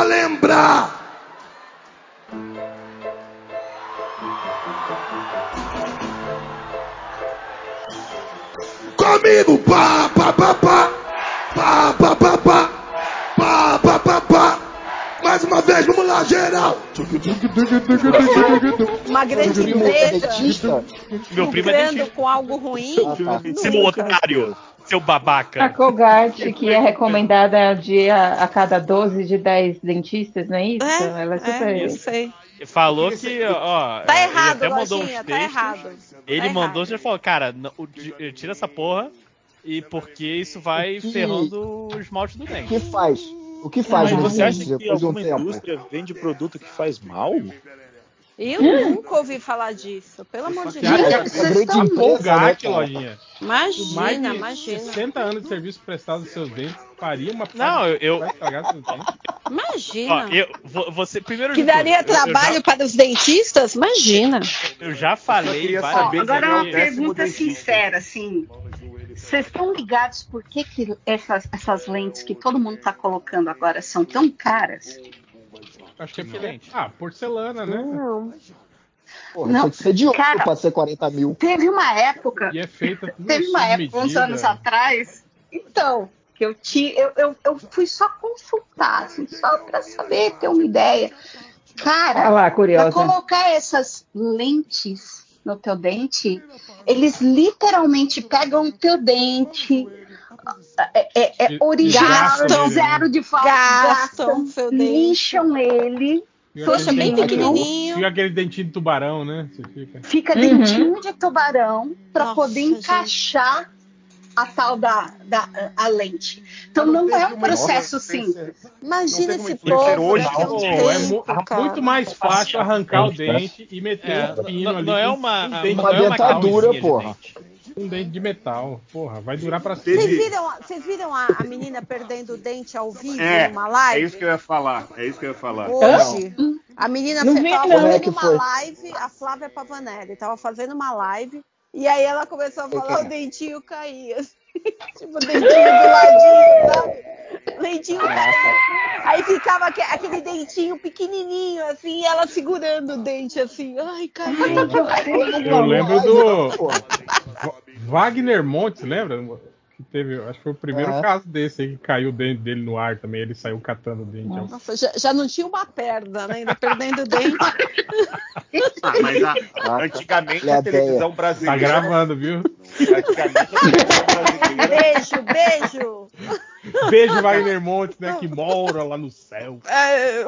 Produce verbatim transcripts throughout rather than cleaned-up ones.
lembrar. Comigo, pá, pá, pá, pá, pá, pá, pá, pá, pá, pá, pá, pá. Mais uma vez, vamos lá, geral. Uma grande empresa Meu primo é lucrando dentista. com algo ruim. Ah, tá. Seu otário, seu babaca. A Colgate, que é recomendada de a, a cada doze de dez dentistas, não é isso? É, Ela é super... é, eu sei. Falou que, ó, Tá é, errado, ele até mandou Lojinha, uns tá textos. errado. Ele Tá mandou, errado. já falou, cara, não, o- tira essa porra e porque isso vai O que- ferrando o esmalte do O dente. que faz? O que faz Mas no Você acha dente que depois de um alguma tempo? indústria vende produto que faz mal? Eu nunca ouvi falar disso, pelo amor de Você acha que Deus. a, É vocês grande estão empresa, Colgate, né, cara? Lojinha? Mais Imagina, de imagina. sessenta anos de serviço prestado aos seus dentes faria uma Não, eu- eu- vai estragar seus dentes. Imagina. Ó, eu, vo- você, primeiro Que de tudo, daria eu- eu trabalho já- para os dentistas? Imagina. Eu já falei queria várias saber vezes Agora uma aqui. pergunta dentista. sincera, assim. Vocês estão ligados por que, que essas, essas lentes que todo mundo está colocando agora são tão caras? Acho que é porque... Excelente. Ah, porcelana, né? Não. Porra, Não, tinha que ser de ouro cara, pra ser quarenta mil. Teve uma época, E é feita tudo teve uma sob época, uns medida. anos atrás, então, que eu, ti, eu, eu, eu fui só consultar, assim, só para saber, ter uma ideia. Cara, Olha lá, para curiosa. colocar essas lentes no teu dente, eles literalmente pegam o teu dente, é, é, é E- original, gastam ele, zero né? de falta, Gastam seu dente. lixam ele, Fica Poxa, aquele bem dentinho- pequenininho. Fica aquele dentinho de tubarão, né? Você fica... fica Uhum. dentinho de tubarão para Nossa, poder gente. encaixar a tal da, da a lente. Então não é um processo simples. Imagina Não esse teve uma povo influência daqui a um Pô, é mu- tempo, cara. muito mais fácil arrancar o dente e meter É, um pino não, ali. não é com uma, um não dente, Uma é uma dentadura, calcinha de porra. dente. um dente de metal. Porra, vai durar pra Vocês sempre. viram, vocês viram a, a menina perdendo o dente ao vivo É, numa é live? isso que eu ia falar. É isso que eu ia falar. Hoje, a menina Não fe- vi, tava não. Como é fazendo que uma foi? live, a Flávia Pavanelli tava fazendo uma live, e aí ela começou a falar, o dentinho caía. assim. Tipo, o dentinho do ladinho, sabe? O dentinho caía. Aí ficava aque- aquele dentinho pequenininho, assim, e ela segurando o dente, assim. Ai, caiu. Eu lembro do Porra. Va- Wagner Montes, lembra? Que teve, acho que foi o primeiro É. caso desse aí, que caiu o dente dele no ar também, ele saiu catando o dente. Nossa, já, já não tinha uma perna, né? Ainda perdendo o dente. Ah, mas a- Ah, tá. antigamente Olha a a televisão Tá brasileira. gravando, viu? Antigamente a televisão brasileira. Beijo, beijo. Beijo, Wagner Montes, né? Que mora lá no céu. É,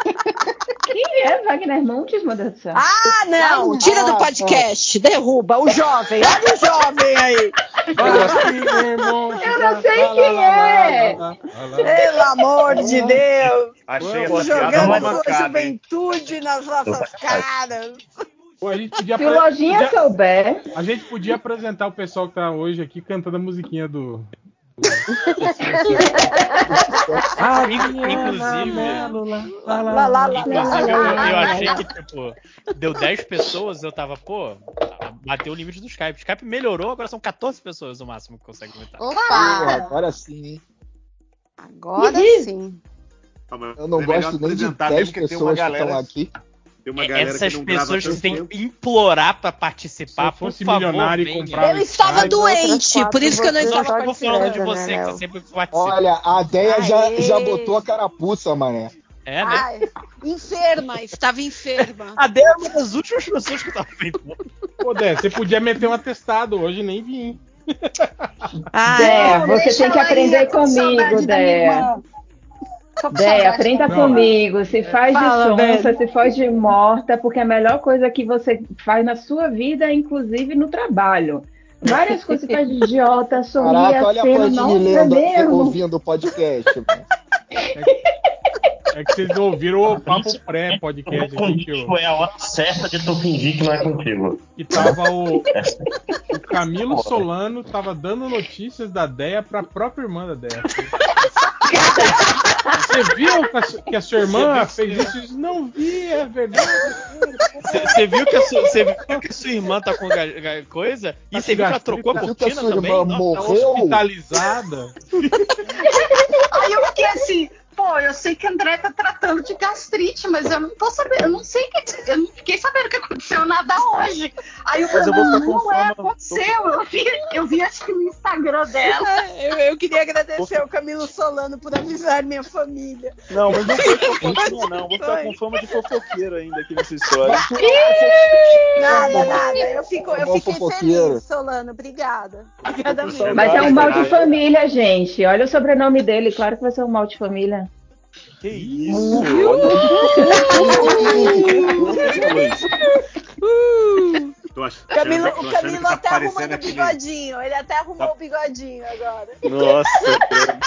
Quem é Wagner Montes, meu Deus do céu? Ah, não! Tira do podcast, derruba o jovem. Olha o jovem aí. Wagner Montes. Eu não sei quem é. Pelo amor de Deus. Achei essa piada Jogando uma a sua mancada, hein? juventude nas nossas caras. Pô, a gente podia Se o apre- Lojinha podia- souber, A gente podia apresentar o pessoal que tá hoje aqui cantando a musiquinha do. Ah, inclusive, Lá, lá, lá, lá, inclusive eu, lá, eu lá, achei lá. que, tipo, deu dez pessoas, eu tava, pô, bateu o limite do Skype. O Skype melhorou, agora são catorze pessoas o máximo que consegue aumentar. Porra, Opa! agora sim, hein? Agora sim. Ah, mas Eu não é melhor gosto nem de apresentar dez mesmo, porque tem uma pessoas que galera- estão aqui. Tem uma galera Essas que não grava pessoas que tanto têm tempo. que implorar pra Se participar, eu por fosse favor, milionário e venha. comprar- Eu estava Ai, doente, por isso que eu não Eu estava não tô falando de participando. você, que você sempre participa. Olha, a Deia já, Aê. já botou a carapuça, mané. É, né? Ai, enferma, estava enferma. A Débora é uma das últimas pessoas que tava feito. Pô, Dé, você podia meter um atestado hoje, nem vim. Ai, Dé, Não, você deixa tem que ela aí, aprender eu tô com saudade comigo, da minha Dé. irmã. Tô com Dé, saudade aprenda da minha irmã. comigo. Se faz Fala, de sonsa, velho. se faz de morta, porque a melhor coisa que você faz na sua vida é, inclusive, no trabalho. Várias coisas você faz de idiota, sorrir, Caraca, olha a acena, Pandini nossa, lendo, mesmo. ouvindo o podcast. mano. É que vocês ouviram o papo pré-podcast aqui, que, Contigo o, é a hora certa de tu fingir que não é contigo. que tava o, o Camilo Solano tava dando notícias da Deia pra própria irmã da Deia. Você viu que a, su- que a sua irmã Você viu- fez isso? Eu disse, não vi, é verdade. Você viu, que a sua- você viu que a sua irmã tá com ga- ga- coisa? E você viu que ela trocou a Viu que a cortina sua também? irmã Nossa, morreu? Hospitalizada. Aí eu fiquei assim, pô, eu sei que a André tá tratando de gastrite, mas eu não tô sabendo, eu não sei que. Eu não fiquei sabendo que aconteceu nada hoje. Aí eu Mas eu falei, vou ficar com não é, fama. aconteceu. Eu vi, eu vi acho que no Instagram dela. Eu, eu queria agradecer ao Camilo Solano por avisar minha família. Não, mas não foi fofoquinha, não. Vou ficar com fama de fofoqueiro ainda aqui nessa história. Nada, nada. Eu, fico, eu Bom fiquei fofoqueiro. feliz, Solano. Obrigada. Obrigada mesmo. Mas é um mal de Verdade. família, gente. Olha o sobrenome dele, claro que vai ser um mal de família. Que isso? Olha Uh! Tô achando, Camilo, tô o achando Camilo que tá até arrumando parecendo o aquele... bigodinho. Ele até arrumou Tá- o bigodinho agora. Nossa, cara.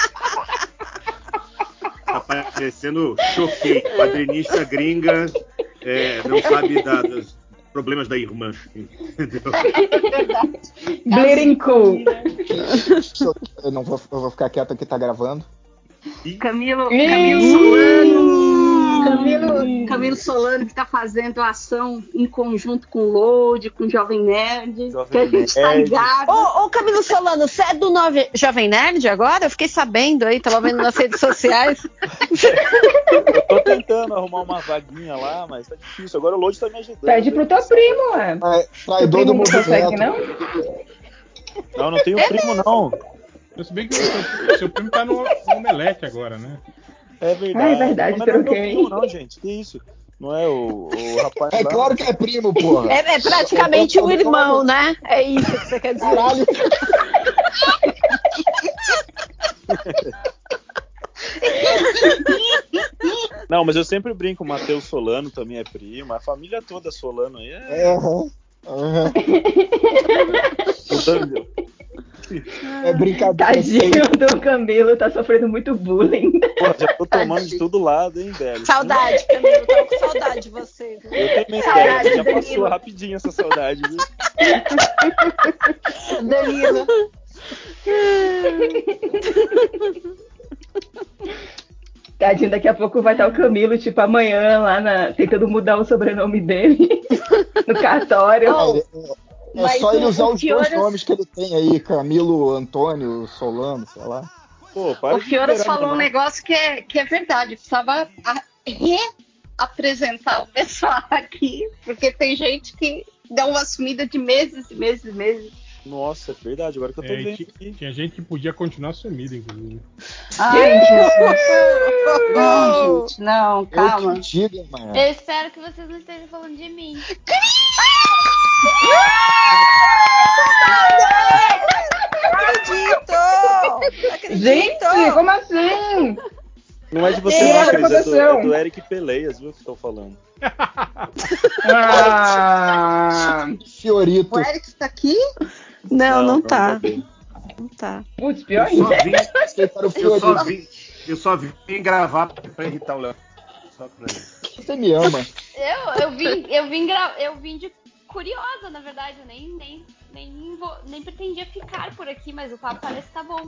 Tá parecendo choquei. Quadrinista gringa é, não sabe da- dos problemas da irmã. Entendeu? Bleeding cool. Eu não vou, eu vou ficar quieto aqui, tá gravando. Camilo, Camilo Solano, Camilo, Camilo Solano que está fazendo ação em conjunto com o Load, com o Jovem Nerd, Jovem que a gente tá Nerd. ligado. Ô, ô, Camilo Solano, você é do nove... Jovem Nerd agora? Eu fiquei sabendo aí, tava vendo nas redes sociais. Eu tô tentando arrumar uma vaguinha lá, mas tá difícil. Agora o Load tá me ajudando. Pede pro teu primo, ué. É, Teu traidor do primo não consegue, movimento. não? Não, não tenho primo, não. Eu se bem que o seu, seu primo tá no, no Omelete agora, né? É verdade. Ah, é verdade, Mas não é meu troquei. primo, não, gente. Que isso? Não é o, o rapaz É lá. claro que é primo, porra. É, é praticamente um irmão, né? É isso que você quer dizer. Caralho. Não, mas eu sempre brinco, o Matheus Solano também é primo, a família toda Solano aí é. É, uhum, uhum. É brincadeira. Tadinho do Camilo, tá sofrendo muito bullying. Pô, já tô tomando de todo lado, hein, velho. Saudade, Camilo. Tava com saudade de você. Viu? Eu também, Saudade, velho. Já Danilo. passou rapidinho essa saudade, viu? Danilo. Tadinho, daqui a pouco vai estar o Camilo, tipo, amanhã lá na... tentando mudar o sobrenome dele no cartório. Oh, É Mas só ele o- usar o os Fioras- dois nomes que ele tem aí, Camilo Antônio Solano, sei lá. Pô, para O de Fioras liberar falou meu um nome. negócio que é, que é verdade. Precisava a- reapresentar o pessoal aqui, porque tem gente que dá uma sumida de meses e meses e meses. Nossa, é verdade, agora que eu tô É, vendo ti- aqui. tinha gente que podia continuar sumido, inclusive. Ai, Jesus. Não, gente, não, Eu calma. que diga, mano. Eu espero que vocês não estejam falando de mim. Acredito! Acredito! Gente, como assim? Não é de você, Sim, não, o que Cris, é do, aconteceu? é do Eric Peleias, viu, que estou falando. Ah, Fiorito. O Eric tá aqui? Não, não, não tá. tá bem. Não tá. putz, pior Eu só ainda. vim, Você para o eu Fiorito. só vim, eu só vim gravar pra irritar o Léo. Só pra isso. Você me ama. Eu, eu vim, eu vim, gra... eu vim de curiosa, na verdade. Eu nem, nem, nem, vou... nem pretendia ficar por aqui, mas o papo parece que tá bom.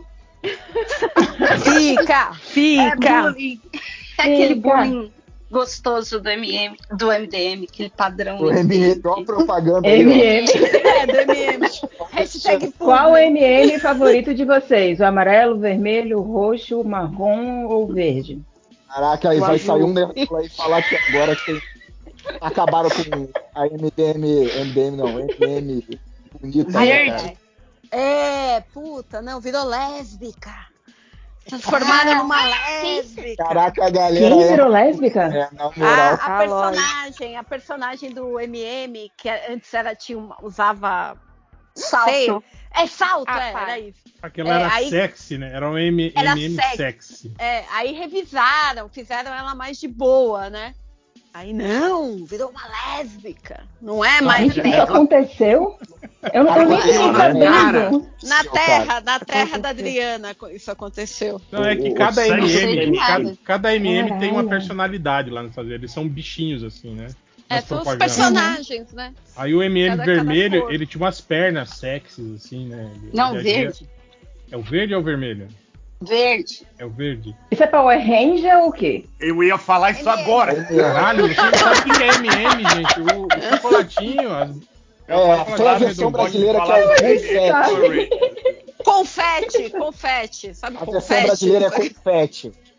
Fica! É Fica! bullying. É aquele Fica. bullying gostoso do M M, do M D M, aquele padrão. O M M, igual a propaganda aí, M M. É, do M M. Hashtag Qual o publi. M M favorito de vocês? O amarelo, o vermelho, o roxo, o marrom ou o verde? ó. Caraca, aí O vai azul. sair um negócio aí falar que agora que tem... acabaram com a M D M, M D M não, M D M bonita, né, cara? Verde. É, puta, não, virou lésbica. Transformaram numa lésbica. Caraca, a galera Quem é, virou lésbica? é na A, moral. a personagem, a personagem do M M, que antes era, tinha uma, usava Salto. sei, é salto, Ah, é, tá. era isso. Aquela É, era aí- sexy, né? Era um M- Era M M sexy. sexy. É, aí revisaram, fizeram ela mais de boa, né? Aí não, virou uma lésbica. Não é mais Gente, isso lésbica. aconteceu? Eu, eu nem fiquei sabendo. Na terra, na terra da Adriana, isso aconteceu. Não, é que O- cada o sangue M M, tem cada, nada. cada M M tem uma Caralho. personalidade lá no fazer. Eles são bichinhos, assim, né? É, Nas são os propagandas. personagens, né? Aí o M M Cada- cada vermelho, cor. ele tinha umas pernas sexys, assim, né? Ele- Não, ele havia- verde. É o verde ou o vermelho? Verde. É o verde. Isso é Power Ranger ou o quê? Eu ia falar isso agora. Caralho, você não sabe o que é M M, gente? O, o chocolatinho, as... É, foi a versão brasileira que é o confete. Confete, confete. Sabe A versão confete? brasileira é confete.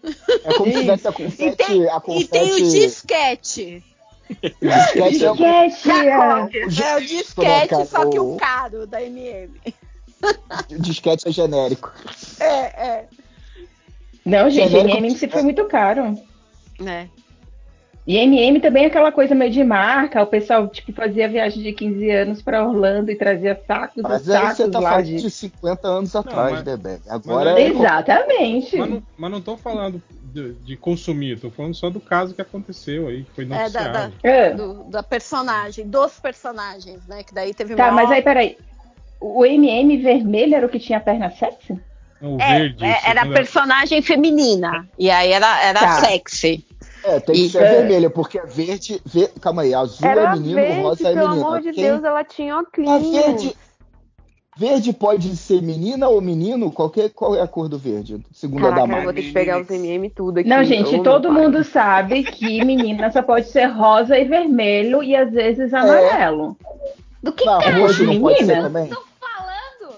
É como se tivesse a E confete. tem, a e tem o confete- disquete. disquete é o- Disquete! É o disquete, cara, só que o- o caro da M M. o disquete é genérico. É, é. Não, gente, Genérico- M M sempre foi muito caro. É. E M M também é aquela coisa meio de marca. O pessoal tipo, fazia viagem de quinze anos para Orlando e trazia sacos e Mas aí sacos você tá lá falando de... de cinquenta anos atrás, mas- né, Ben? mas Agora aí- é. Exatamente. Mas não, mas não tô falando de, de consumir, tô falando só do caso que aconteceu aí, que foi É, da, noticiado. da, É. do- da personagem, dos personagens, né? Que daí teve Tá, maior- mas aí, peraí. O M M vermelho era o que tinha perna sexy? O É, verde, é, era segundo a- personagem feminina. E aí era, era Tá. sexy. É, tem que E- ser É. vermelha, porque a verde. ver- Calma aí, azul Era é menino, verde, rosa é pelo menina. amor de Quem- Deus, ela tinha A óculos. verde. Verde pode ser menina ou menino? Qualquer, qual é a cor do verde? Segundo a Caraca, eu vou Damares. ter que pegar os M M tudo aqui. Não, gente, Ô, todo meu pai. mundo sabe que menina só pode ser rosa e vermelho e às vezes amarelo. Do que Não, que é roxo de não pode ser menina? também? Tô falando.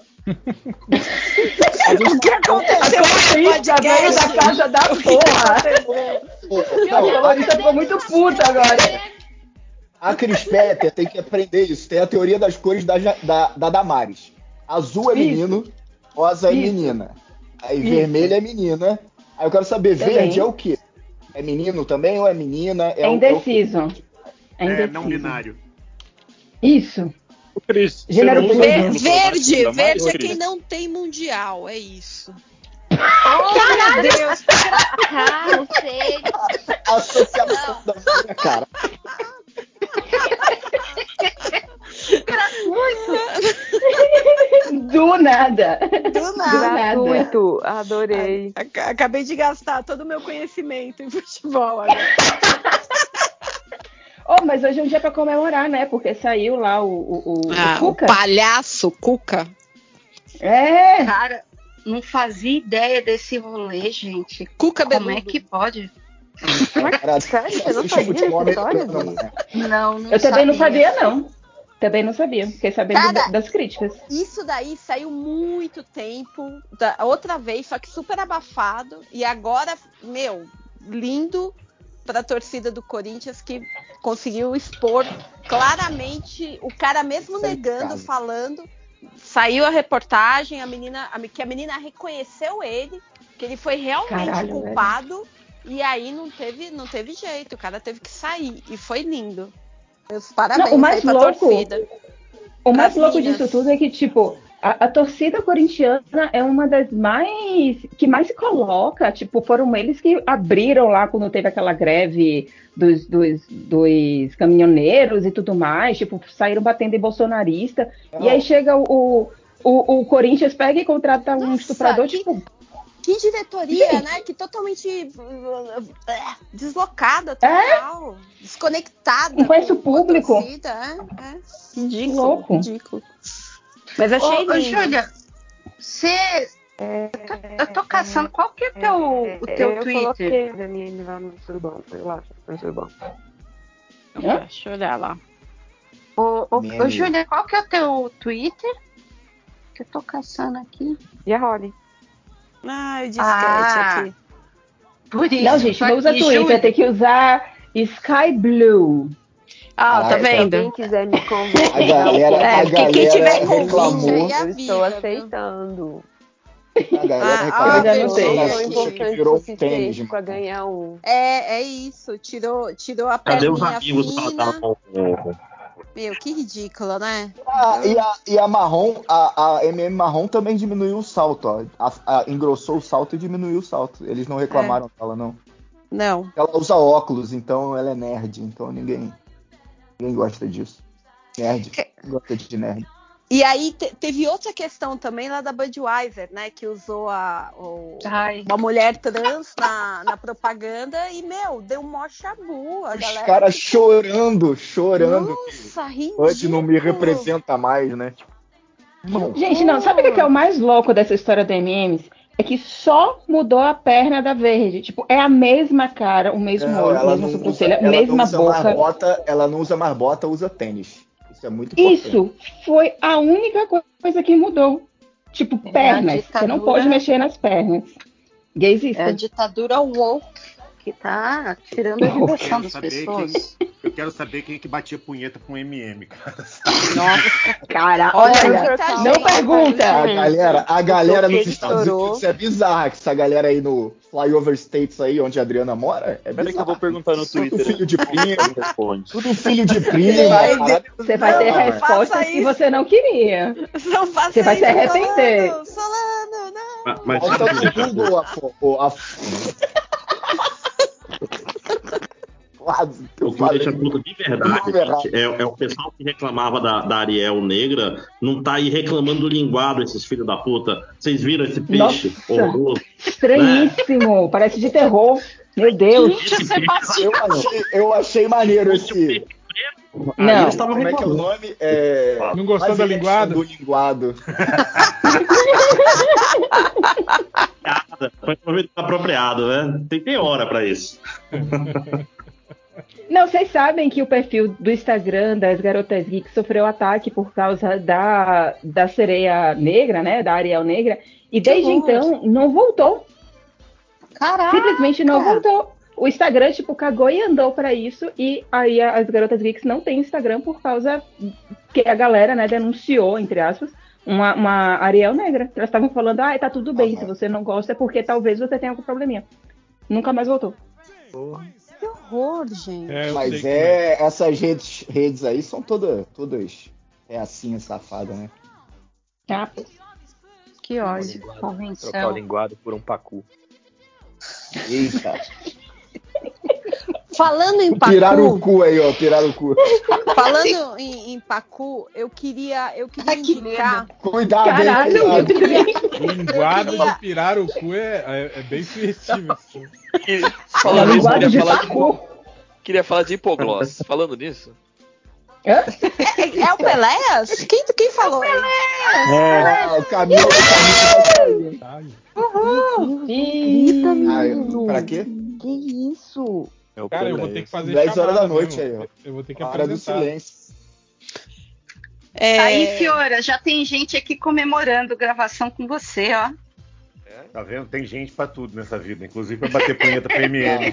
O que aconteceu A no Clarissa veio da podcast? casa da porra. Não, A Clarissa ficou muito puta agora. a Cris Petter tem que aprender isso. Tem a teoria das cores da, Ja- da, da Damares. Azul é Isso. menino, rosa é Isso. menina. Aí Isso. vermelho é menina. Aí eu quero saber, Também. verde é o quê? É menino também ou é menina? É, É o- indeciso. É É, indeciso. não binário. Isso. Ô, Cris, você Gênero não usa fluido. tanto Ver- Verde, pronome da verde Mari, é quem Cris? não tem mundial, é isso. Oh, meu Deus. Cara, sério. A associação da minha cara. Do nada. Do nada. Gratuito, adorei. Ac- Acabei de gastar todo o meu conhecimento em futebol agora. Oh, mas hoje é um dia pra comemorar, né? Porque saiu lá o, o, o, Ah, o o Cuca. palhaço Cuca. É. Cara, não fazia ideia desse rolê, gente. Cuca Como beludo. é que pode? Cara, Sério? Você não assiste sabia futebol dessa história, americano, Vi? né? Não, não Eu também não sabia. sabia, não. Também não sabia. Fiquei sabendo Cara, da- das críticas. Isso daí saiu muito tempo, da, outra vez, só que super abafado. E agora, meu, lindo pra torcida do Corinthians que conseguiu expor claramente o cara mesmo Sai de negando, casa. falando. Saiu a reportagem, a menina, a- que a menina reconheceu ele, que ele foi realmente Caralho, culpado. E aí não teve, não teve jeito, o cara teve que sair. E foi lindo. Meus parabéns Não, o mais aí pra louco- torcida. O mais Pras louco minas. disso tudo é que, tipo, a, a torcida corintiana é uma das mais. que mais se coloca. Tipo, foram eles que abriram lá quando teve aquela greve dos, dos, dos caminhoneiros e tudo mais. Tipo, saíram batendo em bolsonarista. E aí chega o, o, o Corinthians, pega e contrata um Nossa, estuprador, que- tipo. Que diretoria, Gente. né? Que totalmente uh, uh, deslocada, total. Desconectada. Não conhece o com a público. torcida, é, é. Ridículo, Louco. ridículo. Mas achei Ô, ô, lindo. Júlia, você. Eu tô caçando. Qual que é teu, o teu eu Twitter? coloquei o M M lá no tudo bom, relaxa, tá tudo bom. Hã? Deixa eu olhar lá. Ô, ô, Minha ô, amiga. Júlia, qual que é o teu Twitter? Que eu tô caçando aqui. E a Holly? Ah, o disquete Ah, aqui. Por isso. Não, gente, tô não usa aqui, Twitter, Júlia. tem que usar Sky Blue. Ah, Ah, tá é, Se vendo? alguém quiser me convidar, A galera, É, a porque quem galera tiver convite reclamou. aí eu avisa, estou viu? aceitando. A galera Ah, reclamou ah, eu já que não o sei. Eu não Santa sou Isso, Xuxa importante o virou um tênis, suficiente mano. pra ganhar um. É, é isso. Tirou, tirou a Cadê os perninha amigos pra dar fina. um... Meu, que ridículo, né? Ah, e, a, e a marrom, a, a M M marrom também diminuiu o salto, ó. A- a- engrossou o salto e diminuiu o salto. Eles não reclamaram dela, não. Não. Ela usa óculos, então ela é nerd, então ninguém, ninguém gosta disso. Nerd, gosta de nerd. E aí te- teve outra questão também lá da Budweiser, né? Que usou a, o- Ai, uma mulher trans na, na propaganda e, meu, deu mó chabu. A Os galera caras ficou- chorando, chorando. Nossa, ridículo. Hoje não me representa mais, né? Tipo, não. Gente, não, sabe o que que é o mais louco dessa história do M Ms? É que só mudou a perna da verde. Tipo, é a mesma cara, o mesmo Não, olho, a ela mesma não usa, sobrancelha, ela não mesma usa boca. mais bota, ela não usa mais bota, usa tênis. Isso é muito importante. Isso foi a única coisa que mudou. Tipo, pernas. Você não ditadura- pode mexer nas pernas. Gaysista. É a ditadura woke que tá tirando a Eu diversão quero das saber pessoas. quem, eu quero saber quem que batia punheta com M M, cara. Nossa, cara, Olha, olha, muita não gente. pergunta. A galera, a galera que nos ele Estados estourou. Unidos é bizarra. Que essa galera aí no Flyover States aí, onde a Adriana mora, é Peraí que eu vou bizarra. perguntar no Tudo Twitter. filho de primo. Responde. Tudo filho de Você primo. vai, a parada- você vai ter Não, é. respostas Faça que isso. você não queria. Não faça Você vai isso, se arrepender. Solano, Solano, não. Mas, mas Bota no seguinte, Google a, fo- o- a... Quase que eu O que me deixa falei. puto de Tudo verdade errado. gente, é, é o pessoal que reclamava da, da Ariel negra, não tá aí reclamando do linguado, esses filhos da puta. Vocês viram esse peixe Nossa. horroroso? Estranhíssimo. Parece de terror. Meu Deus. Gente, Sebastião. Eu achei, eu achei maneiro esse. Não. Aí eles estavam Como é que é o reclamando. nome? É... Não gostou Mas da ele é linguada? do linguado. Foi um momento apropriado, né? Tem, tem hora pra isso. Não, vocês sabem que o perfil do Instagram das Garotas Geeks sofreu ataque por causa da, da sereia negra, né? Da Ariel negra. E desde horror. então não voltou. Caraca! Simplesmente não voltou. O Instagram, tipo, cagou e andou pra isso. E aí a- as Garotas Geeks não têm Instagram por causa que a galera, né, denunciou, entre aspas, uma, uma Ariel negra. Elas estavam falando, ah, tá tudo bem, Aham. se você não gosta é porque talvez você tenha algum probleminha. Nunca mais voltou. Que horror, gente. É, eu sei Mas como é, essas redes, redes aí são todas, todas é assim, safada, né? Ah, Que ódio. Trocar o Convenção. linguado por um pacu. Eita. Falando em Tiraram o Pacu, cu aí, ó. Tiraram o cu. falando em, em Pacu, eu queria, eu queria Ai, que indicar. Cuidado, Caralho, hein, cuidado. Linguado Eu queria- de pirar o cu é, é, é bem sugestivo. assim. E, falando nisso, linguado queria de falar de, pacu. queria falar de hipogloss. Falando nisso, É, é o Peléas? Quem, quem falou? Ah, o caminho, o caminho vai sair. Tá? Grita, Ai, menino. pra quê? Que isso? É o Cara, eu vou Pelé. ter que fazer dez horas chamada da noite mesmo. aí, ó. Eu vou ter que Hora do apresentar. silêncio. É, Aí, Fiora, já tem gente aqui comemorando gravação com você, ó. tá vendo? Tem gente pra tudo nessa vida, inclusive pra bater punheta pra M M.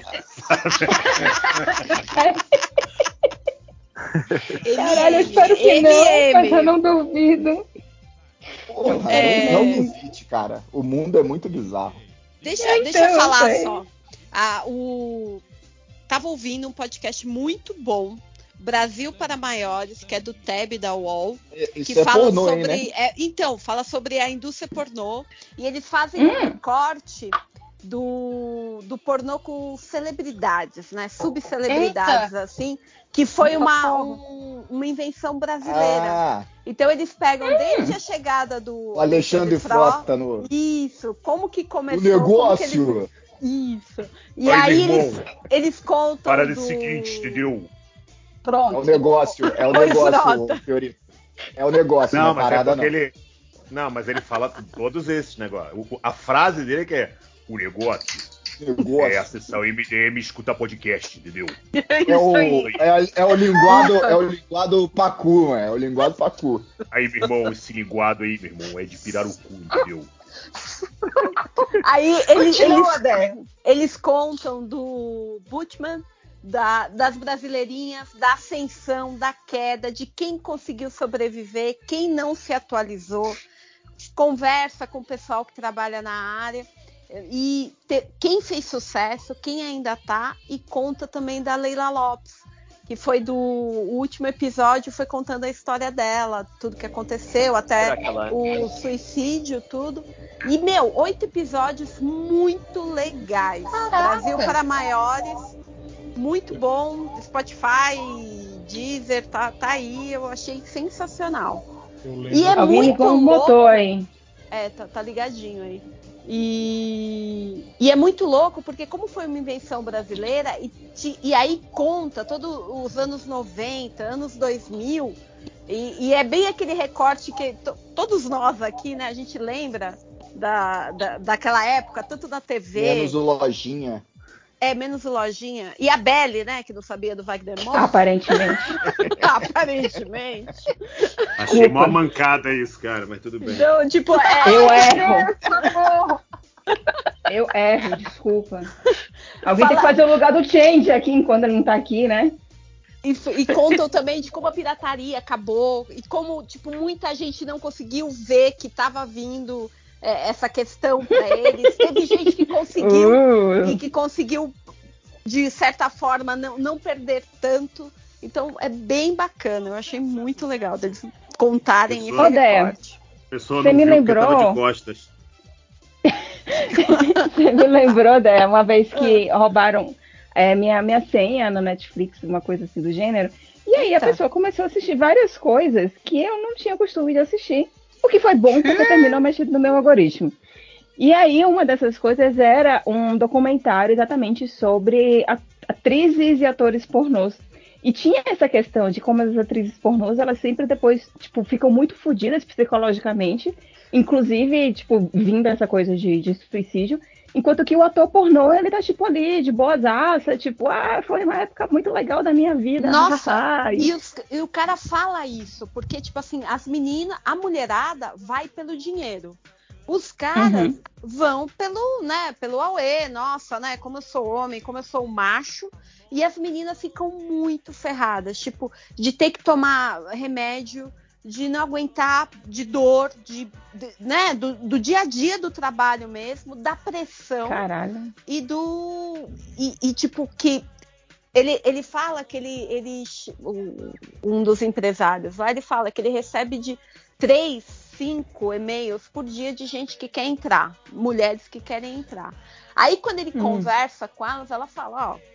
Caralho, eu espero que não, M M. mas eu não duvido. Porra, É. não duvide, cara. O mundo é muito bizarro. Deixa, Então, deixa eu eu falar sei. só. Ah, o... Tava ouvindo um podcast muito bom, Brasil para Maiores, que é do Tab da U O L, Isso que é fala pornô, sobre. hein, né? é, então, fala sobre a indústria pornô. E eles fazem Hum. um recorte do, do pornô com celebridades, né? Subcelebridades, assim, que foi uma, um- uma invenção brasileira. Ah, Então eles pegam desde a chegada do o Alexandre Frota no, Isso, como que no começou. como que eles- negócio. Isso. E Oi, aí meu eles, irmão. eles contam. Para do... do seguinte, entendeu? É Pronto. o negócio, é o Oi, negócio, Frota. Fiorito. É o negócio, Não, não, mas é parada porque não. ele. Não, mas ele fala todos esses negócios. O- A frase dele é que é o negócio Negócio. é a sessão M D M escuta podcast, entendeu? É o, é, é o linguado, é o linguado pacu, mano. É o linguado pacu. Aí, meu irmão, esse linguado aí, meu irmão, é de pirar o cu, entendeu? Aí eles, Continua, eles, Dé. eles contam do Butchman, da- das brasileirinhas, da ascensão, da queda, de quem conseguiu sobreviver, quem não se atualizou, conversa com o pessoal que trabalha na área e te- quem fez sucesso, quem ainda tá, e conta também da Leila Lopes, que foi do o último episódio, foi contando a história dela, tudo que aconteceu, até Será que ela- o suicídio, tudo. E, meu, oito episódios muito legais. Brasil para Maiores, muito bom. Spotify, Deezer, tá, tá aí. Eu achei sensacional. Eu lembro. E é Alguém muito ligou um louco. motor aí. É, tá, tá ligadinho aí. E, e é muito louco, porque como foi uma invenção brasileira, e, te- e aí conta todos os anos noventa, anos dois mil, e, e é bem aquele recorte que to- todos nós aqui, né, a gente lembra da, da, daquela época, tanto na T V, Menos o lojinha. é, menos o Lojinha, e a Belle, né, que não sabia do Wagner Moura, Aparentemente. aparentemente. Achei uma mancada isso, cara, mas tudo bem. Então, tipo, é, Eu erro. Eu erro, desculpa. Alguém Fala... tem que fazer o lugar do Change aqui enquanto ele não tá aqui, né? E, e contam também de como a pirataria acabou e como, tipo, muita gente não conseguiu ver que tava vindo é, essa questão para eles. Teve gente que conseguiu uh. e que conseguiu, de certa forma, não, não perder tanto. Então, é bem bacana. Eu achei muito legal deles contarem pessoa, esse recorte. A pessoa não me viu lembrou... porque tava de costas. Você me lembrou dela, uma vez que roubaram... É, minha, minha senha na Netflix, uma coisa assim do gênero. E aí Eita. a pessoa começou a assistir várias coisas que eu não tinha costume de assistir. O que foi bom, porque terminou mexendo no meu algoritmo. E aí uma dessas coisas era um documentário exatamente sobre atrizes e atores pornôs. E tinha essa questão de como as atrizes pornôs, elas sempre depois, tipo, ficam muito fodidas psicologicamente. Inclusive, tipo, vindo essa coisa de, de suicídio. Enquanto que o ator pornô, ele tá, tipo, ali, de boazaça, tipo, ah, foi uma época muito legal da minha vida. Nossa, e, os, e o cara fala isso, porque, tipo assim, as meninas, a mulherada vai pelo dinheiro. Os caras uhum. vão pelo, né, pelo auê, nossa, né, como eu sou homem, como eu sou macho, e as meninas ficam muito ferradas, tipo, de ter que tomar remédio, de não aguentar, de dor, de, de né, do, do dia a dia do trabalho mesmo, da pressão. Caralho. E do e, e tipo que ele, ele fala que ele, ele um dos empresários lá, ele fala que ele recebe de três, cinco e-mails por dia de gente que quer entrar, mulheres que querem entrar. Aí quando ele hum. conversa com elas, ela fala, ó,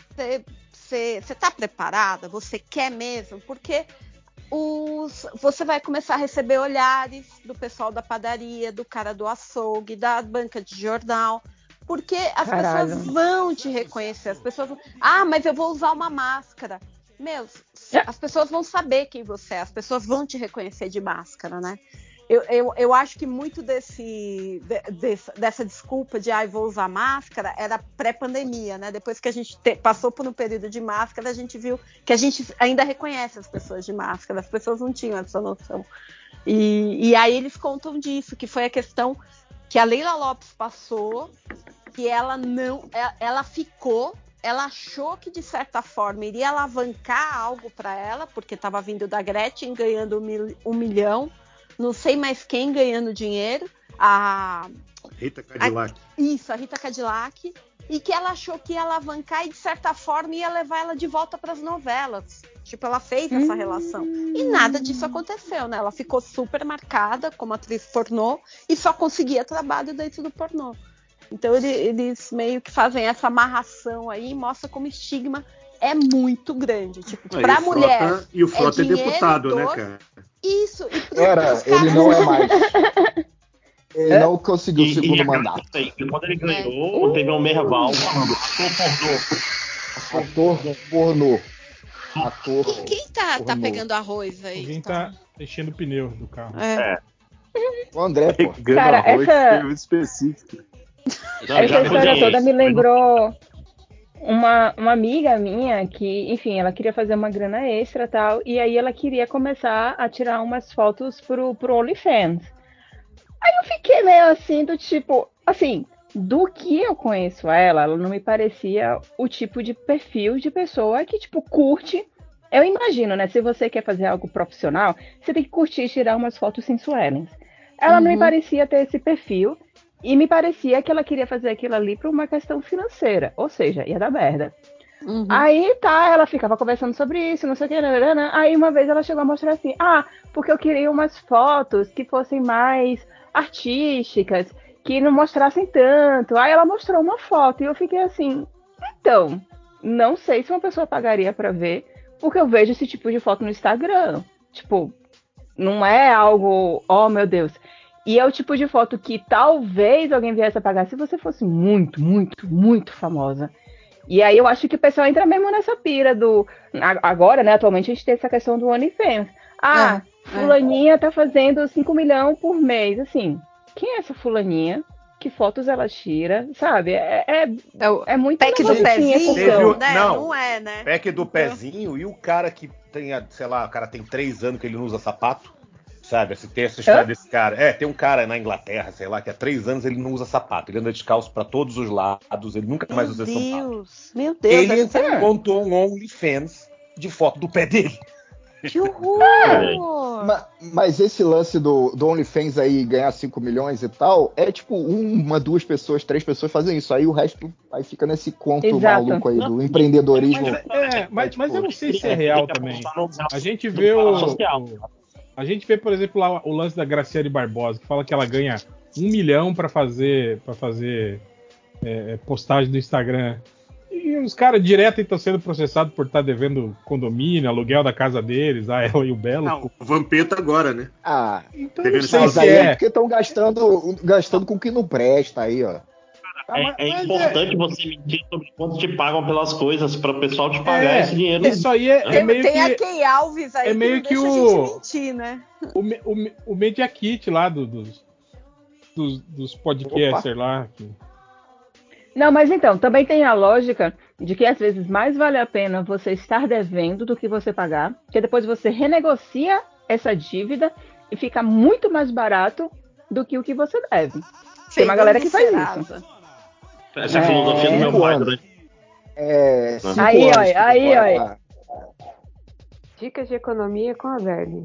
você tá preparada? Você quer mesmo? Porque Os, você vai começar a receber olhares do pessoal da padaria, do cara do açougue, da banca de jornal, porque as Caralho. pessoas vão te reconhecer. As pessoas vão, ah, mas eu vou usar uma máscara. Meu, as pessoas vão saber quem você é, as pessoas vão te reconhecer de máscara, né? Eu, eu, eu acho que muito desse, de, dessa, dessa desculpa de ah, vou usar máscara era pré-pandemia, né? Depois que a gente te, passou por um período de máscara, a gente viu que a gente ainda reconhece as pessoas de máscara, as pessoas não tinham essa noção. E, e aí eles contam disso, que foi a questão que a Leila Lopes passou, que ela não, ela, ela ficou, ela achou que de certa forma iria alavancar algo para ela, porque estava vindo da Gretchen ganhando um, mil, um milhão, não sei mais quem ganhando dinheiro, a Rita Cadillac. A, isso, a Rita Cadillac, e que ela achou que ia alavancar e de certa forma ia levar ela de volta para as novelas. Tipo, ela fez essa hum. relação. E nada disso aconteceu, né? Ela ficou super marcada como atriz pornô e só conseguia trabalho dentro do pornô. Então eles, eles meio que fazem essa amarração aí e mostra como o estigma é muito grande. Tipo, pra e mulher. Frota, e o Frota é, é deputado, dor, né, cara? Isso. E pro, Era, ele não é mais. Ele é? não conseguiu o segundo e, mandato. E quando ele ganhou, é. teve um Merval falando: ator pornô. Ator pornô. Ator. Quem tá, tá pegando arroz aí? Alguém tá enchendo o pneu do carro. É. é. O André, pô. Pegando Cara, arroz essa... muito específico. Essa já história toda me lembrou uma, uma amiga minha que, enfim, ela queria fazer uma grana extra e tal, e aí ela queria começar a tirar umas fotos pro, pro OnlyFans. Aí eu fiquei meio assim, do tipo, assim, do que eu conheço ela, ela não me parecia o tipo de perfil de pessoa que, tipo, curte. Eu imagino, né, se você quer fazer algo profissional, você tem que curtir e tirar umas fotos sensuais. Ela uhum. não me parecia ter esse perfil. E me parecia que ela queria fazer aquilo ali por uma questão financeira. Ou seja, ia dar merda. Uhum. Aí tá, ela ficava conversando sobre isso, não sei o que. Né? Aí uma vez ela chegou a mostrar assim: ah, porque eu queria umas fotos que fossem mais artísticas, que não mostrassem tanto. Aí ela mostrou uma foto e eu fiquei assim: então, não sei se uma pessoa pagaria pra ver, porque eu vejo esse tipo de foto no Instagram. Tipo, não é algo, oh meu Deus. E é o tipo de foto que talvez alguém viesse a pagar se você fosse muito, muito, muito famosa. E aí eu acho que o pessoal entra mesmo nessa pira do... Agora, né, atualmente a gente tem essa questão do OnlyFans. Ah, é, fulaninha é. tá fazendo cinco milhões por mês. Assim, quem é essa fulaninha? Que fotos ela tira, sabe? É, é, é muito... Pack do pezinho, Teve, né? Não, não é, né? Pack do pezinho e o cara que tem, sei lá, o cara tem três anos que ele não usa sapato. sabe? Assim, tem essa história desse cara. É, tem um cara na Inglaterra, sei lá, que há três anos ele não usa sapato. Ele anda descalço pra todos os lados, ele nunca mais usa sapato. Meu Deus, meu Deus. Ele deve ser- montou um OnlyFans de foto do pé dele. Que horror! Ma- Mas esse lance do, do OnlyFans aí ganhar cinco milhões e tal, é tipo uma, duas pessoas, três pessoas fazem isso. Aí o resto aí fica nesse conto Exato. maluco aí do empreendedorismo. Mas, é, mas, mas eu não sei se é real também. A gente vê o. A gente vê, por exemplo, lá o lance da Graciane Barbosa, que fala que ela ganha um milhão pra fazer, pra fazer é, postagem no Instagram. E os caras direto estão sendo processados por estar devendo condomínio, aluguel da casa deles, a ela e o Belo. Não, o Vampeta agora, né? Ah, então devendo não sei mas se aí é é. porque estão gastando, gastando com o que não presta aí, ó. É, é importante você mentir sobre quanto te pagam pelas coisas para o pessoal te pagar É, esse dinheiro. isso aí é, é Tem, meio tem que. a Key Alves aí é meio que não que deixa o- a gente mentir, né? O, me- o, me- o Media Kit lá do- dos, dos, dos podcasters lá. que- Não, mas então, também tem a lógica de que às vezes mais vale a pena você estar devendo do que você pagar, porque depois você renegocia essa dívida e fica muito mais barato do que o que você deve. Tem uma galera que faz isso. Essa é a filosofia do meu pai durante. É, cinco Aí, anos ó, que aí, vai ó. pagar. Dicas de economia com a Verme.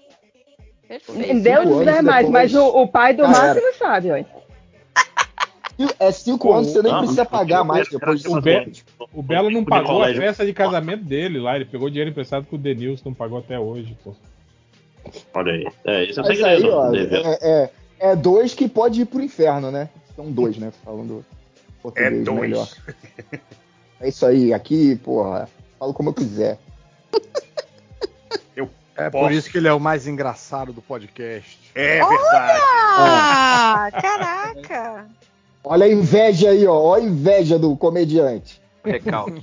Deus anos é mais, depois, mas o, o pai do já Máximo sabe, ó. É cinco anos, você nem Não, precisa não, pagar não, mais não, depois de O, cinco Be- anos. o Belo não De pagou a colégio. festa de casamento dele lá. Ele pegou dinheiro emprestado com o Denilson, não pagou até hoje. Pô. Olha aí. É, isso é Mas segredo. aí, ó, Deve- é, é, é dois que pode ir pro inferno, né? São dois, né? Falando português É dois. melhor. É isso aí, aqui, porra, falo como eu quiser. Eu É posso. por isso que ele é o mais engraçado do podcast. É verdade. Ah, caraca! Olha a inveja aí, ó. Olha a inveja do comediante. Recalque.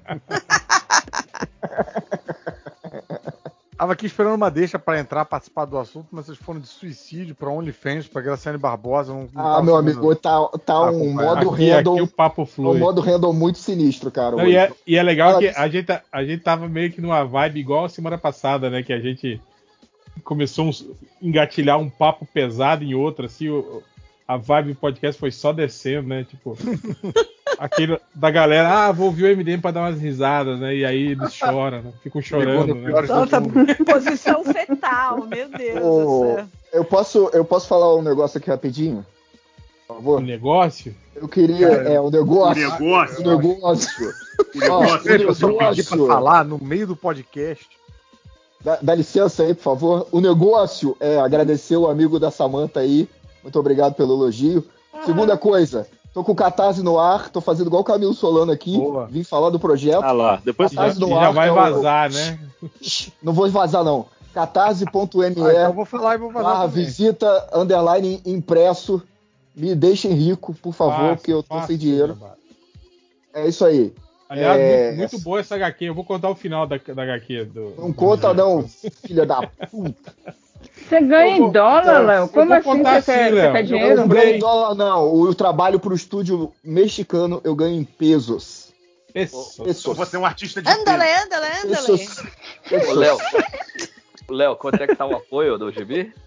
Tava aqui esperando uma deixa pra entrar, participar do assunto, mas vocês foram de suicídio pra OnlyFans, pra Graciane Barbosa. Não, não Ah, tava meu sabendo. amigo, tá, tá um acompanhar. modo Aqui, random. aqui o papo Um flui. modo random muito sinistro, cara. Não, hoje. e, é, e é legal Fala que disso. a gente, tá- a gente tava meio que numa vibe igual a semana passada, né? Que a gente começou a engatilhar um papo pesado em outro, assim, o- a vibe do podcast foi só descendo, né? Tipo, aquele da galera, ah, vou ouvir o M D M pra dar umas risadas, né? E aí eles choram, né? Ficam chorando, né? Nossa, posição fetal, meu Deus Ô, do céu. eu, posso, eu posso falar um negócio aqui rapidinho? Por favor? O negócio? Eu queria. É, o negócio. O negócio. O negócio. O negócio. Ó, o Eu só pedi pra negócio. falar no meio do podcast. Dá, dá licença aí, por favor. O negócio é agradecer o amigo da Samantha aí. Muito obrigado pelo elogio. Segunda coisa, tô com o Catarse no ar, tô fazendo igual o Camilo Solano aqui. Boa. Vim falar do projeto. Ah lá, depois Já, Catarse no já ar vai é o- vazar, né? Não vou vazar, não. catarse.me Ah, então eu vou falar e vou falar. barra visita underline impresso. Me deixem rico, por favor, Fácil, porque eu tô fácil, sem dinheiro. Jabá. É isso aí. Aliás, É, muito, muito boa essa H Q. Eu vou contar o final da, da H Q. Do, Não conta, não, filha da puta. Você ganha Eu vou- em dólar, eu Léo? Como vou assim contar você assim, quer, Léo. você quer Eu Eu dinheiro? não ganho em dólar, não. O trabalho pro estúdio mexicano eu ganho em pesos. Isso. Eu Pesos. vou ser um artista de peso. Andale, andale, andale. Pesos. Ô, Léo, Léo, quanto é que tá o apoio do G B?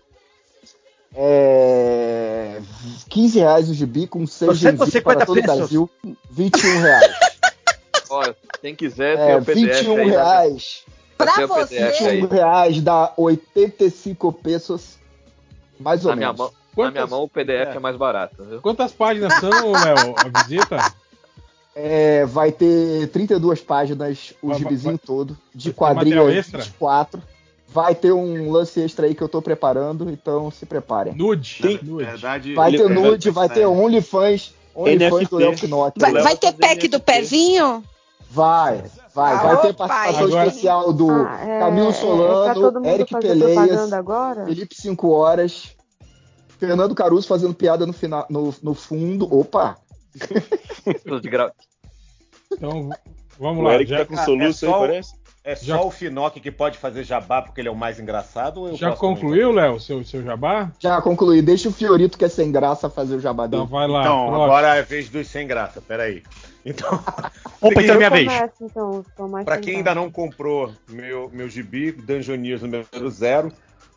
É... quinze reais o gibi com seis Você com G B cinquenta para todo o pesos. Brasil. vinte e um reais. Ó, quem quiser, tem É, o P D F vinte e um aí. dá- reais. Pra tem o P D F você, vinte e aí. um reais dá oitenta e cinco pesos. Mais ou Na minha, menos. mão, na Quantas- minha mão o P D F é, mais barato, viu? Quantas páginas são, Léo, a visita? É, vai ter trinta e duas páginas, o Vai- gibizinho vai- todo. De vai ter material quadrinhos extra? vinte e quatro. Vai ter um lance extra aí que eu tô preparando, então se preparem. Nude. Na Nude. verdade, Vai ele- ter é, nude, vai ter OnlyFans. OnlyFans N F T. do Léo Finocchi. Vai, Léo vai vai ter fazer pack do N F T. pezinho? Vai, vai. Ah, Vai ter opa, participação agora- especial do Ah, é- Camilo é- Solano, é pra todo mundo Eric fazer Peleias, propaganda agora? Felipe cinco horas, Fernando Caruso fazendo piada no, final, no, no fundo. Opa! Tudo de grau. Então, vamos O lá. Eric Já, tá com Ah, soluço é aí, só o- parece. É só Já- o Finoc que pode fazer jabá porque ele é o mais engraçado? Ou eu já posso concluiu, Léo, o seu, seu jabá? Já concluí. Deixa o Fiorito, que é sem graça, fazer o jabá Então dele. vai lá. Então, próximo. agora é a vez dos sem graça. Peraí. Então, Opa, então é minha vez. Começa, então, os que estão mais pra quem tentados. ainda não comprou meu, meu gibi, Dungeoniers número zero,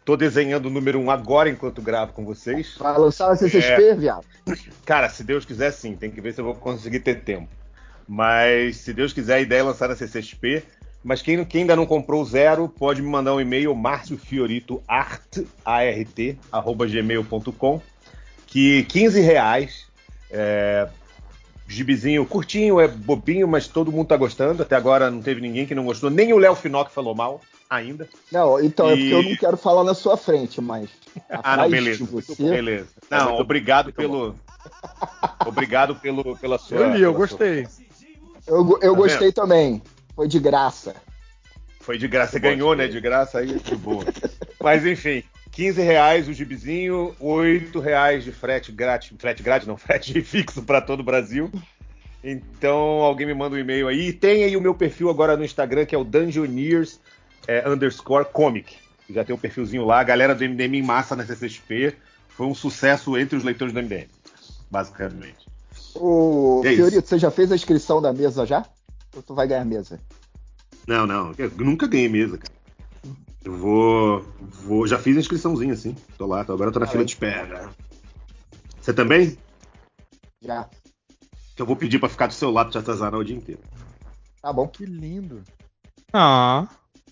Tô desenhando o número um agora enquanto gravo com vocês. Vai lançar a C C X P, é... viado? Cara, se Deus quiser, sim. Tem que ver se eu vou conseguir ter tempo. Mas, se Deus quiser, a ideia é lançar na C C X P. Mas quem, quem ainda não comprou o zero, pode me mandar um e-mail, marciofioritoart, A R T, arroba gmail ponto com, que quinze reais, é, gibizinho curtinho, é bobinho, mas todo mundo tá gostando. Até agora não teve ninguém que não gostou, nem o Léo Finock falou mal ainda. Não, então e... é porque eu não quero falar na sua frente, mas... Ah, não, beleza. Você... Beleza. Não, é obrigado muito pelo... Obrigado pelo, pela sua... Eu li, eu pela gostei. Sua... Eu, eu tá gostei vendo? Também. Foi de graça. Foi de graça. Você ganhou, né? De graça, aí de boa. Mas, enfim, quinze reais o gibizinho, oito reais de frete grátis. Frete grátis, não, frete fixo para todo o Brasil. Então, alguém me manda um e-mail aí. E tem aí o meu perfil agora no Instagram, que é o Dungeoneers é, underscore comic. Já tem um perfilzinho lá. A galera do M D M em massa na C C X P. Foi um sucesso entre os leitores do M D M, basicamente. Ô, é Fiorito, você já fez a inscrição da mesa já? Ou tu vai ganhar mesa? Não, não. Eu nunca ganhei mesa, cara. Eu vou... vou... Já fiz a inscriçãozinha, assim. Tô lá, tô... agora eu tô na ah, fila é. de espera. Você também? Já. Eu vou pedir pra ficar do seu lado te atazanar o dia inteiro. Tá bom. Que lindo. Ah.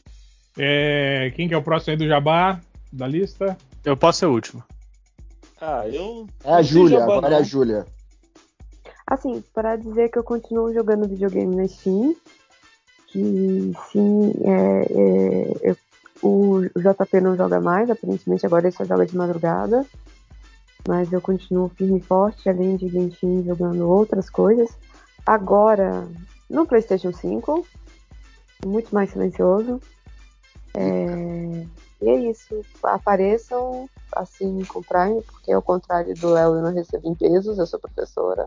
É... Quem que é o próximo aí do Jabá? Da lista? Eu posso ser o último. Ah, eu... É a Júlia, agora não. é a Júlia. Assim, para dizer que eu continuo jogando videogame na Steam, que sim, é, é, eu, o J P não joga mais, aparentemente agora ele só joga de madrugada, mas eu continuo firme e forte, além de Genshin jogando outras coisas. Agora, no PlayStation cinco, muito mais silencioso. É, e é isso, apareçam assim com Prime, porque ao contrário do Léo, eu não recebo em pesos, eu sou professora.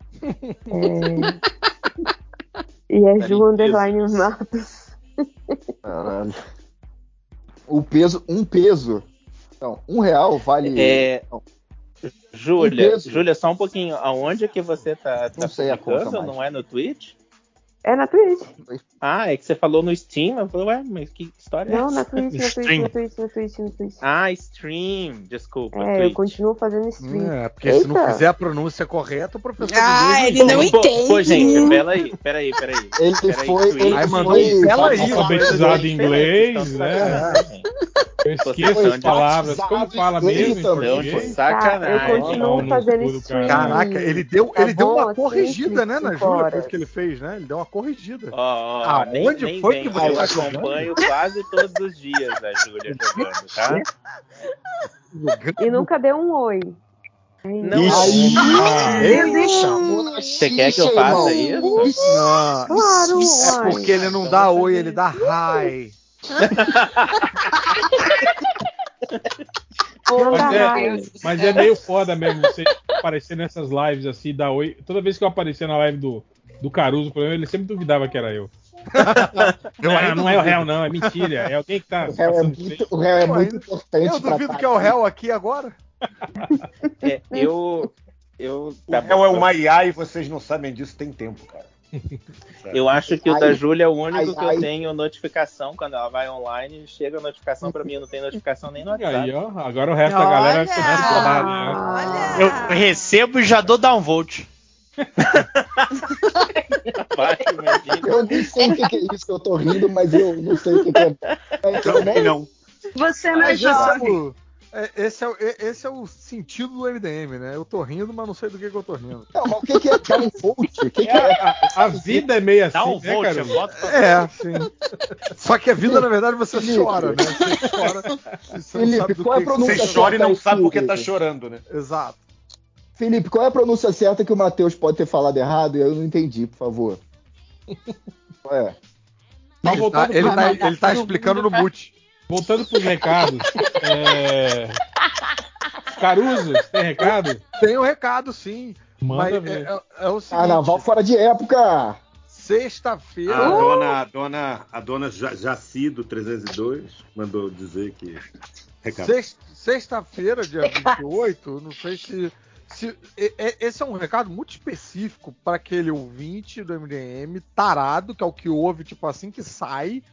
É... E é Ju Underline Matos. Caralho. O peso, um peso. Não, um real vale. É... Não. Júlia, um Júlia, só um pouquinho. Aonde é que você tá, tá não sei publicando? A conta mais. Não é no Twitch? É na Twitch. Ah, é que você falou no Steam. Eu falei, ué, mas que história não, é essa? Não, na Twitch, na Twitch, na Twitch, na Twitch, na Twitch. Ah, stream. Desculpa. É, Twitch. eu continuo fazendo stream. É, porque Eita. se não fizer a pronúncia correta, o professor... Ah, ele não pô, entende. Pô, gente, peraí, peraí, peraí. Ele peraí, foi... Twitch, Ele aí mandou foi... alfabetizado em inglês, né? Eu esqueço as palavras. Como fala mesmo em português? Sacanagem. Eu continuo Não, fazendo no stream. Caraca, ele deu, Tá ele deu bom, uma corrigida, assim, né, na cinco Júlia, horas. depois que ele fez, né? Ele deu uma corrigida. Ó, ó, Aonde nem, foi nem que vem, você eu tá acompanho quase todos os dias a Júlia jogando, tá? E nunca deu um oi. Não, Ixi, você quer que eu faça isso? Não. Claro, É uai. porque ele não dá oi, ele dá hi. Mas é, mas é meio foda mesmo você aparecer nessas lives assim, dar oi. Toda vez que eu aparecia na live do, do Caruso, por exemplo, ele sempre duvidava que era eu. Não, não é o réu, não, é mentira. É alguém que tá. O réu é muito, o réu é muito importante. Eu duvido que é o réu aqui agora. É, eu. eu o réu é o Maiá e vocês não sabem disso tem tempo, cara. Eu acho que o ai, da Júlia é o único ai, que eu ai. tenho notificação quando ela vai online. Chega a notificação pra mim, não tem notificação nem no WhatsApp. Aí, ó, agora o resto da galera começa a falar, né? Eu recebo e já dou downvote. Eu nem sei o que, que é isso que eu tô rindo, mas eu não sei o que, que é. Também não. Você não é Mas esse é, jovem. o, é, esse, é, o- é- esse é o sentido do M D M, né? Eu tô rindo, mas não sei do que, que eu tô rindo. Não, mas o que, que é dar um volt? O que, que É, é? a, a vida é meio assim, Dá um né, vote, cara? eu voto pra... É, sim. Só que a vida, na verdade, você chora, né? Você chora. Você não Felipe, sabe do qual é a que pronúncia Você chora e não certa sabe aí, porque tá Felipe? chorando, né? Exato. Felipe, qual é a pronúncia certa que o Matheus pode ter falado errado e eu não entendi, por favor? Qual é? Mas Ele tá, voltando ele pro- tá, ele tá explicando no mute. Voltando pros recados. É... Caruso, você tem recado? Tem um recado, sim. Manda Mas ver. é, é- é o seguinte. Carnaval fora de época! Sexta-feira. A dona, a dona, a dona Ja- Jaci do trezentos e dois mandou dizer que... Recado. Sex- Sexta-feira, dia vinte e oito, não sei se, se. e- e- Esse é um recado muito específico para aquele ouvinte do M D M tarado, que é o que ouve, tipo assim, que sai.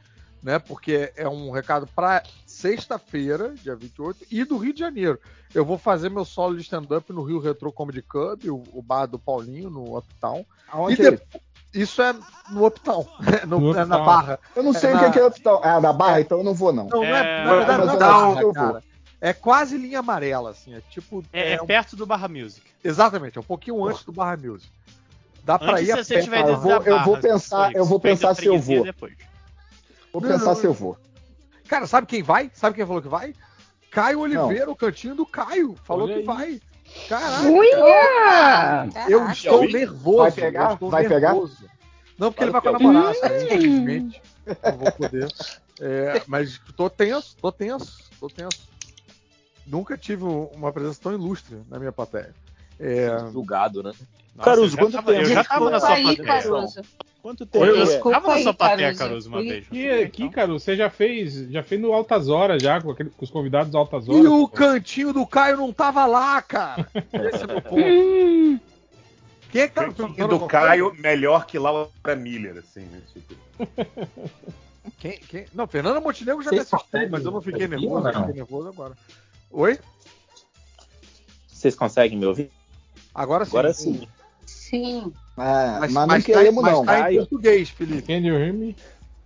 né? Porque é um recado para sexta-feira, dia vinte e oito, e do Rio de Janeiro. Eu vou fazer meu solo de stand-up no Rio Retro Comedy Club, o, o bar do Paulinho, no Uptown. Aonde e é de... Isso é no Uptown, no, No é na Uptown. Barra. Eu não sei é o na... que é Uptown. Ah, na Barra, então eu não vou, não. Não, não é, É, na verdade, mas não é eu Barra, acho que eu cara. vou. É quase linha amarela, assim. É tipo. É, é um- perto do Barra Music. Exatamente, é um pouquinho antes do Barra Music. Dá pra Antes, ir a se você pé. estiver Ah, eu dentro vou- da eu vou Barra, pensar- foi, eu vou frente à pensar se eu freguesia vou. Depois. Vou Não, pensar não, se eu vou. Cara, sabe quem vai? Sabe quem falou que vai? Caio Oliveira, o cantinho do Caio. Falou Olha que aí. vai. Caraca. Uia! Eu Caraca. estou nervoso. Vai pegar? Eu estou Vai pegar? nervoso. Não, porque ele vai Claro com a que namorada, né? Infelizmente. Não vou poder. É, mas tô tenso, tô tenso, tô tenso. Nunca tive uma presença tão ilustre na minha plateia. É... Julgado, né? Nossa, Caruso, eu já quanto tava, tempo? eu já tava na sua Desculpa aí, plateia. Caruso. Quanto tempo? Eu, eu Desculpa tava na aí, sua plateia, Caruso. Caruso, uma Fui- vez. Aqui, aqui, cara, você já fez, já fez no Altas Horas já, com, aquele- com os convidados Altas Horas. E o pô. cantinho do Caio não tava lá, cara. Esse é o meu ponto. Quem é que tá no Cantinho do Caio, melhor que Laura Miller, assim, né? Tipo, Quem, quem? Não, Fernanda Montenegro já Vocês me assistiu, conseguem mas eu não fiquei ouvir nervoso, ou eu não? fiquei nervoso agora. Oi? Vocês conseguem me ouvir? Agora sim. Agora sim. Sim. Ah, mas, Mas, não mas, tá, queremos, mas não. tá em Caio. português, Felipe. Can you hear me?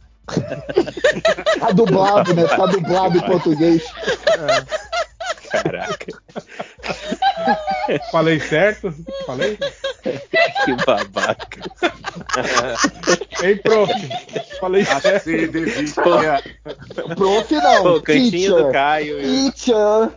Tá dublado, né? Tá dublado em português. Caraca, Falei certo? Falei? que babaca. Ei, prof. Falei acho que certo. você desiste. Pô. é, Prof, não. Pô, o cantinho Teacher. do Caio. Teacher.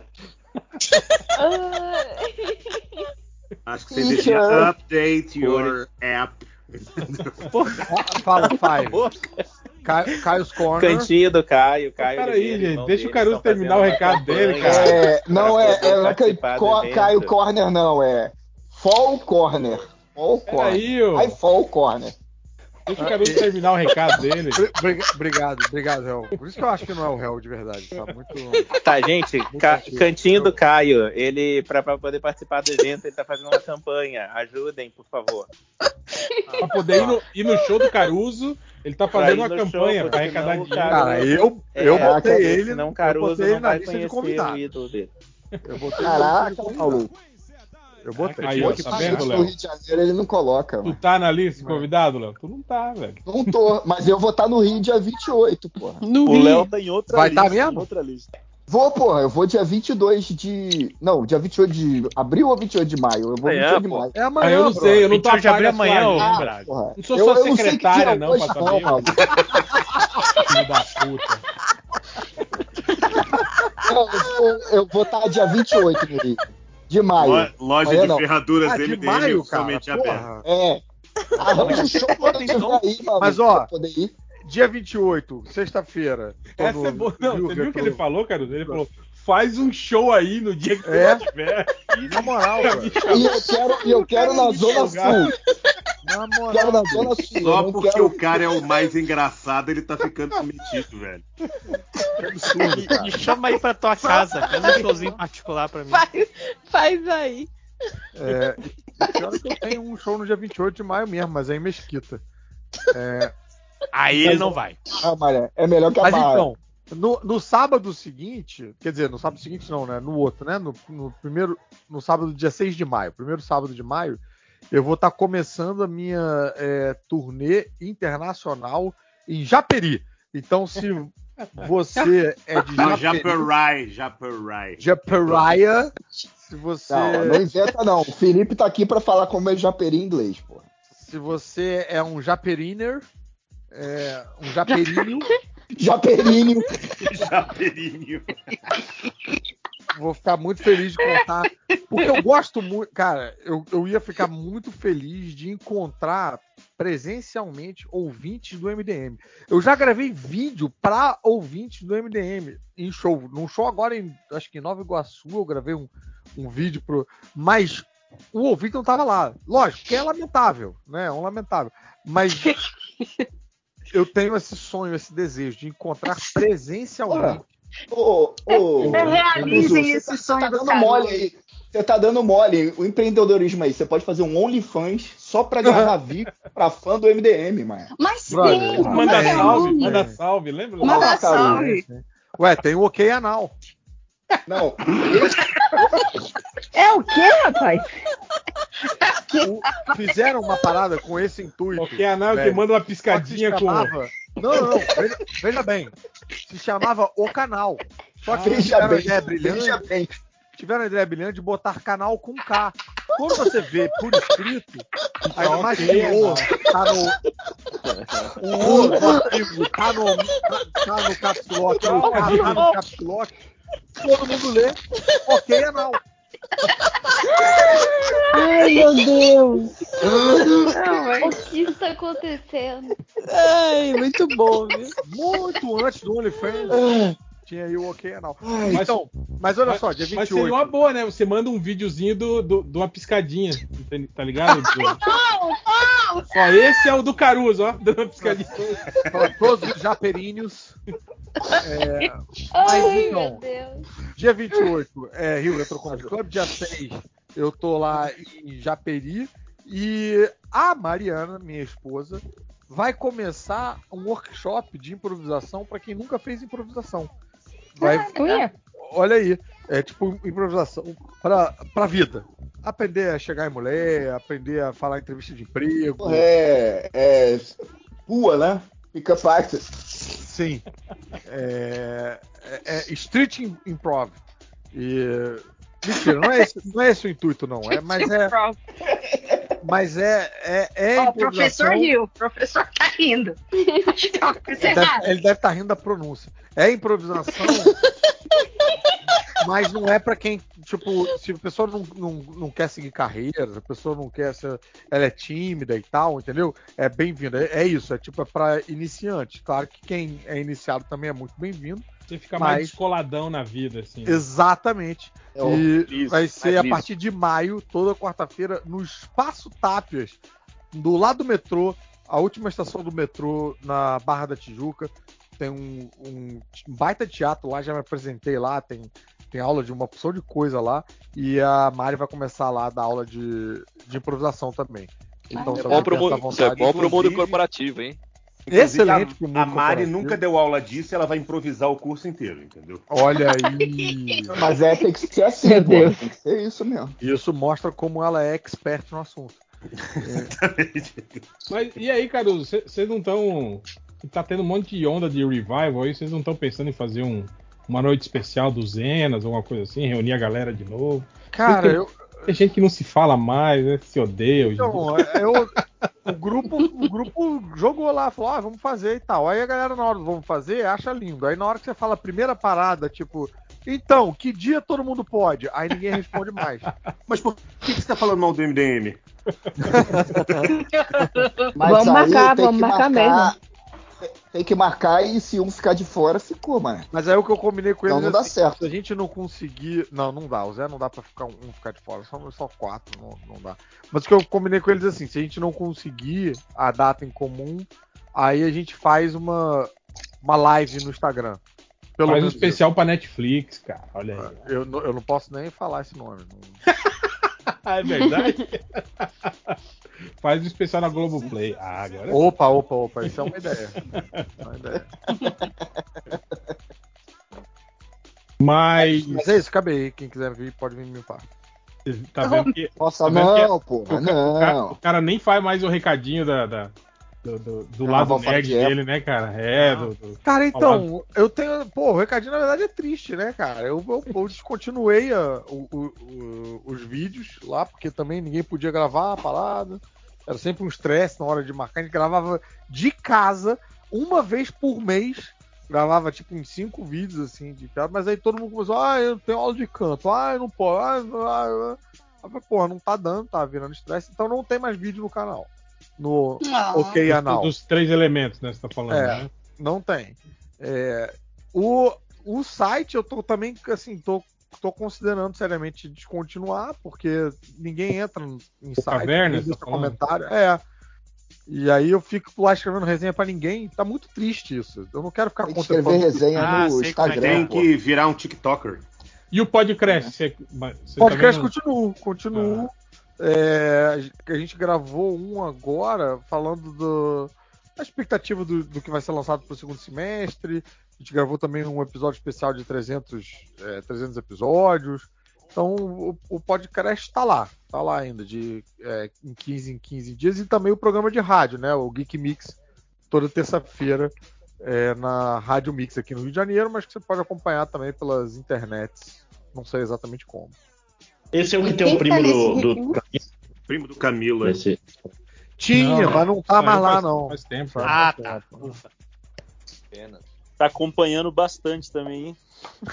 Acho que você devia Teacher. update your app. Fala, Five. Caio, Caio's Corner. Cantinho do Caio. Caio Peraí, Oliveira, gente, irmão deixa o dele, Caruso estão terminar o fazendo uma recado dele, campanha cara. É, não pra é, poder é, não é participar do Co- evento. Caio Corner, não. É Fall Corner. Fall Corner. Peraí, ô. Ai, Fall Corner. Deixa o Caruso terminar o recado dele. Bri- briga- Obrigado, obrigado, Hel. Por isso que eu acho que não é o Hel de verdade. Tá muito. Tá, gente, ca- cantinho do Caio, ele, pra, pra poder participar do evento, ele tá fazendo uma campanha. Ajudem, por favor. Pra poder ir no, ir no show do Caruso, ele tá Pra fazendo ir uma no campanha show, pra porque arrecadar senão o dinheiro. Cara, eu, eu É, botei porque ele. senão o eu Caruso botei ele não na vai lista de conhecer o convidados. ídolo dele. Eu botei ele na lista Caraca, de convidados. maluco. Eu botei. Aí, ó, Que tá tá vendo, no Léo? Rio de Janeiro ele não coloca, Tu mano. tá na lista convidado, Léo? Tu não tá, velho. Não tô, mas eu vou estar no Rio dia vinte e oito, porra. O Léo tá em outra Vai lista. tá mesmo? em outra lista. Vou, porra, eu vou dia vinte e dois de. Não, dia vinte e oito de abril ou vinte e oito de maio? Eu vou Amanhã, vinte e oito de pô. maio. É amanhã, Ah, eu não bro. sei, eu não tô vinte e oito de abril a par da amanhã, sua ô, agenda. Braga. Porra. Não sou eu, sua eu não sei que secretária, dia é não, hoje, pra não, saber. mano. Filho da puta. Não, eu vou- eu vou estar dia vinte e oito no Rio. De maio. Lo- Loja Amanhã de não. ferraduras Ah, de M D M maio, cara. somente aberta. Porra. É. Arranja um show quando eu tiver aí, mano. Mas, ó, pra poder ir. Dia vinte e oito, sexta-feira. tô Essa no é boa. Não, Rio você viu o que Retro. ele falou, cara? Ele falou: faz um show aí no dia que você É? estiver. Na moral, Pra velho. me chamar. E eu quero, e eu quero na Zona Sul. Na Quero na moral. Zona Sul. eu Só não porque quero... o cara é o mais engraçado, ele tá ficando metido, velho. Que absurdo, cara. Me chama aí pra tua casa, faz um showzinho particular pra mim. Faz, faz aí. É, e pior é que eu tenho um show no dia vinte e oito de maio mesmo, mas é em Mesquita. É, Aí ele não vai. Ah, Maria, é melhor que a mas Barra. então, no, no sábado seguinte, quer dizer, no sábado seguinte não, né? No outro, né? No, no primeiro, no sábado, dia seis de maio, primeiro sábado de maio, eu vou estar começando a minha é, turnê internacional em Japeri. Então, se você é de Não, Japeri, Japerai, Japerai. Japeraia, se você Não, não inventa não. O Felipe tá aqui pra falar como é japeri em inglês, pô. se você é um japeriner, é, um japerinho, Japerinho. Japerinho. vou ficar muito feliz de contar. Porque eu gosto muito. Cara, eu, eu ia ficar muito feliz de encontrar presencialmente ouvintes do M D M. Eu já gravei vídeo para ouvintes do M D M em show. Num show agora, em, acho que em Nova Iguaçu, eu gravei um, um vídeo pro. Mas o ouvinte não tava lá. Lógico que é lamentável, né? É um lamentável. Mas eu tenho esse sonho, esse desejo de encontrar presencialmente. Ô, ô, É, realizem Caruso, esse você sonho tá do dando Caruso. mole aí. Você tá dando mole. O empreendedorismo aí. Você pode fazer um OnlyFans só pra gravar vídeo pra pra fã do M D M, mano. Mas Brother, tem, Manda como é salve, o nome? manda salve, lembra? Manda Caru. salve. Ué, tem o OK Anal. Não, É o quê, rapaz? O- fizeram uma parada com esse intuito. Ok, anal que velho. manda uma Só que se piscadinha com. chamava... Não, não, não. Veja, veja bem. Se chamava O Canal. Só que eles veja tiveram a bem, ideia veja brilhante. bem. Tiveram a ideia brilhante de botar canal com K. Quando você vê por escrito, a Tá imagem ok, do O anal. tá no. O O do artigo tá no, tá no caps lock, o K tá no caps lock. Todo mundo lê OK Anal. Ai, meu Deus. O que está acontecendo? Ai, muito bom, viu? Muito antes do OnlyFans. Tinha aí o OK Anal. Mas- Então, mas olha Mas, só, dia mas vinte e oito. seria uma boa, né? Você manda um videozinho do, do, de uma piscadinha, entende? Tá ligado? Ó, esse é o do Caruso, ó, dando uma piscadinha. Para todos os japerínhos. É, mas Ai, então, meu Deus. dia vinte e oito é Rio Retro Comedy Club, dia seis eu tô lá em Japeri e a Mariana, minha esposa, vai começar um workshop de improvisação para quem nunca fez improvisação. Vai, Ué, olha aí, é tipo improvisação para pra vida. Aprender a chegar em mulher, aprender a falar em entrevista de emprego. É, é. Rua, né? Fica fácil. Sim. É, é, é street improv. E, mentira, não é, esse, não é esse o intuito, não. É, mas é. Mas é. É, é Ó, o professor riu, o professor tá rindo. Acho que é uma coisa Ele errada. deve, ele deve estar rindo da pronúncia. É improvisação, mas não é pra quem, tipo, se a pessoa não, não, não quer seguir carreira, se a pessoa não quer ser, ela é tímida e tal, entendeu? É bem-vindo. É, é isso, é tipo, é pra iniciante. Claro que quem é iniciado também é muito bem-vindo. Você fica Mas- mais descoladão na vida, assim. né? Exatamente. É o- E isso, vai ser a isso. partir de maio, toda quarta-feira, no Espaço Tápias, do lado do metrô, a última estação do metrô, na Barra da Tijuca. Tem um, um baita teatro lá, já me apresentei lá, tem, tem aula de uma opção de coisa lá. E a Mari vai começar lá a dar aula de, de improvisação também. Então, É se bom alguém pro tem essa mundo, isso é vontade, bom pro mundo inclusive- corporativo, hein? excelente pro A, mundo a Mari corporativo. nunca deu aula disso e ela vai improvisar o curso inteiro, entendeu? Olha aí. Mas é, tem que ser assim, Meu pô. Deus. Tem que ser isso mesmo. Isso mostra como ela é expert no assunto. Mas e aí, Caruso, vocês não estão. Tá tendo um monte de onda de revival aí, vocês não estão pensando em fazer um, uma noite especial dos Zenas, alguma coisa assim, reunir a galera de novo? Cara, tem, eu. tem gente que não se fala mais, né? Se odeia hoje em dia. Então, eu, o, grupo, o grupo jogou lá, falou, ah, vamos fazer e tal. Aí a galera, na hora do vamos fazer, acha lindo. Aí na hora que você fala a primeira parada, tipo, então, que dia todo mundo pode? Aí ninguém responde mais. Mas por que, que você tá falando mal do M D M? Mas Vamos aí marcar, tem vamos que marcar marcar, tem que marcar e se um ficar de fora, ficou, mano. Mas aí o que eu combinei com eles Não, não é dá assim, certo. se a gente não conseguir. Não, não dá. O Zé não dá pra ficar um, um ficar de fora. Só, só quatro, não, não dá. Mas o que eu combinei com eles é assim, se a gente não conseguir a data em comum, aí a gente faz uma, uma live no Instagram. Pelo Faz um menos especial pra Netflix, cara. Olha aí. isso. Eu, não- eu não posso nem falar esse nome. Não... É verdade? Faz um especial na Globoplay. Ah, agora. Opa, opa, opa. Isso é uma ideia. É uma ideia. Mas. Mas é isso, acabei aí. Quem quiser vir, pode vir me par. Tá vendo que. Nossa, tá vendo que não, pô, o, ca- não. o cara, o cara nem faz mais o recadinho da, da- do, do- do Não, lado vou falar nerd de Apple. dele, né, cara? É, do, do- Cara, ao então, eu tenho. Pô, o recadinho na verdade é triste, né, cara? Eu, eu, eu descontinuei a- o- o- o- os vídeos lá, porque também ninguém podia gravar a parada. Era sempre um estresse na hora de marcar. A gente gravava de casa, uma vez por mês. Gravava tipo em cinco vídeos assim de piada, mas aí todo mundo começou, ah, eu tenho aula de canto, ah, eu não posso, ah, ah, ah. Eu falei, porra, não tá dando, tá virando estresse, então não tem mais vídeo no canal. No Ah. OK dos, Anal. dos três elementos, né? Você tá falando, É, né? não tem. É, o, o site eu tô também, assim, tô, tô considerando seriamente descontinuar, porque ninguém entra em site, Caverna, ninguém você deixa tá falando? comentário. É. E aí eu fico lá escrevendo resenha pra ninguém, tá muito triste isso. Eu não quero ficar Tem que escrever resenha Ah, no sei como é que Instagram, Tem pô. que virar um TikToker. E o podcast? Você, você Podcast também continuo, continuo. É, a gente gravou um agora falando do, da expectativa do, do que vai ser lançado para o segundo semestre. A gente gravou também um episódio especial de trezentos, é, trezentos episódios. Então o, o podcast está lá, está lá ainda, de é, em quinze em quinze dias. E também o programa de rádio, né? O Geek Mix, toda terça-feira, é, na Rádio Mix aqui no Rio de Janeiro, mas que você pode acompanhar também pelas internets. Não sei exatamente como. Esse é o que tem o primo do, do primo do Camilo. Esse... Tinha, Não, mas não tá mais lá, faz, não. Faz tempo. Ah, tá. Ufa. Pena. Tá acompanhando bastante também, hein?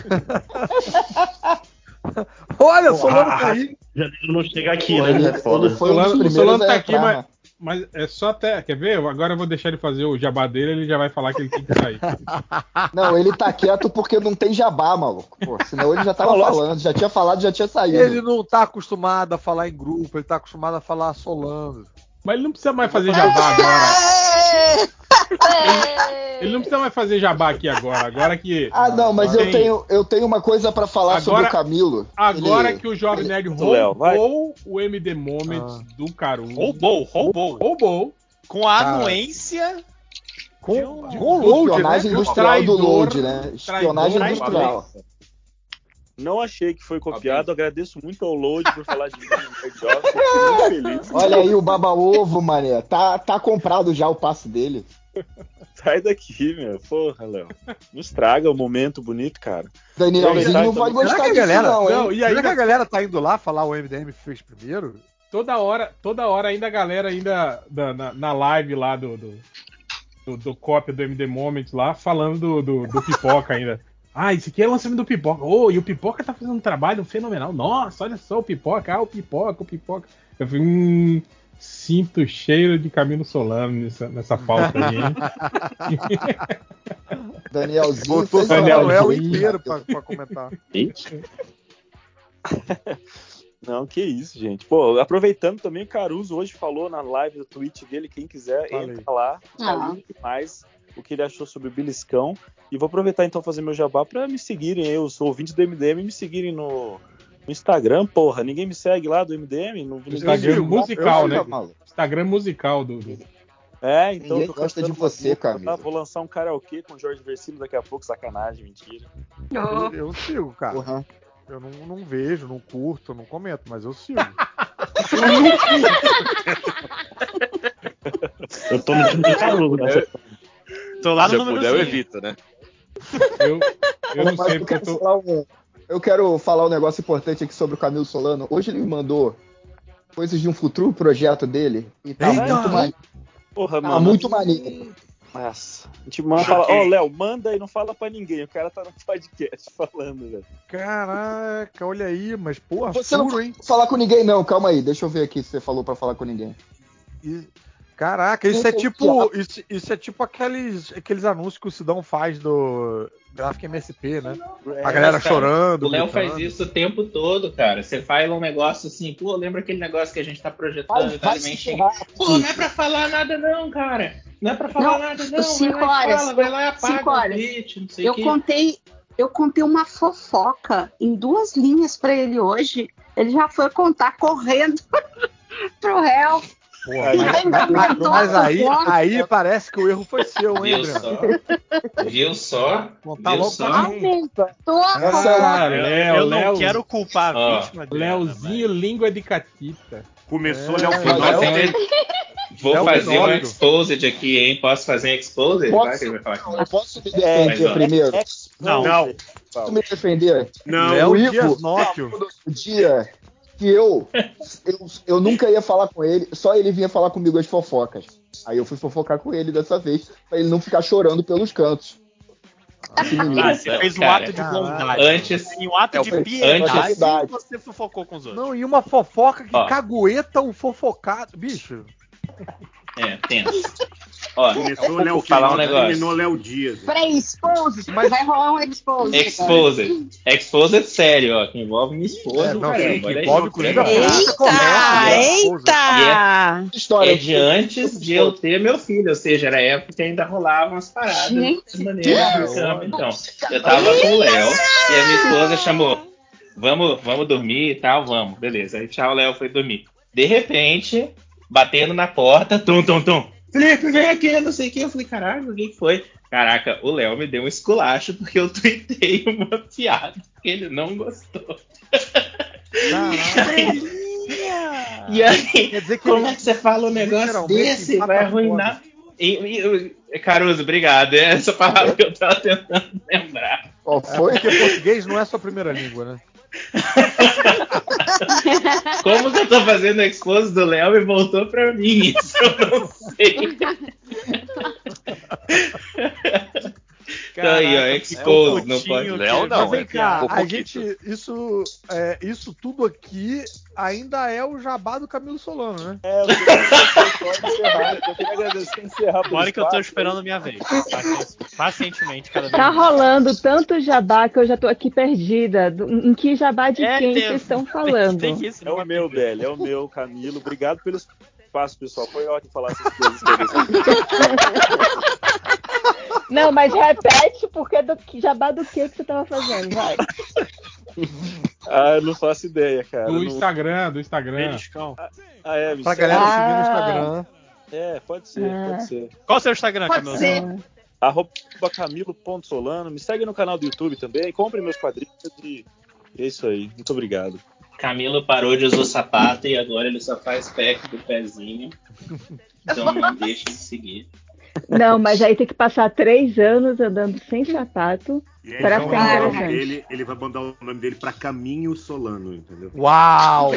Olha, o Solano tá aí. Já não chega aqui, Pô, né? ele- É foda. ele foi um dos O primeiros Solano a tá aqui, entrar, mas, né? mas é só até. Quer ver? Agora eu vou deixar ele fazer o jabá dele, ele já vai falar que ele tem que sair. Não, ele tá quieto porque não tem jabá, maluco. Pô, senão ele já tava Não, lógico. falando, já tinha falado, já tinha saído. Ele não tá acostumado a falar em grupo, ele tá acostumado a falar solando. Mas ele não precisa mais fazer jabá agora. Ele não precisa mais fazer jabá aqui agora. Agora que. Ah, não, mas eu tem- tenho, eu tenho uma coisa pra falar sobre Agora- o Camilo. Agora Ele- que o Jovem Nerd Léo, vai. roubou o M D Moments do Caruso. Roubou, roubou. Roubou. Com a Cara. anuência. Com, de um- com o load, espionagem né? industrial do Traidor, load, né? Espionagem traidor, industrial. Não achei que foi copiado. Agradeço muito ao Load por falar de mim no Nerd Office. Fiquei muito feliz. Olha aí o baba-ovo, mané. Tá, tá comprado já o passe dele. Sai daqui, meu. Porra, Léo. Não estraga o momento bonito, cara. Danielzinho não vai Será gostar que a disso galera, não, não, hein? e será que a galera tá indo lá falar o M D M fez primeiro? Toda hora, toda hora ainda a galera ainda da- na, na live lá do, do, do, do cópia do M D Moments lá, falando do, do, do Pipoca ainda. Ah, isso aqui é lançamento do Pipoca. Oh, e o Pipoca tá fazendo um trabalho fenomenal. Nossa, olha só o Pipoca. Ah, o Pipoca, o Pipoca. Eu fui um sinto cheiro de Camilo Solano nessa, nessa pauta aí, hein? Danielzinho Botou o fez uma- Samuel inteiro pra, pra comentar. Não, que isso, gente. Pô, aproveitando também, o Caruso hoje falou na live do Twitch dele, quem quiser, Falei. entra lá, Ah. fale mais o que ele achou sobre o Beliscão. E vou aproveitar então fazer meu jabá pra me seguirem aí, os ouvintes do M D M, me seguirem no, no Instagram, porra. Ninguém me segue lá do M D M? Não, ninguém Instagram me- musical, Eu- né? Maluco. Instagram musical do. do- É, então. Ninguém tô gosta de cantando você, uma música, Camilo. tá? Vou lançar um karaokê com o Jorge Versilo daqui a pouco, sacanagem, mentira. Eu, eu sigo, cara. Porra. Eu não, não vejo, não curto, não comento, mas eu sigo. Eu tô no time do Caruso, né? Tô lá Se no eu puder, eu número evito, né? Eu, eu não Mas sei eu porque eu quero tô. falar um- eu quero falar um negócio importante aqui sobre o Camilo Solano. Hoje ele me mandou coisas de um futuro projeto dele. E tá Eita! muito maneiro. Porra, Tá mano. muito maneiro. Nossa. A gente manda fala, ó, Léo, manda e não fala pra ninguém. O cara tá no podcast falando, velho. Caraca, olha aí, mas porra, Você não furo, hein? vai falar com ninguém, não. Calma aí. Deixa eu ver aqui se você falou pra falar com ninguém. E- Caraca, isso é tipo. Isso, isso é tipo aqueles, aqueles anúncios que o Sidão faz do Gráfico M S P, né? A galera É, cara, chorando. O Léo gritando. faz isso o tempo todo, cara. Você faz um negócio assim, pô, lembra aquele negócio que a gente tá projetando Vai- e vai tal, se e chega. ferrar, Pô, não é pra falar nada não, cara. Não é pra falar Não, nada não. cinco vai lá e horas. fala, vai lá e apaga Cinco o horas. tweet, não sei o Eu que. contei, eu contei uma fofoca em duas linhas pra ele hoje. Ele já foi contar correndo pro réu. Porra, Ele mas, ainda mas- aguentou mas a aí, fofoca. aí parece que o erro foi seu, hein, Viu Adriano? só? Viu só? Contar Viu logo só? pra quem. Aumentou a Ah, fofoca. Léo, eu não Léo. quero culpar a Ó, vítima. Adriana, Léozinho, língua de catita. Começou É, Léo mas Vou Fenômeno. fazer, vou Léo fazer um Fenômeno. exposed aqui, hein? Posso fazer um exposed? Vai Posso, que ele vai falar aqui. eu posso me Mas, defender ó, primeiro? Não. Não, Posso me defender? não. Léo o Ivo- Dias Nóquio. O dia que eu, eu. Eu nunca ia falar com ele, só ele vinha falar comigo as fofocas. Aí eu fui fofocar com ele dessa vez, pra ele não ficar chorando pelos cantos. Esse menino. Ah, você fez um Cara, ato de caralho. bondade. Antes- Em um ato É, de foi- piedade, antes- você fofocou com os outros. Não, e uma fofoca que Ó. cagueta o fofocado. Bicho. É, tenso. Ó, Começou vou Léo falar um Fenômeno, negócio. terminou Léo Dias. Peraí, exposed. Vai rolar um exposed. Exposed. Exposed sério, ó, que envolve minha esposa. É, não, caramba, sim, que olha envolve aí, inclusive a legal. polícia correta. Eita! História. É de antes de eu ter meu filho, ou seja, era a época que ainda rolavam umas paradas Gente, de maneira por câmera, então. Eu tava com o Léo e a minha esposa chamou, vamos, vamos dormir e tal, vamos, beleza. Aí tchau, Léo foi dormir. De repente, batendo na porta, tum, tum, tum. Felipe, vem aqui, não sei o que. Eu falei, caralho, o que foi? Caraca, o Léo me deu um esculacho porque eu tuitei uma piada que ele não gostou. E aí, Quer dizer que como ele- é que você fala um negócio literalmente desse? empata Vai a arruinar. E, e, Caruso, obrigado. É essa palavra que eu tava tentando lembrar. Qual É foi? porque português não é sua primeira língua, né? Como que eu tô fazendo o expose do Léo e voltou pra mim? Isso eu não sei. Tá aí, ó, expose, não pode. Léo não, Mas vem é cá, a Popoquito. gente. Isso, é, isso tudo aqui ainda é o jabá do Camilo Solano, né? É, eu queria só encerrar. Eu queria agradecer e encerrar pelo Olha que eu tô espaço. esperando a minha vez. Paci- Pacientemente, cada vez Tá mais. rolando tanto jabá que eu já tô aqui perdida. Do- Em que jabá de É, quem tem- vocês estão tem- falando? tem que- É o meu, velho. É o meu, Camilo. Obrigado pelo espaço, pessoal. Foi ótimo falar essas coisas todas. Não, mas repete porque do que- jabá do que que você tava fazendo, vai. Ah, eu não faço ideia, cara. Do Não- Instagram, do Instagram. Beliscão. Ah, é, me Pra segue. galera Ah. seguir no Instagram. É, pode ser, Ah. pode ser. Qual o seu Instagram, Pode Camilo? ser. Arroba camilo ponto solano. Me segue no canal do YouTube também. Compre meus quadrinhos e é isso aí. Muito obrigado. Camilo parou de usar sapato e agora ele só faz pack do pezinho. Então não deixe de seguir. Não, mas aí tem que passar três anos andando sem sapato E aí, para então, ficar o nome interessante. dele, ele vai mandar o nome dele pra Caminho Solano, entendeu? Uau!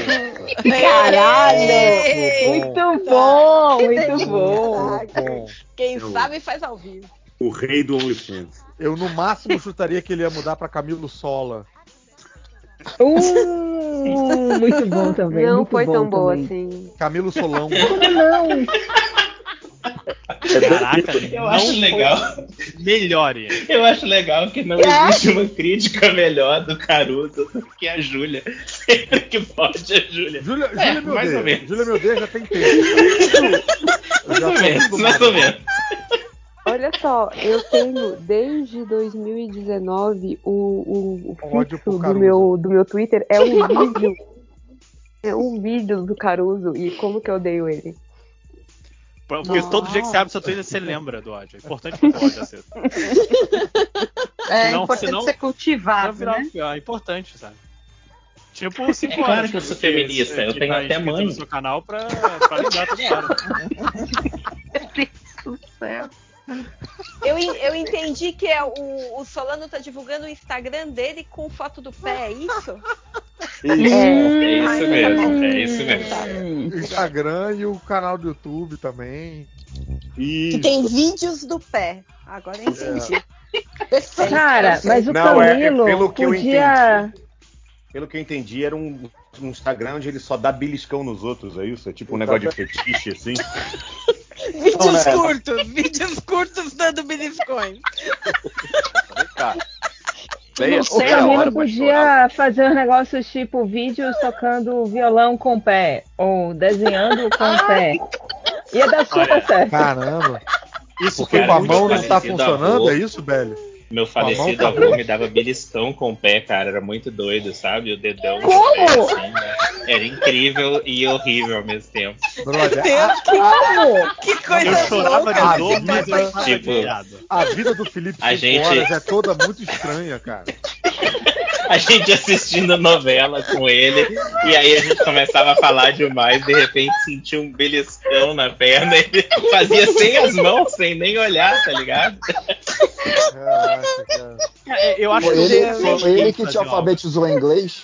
Caralho! Muito bom, Que muito delícia. bom. Muito bom. Quem Eu- sabe faz ao vivo. O rei do OnlyFans. Eu no máximo chutaria que ele ia mudar pra Camilo Sola. Uh, muito bom também. Não muito foi bom tão boa também. assim. Camilo Solão. Como não? Caraca, Eu não acho foi- legal. Melhore. Eu acho legal que não existe uma crítica melhor do Caruso do que a Júlia. Sempre que pode, a Júlia. Júlia, É, Júlia meu mais ou Deus. menos. Júlia meu Deus já tem tempo. Eu Mais já ou tô menos, acostumado. mais ou menos. Olha só, eu tenho desde dois mil e dezenove o, o, o Ódio fixo pro do Caruso. meu, do meu Twitter é um vídeo. É um vídeo do Caruso e como que eu odeio ele. Porque todo dia que você abre seu Twitter, você lembra do ódio. É importante manter o ódio aceso. É Senão- importante senão- ser cultivado, Não virar né? um- É importante, sabe? Tipo, cinco É claro horas. que eu sou que- feminista, que eu tenho tá até inscrito mãe. no seu canal pra, pra lembrar toda hora. Meu Deus do céu. Eu, en- eu entendi que é o, o Solano tá divulgando o Instagram dele com foto do pé, é isso? Isso. É isso mesmo, é isso mesmo. O Instagram e o canal do YouTube também. Que Isso. tem vídeos do pé. Agora eu entendi. Perfeito. Cara, mas o Não, é- é Camilo pelo que eu podia. Pelo que eu entendi, era um, um Instagram onde ele só dá beliscão nos outros, é isso? É tipo um negócio de fetiche, assim. Vídeos Não, né? curtos, vídeos curtos dando beliscões. Vem cá. Bem, O assim, a hora Camilo pra podia chorar. fazer uns negócios tipo vídeos tocando violão com o pé, ou desenhando com o pé. Ia dar super Olha, certo. Caramba. Isso Porque foi com a muito mão não tá falecido funcionando, avô. é isso, velho? Meu falecido Com a mão, avô me dava beliscão com o pé, cara. Era muito doido, sabe? O dedão. no Como? pé, assim, né? Era incrível e horrível ao mesmo tempo. Brother, Deus, a, que, Como? que Eu coisa chorava louca. de a dor, vida- mas eu achava Tipo, viado. a vida do Felipe A cinco gente- horas é toda muito estranha, cara. A gente assistindo novela com ele, e aí a gente começava a falar demais, de repente sentia um beliscão na perna, e ele fazia sem as mãos, sem nem olhar, tá ligado? Caraca, cara. É, Eu acho Foi que ele, eu- foi ele que te fazer algo. alfabetizou em inglês?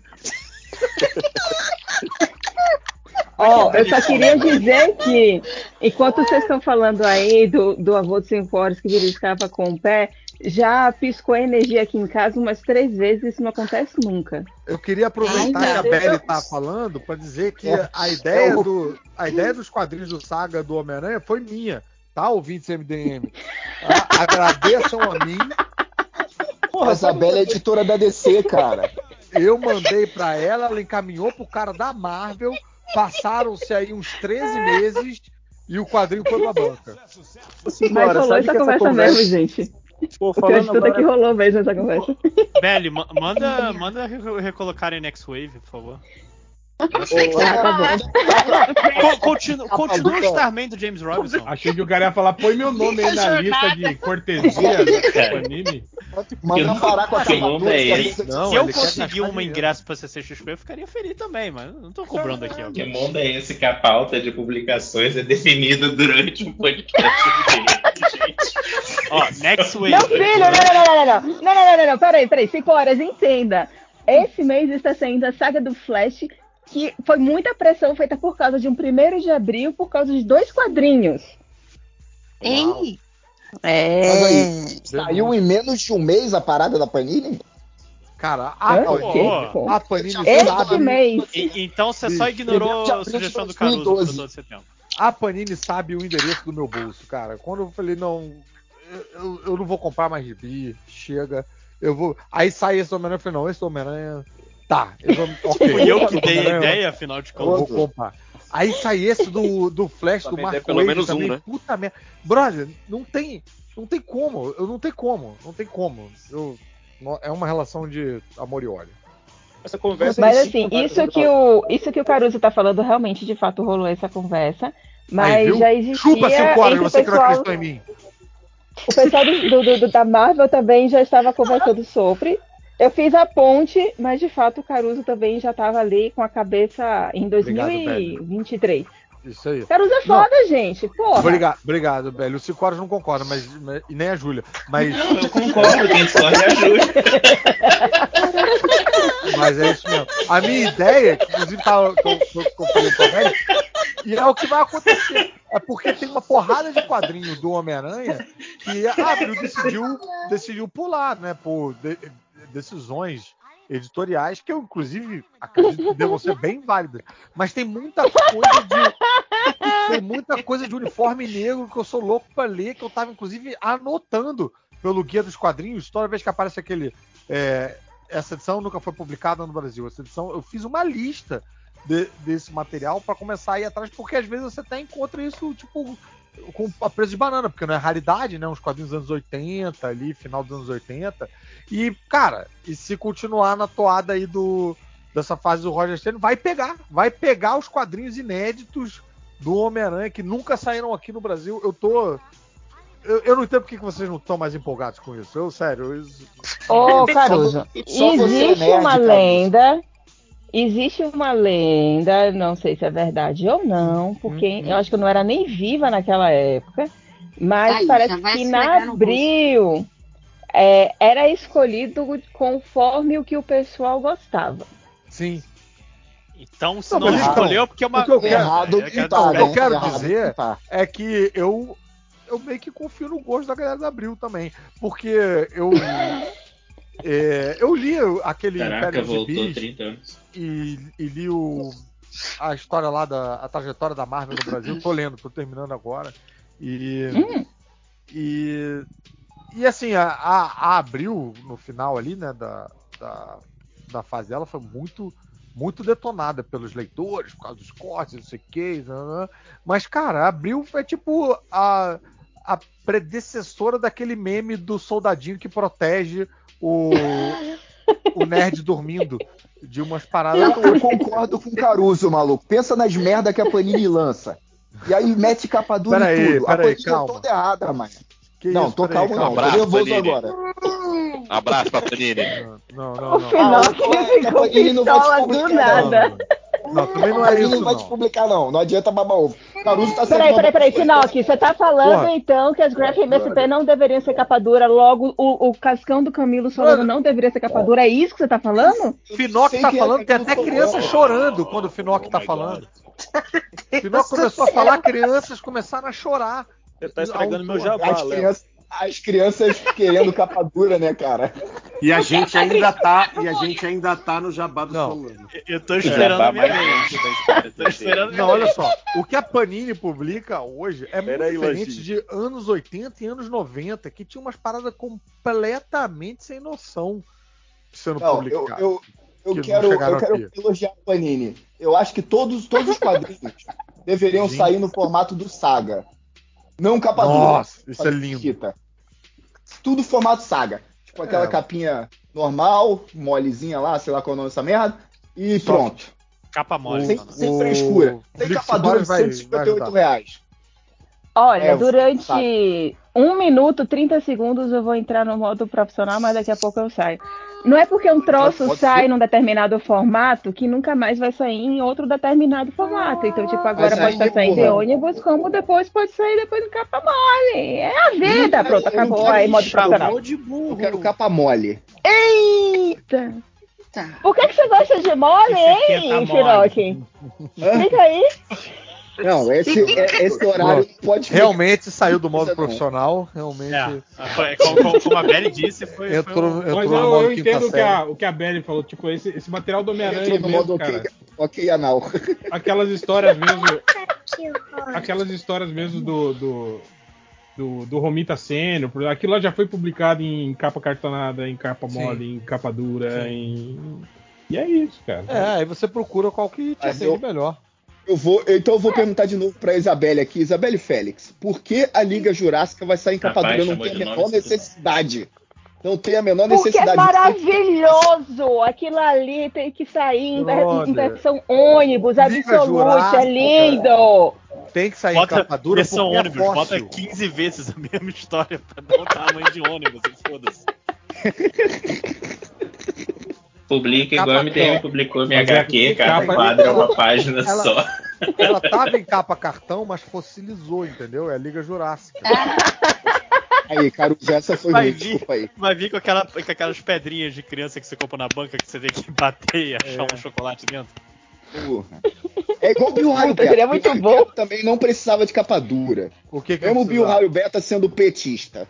Ó, eu só queria dizer que, enquanto vocês estão falando aí do, do avô de cinco horas que beliscava com o pé, já piscou energia aqui em casa umas três vezes e isso não acontece nunca. Eu queria aproveitar Ai, que a meu Belly Deus. tá falando pra dizer que É. a ideia, É o- do, a ideia dos quadrinhos do Saga do Homem-Aranha foi minha, tá, ouvintes M D M? A- Agradeçam a mim. Porra, Mas a Bela é editora da D C, cara. Eu mandei pra ela, ela encaminhou pro cara da Marvel, passaram-se aí uns treze meses e o quadrinho foi pra banca. Mas Simbora, rolou sabe essa que conversa mesmo, gente. Pô, O pior de falando tudo é que agora, rolou mesmo essa conversa. Belly, ma- manda, manda re- recolocar em Next Wave, por favor. Continua, continua o Starman do James Robinson. Achei que o cara ia falar, põe meu nome aí na lista de cortesia da Panini. Manda parar com a Que mundo é esse? Não, se eu conseguir uma ingresso pra C C X P, eu ficaria feliz também, mas não tô cobrando aqui. Ó. Que mundo é esse que a pauta de publicações é definida durante um podcast? Ó, next week. Meu filho, não, não, não, não, não, não, não, não, não, não, peraí, peraí, cinco horas, entenda. Esse mês está saindo a saga do Flash, que foi muita pressão feita por causa de um primeiro de abril, por causa de dois quadrinhos. Ei! É. Mas aí, saiu em menos de um mês a parada da Panini? Cara, a, Hã? Panini, a Panini Esse sabe... mês. E, então você só ignorou a sugestão do Caruso pro todo setembro. A Panini sabe o endereço do meu bolso, cara. Quando eu falei, não, eu, eu não vou comprar mais gibi, chega, eu vou... Aí sai esse Homem-Aranha, eu falei, não, esse Homem-Aranha... Tá, eu vou... Okay. Fui eu que dei a ideia, afinal de contas. Eu vou comprar. Aí sai esse do, do Flash, do Marco pelo menos também, um, né? puta merda. Brother, não tem, não tem como, eu não tem como, não tem como. Eu, é uma relação de amor e ódio. Essa conversa Mas é assim, isso que, o, isso que o Caruso tá falando, realmente, de fato, rolou essa conversa. Mas Aí, já existia Chupa cinco horas, entre o você que não pessoal... acreditou em mim. O pessoal do, do, do, da Marvel também já estava conversando sobre. Eu fiz a ponte, mas de fato o Caruso também já estava ali com a cabeça em dois mil e vinte e três. Isso aí. Caruso é foda, gente. Porra. Obrigado, obrigado, Bélio. O cinco horas não concorda, mas, mas e nem a Júlia. Mas... Não, eu concordo, quem discorda é a Júlia. Mas é isso mesmo. A minha ideia, que inclusive tava, que eu, que eu, que eu falei pra Bélio, e é o que vai acontecer. É porque tem uma porrada de quadrinho do Homem-Aranha que a Abril decidiu, decidiu pular, né? Por de, decisões editoriais que eu, inclusive, acredito que devam ser bem válidas. Mas tem muita coisa de. Tem muita coisa de uniforme negro que eu sou louco pra ler, que eu tava, inclusive, anotando pelo guia dos quadrinhos. Toda vez que aparece aquele. É, essa edição nunca foi publicada no Brasil. Essa edição, eu fiz uma lista de, desse material para começar a ir atrás, porque às vezes você até encontra isso, tipo, com a preço de banana, porque não é raridade, né? Uns quadrinhos dos anos oitenta, ali, final dos anos oitenta. E, cara, e se continuar na toada aí do, dessa fase do Roger Stern, vai pegar, vai pegar os quadrinhos inéditos do Homem-Aranha que nunca saíram aqui no Brasil. Eu tô... Eu, eu não entendo porque que vocês não estão mais empolgados com isso. Eu, sério... Eu... Ô, oh, Caruso, só existe nerd, uma Caruso. lenda... Existe uma lenda, não sei se é verdade ou não, porque hum, hum. eu acho que eu não era nem viva naquela época, mas Aí, parece que na Abril é, era escolhido conforme o que o pessoal gostava. Sim. Então, se não, não escolheu, porque é uma... O que eu quero, errado, é, então, tá, eu né? quero errado, dizer tá. é que eu, eu meio que confio no gosto da galera da Abril também, porque eu... É, eu li aquele Caraca, voltou trinta anos. E, e li o, a história lá da a trajetória da Marvel no Brasil. Tô lendo, tô terminando agora. E, hum. e, e assim, a, a, a Abril, no final ali, né, da, da, da fase dela, foi muito, muito detonada pelos leitores, por causa dos cortes, não sei o que. Mas, cara, a Abril é tipo a, a predecessora daquele meme do soldadinho que protege o, o nerd dormindo de umas paradas. Eu, eu concordo com o Caruso, maluco. Pensa nas merda que a Panini lança. E aí mete capa dura pera e aí, tudo. Pera a aí, calma. É toda errada, mano. Que não, isso, tô calmo aí, não. Um abraço, tô nervoso Panini. agora. Um abraço pra Panini. Não, não, não. O final que ficou pistola do nada. Não, não. Não, também não é isso, não. vai te publicar, não. Não adianta babar ovo. Caruso tá Peraí, peraí, peraí, Finoc, você tá falando, Porra. então, que as Graphic M S P não deveriam ser capa dura, logo o, o cascão do Camilo Solano não deveria ser capa dura, é isso que você tá falando? Finoc tá falando, é tem até criança chorando quando o Finoc oh tá falando. Finoc começou a falar, crianças começaram a chorar. Você tá estragando meu jabá, as crianças, as crianças querendo capa dura, né, cara? E a gente ainda tá, e a gente ainda tá no jabá do Solano. Eu tô esperando a minha vez. Tô esperando não, olha só. O que a Panini publica hoje é muito aí, diferente Lajinho. de anos oitenta e anos noventa, que tinha umas paradas completamente sem noção sendo não, publicadas. Eu, eu, eu, que quero, eu quero elogiar a Panini. Eu acho que todos, todos os quadrinhos deveriam Sim. sair no formato do Saga. Não capa dura. Nossa, isso é lindo. Fita. Tudo formato Saga. Tipo aquela é. capinha normal, molezinha lá, sei lá qual é o nome dessa merda. E Soft. pronto. Capa mole. Sem, mano. sem O- frescura. o Sem Blitz capa dura de vai- cento e cinquenta e oito vai reais. Olha, É, durante sabe. um minuto, trinta segundos eu vou entrar no modo profissional, mas daqui a pouco eu saio. Não é porque um troço Pode sai ser. num determinado formato que nunca mais vai sair em outro determinado formato. Então, tipo, agora Mas pode aí, estar saindo em porra. ônibus, como depois pode sair depois no capa mole. É a vida, Ih, pronto, eu não acabou quero aí, modo isso, profissional. Chamou de burro. Eu quero capa mole. Eita! Por que, que você gosta de mole, Esse aqui é hein, tá mole. Xiroque? Explica aí. Não, esse, é- esse horário pode ficar. Realmente saiu do modo Não. profissional. Realmente. É, foi- como, como- como a Belly disse, foi. foi Entrou, um- entrou Mas no eu, modo eu quinta entendo o que, série. a, o que a Belly falou. Tipo, esse, esse material do Homem-Aranha Entrou no mesmo, modo cara. ok, ok anal. Aquelas histórias mesmo. Aquelas histórias mesmo do. do Do, do Romita Sênior, por- aquilo lá já foi publicado em capa cartonada, em capa Sim. mole, em capa dura, em... E é isso, cara. É, aí você procura qual que te Mas atende eu- melhor. Eu vou, então eu vou perguntar de novo pra Isabelle aqui. Isabelle Félix, por que a Liga Jurássica vai sair em capa Rapaz, dura? Não chamou tem a de menor nome, isso aqui. necessidade. Não tem a menor Porque é necessidade. maravilhoso! Aquilo ali tem que sair em, ver- em Brother. versão ônibus, Liga absolute, Jurássica. é lindo! Tem que sair Bota em capa dura versão porque ônibus, é bota fóssil. quinze vezes a mesma história pra dar o tamanho de ônibus, e foda-se. Publica Capa- igual a M D M publicou minha Mas é H Q, cada capa- quadro é uma página Ela- só. Ela tava em capa cartão, mas fossilizou, entendeu? É a Liga Jurássica. Aí, Caruso, essa foi Vai ruim. vir, Desculpa aí. vai vir com, aquela, com aquelas pedrinhas de criança que você compra na banca que você tem que bater e achar É. um chocolate dentro. Porra. É igual o Bill Raio Puta, seria muito Bill bom. Raio também não precisava de capa dura. O que que Mesmo o Bill precisava? Raio Beta sendo petista.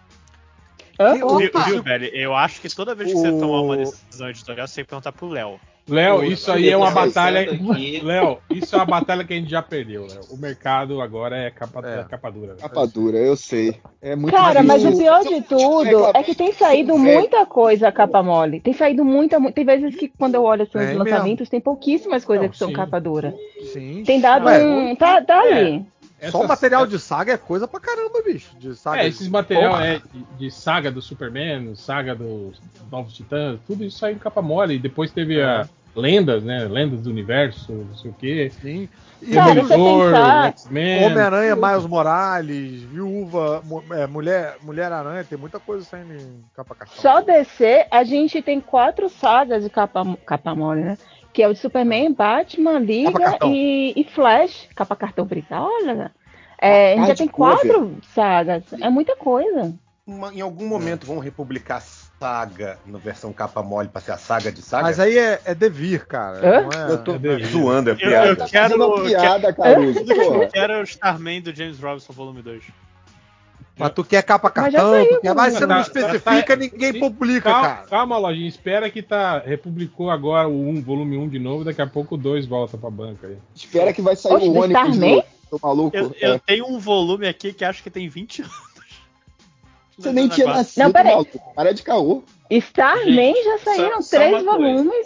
Hã? Que- Viu, Opa! viu, velho? Eu acho que toda vez que você O- tomar uma decisão editorial, você tem que perguntar pro Léo. Léo, isso aí é uma Pensando batalha. aqui. Léo, isso é uma batalha que a gente já perdeu, Léo. O mercado agora é capa, É. é capa dura. Léo. Capa dura, eu sei. É muito Cara, mas o difícil. pior de tudo é que tem saído muita coisa capa mole. Tem saído muita, mu- tem vezes que quando eu olho assim, os Tem lançamentos, tem pouquíssimas coisas Não, que são sim. capa dura. Sim. Tem dado Ué, um. Tá, tá É. ali. Só o material de saga é coisa pra caramba, bicho. De saga É, esses material Porra. é de, de saga do Superman, saga dos Novos Titãs, tudo isso saiu em capa mole. E depois teve a lendas, né? Lendas do universo, não sei o quê. Sim. E Cara, você Demolidor, pensar- X-Men. Homem-Aranha, Miles Morales, Viúva, Mu- é, Mulher, Mulher-Aranha, tem muita coisa saindo em capa cartão. Só D C, a gente tem quatro sagas de capa, capa mole, né? Que é o de Superman, Batman, Liga cartão. e, e Flash. Capa cartão brita, olha. É, a gente já tem quatro sagas. É muita coisa. Uma- em algum momento vão republicar Saga na versão capa mole pra ser a saga de Saga? Mas aí é, é devir, cara. Hã? Não é... eu tô É devir. zoando, é Eu, piada. eu quero. Fazendo uma piada, Caruso. Tudo que eu Porra. quero é o Starman do James Robinson, volume dois. Mas tu quer capa Mas já cartão, saiu, tu quer... mas você tá- não tá- especifica, tá- ninguém sim, publica, calma, cara. Calma, lojinha, espera que tá. Republicou agora o um, volume um de novo, daqui a pouco o dois volta pra banca aí. Espera que vai sair Oxe, o do ônibus Starman? do, do maluco. Eu, É. eu tenho um volume aqui que acho que tem vinte anos. Você nem tinha nascido, Não, peraí. maluco. Para de caô. Starman já saíram só- só três uma coisa. volumes.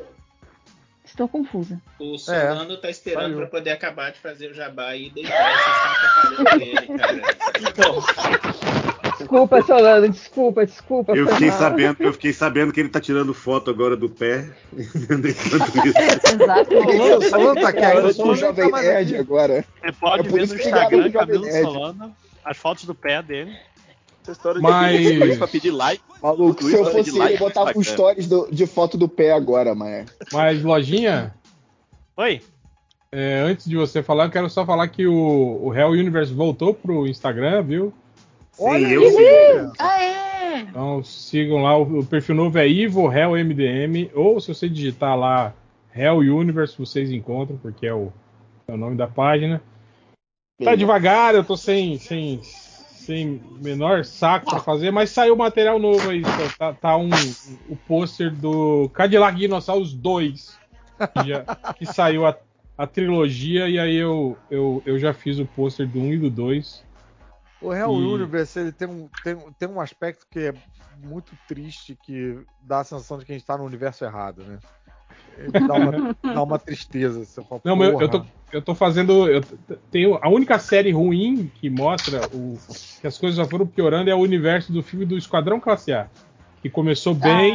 Estou confusa. O Solano tá esperando saiu. pra poder acabar de fazer o jabá e deitar essa atrapalhando ele, cara. Desculpa, Solano, desculpa, desculpa. Eu foi fiquei, mal. sabendo, eu fiquei sabendo que ele tá tirando foto agora do pé. Enquanto isso. Solano, Solano tá aqui Cara, ainda, eu sou o Solano nem Jovem tá mais Nerd aqui. agora. Você pode É por ver isso no que ligaram Instagram, pro Jovem Camilo Nerd. Solano, as fotos do pé dele. Essa história Mas- de Twitter pra pedir like. Maluco, se Twitter eu pra fosse pedir ele, like eu botava no um Instagram. stories do- de foto do pé agora, mas. Mas, lojinha, Oi? é, antes de você falar, eu quero só falar que o, o Hell Universe voltou pro Instagram, viu? Olha eu aí, sei. cara. Ah, é? Então sigam lá, o, o perfil novo é Ivo Hell M D M, ou se você digitar lá Hell Universe, vocês encontram, porque é o, é o nome da página. Tá devagar, eu tô sem, sem, sem menor saco pra fazer, mas saiu material novo aí. Tá, tá um, o pôster do Cadillac Dinossauros dois, que, já- que saiu a, a trilogia, e aí eu, eu, eu já fiz o pôster do um e do dois. O Hell E- Universe ele tem, um, tem, tem um aspecto que é muito triste, que dá a sensação de que a gente tá no universo errado, né? Ele dá uma, dá uma tristeza. Você fala, Não, mas eu, eu, porra. tô, eu tô fazendo. Eu t- tenho, a única série ruim que mostra o, que as coisas já foram piorando é o universo do filme do Esquadrão Classe A. Que começou bem,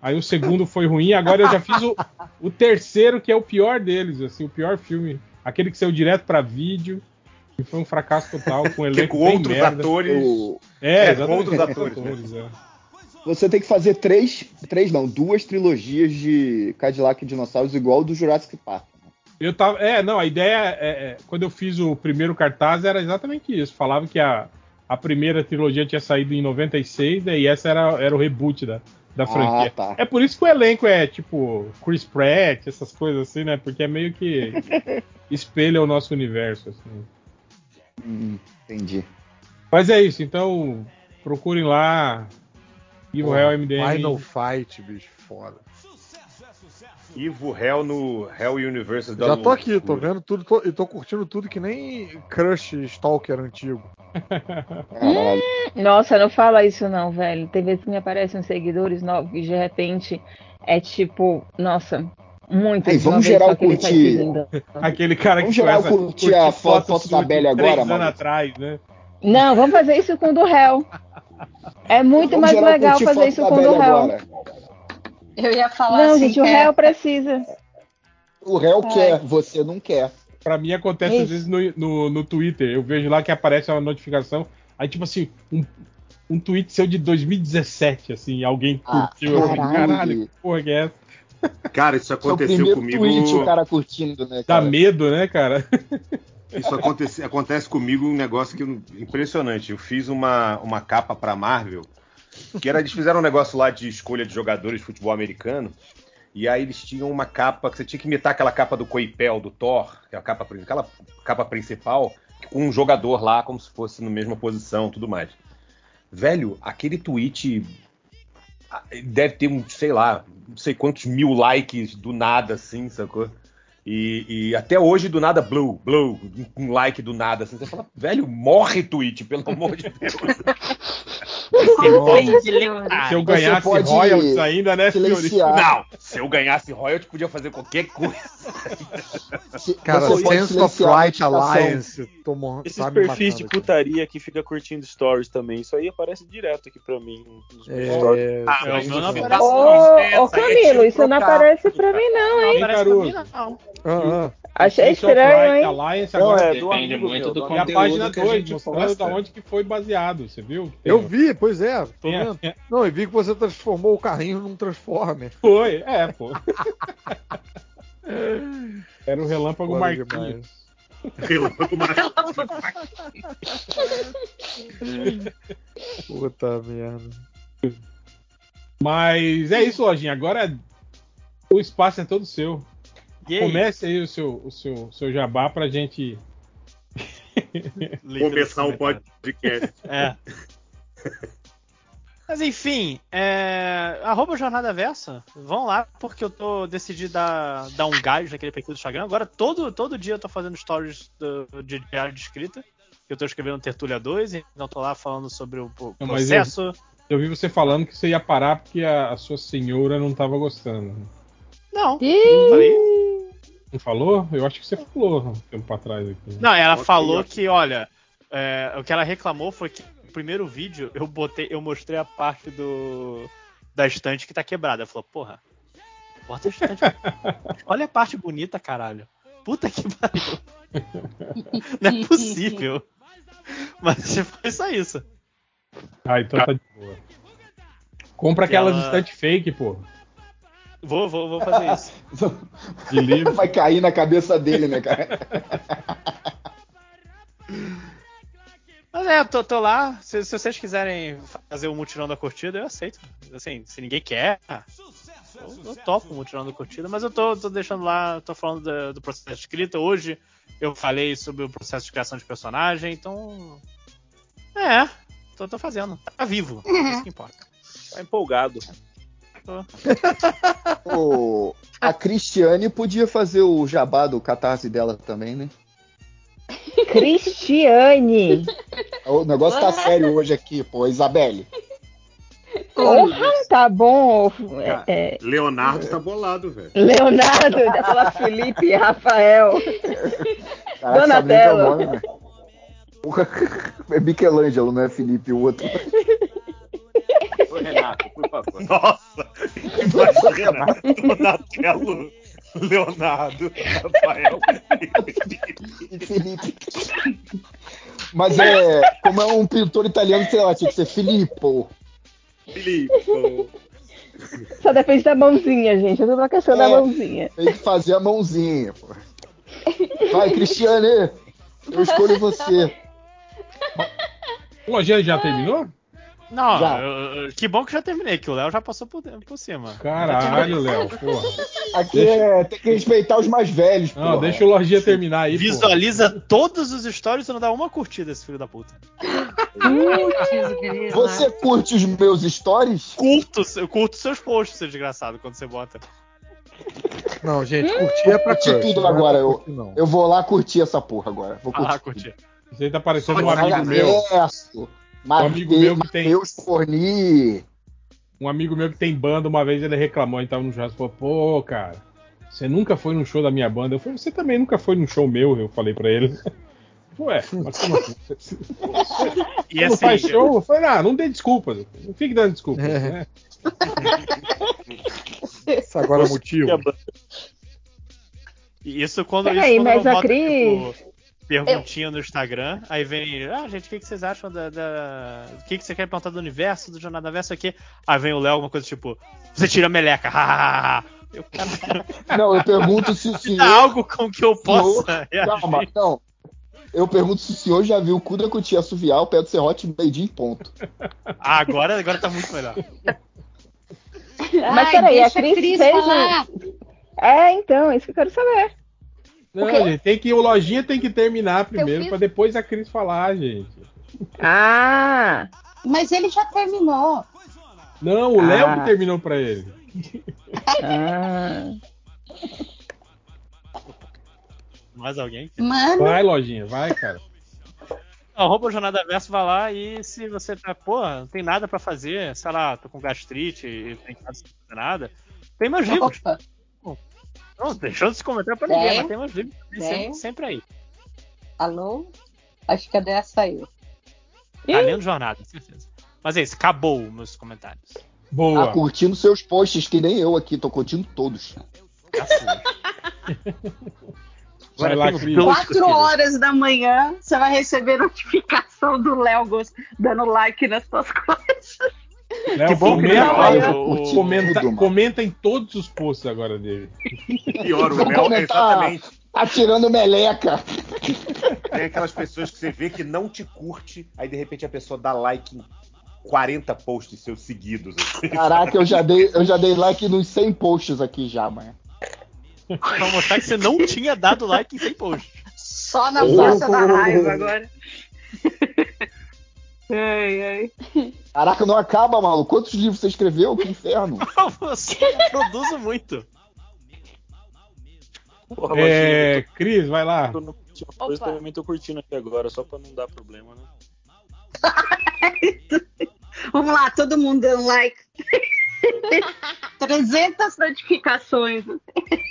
Aí o segundo foi ruim, agora eu já fiz o, o terceiro, que é o pior deles, assim, o pior filme. Aquele que saiu direto pra vídeo, que foi um fracasso total, com um elenco com bem outros merda. atores. O... É, É, exatamente, com outros com atores, atores, né? é. Você tem que fazer três, três não, duas trilogias de Cadillac e Dinossauros igual o do Jurassic Park. Eu tava, é, não, a ideia é, é, quando eu fiz o primeiro cartaz era exatamente isso. Falava que a, a primeira trilogia tinha saído em noventa e seis, né, e essa era, era o reboot da, da franquia. Ah, tá. É por isso que o elenco é tipo Chris Pratt, essas coisas assim, né? Porque é meio que espelha o nosso universo, assim. Hum, entendi. Mas é isso, então procurem lá. Evil Hell M D M. Final Fight, bicho, foda. Evil Hell no Hell Universe da Já tô loucura. aqui, tô vendo tudo tô, e tô curtindo tudo que nem Crush Stalker antigo. Caralho. Nossa, não fala isso não, velho. Tem vezes que me aparecem uns seguidores novos e de repente é tipo, nossa, muito Aí, de uma vamos vez geral só que ele faz curtir. seguindo. Aquele cara Vamos que geral começa curtir a foto, foto da sua de Belly três agora, anos mano. atrás, né? Não, vamos fazer isso com o do réu. É muito Vamos mais geral legal curtir fazer foto isso da com o do Belly réu. agora. Eu ia falar Não, assim, gente, o que é- réu precisa. O réu Ai. quer, você não quer. Pra mim acontece às Isso. vezes no, no, no Twitter. Eu vejo lá que aparece uma notificação. Aí, tipo assim, um, um tweet seu de dois mil e dezessete, assim, alguém Ah, curtiu. Eu falei, caralho. caralho, que porra que é essa? Cara, isso Seu aconteceu primeiro comigo. tweet, o cara curtindo, né, Dá cara? medo, né, cara? Isso acontece, acontece comigo um negócio que eu- impressionante. Eu fiz uma, uma capa pra Marvel, que era, eles fizeram um negócio lá de escolha de jogadores de futebol americano, e aí eles tinham uma capa, que você tinha que imitar aquela capa do Coipel, do Thor, que é a capa, aquela capa principal, com um jogador lá, como se fosse na mesma posição, tudo mais. Velho, aquele tweet deve ter um, sei lá, não sei quantos mil likes do nada, assim, sacou? E, e até hoje, do nada, blue, blue, um like do nada, assim. Você fala, velho, morre tweet, pelo amor de Deus. Se eu ganhasse pode royalties ainda, né, silenciar. Não, se eu ganhasse royalties, podia fazer qualquer coisa. Se- Cara, você pode Sense of silenciar a Right notificação. Alliance tomou, Esses tá me perfis de matando aqui. putaria que fica curtindo stories também, isso aí aparece direto aqui pra mim nos meus É, stories. Ah, É, o mas meu não você- aparece, Ô, não. ô Camilo, isso não aparece pra mim não, Não hein? aparece pra mim, não. Ah, ah. Achei Sense of estranho, Right hein? Alliance Não, agora é tem- do Depende amigo muito meu, do do tem a amigo. página conteúdo que a dois gente mostrando posta. da onde que foi baseado, você viu? Tem- Eu vi, pois é, tô tem a- vendo. tem a- Não, e vi que você transformou o carrinho num Transformer. Foi, é, pô. Era o Relâmpago Foda Marquinhos. demais. Relâmpago Marquinhos. Puta merda. Mas é isso, Lojinha. Agora o espaço é todo seu. E aí? Comece aí o seu, o seu, seu jabá pra gente. Começar o podcast. É. Mas enfim, é... arroba Jornada Versa, vão lá, porque eu tô decidido a dar um gás naquele perfil do Instagram. Agora, todo, todo dia eu tô fazendo stories do, de diário de escrita. Eu tô escrevendo Tertúlia dois, então tô lá falando sobre o o Não, mas processo. Eu vi você falando que você ia parar porque a, a sua senhora não tava gostando. Não, Ih! não falei. Não falou? Eu acho que você falou um tempo atrás aqui. Não, ela Ok, falou ok. que, olha, é, o que ela reclamou foi que no primeiro vídeo eu botei, eu mostrei a parte do da estante que tá quebrada. Ela falou, porra, bota a estante. Olha a parte bonita, caralho. Puta que pariu. Não é possível. Mas foi só isso. Ah, então tá de boa. Compra aquelas Ela- estantes fake, pô. Vou, vou, vou fazer isso. De livro. Vai cair na cabeça dele, né, cara? Mas é, eu tô, tô lá. Se, se vocês quiserem fazer o mutirão da curtida, eu aceito. Assim, se ninguém quer, eu, eu topo o mutirão da curtida. Mas eu tô, tô deixando lá, tô falando do, do processo de escrita. Hoje eu falei sobre o processo de criação de personagem, então. É, tô, tô fazendo. Tá vivo, é isso que importa. Tá empolgado. Tô. O- a Cristiane podia fazer o jabá do catarse dela também, né? Cristiane! O negócio tá sério hoje aqui, pô, Isabelle. Porra, tá bom. Cara, É, é, Leonardo tá bolado, velho. Leonardo, já fala Felipe e Rafael. Caraca, sabe nem Donatello. teu nome, né? Porra, é Michelangelo, não é Felipe o outro. Renato, por favor. Nossa, imagina, Donatello, Leonardo, Rafael e Felipe. Mas é, como é um pintor italiano, sei lá, tinha que ser Filippo. Filippo. Só depende da mãozinha, gente. Eu tô na questão É, da mãozinha. Tem que fazer a mãozinha, pô. Vai, Cristiane, eu escolho você. O Lojinha já terminou? Não, Já. eu- eu- que bom que já terminei, que o Léo já passou por, por cima. Caralho, Léo, porra. Aqui Deixa- é, tem que respeitar os mais velhos, Não, pô. deixa o Lojinha terminar aí, pô. Visualiza todos os stories e não dá uma curtida, esse filho da puta. Você curte os meus stories? Curto, eu curto seus posts, seu desgraçado, quando você bota. Não, gente, curtir é pra Curti crush, tudo não é agora. pra Eu, curtir, não. eu vou lá curtir essa porra agora. Vou curtir. Ah, curti. Isso aí tá parecendo um Olha, amigo meu. Verso, Um amigo meu que tem. Mateus Forni. Um amigo meu que tem banda, uma vez ele reclamou, ele tava no churrasco e falou, pô, cara, você nunca foi num show da minha banda. Eu falei, você também nunca foi num show meu, eu falei pra ele. Ué, mas como assim? Você E não assim, faz show? Eu falei, ah, não dê desculpas. Não fique dando desculpas, É. né? Isso agora é o motivo. Isso quando, Peraí, isso quando mas não a bota, Cris- tipo, perguntinha no Instagram, aí vem, ah, gente, o que, que vocês acham da, da... O que, que você quer perguntar do universo, do Jornada Verso aqui? Aí vem o Léo, alguma coisa tipo, você tira a meleca, hahaha. Eu quero... Não, eu pergunto se o senhor... Dá algo com que eu possa senhor... reagir. Calma, não. Eu pergunto se o senhor já viu o cu da cutia assoviar o pé do serrote meio-dia em ponto. Ah, agora, agora tá muito melhor. Mas Ai, peraí, a deixa Cris, Cris fez falar. um... É, então, é isso que eu quero saber. Não, O quê? gente, tem que, o Lojinha tem que terminar primeiro, fiz- pra depois a Cris falar, gente. Ah! Mas ele já terminou. Não, o Léo Ah. que terminou pra ele. Ah. Mais alguém? Mano, Vai, Lojinha, vai, cara. Arroba Jornada Verso, vai lá e se você tá, pô, não tem nada pra fazer, sei lá, tô com gastrite e tem nada sem fazer nada, tem meus livros. opa. Não, deixando esse comentário pra ninguém, Tem? mas tem meus livros Tem? sempre, sempre aí. Alô? Acho que a Dea saiu. Tá lendo Jornada, certeza. Mas é isso, acabou meus comentários. Boa. Ah, curtindo seus posts, que nem eu aqui, tô curtindo todos. Vai lá, Cris. Quatro horas da manhã, você vai receber notificação do Léo Gost- dando like nas suas coisas. Léo, Que bom que ele comenta, trabalha, o- o- comenta, tudo, mano. comenta em todos os posts agora dele. Pior, o Vou Léo é comentar exatamente. atirando meleca. Tem aquelas pessoas que você vê que não te curte, aí de repente a pessoa dá like em quarenta posts seus seguidos. assim. Caraca, eu já dei, eu já dei like nos cem posts aqui já, mano. Pra mostrar que você não tinha dado like em cem posts. Só na força da raiva agora. Ai, ai. Caraca, não acaba, maluco. Quantos livros você escreveu? Que inferno. Você produz muito. Porra, É, Lojinha, Cris, vai lá. eu tô no- eu Opa. também tô curtindo aqui agora, só pra não dar problema, né? Vamos lá, todo mundo dando like. trezentas notificações. Meu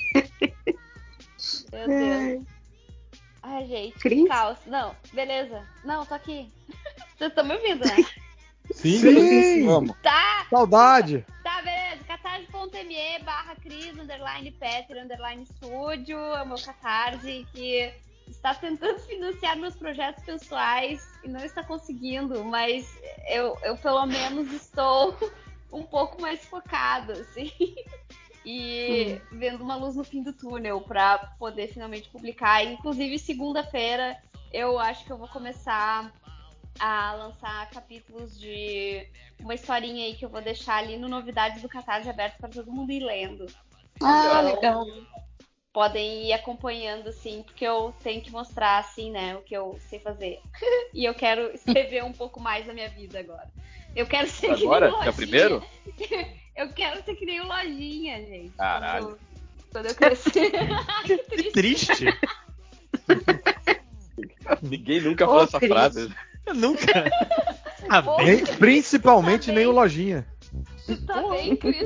Deus. Ai, gente, Cris? que caos. Não, beleza. Não, tô aqui. Vocês estão me ouvindo, né? Sim, Sim! Vamos. Tá, Saudade! tá, beleza. catarse.me barra Cris, underline Petri, underline Estúdio. É o meu catarse que está tentando financiar meus projetos pessoais e não está conseguindo, mas eu, eu pelo menos estou um pouco mais focado, assim. E vendo uma luz no fim do túnel para poder finalmente publicar. Inclusive, segunda-feira eu acho que eu vou começar a lançar capítulos de uma historinha aí que eu vou deixar ali no Novidades do Catarse aberto para todo mundo ir lendo. Ah, Então, legal. podem ir acompanhando, assim, porque eu tenho que mostrar, assim, né, o que eu sei fazer. E eu quero escrever um pouco mais da minha vida agora. Eu quero ser Agora? que nem o Que é o Lojinha. primeiro? Eu quero ser que nem o Lojinha, gente. Caralho. Quando, quando eu crescer. Que Que triste. triste. Ninguém nunca falou Ô, essa Cris. frase. Eu nunca. Ah, Pô, bem. Nem- principalmente Tá nem o bem. Lojinha. Tu tá bem, Cris?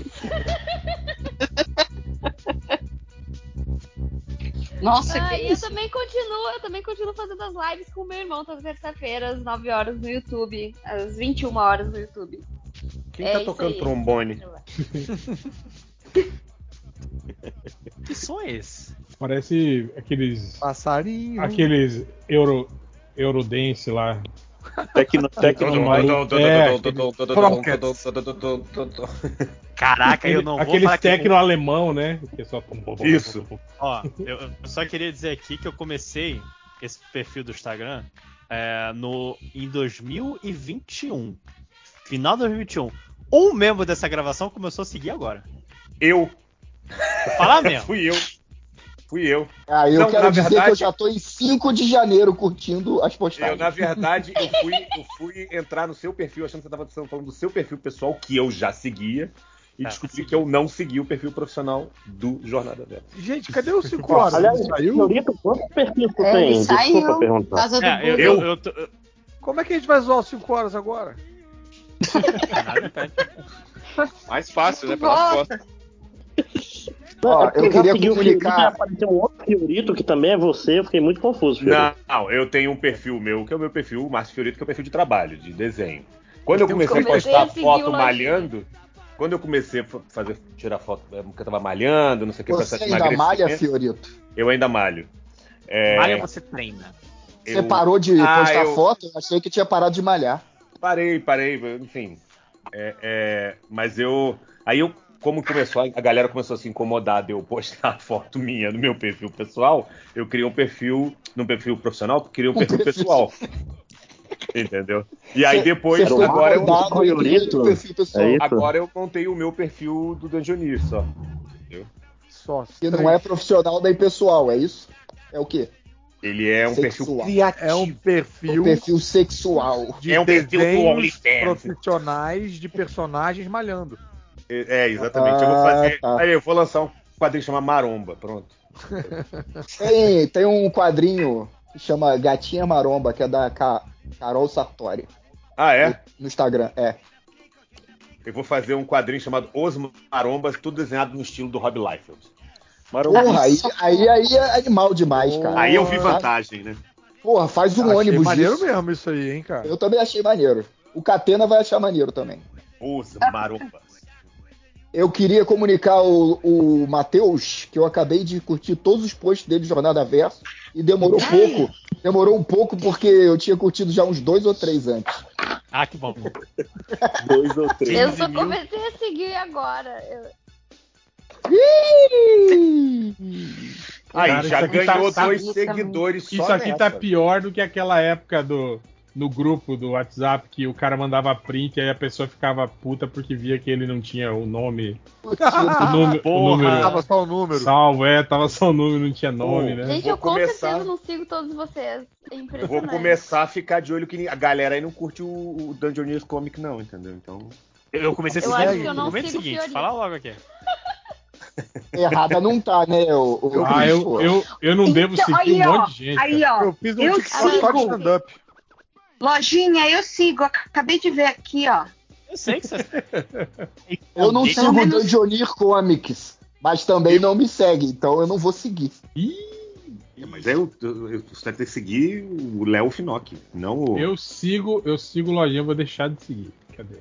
Nossa, Ah, que e eu isso? também continuo, eu também continuo fazendo as lives com o meu irmão toda terça-feira, às nove horas no YouTube, às vinte e uma horas no YouTube. Quem É tá isso tocando aí. trombone? Que som é esse? Parece aqueles. Passarinho. Aqueles Euro, Eurodance lá. Tecno, tecno, É, Caraca, eu aquele, não vou aqueles falar que- tecno alemão, né? Que é só... Isso. Ó, eu, eu só queria dizer aqui que eu comecei esse perfil do Instagram é, no, em dois mil e vinte e um. Final de dois mil e vinte e um. Um membro dessa gravação começou a seguir agora. Eu. Vou falar mesmo. Fui eu. Fui eu. Ah, eu Não, quero na dizer verdade- que eu já tô em cinco de janeiro curtindo as postagens. Eu, na verdade, eu fui, eu fui entrar no seu perfil, achando que você estava falando do seu perfil pessoal, que eu já seguia, e Tá, descobri segui. que eu não segui o perfil profissional do Jornada Versa. Gente, cadê os cinco horas? Aliás, Não saiu? Fiorito, quantos perfis tu É, tem? ele Desculpa saiu. perguntar. Casa do É, eu, Google. eu, eu, tô- eu- Como é que a gente vai zoar os cinco horas agora? nada, pera. Mais fácil, né? Pelas Volta. costas. Ó, É porque eu já queria segui o comunicar- Fiorito e apareceu um outro Fiorito que também é você, eu fiquei muito confuso, Fiorito. Não, não, eu tenho um perfil meu, que é o meu perfil, o Márcio Fiorito, que é o perfil de trabalho, de desenho. Quando eu Tem um comecei a comecei postar a seguir foto o malhando, quando eu comecei a fazer, tirar foto, porque eu tava malhando, não sei o que, Você processo de ainda malha, emagrecimento, Fiorito? eu ainda malho. É, Malha você treina. Você eu- parou de Ah, postar eu- foto? Eu achei que tinha parado de malhar. Parei, parei, enfim. É, é, mas eu. Aí eu, como começou, a galera começou a se incomodar de eu postar foto minha no meu perfil pessoal, eu criei um perfil, no perfil profissional, eu criei um, Um perfil, perfil- pessoal. Entendeu? E aí Cê- depois, cê ficou agora eu, incomodado e criou outro perfil pessoal. É isso? agora eu montei o meu perfil do Dungeoneer só. Só. Que não é profissional nem pessoal, é isso? É o quê? Ele é um Sexual. perfil criativo. É um perfil Um perfil sexual. de é um perfil do desenhos OnlyFans. profissionais de personagens malhando. É, exatamente. eu vou Ah, fazer. tá. Aí eu vou lançar um quadrinho chamado Maromba. Pronto. Tem, tem um quadrinho que chama Gatinha Maromba, que é da Ca- Carol Sartori. Ah, é? No Instagram, é. Eu vou fazer um quadrinho chamado Os Marombas, tudo desenhado no estilo do Rob Liefeld. Porra, aí, aí, aí é animal demais, cara. Aí eu vi Porra. vantagem, né? Porra, faz um Achei ônibus maneiro disso. mesmo isso aí, hein, cara. Eu também achei maneiro. O Catena vai achar maneiro também. Os Marombas. Eu queria comunicar o, o Matheus que eu acabei de curtir todos os posts dele de Jornada Verso e demorou pouco. Demorou um pouco porque eu tinha curtido já uns dois ou três antes. Ah, que bom. Dois ou três. Eu só comecei a seguir agora. Eu- Aí, Cara, já isso aqui ganhou tá- dois tá- seguidores só Isso aqui tá nessa. pior do que aquela época do no grupo do WhatsApp que o cara mandava print e aí a pessoa ficava puta porque via que ele não tinha o nome. o, número, o Porra, número tava só o número. salvo, é, tava só o número, não tinha nome, Pô, né? Gente, Vou eu com começar- certeza não sigo todos vocês. É Eu impressionante. vou começar a ficar de olho que a galera aí não curte o, o Dungeoneers Comic, não, entendeu? Então. Eu, eu comecei a Eu seguir acho que no eu não momento sigo seguinte. Fiorito. Fala logo aqui. Errada não tá, né? O, o Ah, eu, pô. eu, eu não devo Então, seguir aí, um ó, monte de gente. aí, cara. ó. Eu fiz um Eu TikTok só de sigo. stand-up. Lojinha, eu sigo. Acabei de ver aqui, ó. Eu sei que você. Eu não Pelo sigo o menos- Dungeoneer Comics, mas também não me segue, então eu não vou seguir. É, mas aí eu, eu, eu, você tem que seguir o Léo Finock, não o. Eu sigo, eu sigo o Lojinha, eu vou deixar de seguir. Cadê?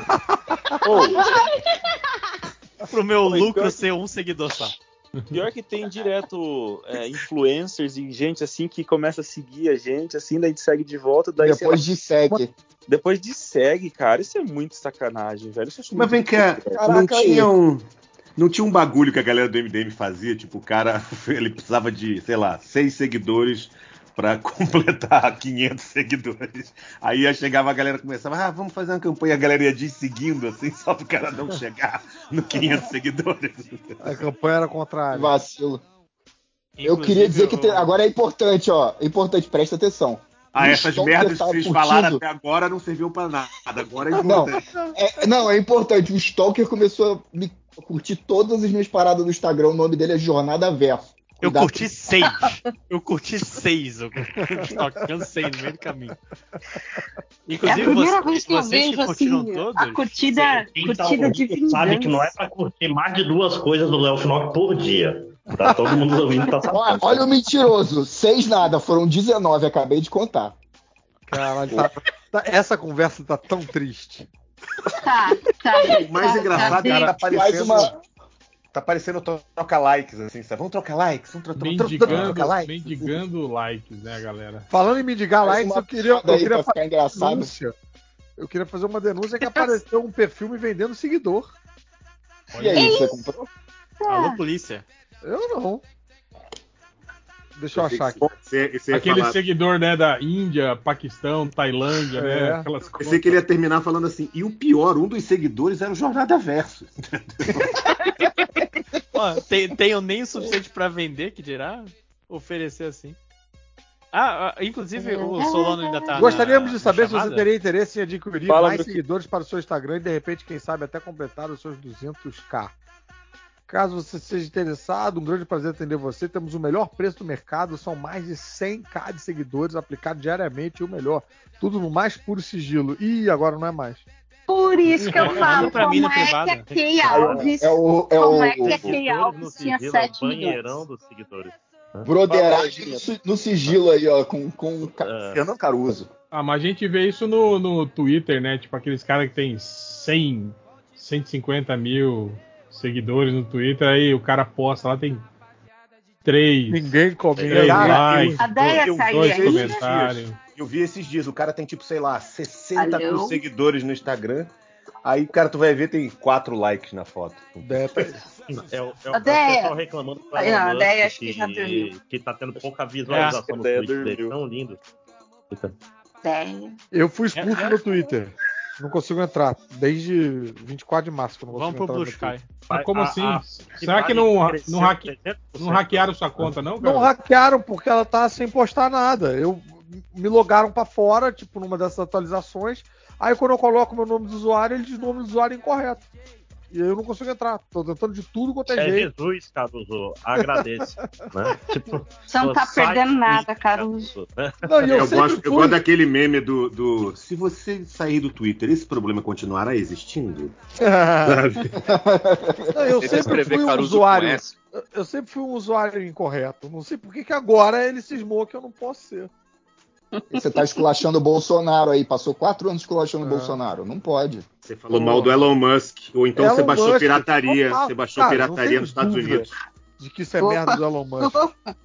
Pro meu Pô, lucro pior ser um seguidor só. Pior que tem direto é, influencers e gente assim que começa a seguir a gente, assim, daí a gente segue de volta, daí sei Depois lá, de segue. depois de segue, cara. Isso é muito sacanagem, velho. Isso eu acho Mas vem muito cá, estranho. não Caraca, tinha aí. um. Não tinha um bagulho que a galera do M D M fazia, tipo, o cara ele precisava de, sei lá, seis seguidores pra completar quinhentos seguidores. Aí chegava a galera e começava, ah, vamos fazer uma campanha, a galera ia de seguindo, assim, só pro cara não chegar no quinhentos seguidores. A campanha era contrária. Vacilo. Eu Inclusive, queria dizer que tem- eu- agora é importante, ó. É importante, presta atenção. Ah, O essas Stalker merdas tá que vocês curtindo- falaram até agora não serviam pra nada. Agora é Não, importante. é, não, é importante. O Stalker começou a me a curtir todas as minhas paradas no Instagram. O nome dele é Jornada Verso. Eu Cuidado. curti seis. Eu curti seis. Eu cansei no meio do caminho. Inclusive, É a primeira vocês, vez que eu vocês vejo, curtiram assim, todos. a curtida, Quem tá curtida de ouvindo sabe que não é vingança. pra curtir mais de duas coisas do Léo Finock por dia. Tá todo mundo ouvindo, tá Olha, sabendo. olha o mentiroso. Seis nada, foram dezenove, acabei de contar. Caralho, tá- tá- essa conversa tá tão triste. Tá, tá. O mais tá, engraçado é que tá Faz parecendo. uma- Tá parecendo troca likes, assim, sabe? Vamos trocar likes, vamos tro- tro- tro- Mendigando, trocar likes. mendigando likes, né, galera? Falando em mendigar Faz likes, uma eu queria, eu piada aí queria pra ficar fazer uma engraçado. denúncia. Eu queria fazer uma denúncia que apareceu um perfil me vendendo seguidor. E aí, você comprou? Alô, polícia. Eu não. Deixa eu achar aqui. Esse, esse ia Aquele falar- seguidor, né, da Índia, Paquistão, Tailândia, né? É. Aquelas Pensei que ele ia terminar falando assim, e o pior, um dos seguidores era o Jornada Verso. Ó, tem, tenho nem o suficiente pra vender, que dirá oferecer assim. Ah, ah, inclusive o Solano ainda tá. Gostaríamos na- de saber na se você chamada? teria interesse em adquirir Fala, mais meu seguidores para o seu Instagram e de repente, quem sabe, até completar os seus duzentos k. Caso você seja interessado, um grande prazer atender você. Temos o melhor preço do mercado, são mais de cem k de seguidores aplicados diariamente e o melhor. Tudo no mais puro sigilo. Ih, agora não é mais. Por isso que eu Manda falo, pra mim como na é privada. que a Key Alves, É o, é como o é que a Key Seguidores Alves no tinha sigilo, sete banheirão milhões? dos seguidores. broderagem no, si- no sigilo aí, ó, com, com Ca- É. Fernando Caruso. Ah, mas a gente vê isso no, no Twitter, né? Tipo, aqueles caras que tem cem, cento e cinquenta mil seguidores no Twitter, aí o cara posta lá, tem três, Ninguém comenta. três Cara, likes, A Deia eu saiu dois ainda? comentários. Eu vi esses dias, o cara tem tipo, sei lá, sessenta mil Alô? seguidores no Instagram. Aí, cara, tu vai ver, tem quatro likes na foto. Deta. É o, é o, é o Odeia. pessoal reclamando do Não, Elon Musk odeia, acho que que, já dormiu. que tá tendo pouca visualização no Odeia Twitter dele. dormiu. Tão lindo. Deia. Eu fui expulso no Twitter. Não consigo entrar. Desde vinte e quatro de março que eu não Vamos consigo pro entrar. Blue no Sky. Twitter. Mas como A- assim? a- Será que vale não, cresceu não, hacke- trezentos por cento. não hackearam sua conta, não, cara? Não hackearam porque ela tá sem postar nada. Eu me logaram pra fora, tipo, numa dessas atualizações. Aí quando eu coloco meu nome do usuário, ele diz nome do usuário incorreto. E aí eu não consigo entrar. Tô tentando de tudo quanto é, É jeito. Jesus, Caruso. Agradeço. Né? Tipo, Você não tá sai perdendo e- nada, Caruso. né? Não, e eu, Eu sempre gosto, eu fui- gosto daquele meme do, do. Se você sair do Twitter, esse problema continuará existindo? Sabe? Não, eu Tenta sempre escrever fui um Caruso com usuário. S. Eu, eu sempre fui um usuário incorreto. Não sei por que que agora ele cismou que eu não posso ser. Você tá esculachando o Bolsonaro aí, passou quatro anos esculachando o É. Bolsonaro. Não pode. Você falou mal do Elon Musk. Ou então Elon você baixou Musk, pirataria. total. Você baixou Cara, não pirataria tenho nos Estados dúvida Unidos. De que isso é Opa. merda do Elon Musk.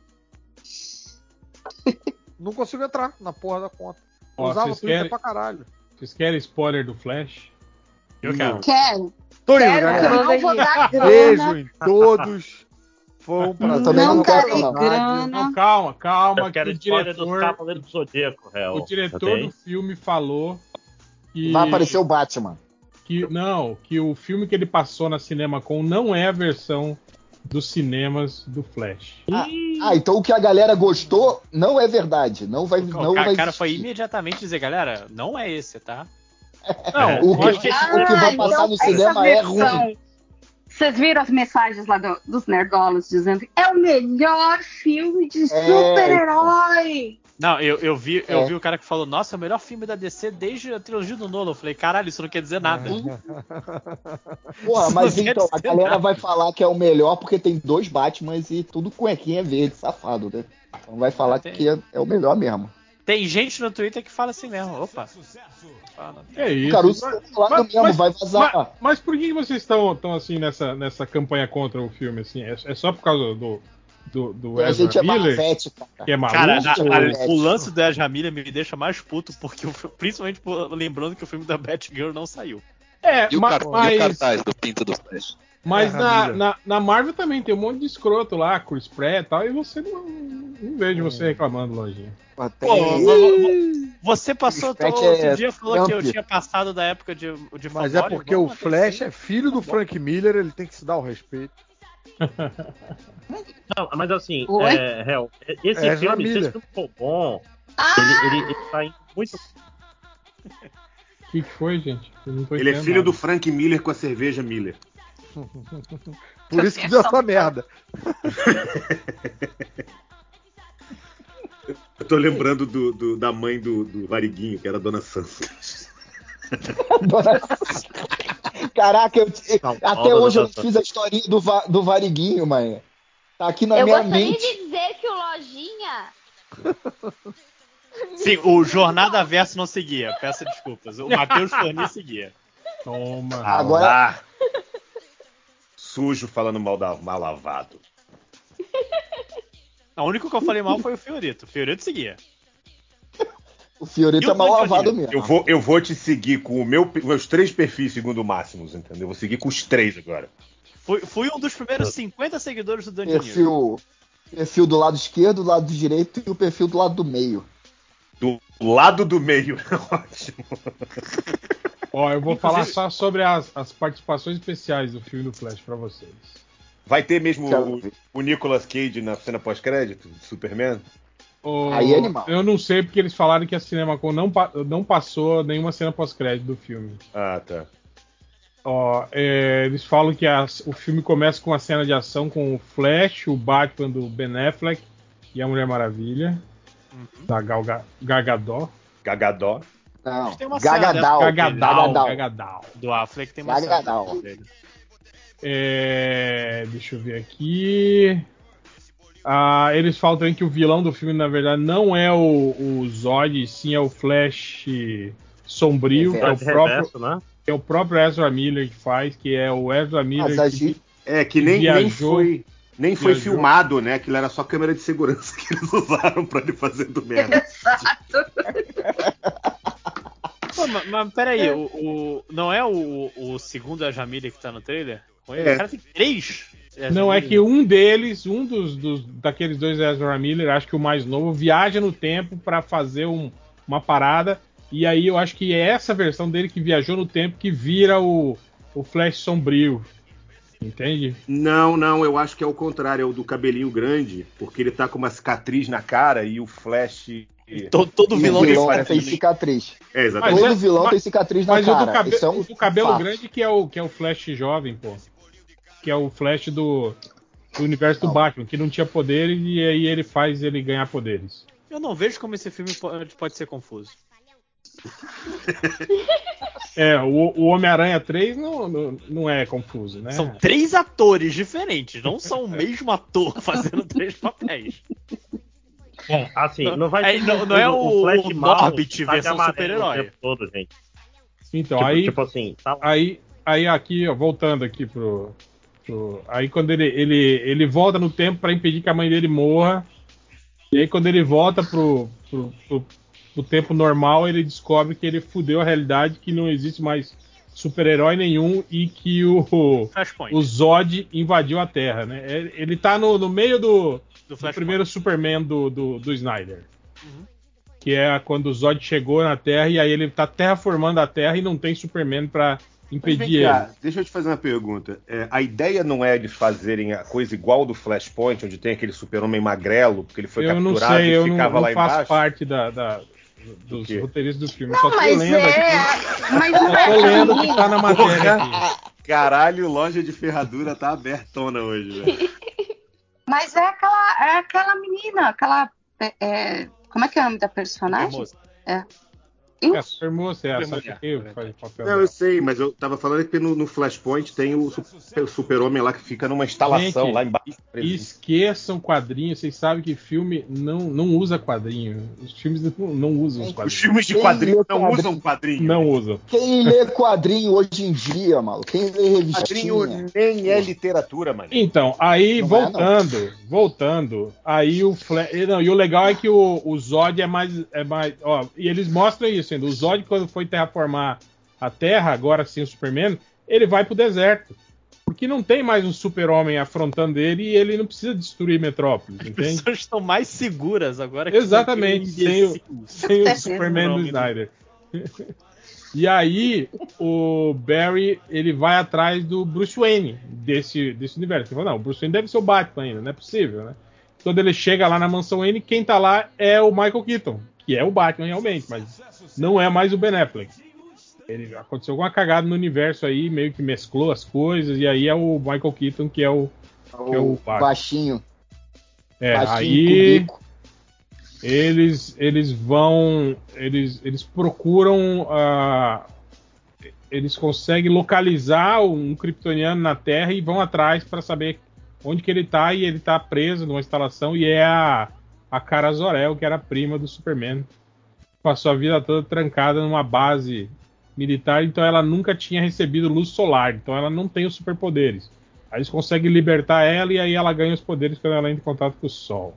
Não consigo entrar na porra da conta. Eu Ó, usava o vocês Twitter querem- pra caralho. Vocês querem spoiler do Flash? Eu quero. Quero. Tô indo, Quero, galera. não vou dar Beijo grana. em todos. Foi um prazer. também não Não quero, darei não. grana. Não, calma, calma, Eu que quero o história dos diretor, Cavaleiros do Zodíaco, réu. o diretor Ok? do filme falou que... Vai aparecer o Batman. que não, que o filme que ele passou na CinemaCon não é a versão dos cinemas do Flash. Ah, então o que a galera gostou não é verdade. Não vai, O não ca- vai cara foi existir. imediatamente dizer, galera, não é esse, tá? Não, O que, eu acho que- o que vai passar no essa cinema é versão- ruim. Vocês viram as mensagens lá do- dos nerdolas dizendo que é o melhor filme de É, super-herói? Não, eu, eu, vi, É. eu vi o cara que falou, nossa, é o melhor filme da D C desde a trilogia do Nolan. Eu falei, caralho, isso não quer dizer nada. Porra, mas Não quer então, a dizer galera nada. vai falar que é o melhor porque tem dois Batmans e tudo cuequinha verde, safado, né? Então vai falar Tem- que é, é o melhor mesmo. Tem gente no Twitter que fala assim mesmo. Opa. Fala. Que é isso? O Caruso Mas- tá falando mas- mesmo, mas- vai vazar. Mas, mas por que vocês estão tão assim nessa, nessa campanha contra o filme? Assim? É, é só por causa do, do, do a Ezra gente é Miller? Marvete, cara. Que é maluco? Cara, Maluco, a- a- Marvete. o lance da Jamília me deixa mais puto, porque o fi- principalmente por- lembrando que o filme da Batgirl não saiu. É, E o, ma- car- e o mas, cartaz do Pinto do Flash? mas É, na, amiga. na, na Marvel também tem um monte de escroto lá, Chris Pratt e tal, e você não, não vejo você reclamando, lojinha. Pô, Pô, tem- vo- vo- você passou Chris todo Pratt outro é dia falou que eu Trump. tinha passado da época de, de Mas é fanboy, porque vamos o manter Flash assim. é filho do Frank Miller, ele tem que se dar o respeito. Não, mas assim, Oi? é, réu, esse É, filme, se Jamília. esse filme for bom, Ah! ele, ele, ele tá indo muito. O que, que foi, gente? Eu não tô Ele é entendendo filho nada. do Frank Miller com a cerveja Miller. Por isso que deu essa merda. Eu tô lembrando do, do- da mãe do, do Variguinho, que era a Dona Santa. Dona- Caraca, eu, Não, até Dona hoje eu não Santa. fiz a historinha do, va- do Variguinho, mãe. Tá aqui na Eu minha gostaria mente. de dizer que o Lojinha. Sim, o Jornada Verso não seguia, peço desculpas. O Matheus Forni seguia. Toma. Agora. Lá. Sujo falando mal da mal lavado. O único que eu falei mal foi o Fiorito. O Fiorito seguia. O Fiorito é mal lavado mesmo. Eu vou, eu vou te seguir com o meu, meus três perfis segundo o Máximos, entendeu? Eu vou seguir com os três agora. Fui, fui um dos primeiros cinquenta seguidores do Danilo. Perfil, perfil do lado esquerdo, do lado direito e o perfil do lado do meio. Do lado do meio, é ótimo. Ó, eu vou Inclusive... falar só sobre as, as participações especiais do filme do Flash pra vocês. Vai ter mesmo o, o Nicolas Cage na cena pós-crédito de Superman? O... Aí é animal. Eu não sei porque eles falaram que a CinemaCon não, pa... não passou nenhuma cena pós-crédito do filme. Ah, tá. Ó, é, eles falam que a, o filme começa com uma cena de ação com o Flash, o Batman do Ben Affleck e a Mulher Maravilha, uhum. da Gal Gadot. Gagadó. Não, tem uma Gagadal, Gagadal, Gagadal. Do Affleck tem uma Gagadal. cena dele. É, deixa eu ver aqui. Ah, eles falam também que o vilão do filme, na verdade, não é o, o Zod, sim é o Flash sombrio, é, que é o próprio, reverso, né? é o próprio Ezra Miller que faz, que é o Ezra Miller que, gente, é, que, que nem, viajou, nem foi, nem foi filmado, né? Aquilo era só câmera de segurança que eles usaram pra ele fazer do merda. Pô, mas, mas peraí, o, o, não é o, o segundo Ezra Miller que tá no trailer? É. O cara tem três. Ezra não, Miller. É que um deles, um dos, dos daqueles dois Ezra Miller, acho que o mais novo, viaja no tempo pra fazer um, uma parada. E aí eu acho que é essa versão dele que viajou no tempo que vira o, o Flash sombrio. Entende? Não, não, eu acho que é o contrário, é o do cabelinho grande, porque ele tá com uma cicatriz na cara e o Flash... Todo, todo vilão, vilão tem, tem cicatriz. É, exatamente. Todo vilão mas, tem cicatriz na mas cara. Mas o do, cabe é um o do cabelo fato. grande que é, o, que é o Flash jovem, pô. Que é o Flash do, do universo não. do Batman, que não tinha poderes e aí ele faz ele ganhar poderes. Eu não vejo como esse filme pode, pode ser confuso. É, o, o Homem-Aranha três não, não, não é confuso, né? São três atores diferentes, não são o mesmo ator fazendo três papéis. Bom, assim, não, não vai ter. É, não, não é o, o, o Norbit versão super-herói. Todo, gente. Então, tipo, aí, tipo assim, tá... aí, aí aqui, ó, voltando aqui pro, pro. Aí quando ele, ele, ele volta no tempo pra impedir que a mãe dele morra. E aí quando ele volta pro, pro, pro, pro tempo normal, ele descobre que ele fudeu a realidade, que não existe mais super-herói nenhum e que o, o Zod invadiu a Terra, né? Ele tá no, no meio do. Do, do primeiro Superman do, do, do Snyder. Uhum. Que é quando o Zod chegou na Terra e aí ele tá terraformando a Terra e não tem Superman pra impedir cá, ele. Deixa eu te fazer uma pergunta. É, a ideia não é de fazerem a coisa igual do Flashpoint, onde tem aquele super-homem magrelo, porque ele foi eu capturado não sei, e eu ficava não, lá não faço embaixo? parte da, da, dos do roteiristas do filme. Não, só tô mas lendo é... aqui. Mas não só é tô lendo o que assim. tá na matéria aqui. Caralho, loja de ferradura tá abertona hoje, velho. Mas é aquela, é aquela menina, aquela. É, é, como é que é o nome da personagem? É. É, a Supermoça, é essa que faz o papel. Não, eu sei, mas eu tava falando que no, no Flashpoint tem o super, super-homem lá que fica numa instalação Gente, lá embaixo. Esqueçam quadrinhos, vocês sabem que filme não, não usa quadrinho. Os filmes não, não usam os quadrinhos. Os filmes de quadrinho não quadrinho? usam quadrinho. Não usam. Quem lê quadrinho hoje em dia, mano? Quem lê revistinha? Quadrinho nem é literatura, mano. Então, aí não voltando, é, voltando, aí o Flash, não, e o legal é que o, o Zod é mais, é mais, ó, e eles mostram isso ainda. O Zod, quando foi terraformar a Terra, agora sim o Superman, ele vai pro deserto. Porque não tem mais um super-homem afrontando ele e ele não precisa destruir Metrópolis, entende? As pessoas estão mais seguras agora. Que exatamente, sem o, sem o Superman do Snyder. E aí, o Barry, ele vai atrás do Bruce Wayne desse, desse universo. Ele falou, não, o Bruce Wayne deve ser o Batman ainda, não é possível, né? Quando ele chega lá na mansão Wayne, quem tá lá é o Michael Keaton, que é o Batman realmente, mas não é mais o Ben Affleck. Ele, aconteceu alguma cagada no universo aí, meio que mesclou as coisas, e aí é o Michael Keaton que é o, que é o Batman. Baixinho. É, baixinho, aí cubico. eles, eles vão, eles, eles procuram, uh, eles conseguem localizar um kryptoniano na Terra e vão atrás para saber onde que ele tá, e ele tá preso numa instalação, e é a, a Kara Zor-El, que era a prima do Superman. Passou a vida toda trancada numa base militar, então ela nunca tinha recebido luz solar, então ela não tem os superpoderes. Aí eles conseguem libertar ela e aí ela ganha os poderes quando ela entra em contato com o Sol.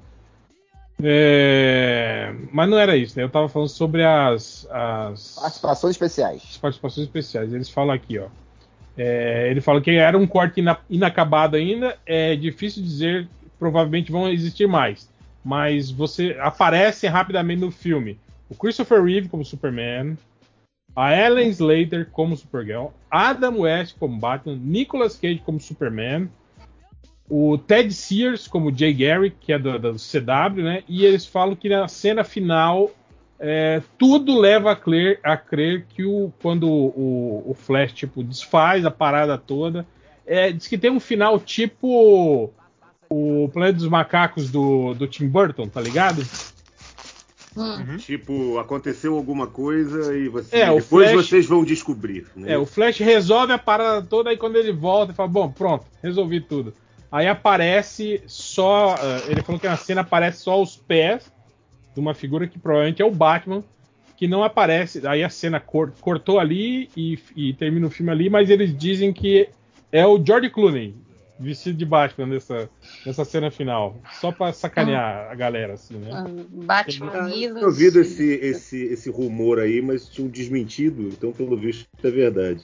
É... Mas não era isso, né? Eu tava falando sobre as, as... Participações especiais. As participações especiais. Eles falam aqui, ó. É... Ele fala que era um corte ina... inacabado ainda. É difícil dizer, provavelmente vão existir mais. Mas você aparece rapidamente no filme o Christopher Reeve como Superman, a Ellen Slater como Supergirl, Adam West como Batman, Nicolas Cage como Superman, o Ted Sears como Jay Garrick, que é do, do C W, né? E eles falam que na cena final é, tudo leva a crer, a crer que o, quando o, o Flash tipo, desfaz a parada toda, é, diz que tem um final tipo o Planeta dos Macacos do, do Tim Burton, tá ligado? Uhum. Tipo, aconteceu alguma coisa e você, é, depois Flash, vocês vão descobrir. Né? É, o Flash resolve a parada toda, aí quando ele volta, ele fala, bom, pronto, resolvi tudo. Aí aparece só, uh, ele falou que na cena aparece só os pés de uma figura que provavelmente é o Batman, que não aparece, aí a cena cor, cortou ali e, e termina o filme ali, mas eles dizem que é o George Clooney vestido de Batman nessa, nessa cena final. Só pra sacanear ah. a galera, assim, né? Ah, Batman ah, eu tinha ouvido esse, esse, esse rumor aí, mas tinham desmentido, então pelo visto é verdade.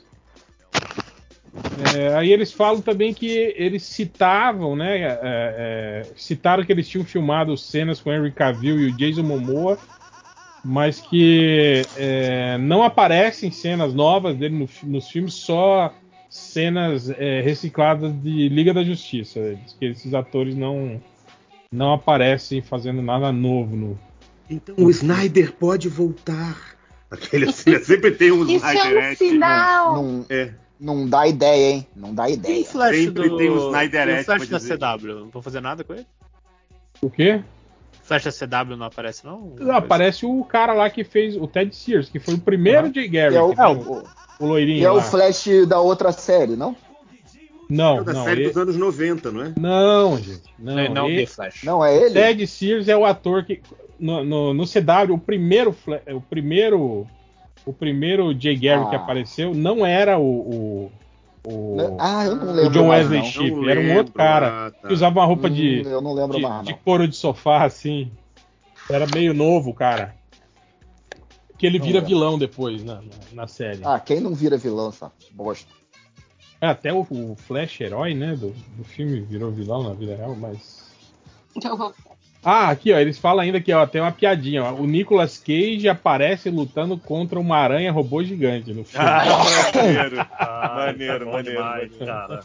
É, aí eles falam também que eles citavam, né? É, é, citaram que eles tinham filmado cenas com o Henry Cavill e o Jason Momoa, mas que é, não aparecem cenas novas dele no, nos filmes, só cenas é, recicladas de Liga da Justiça. Diz que esses atores não, não aparecem fazendo nada novo no. Então o Snyder pode voltar. Aquele assim, sempre tem um Isso Snyder. É um sinal. Não, não, é. não dá ideia, hein? Não dá ideia. E o Flash sempre do... tem um Snyder. E o Flash da C W, não vou fazer nada com ele? O quê? O Flash da C W não aparece, não? Não, aparece o cara lá que fez o Ted Sears, que foi o primeiro ah. Jay Garrick. É o, é o, o loirinho. E é lá. o Flash da outra série, não? Não, é da não. série ele... dos anos noventa, não é? Não, gente. Não, não, não ele... Flash. Não é ele? Ted Sears é o ator que. No, no, no C W, o primeiro. O primeiro. O primeiro Jay Garrick ah. que apareceu não era o. o, o ah, eu não lembro. O John Wesley mais, Shipp. Era um outro cara ah, tá. que usava uma roupa hum, de. Eu não lembro de, mais. Não. De couro de sofá, assim. Era meio novo, cara. Que ele não vira lembro. vilão depois na, na, na série. Ah, quem não vira vilão, essa bosta? É, até o, o Flash herói, né, do, do filme virou vilão na vida real, mas... Ah, aqui, ó, eles falam ainda que, ó, tem uma piadinha, ó, o Nicolas Cage aparece lutando contra uma aranha robô gigante no filme. Ah, maneiro, ah, maneiro, é maneiro, demais, maneiro. Cara.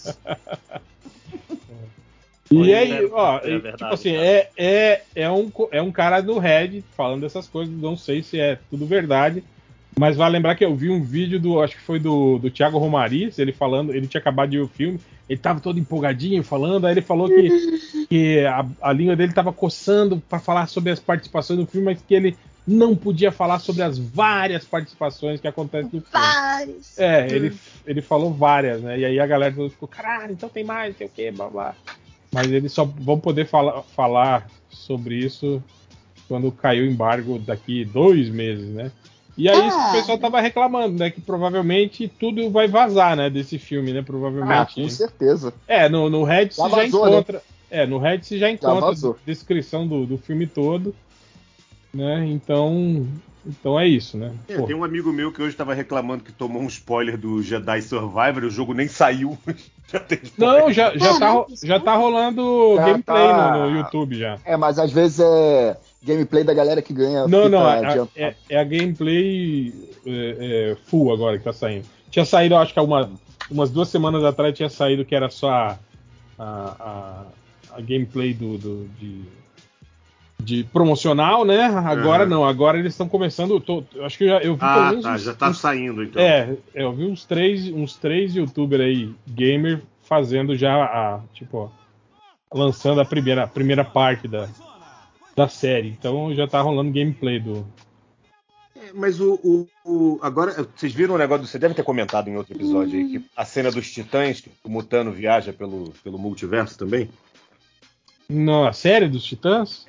E aí, ó, é verdade, tipo assim, é, é, é, um, é um cara do Reddit falando dessas coisas, não sei se é tudo verdade, mas vale lembrar que eu vi um vídeo do, acho que foi do, do Thiago Romariz, ele falando, ele tinha acabado de ver o filme, ele tava todo empolgadinho falando, aí ele falou que, que a, a língua dele tava coçando para falar sobre as participações do filme, mas que ele não podia falar sobre as várias participações que acontecem no filme. Várias. É, ele, ele falou várias, né, e aí a galera ficou, caralho, então tem mais, sei o que, blá blá. Mas eles só vão poder fala, falar sobre isso quando cair o embargo daqui dois meses, né? E aí ah. o pessoal tava reclamando, né? Que provavelmente tudo vai vazar, né? Desse filme, né? Provavelmente. Ah, com certeza. É, no, no Reddit já, já encontra. Né? É, no Reddit você já encontra já a descrição do, do filme todo. Né? Então. Então é isso, né? É, tem um amigo meu que hoje tava reclamando que tomou um spoiler do Jedi Survivor, o jogo nem saiu. já tem não, já, já, tá, já tá rolando já gameplay tá... no, no YouTube já. É, mas às vezes é gameplay da galera que ganha. Não, não, é, é, é a gameplay é, é, full agora que tá saindo. Tinha saído, acho que uma, umas duas semanas atrás tinha saído que era só a, a, a, a gameplay do, do, de, de promocional, né? Agora uhum. não, agora eles estão começando. Tô, acho que eu, já, eu vi ah, pelo menos. Tá, uns, já tá uns, saindo então. É, eu vi uns três, uns três youtubers aí, gamer, fazendo já a. Tipo, ó, lançando a primeira, a primeira parte da. da série, então já tá rolando gameplay do... É, mas o, o, o... Agora, vocês viram o negócio, você deve ter comentado em outro episódio aí, que a cena dos Titãs, que o Mutano viaja pelo, pelo multiverso também? Não, a série dos Titãs? É.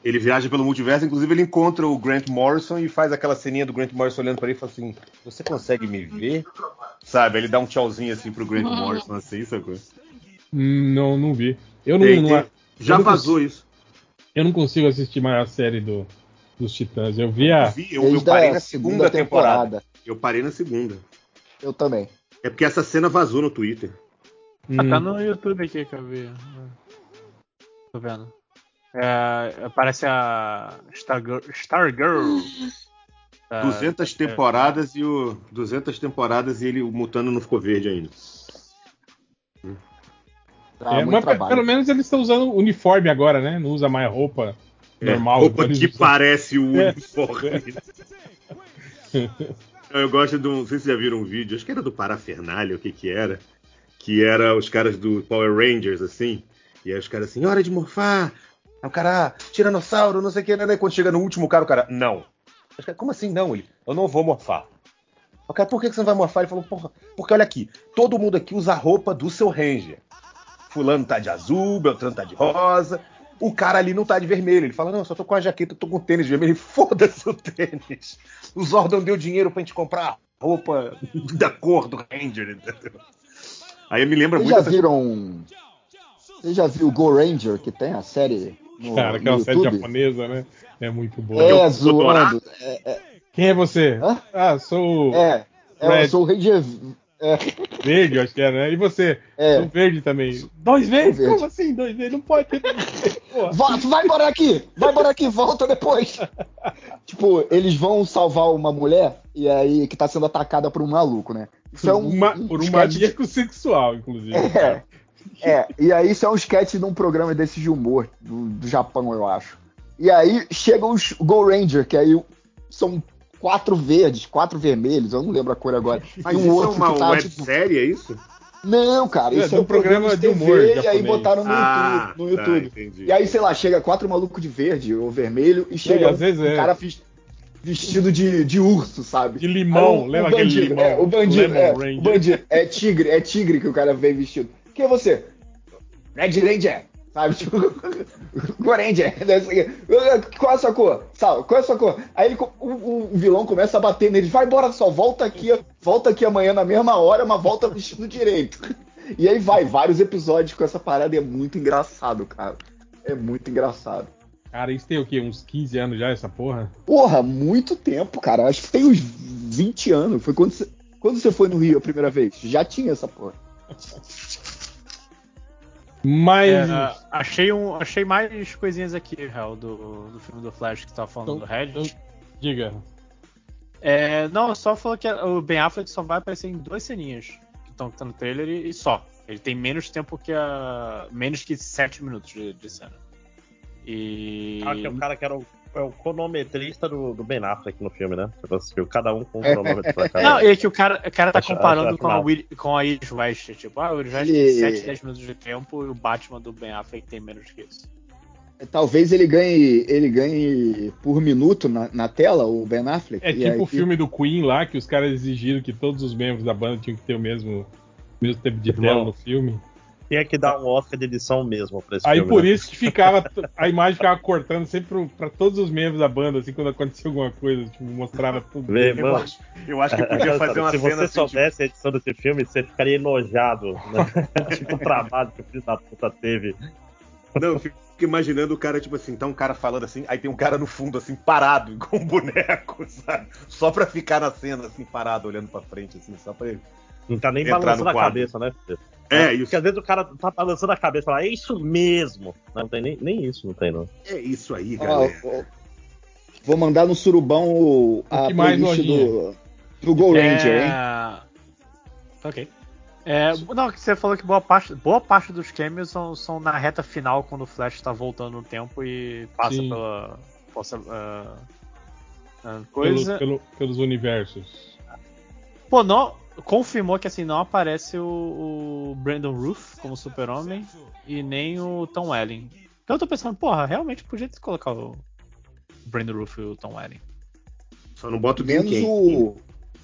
Ele viaja pelo multiverso, inclusive ele encontra o Grant Morrison e faz aquela ceninha do Grant Morrison olhando pra ele e fala assim: você consegue me ver? Sabe? Ele dá um tchauzinho assim pro Grant Morrison, assim, sacou? Não, não vi. Eu não. Tem, não tem. Já eu não vazou consigo, isso. Eu não consigo assistir mais a série do, dos Titãs. Eu vi a. Eu, vi, eu, eu parei na segunda, segunda temporada. temporada. Eu parei na segunda. Eu também. É porque essa cena vazou no Twitter. Ah, tá no YouTube aqui que eu vi. Tô vendo. É, aparece a Stargirl. Stargirl. duzentas temporadas é, e o duzentas temporadas e ele o Mutano não ficou verde ainda. Ah, é, mas trabalho. Pelo menos eles estão usando uniforme agora, né? Não usa mais roupa é, normal. Roupa que usam. Parece o uniforme. É. Eu gosto de um. Não sei se vocês já viram um vídeo, acho que era do Parafernália, o que que era. Que era os caras do Power Rangers, assim. E aí os caras assim, hora de morfar. Aí o cara, ah, tiranossauro, não sei o que, né? Quando chega no último cara, o cara, não. Como assim não? Ele, eu não vou morfar. O cara, por que você não vai morfar? Ele falou, porra, porque olha aqui, todo mundo aqui usa a roupa do seu Ranger. Fulano tá de azul, Beltrano tá de rosa. O cara ali não tá de vermelho. Ele fala, não, eu só tô com a jaqueta, tô com o tênis vermelho. Foda-se o tênis. O Zordon deu dinheiro pra gente comprar a roupa da cor do Ranger, entendeu? Aí me lembra Vocês muito... já viram... Você já viu o Go Ranger, que tem a série no, Cara, aquela no série japonesa, né? É muito boa. É, zoando. É, é... Quem é você? Hã? Ah, sou... É, é eu sou o Ranger... É. Verde, acho que era, né? E você? É. Sou verde também. Dois verdes? Verde. Como assim? Dois verdes? Não pode ter dois verdes. Tu vai embora aqui! Vai embora aqui, volta depois! Tipo, eles vão salvar uma mulher e aí que tá sendo atacada por um maluco, né? Isso é um, uma, um por um maníaco de... sexual, inclusive. É, é, e aí isso é um sketch de um programa desse de humor, do, do Japão, eu acho. E aí chegam os Go Ranger, que aí são quatro verdes, quatro vermelhos, eu não lembro a cor agora. Mas um isso outro é uma que tá, websérie, tipo... é isso? Não, cara, isso é, é um programa, programa de, de humor T V, japonês. E aí botaram no ah, YouTube. No YouTube. Tá, entendi. E aí, sei lá, chega quatro malucos de verde ou vermelho e chega é, um, um é. cara vestido de, de urso, sabe? De limão, aí, lembra o aquele bandido, limão? É, o bandido, é, Ranger. o bandido, é tigre, é tigre que o cara vem vestido. Quem é você? Red Ranger, sabe? Tipo, Go Ranger. Qual é a sua cor? Sal, qual é a sua cor? Aí ele, o, o vilão começa a bater nele. Vai embora, só volta aqui, volta aqui amanhã na mesma hora, mas volta vestido direito. E aí vai, vários episódios com essa parada e é muito engraçado, cara. É muito engraçado. Cara, isso tem o quê? Uns quinze anos já, essa porra? Porra, muito tempo, cara. Acho que tem uns vinte anos. Foi quando você, quando você foi no Rio a primeira vez. Já tinha essa porra. Mas... É, achei, um, achei mais coisinhas aqui, Hel, do, do filme do Flash que você tava falando então, do Red. Então, diga. É, não, só falou que o Ben Affleck só vai aparecer em duas ceninhas que estão no trailer e, e só. Ele tem menos tempo que a. menos que sete minutos de, de cena. E. Ah, que é o cara que era o, é o cronometrista do, do Ben Affleck no filme, né? Você assistiu cada um com um cronômetro pra cada. Não, é que o cara, o cara tá acho, comparando acho, com, acho a Will, com a Iris West. Tipo, ah, o Iris West ele... tem sete, dez minutos de tempo e o Batman do Ben Affleck tem menos que isso. Talvez ele ganhe, ele ganhe por minuto na, na tela, o Ben Affleck. É tipo aí... o filme do Queen lá, que os caras exigiram que todos os membros da banda tinham que ter o mesmo, mesmo tempo de tela Irmão, no filme. Tinha que dar um Oscar de edição mesmo pra esse aí filme. Aí por né? isso que ficava, a imagem ficava cortando sempre pra todos os membros da banda, assim, quando acontecia alguma coisa, tipo, mostrava tudo. Vê, eu, acho, eu acho que podia fazer uma Se cena você assim, soubesse tipo... a edição desse filme, você ficaria enojado, né? Tipo o trabalho que o filho da puta teve. Não, eu fico imaginando o cara, tipo assim, tá um cara falando assim, aí tem um cara no fundo, assim, parado, com um boneco, sabe? Só pra ficar na cena, assim, parado, olhando pra frente, assim, só pra ele. Não tá nem balançando a cabeça, né? É, isso. Porque às vezes o cara tá balançando a cabeça e fala, é isso mesmo. Não tem nem, nem isso, não tem, não. É isso aí, galera. Ah, vou mandar no surubão o, a que mais playlist do, do Go Ranger, é... hein? Ok. É, não, que você falou que boa parte, boa parte dos cameos são, são na reta final, quando o Flash tá voltando no tempo e passa Sim. pela possa, uh, uh, coisa. Pelo, pelo, pelos universos. Pô, não, confirmou que assim não aparece o, o Brandon Routh como Super-Homem e nem o Tom Welling. Então eu tô pensando, porra, realmente podia colocar o Brandon Routh e o Tom Welling. Só não bota o Menos o...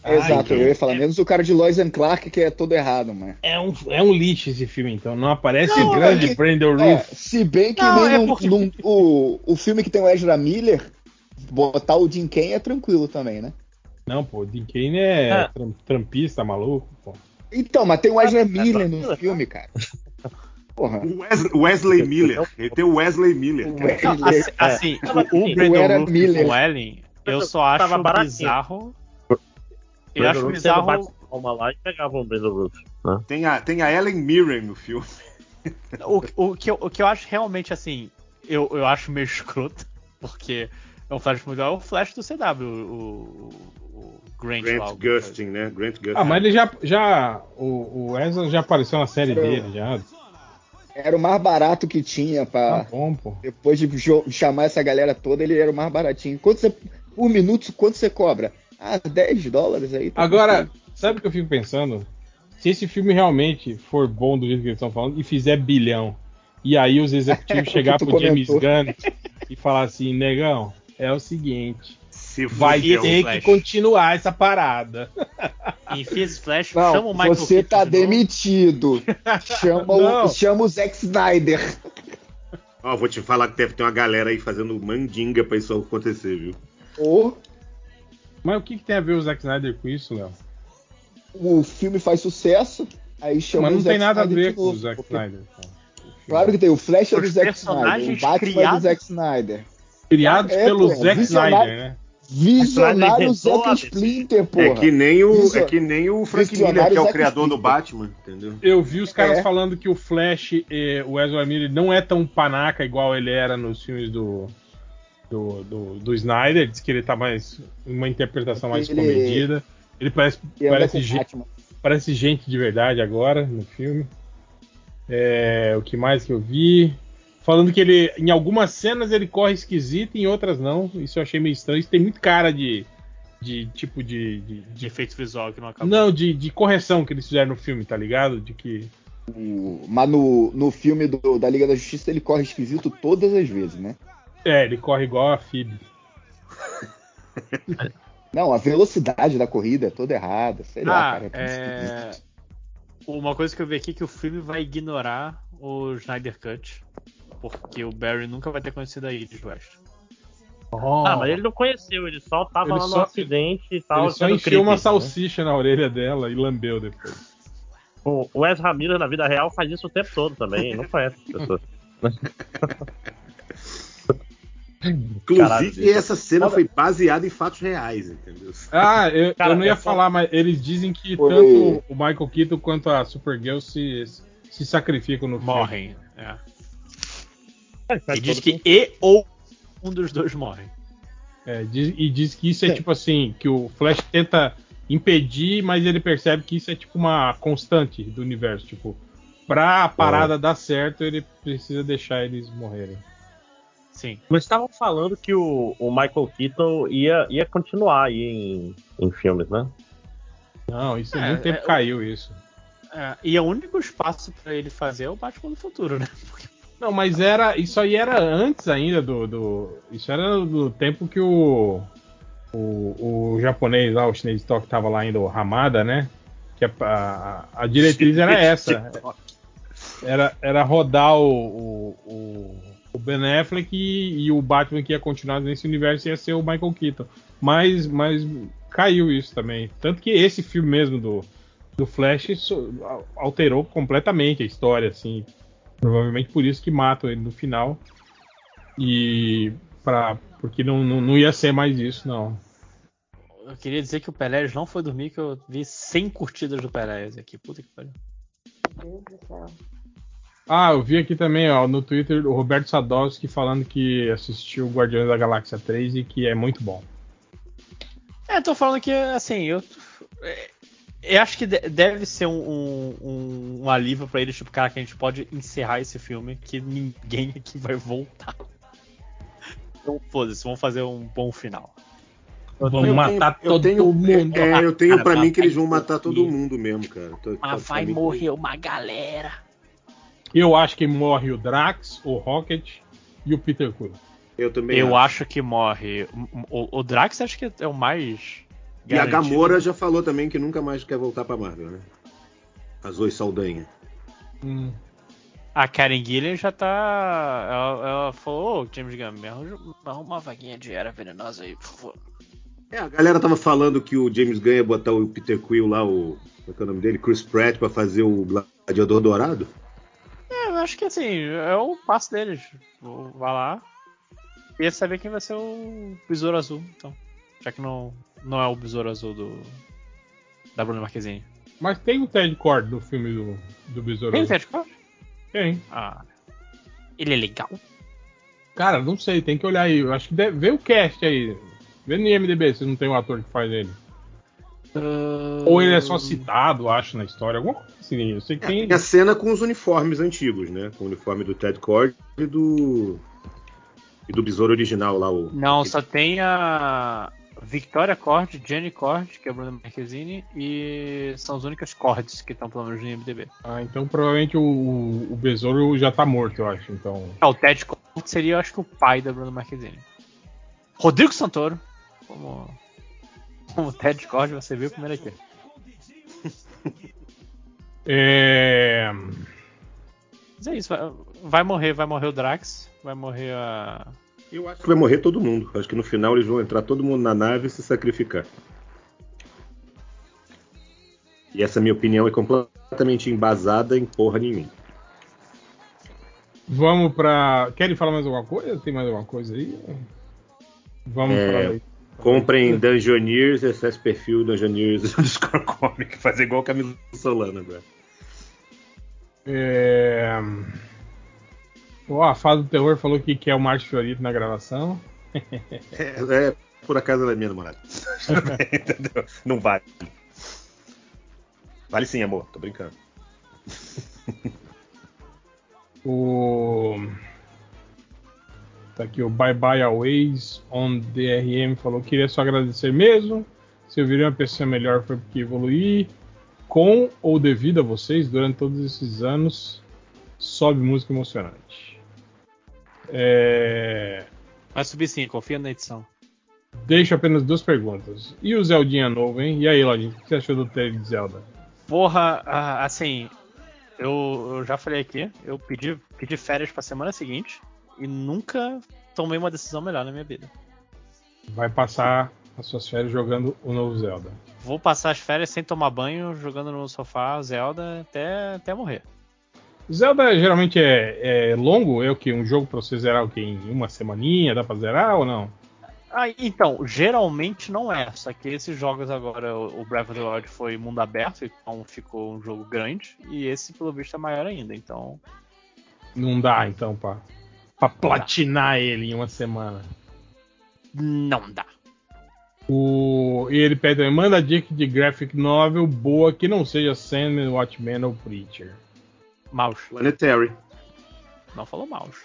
Exato, eu ia falar, menos o cara de Lois and Clark, que é todo errado, mano. É um, é um lixo esse filme, então. Não aparece Não, o grande é que- Brandon É, Routh. se bem que Não, nem é num- porque- num- o, o filme que tem o Ezra Miller, botar o Jim Kane é tranquilo também, né? Não, pô, o Jim Kane é, É. tram- trampista, maluco, pô. Então, mas tem o Ezra Miller no filme, cara. Porra. O Wes- Wesley Miller. Ele tem o Wesley Miller. cara. Não, assim, assim, Não, mas o, o assim, Brandon Era Routh Miller. com o Ellen, eu só Tava acho baratinho. bizarro. Eu Brandon acho Routh bizarro. sendo bate palma lá e pegava o Brandon Routh, né? Tem a, tem a Ellen Mirren no filme. O, o, que eu, o que eu acho realmente assim, eu, eu acho meio escroto, porque é um Flash muito. É o Flash do C W, o, o, o Grant, lá, Grant alguma coisa. Gustin, né? Grant Gustin. Ah, mas ele já. já o, o Ezra já apareceu na série Era- dele, já. Era o mais barato que tinha pra. Tá bom, pô. Depois de jo- chamar essa galera toda, ele era o mais baratinho. Quanto você, por minuto, quanto você cobra? Ah, dez dólares aí. tá Agora, tranquilo. sabe o que eu fico pensando? Se esse filme realmente for bom do jeito que eles estão falando e fizer bilhão, e aí os executivos O chegar que tu pro James comentou. Gunn e falar assim, negão, é o seguinte, Se vai fuder o ter que Flash. continuar essa parada. Enfia esse Flash, chama Não, o Michael você Keaton tá de novo. demitido. Chama o, Não. chama o Zack Snyder. Ó, vou te falar que deve ter uma galera aí fazendo mandinga pra isso acontecer, viu? Ou Mas o que, que tem a ver o Zack Snyder com isso, Léo? o filme faz sucesso, aí chama Mas o não Zack tem nada a Snyder ver de com o novo, Zack porque- Snyder. Então. Claro que tem. O Flash é do Os Zack Snyder. O personagens Batman é do criados- Zack Snyder. Criados É, pelo porra, Zack visionário. Snyder, né? Visionário Snyder Zack inventou a Splinter, porra. É que nem o, Visio- é que nem o Frank Visionário Miller, que é o Zack criador do Splinter. Batman, entendeu? Eu vi os caras É. falando que o Flash, eh, o Ezra Miller, não é tão panaca igual ele era nos filmes do, do, do, do Snyder. Diz que ele tá mais. Uma interpretação mais Ele- comedida. Ele parece, E anda parece, com ge- Batman. parece gente de verdade agora no filme. É, o que mais que eu vi? Falando que ele, em algumas cenas ele corre esquisito, em outras não. Isso eu achei meio estranho. Isso tem muito cara de, de tipo de, de, De de efeito visual que não acabou. não, de, de correção que eles fizeram no filme, tá ligado? De que O- Mas no, no filme do- da Liga da Justiça ele corre esquisito todas as vezes, né? é, ele corre igual a Phoebe. Não, a velocidade da corrida é toda errada. Sei lá, Ah, cara. É tudo é... esquisito. Uma coisa que eu vi aqui é que o filme vai ignorar o Snyder Cut, porque o Barry nunca vai ter conhecido a Iris West. Ah, mas ele não conheceu, ele só tava Ele lá só- no acidente e tal. Ele só sendo encheu uma creepy, né? salsicha na orelha dela e lambeu depois. O o Ezra Miller na vida real faz isso o tempo todo também, não conhece as pessoas. Inclusive, Caralho, essa cena foda. foi baseada em fatos reais, entendeu? Ah, eu, Cara, eu não ia é só- falar, mas eles dizem que Oi. tanto o Michael Keaton quanto a Supergirl se, se sacrificam no filme. Morrem. É. É, faz E diz todo que e ou um dos dois morre. É, diz- e diz que isso é tipo assim, que o Flash tenta impedir, mas ele percebe que isso é tipo uma constante do universo. Tipo, pra a parada dar certo, ele precisa deixar eles morrerem. Sim. Mas estavam falando que o, o Michael Keaton ia, ia continuar aí em, em filmes, né? Não, isso há É, muito tempo é, caiu isso. É, e o único espaço pra ele fazer é o Batman do futuro, né? Porque Não, mas era. Isso aí era antes ainda do. do isso era do tempo que o. O, o japonês lá, o chinês de Tóquio, tava lá ainda, o Hamada, né? Que a, a, a diretriz era essa. Era, era rodar o, o, o, o Ben Affleck e, e o Batman que ia continuar nesse universo ia ser o Michael Keaton. Mas, mas caiu isso também. Tanto que esse filme mesmo do, do Flash isso alterou completamente a história, assim. Provavelmente por isso que matam ele no final. E pra, porque não, não, não ia ser mais isso, não. eu queria dizer que o Pérez não foi dormir, que eu vi cem curtidas do Pérez aqui. Puta que pariu. Meu Deus do céu. Ah, eu vi aqui também, ó, no Twitter, o Roberto Sadowski falando que assistiu Guardiões da Galáxia três e que é muito bom. É, tô falando que, assim, eu. é, Eu acho que de- deve ser um, um, um alívio pra eles, tipo, cara, que a gente pode encerrar esse filme, que ninguém aqui vai voltar. Então, foda-se, vamos fazer um bom final. Vamos Eu matar tenho- eu todo tenho- mundo. É, eu tenho Cara, pra mim mas que eles vai vão matar todo morrer. mundo mesmo, cara. Tô- tô- Mas pra vai mim- morrer uma galera. Eu acho que morre o Drax, o Rocket e o Peter Quill. Eu também Eu acho. acho que morre. O, o Drax acho que é o mais E a Gamora já falou também que nunca mais quer voltar pra Marvel, né? A Zoe Saldanha. Hum. A Karen Gillian já tá. Ela, ela falou, ô, James Gunn, me arruma uma vaguinha de Era Venenosa aí, por favor. É, a galera tava falando que o James Gunn ia botar o Peter Quill lá, o. Qual é o nome dele? Chris Pratt, pra fazer o Gladiador Dourado. É, eu acho que assim, é o passo deles. Vai lá. Queria saber quem vai ser o Besouro Azul, então. Já que não, não é o Besouro Azul do da Bruna Marquezine. Mas tem o Ted Cord do filme do, do Besouro Tem o Azul. Ted Cord? Tem. Ah. Ele é legal? Cara, não sei, tem que olhar aí. Eu acho que deve, vê o cast aí. Vê no I M D B se não tem o ator que faz ele. Uh... Ou ele é só citado, acho, na história. Alguma coisa assim. Eu sei que é, tem... tem a cena com os uniformes antigos, né? Com o uniforme do Ted Cord e do. E do Besouro original lá. O... Não, só tem a Victoria Cord, Jenny Cord, que é a Bruna Marquezine, e são as únicas Cords que estão pelo menos no I M D B. Ah, então provavelmente o, o Besouro já tá morto, eu acho. Então... Ah, o Ted Cord seria, eu acho que o pai da Bruna Marquezine. Rodrigo Santoro, como, como Ted Cord, você viu primeiro aqui. É... Mas é isso, vai, vai morrer, vai morrer o Drax, vai morrer a... Eu acho que vai morrer todo mundo. Acho que no final eles vão entrar todo mundo na nave e se sacrificar. E essa minha opinião é completamente embasada em porra nenhuma. Vamos pra... Querem falar mais alguma coisa? Tem mais alguma coisa aí? Vamos é, pra... Comprem Dungeoneers, acesse perfil Dungeoneers underscore comic. Fazer igual Camilo Solano agora. É... Oh, a Fada do Terror falou que quer o Márcio Fiorito na gravação. é, é, por acaso ela é minha namorada. Não vale. Vale sim, amor. Tô brincando. O... Tá aqui o Bye Bye Always on D R M falou: queria só agradecer mesmo. Se eu virei uma pessoa melhor foi porque evoluí. Com ou devido a vocês, durante todos esses anos, sobe música emocionante. É... Vai subir sim, confia na edição. Deixo apenas duas perguntas. E o Zeldinha novo, hein? E aí, Lodinho, o que você achou do trailer de Zelda? Porra, assim, eu, eu já falei aqui, eu pedi, pedi férias pra semana seguinte e nunca tomei uma decisão melhor na minha vida. Vai passar as suas férias jogando o novo Zelda. Vou passar as férias sem tomar banho, jogando no sofá Zelda até, até morrer. Zelda geralmente é, é longo? É o que? Um jogo pra você zerar o quê? Em uma semaninha? Dá pra zerar ou não? Ah, então, geralmente não é. Só que esses jogos agora, o Breath of the Wild foi mundo aberto, então ficou um jogo grande. E esse, pelo visto, é maior ainda, então... Não dá, então, pra, pra platinar ele em uma semana. Não dá. O... E ele pede também, manda dica de graphic novel boa que não seja Sandman, Watchmen ou Preacher. Mouse. Planetary. Não falou mouse.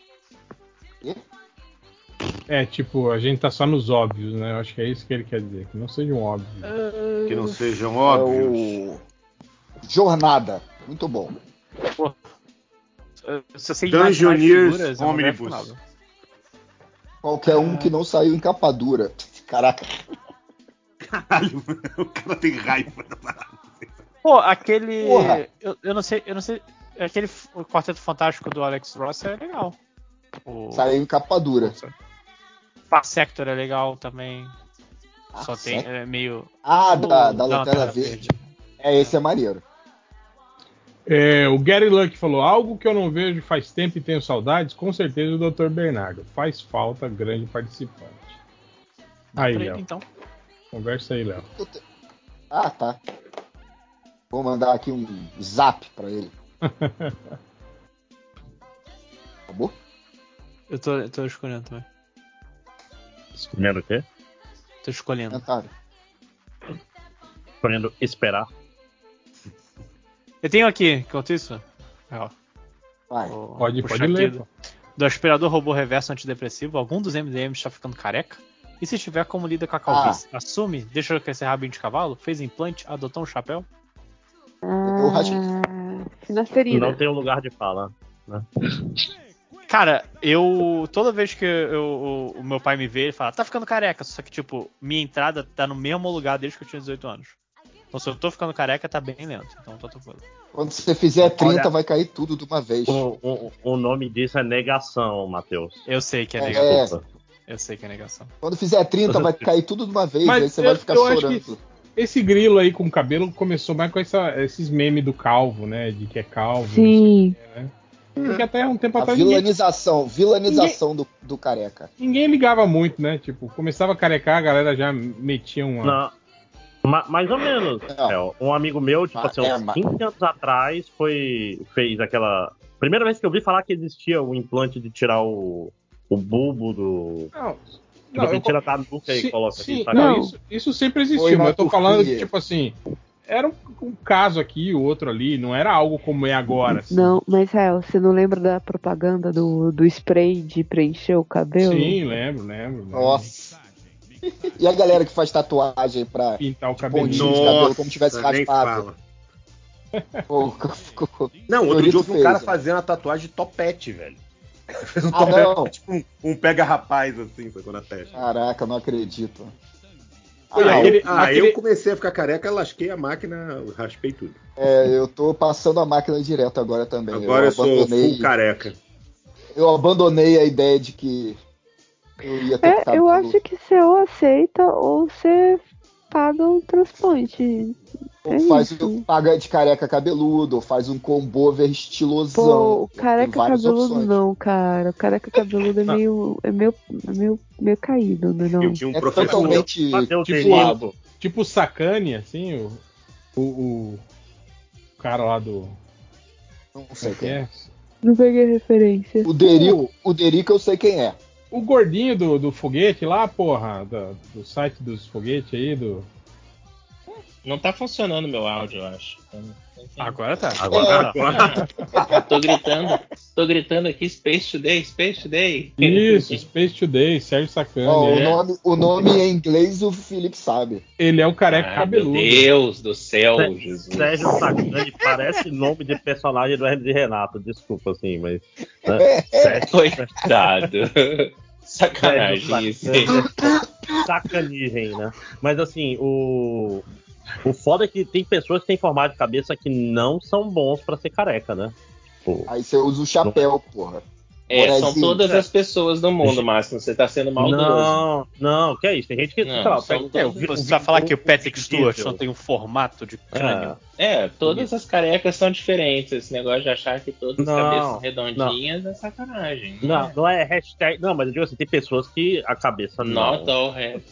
É, tipo, a gente tá só nos óbvios, né? Eu acho que é isso que ele quer dizer, que não sejam óbvios. Uh... Que não sejam óbvios. É o... Jornada. Muito bom. Pô. Se você Dungeoneers Omnibus. Qualquer um que não saiu em capa dura. Caraca. Caralho, mano. O cara tem raiva da parada. Pô, aquele. Eu, eu não sei, eu não sei. Aquele Quarteto Fantástico do Alex Ross é legal. O... Saiu em capa dura. Far Sector é legal também. Ah, Só tem é meio. Ah, o... da, da Lanterna Verde. Verde. É, esse é maneiro. É, o Gary Luck falou: algo que eu não vejo faz tempo e tenho saudades, com certeza o doutor Bernardo. Faz falta grande participante. Aí, Léo. Então. Conversa aí, Léo. Ah, tá. Vou mandar aqui um zap pra ele. Acabou? Eu tô, eu tô escolhendo também. Escolhendo o quê? Tô escolhendo. Comentário. Escolhendo esperar. Eu tenho aqui, enquanto isso. Ó, Vai. O, pode pode ler. Do, do aspirador robô reverso antidepressivo, algum dos M D Ms está ficando careca? E se tiver, como lida com a calvície? Ah. Assume? Deixa crescer rabinho de cavalo? Fez implante? Adotou um chapéu? Ah, Não tem um lugar de fala, né? Cara, eu. Toda vez que eu, o, o meu pai me vê, ele fala, tá ficando careca. Só que, tipo, minha entrada tá no mesmo lugar desde que eu tinha dezoito anos. Então, se eu tô ficando careca, tá bem lento. Então, tô tranquilo. Quando você fizer trinta, Olha, vai cair tudo de uma vez. O, o, o nome disso é negação, Matheus. Eu sei que é É. negação. Eu sei que é negação. Quando fizer trinta, vai cair tudo de uma vez. Mas aí você eu, vai ficar eu acho chorando. que esse grilo aí com cabelo começou mais com essa, esses memes do calvo, né? De que é calvo. Sim. Não sei o que, né? Porque até um tempo A atrás ninguém, vilanização, vilanização do, do careca. ninguém ligava muito, né? Tipo, começava a carecar, a galera já metia uma. Não, ma- mais ou menos. É, um amigo meu, tipo Ah, assim, é, uns mas- quinze anos atrás, foi, fez aquela. Primeira vez que eu vi falar que existia o implante de tirar o, o bulbo do. Não, Tipo não, assim, eu- tira da nuca e Sim, coloca sim, aqui, tá? não, isso, isso sempre Foi existiu, na mas eu tô Turquia. falando que, tipo assim, era um, um caso aqui, o outro ali, não era algo como é agora. Assim. Não, mas Rael, você não lembra da propaganda do, do spray de preencher o cabelo? Sim, lembro, lembro. lembro. Nossa. E a galera que faz tatuagem pra Pintar o de cabelo. pontinho de cabelo como tivesse nem raspado. fala. Pô, ficou- Não, outro Fiorito dia eu vi um fez, cara né? fazendo a tatuagem de topete, velho. Fez um Ah, não. topete, tipo um, um pega-rapaz, assim, sacou na testa. Caraca, não acredito. Ah, Ah, eu, aquele- ah, aquele- eu comecei a ficar careca, lasquei a máquina, raspei tudo. É, eu tô passando a máquina direto agora também. Agora eu, sou abandonei, full careca. eu abandonei a ideia de que eu ia ter É, cabelo. eu acho que você ou aceita ou você paga um transplante. Ou É faz isso. um, paga de careca cabeludo, ou faz um combover estilosão. Pô, o Tem careca várias cabeludo opções. não, cara. O careca cabeludo é meio, é meio, é meio, meio caído, né? Não. Eu tinha um É professor. totalmente Bateu o Tipo, telhado. tipo Sacane, assim, o, o, o cara lá do. Não Como sei é que quem é. é? Não peguei referência. O Derico, o Derico eu sei quem é. O gordinho do, do foguete lá, porra, da- do site dos foguetes aí, do. Não tá funcionando meu áudio, eu acho. Então, Agora tá. Agora, agora. tô gritando, tô gritando aqui Space Today, Space Today. Isso, Space Today, Sérgio Sacani. Ó, o, é. nome, o nome em inglês o Felipe sabe. Ele é um careca Ah, cabeludo. meu Deus do céu, Jesus. Sérgio Sacani parece nome de personagem do Hermes e Renato, desculpa, assim, mas. Né? Sérgio Coitado. Sacanagem isso. Sacanagem, né? Mas assim, o. O foda é que tem pessoas que têm formato de cabeça que não são bons pra ser careca, né? Tipo, Aí você usa o chapéu, porra. É, são Bonezinho. todas as pessoas do mundo, Márcio. Você tá sendo maldoso. não, não, que é isso? Tem gente que, Não, sei lá, são pega- É, você vai falar que o Patrick Stewart não tem um formato de crânio. É, todas as carecas são diferentes. Esse negócio de achar que todas as Não, cabeças são redondinhas é sacanagem. Não, não é hashtag. Não, mas eu digo assim, tem pessoas que a cabeça não. Not all has.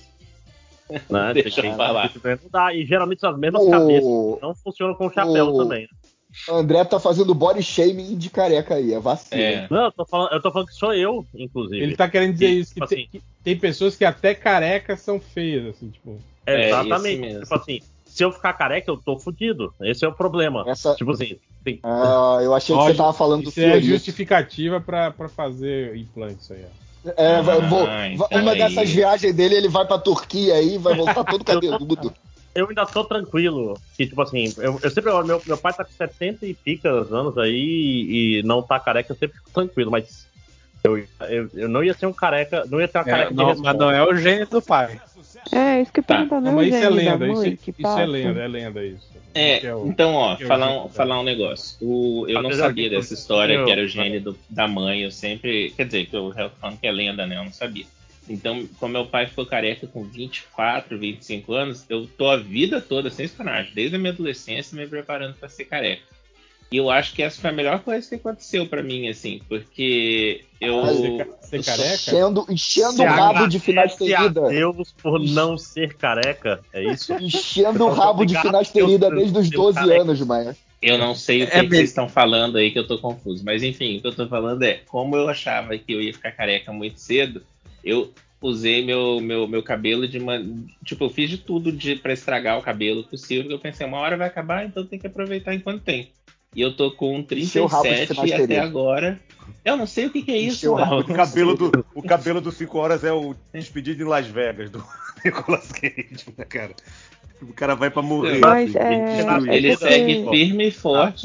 Né? Deixa Tem- eu falar. Não dá, e geralmente as mesmas O- cabeças não funcionam com chapéu o- também. André tá fazendo body shaming de careca aí, é vacilo. É. Não, eu tô falando, eu tô falando que sou eu, inclusive. Ele tá querendo dizer E, isso, que, tipo tem, assim, que tem pessoas que até carecas são feias, assim, tipo. É, exatamente. isso mesmo. Tipo assim, se eu ficar careca, eu tô fudido. Esse é o problema. Essa- Tipo assim, tem... Ah, eu achei que Ó, você tava falando do Isso é a Fiorito. justificativa pra, pra fazer implante, isso aí, ó. É, vai- Ah, vou- então uma é dessas isso. viagens dele, ele vai pra Turquia aí, vai voltar todo cabeludo. Eu ainda tô tranquilo. Que, tipo assim, eu, eu sempre. Meu, meu pai tá com setenta e picas anos aí e não tá careca, eu sempre fico tranquilo, mas. Eu, eu, eu não ia ser um careca. Não ia ter uma É, careca não, de mas não é o gênio do pai. É, isso que eu Tá. perguntar, Não, não, mas é o isso é gênio lenda, da isso, mãe é- que isso passa? é lenda, é lenda isso. É, Que é o- então, ó, que é o falar, gênio um, da- falar um negócio. O, eu não Apesar sabia que- dessa história eu- que era o gênio do- da mãe, eu sempre. Quer dizer, que o Real falando que é lenda, né? Eu não sabia. Então, como meu pai ficou careca com vinte e quatro, vinte e cinco anos, eu tô a vida toda, sem sacanagem, desde a minha adolescência, me preparando pra ser careca. E eu acho que essa foi a melhor coisa que aconteceu pra mim, assim, porque eu. Ah, Ser, ca- ser careca? Enchendo, enchendo Se o rabo de agradece finasterida. a Deus por não ser careca, é isso? Enchendo o rabo de finasterida desde os doze anos, Maia. Eu não sei o que, É que mesmo. vocês estão falando aí que eu tô confuso. Mas enfim, o que eu tô falando é, como eu achava que eu ia ficar careca muito cedo, eu usei meu, meu, meu cabelo de uma. Tipo, eu fiz de tudo de, pra estragar o cabelo possível, porque eu pensei, uma hora vai acabar, então tem que aproveitar enquanto tem. E eu tô com Encheu o rabo de trinta e sete e finasterida. até agora. Eu não sei o que, que é isso, Encheu o rabo Léo. O cabelo do, o cabelo do cinco horas é o despedido em Las Vegas do Nicolas Cage, né, cara? O cara vai pra morrer. Mas assim, é- destruído. Ele é porque- segue firme e forte.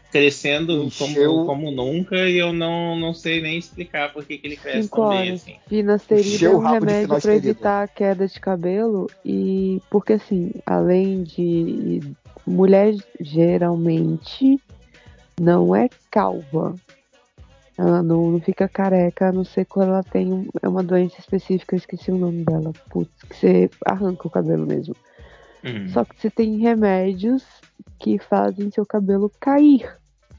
crescendo Encheu- como, como nunca e eu não, não sei nem explicar por que, que ele cresce Cinco tão bem horas. assim. Finasterida Encheu é o um rabo de remédio para finasterida. evitar a queda de cabelo e porque assim, além de mulher geralmente não é calva. Ela não, não fica careca, a não ser quando ela tem um- é uma doença específica, eu esqueci o nome dela. Putz, que você arranca o cabelo mesmo. Uhum. Só que você tem remédios que fazem seu cabelo cair.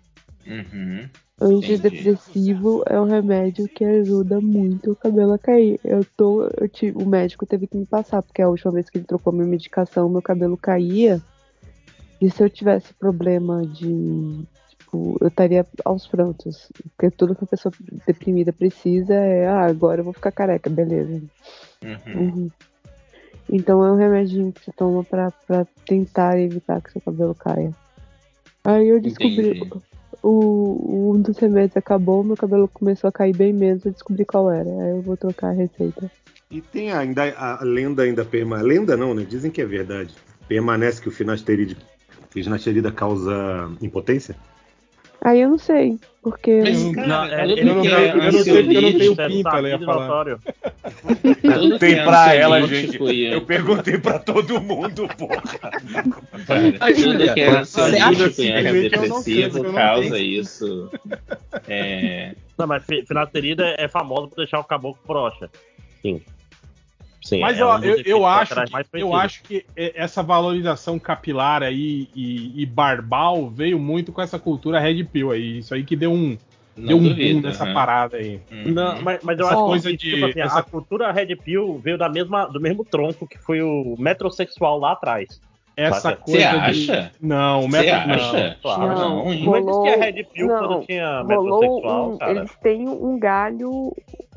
Uhum. Antidepressivo é um remédio que ajuda muito o cabelo a cair. Eu tô, eu tive, o médico teve que me passar, porque a última vez que ele trocou minha medicação, meu cabelo caía. E se eu tivesse problema de, tipo, eu estaria aos prantos. Porque tudo que uma pessoa deprimida precisa é, ah, agora eu vou ficar careca, beleza. Uhum. Uhum. Então é um remedinho que você toma pra, pra tentar evitar que seu cabelo caia. Aí eu descobri, Entendi. o, um dos remédios acabou, meu cabelo começou a cair bem menos, eu descobri qual era. Aí eu vou trocar a receita. E tem ainda a, a lenda ainda permanece. Lenda não, né? Dizem que é verdade. Permanece que o finasteride, finasterida causa impotência? Aí eu não sei, porque... Mas, Não, cara, Não, tudo é- eu não que tenho- é eu não sei porque eu não tenho ansiolítico, pinta, ela ia sabido e falar. notório. tudo Tem que é pra ela, ansiolítico gente. e- Eu perguntei pra todo mundo, porra. Cara, Aí, tudo Júlia, que é você acha ansiolítico e simplesmente eu não sei, porque antidepressivo eu não causa tenho. isso. É, Não, mas fi- finasterida é famosa por deixar o caboclo broxa. Sim. Sim, Mas é eu, um dos eu, eu efeitos acho colaterais que, mais eu conhecidos. acho que essa valorização capilar aí e, e barbal veio muito com essa cultura Red Pill aí. Isso aí que deu um, não deu um duvido. boom nessa aham. parada aí. Uhum. Não, mas, mas eu Essa acho coisa que, de- tipo assim, essa- a cultura Red Pill veio da mesma, do mesmo tronco que foi o metrosexual lá atrás. Essa Saca? coisa Você de. acha? Não, o Você metro. Não. acha? Claro. Não, hein? Não existia rolou- Red Pill não, quando tinha rolou metrosexual, um, cara. eles têm um galho,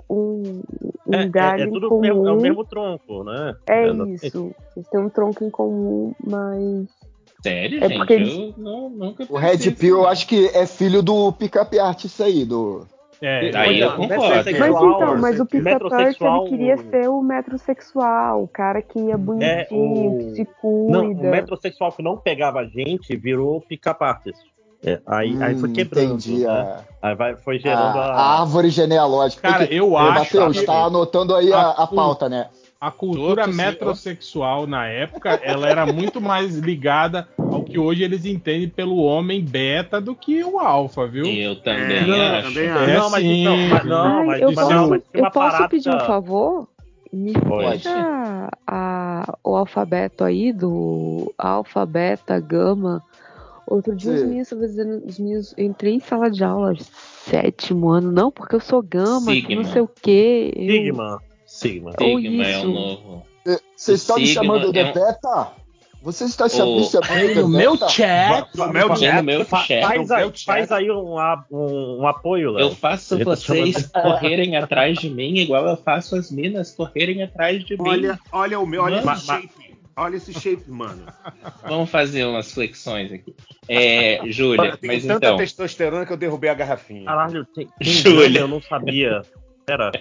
um, um É, é, galho é em tudo comum. mesmo, é o mesmo tronco, né? É exatamente. isso. Eles têm um tronco em comum, mas Sério, É gente? porque eles- Eu não, nunca O pensei Red isso, Pill, eu não. acho que é filho do Pick-up Artist isso aí, do... É, Aí eu Olha, concordo. Mas metrosexual- então, mas o pick-up artist, ele metrosexual- queria ser o metrosexual, o cara que ia bonitinho, o- que se Não, o cuida. metrosexual que não pegava a gente virou pick-up artist. É, aí, aí foi Hum, quebrando. entendi né? a, Aí vai, foi gerando a, a. a árvore genealógica. Tem Cara, que- eu Ô, acho Matheus, que- tá anotando aí a, a a- pauta, né? A cultura Tô, tô, metrosexual na época, ela era muito mais ligada ao que hoje eles entendem pelo homem beta do que o alfa, viu? Eu também não, acho. também É Não, mas sim. então, mas não, Ai, mas, eu mas posso, não, mas tinha eu uma posso parada. pedir um favor? Me Pode. puxa a, o alfabeto aí do alfa, beta, gama. Outro dia os Sim. meninos estavam dizendo, os meninos, eu entrei em sala de aula sétimo ano, não, porque eu sou gama, que não Sigma. sei o quê. eu- Sigma. Sigma. Ou Sigma é isso. o novo. Você está me Sigma chamando de é um- beta? Você está cham- Ô, me chamando Aí de no meu beta? chat, No meu Tem chat. no meu Fa- chat. faz, aí, faz aí um, a- um, um apoio, Léo. Eu faço A gente tá vocês correrem atrás de mim igual eu faço as minas correrem atrás de Olha, mim. olha o meu, olha Mano. esse shape. Olha esse shape, mano. Vamos fazer umas flexões aqui. É, Júlia, Olha, tem mas tanta então. testosterona que eu derrubei a garrafinha. Caralho, tem, tem Júlia. gama, eu não sabia. Pera.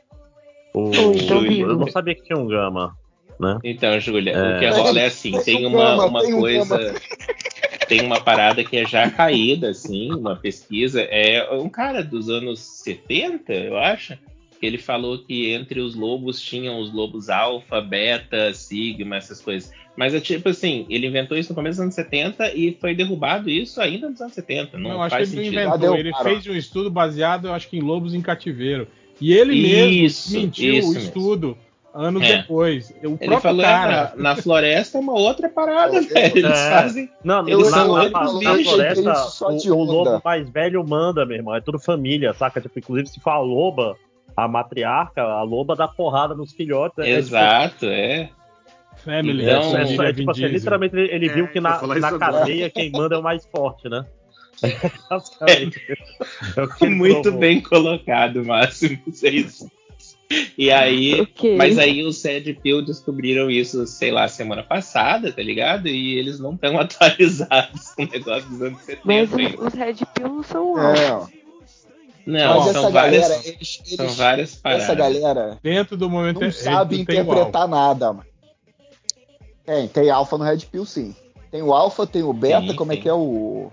O, Oi, tô ouvindo. eu não sabia que tinha um gama, né? Então, Júlia, É. o que rola é assim, Tem tem um uma, gama, uma tem um coisa. gama. Tem uma parada que é já caída, assim, uma pesquisa. É um cara dos anos setenta, eu acho, que ele falou que entre os lobos tinham os lobos alfa, beta, sigma, essas coisas. Mas é tipo assim, ele inventou isso no começo dos anos setenta e foi derrubado isso ainda nos anos setenta. Não, Não, acho que faz ele não sentido. Já inventou, deu, ele cara. fez um estudo baseado, eu acho que em lobos em cativeiro. E ele Isso, mesmo mentiu isso o mesmo. estudo anos É. depois. O Ele próprio falou, cara. é, na, na floresta é uma outra parada, Eu- velho. Eles É. fazem. Não, Eles na, são na, outros na, na bichos. floresta, Isso só de o, o onda. lobo mais velho manda, meu irmão. É tudo família, saca? Tipo, inclusive, se for a loba, a matriarca, a loba dá porrada nos filhotes. É, Exato, é. Family, É, Então- é, diria é, Vin tipo assim, Diesel. literalmente ele, ele É, viu que eu na, ia falar na isso agora. cadeia quem manda é o mais forte, né? Basicamente. É o que ele Muito provou. bem colocado, Márcio. Vocês. E aí, Ok. mas aí os Red Pill descobriram isso, sei lá, semana passada, tá ligado? E eles não estão atualizados com o negócio dos anos Mas setenta. os, ainda. os Red Pill não são É, alfa. ó. Não, Mas são essa várias, galera, eles, são eles, várias paradas. essa galera Dentro do momento não é- sabe tem o interpretar nada, mano. Tem, tem alfa no Red Pill, sim. Tem o alfa, tem o beta, Sim, como é sim. que é o...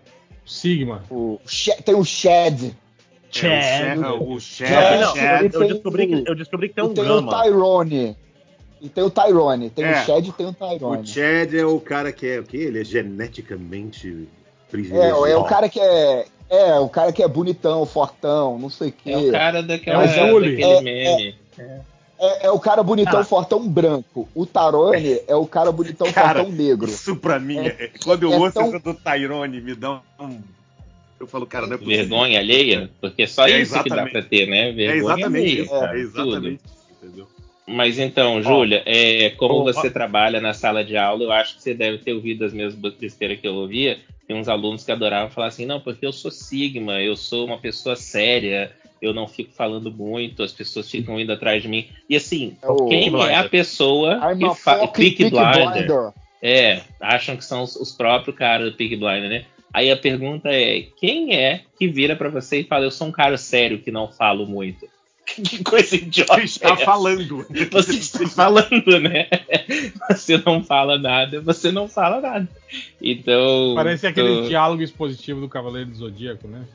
Sigma. O, tem o Shed. Chad. O Chad. Eu descobri que eu descobri que tem um tem Gama. o Tyrone. E tem o Tyrone. Tem É. o Shed e tem o Tyrone. O Chad é o cara que é o quê? Ele é geneticamente É, privilegiado. é o cara que é. É, o cara que é bonitão, fortão, não sei o quê. É o cara daquela, É o Bully. daquele É, meme. É. É, é o cara bonitão, Ah. fortão branco. O Tyrone é o cara bonitão, Cara, fortão negro. Isso pra mim, É- é- quando eu é ouço tão- essa do Tyrone, me dá um. Eu falo, cara, não é possível. Vergonha alheia? Porque é só É isso que dá exatamente. pra ter, né? É Vergonha exatamente alheia, isso. cara, É exatamente tudo. isso, entendeu? Mas então, Júlia, é, como Ó, você ó. trabalha na sala de aula, eu acho que você deve ter ouvido as mesmas besteiras que eu ouvia. Tem uns alunos que adoravam falar assim, não, porque eu sou Sigma, eu sou uma pessoa séria, eu não fico falando muito, as pessoas ficam indo atrás de mim. E assim, É o- quem é a pessoa I'm que a faz fucking Peaky Peaky Blinder? Blinder. É, acham que são os, os próprios caras do Peaky Blinder, né? Aí a pergunta é, quem é que vira pra você e fala, eu sou um cara sério que não falo muito? Que coisa idiota. Você está falando. Você está falando, né? Você não fala nada, você não fala nada. Então. Parece aquele tô- diálogo expositivo do Cavaleiro do Zodíaco, né?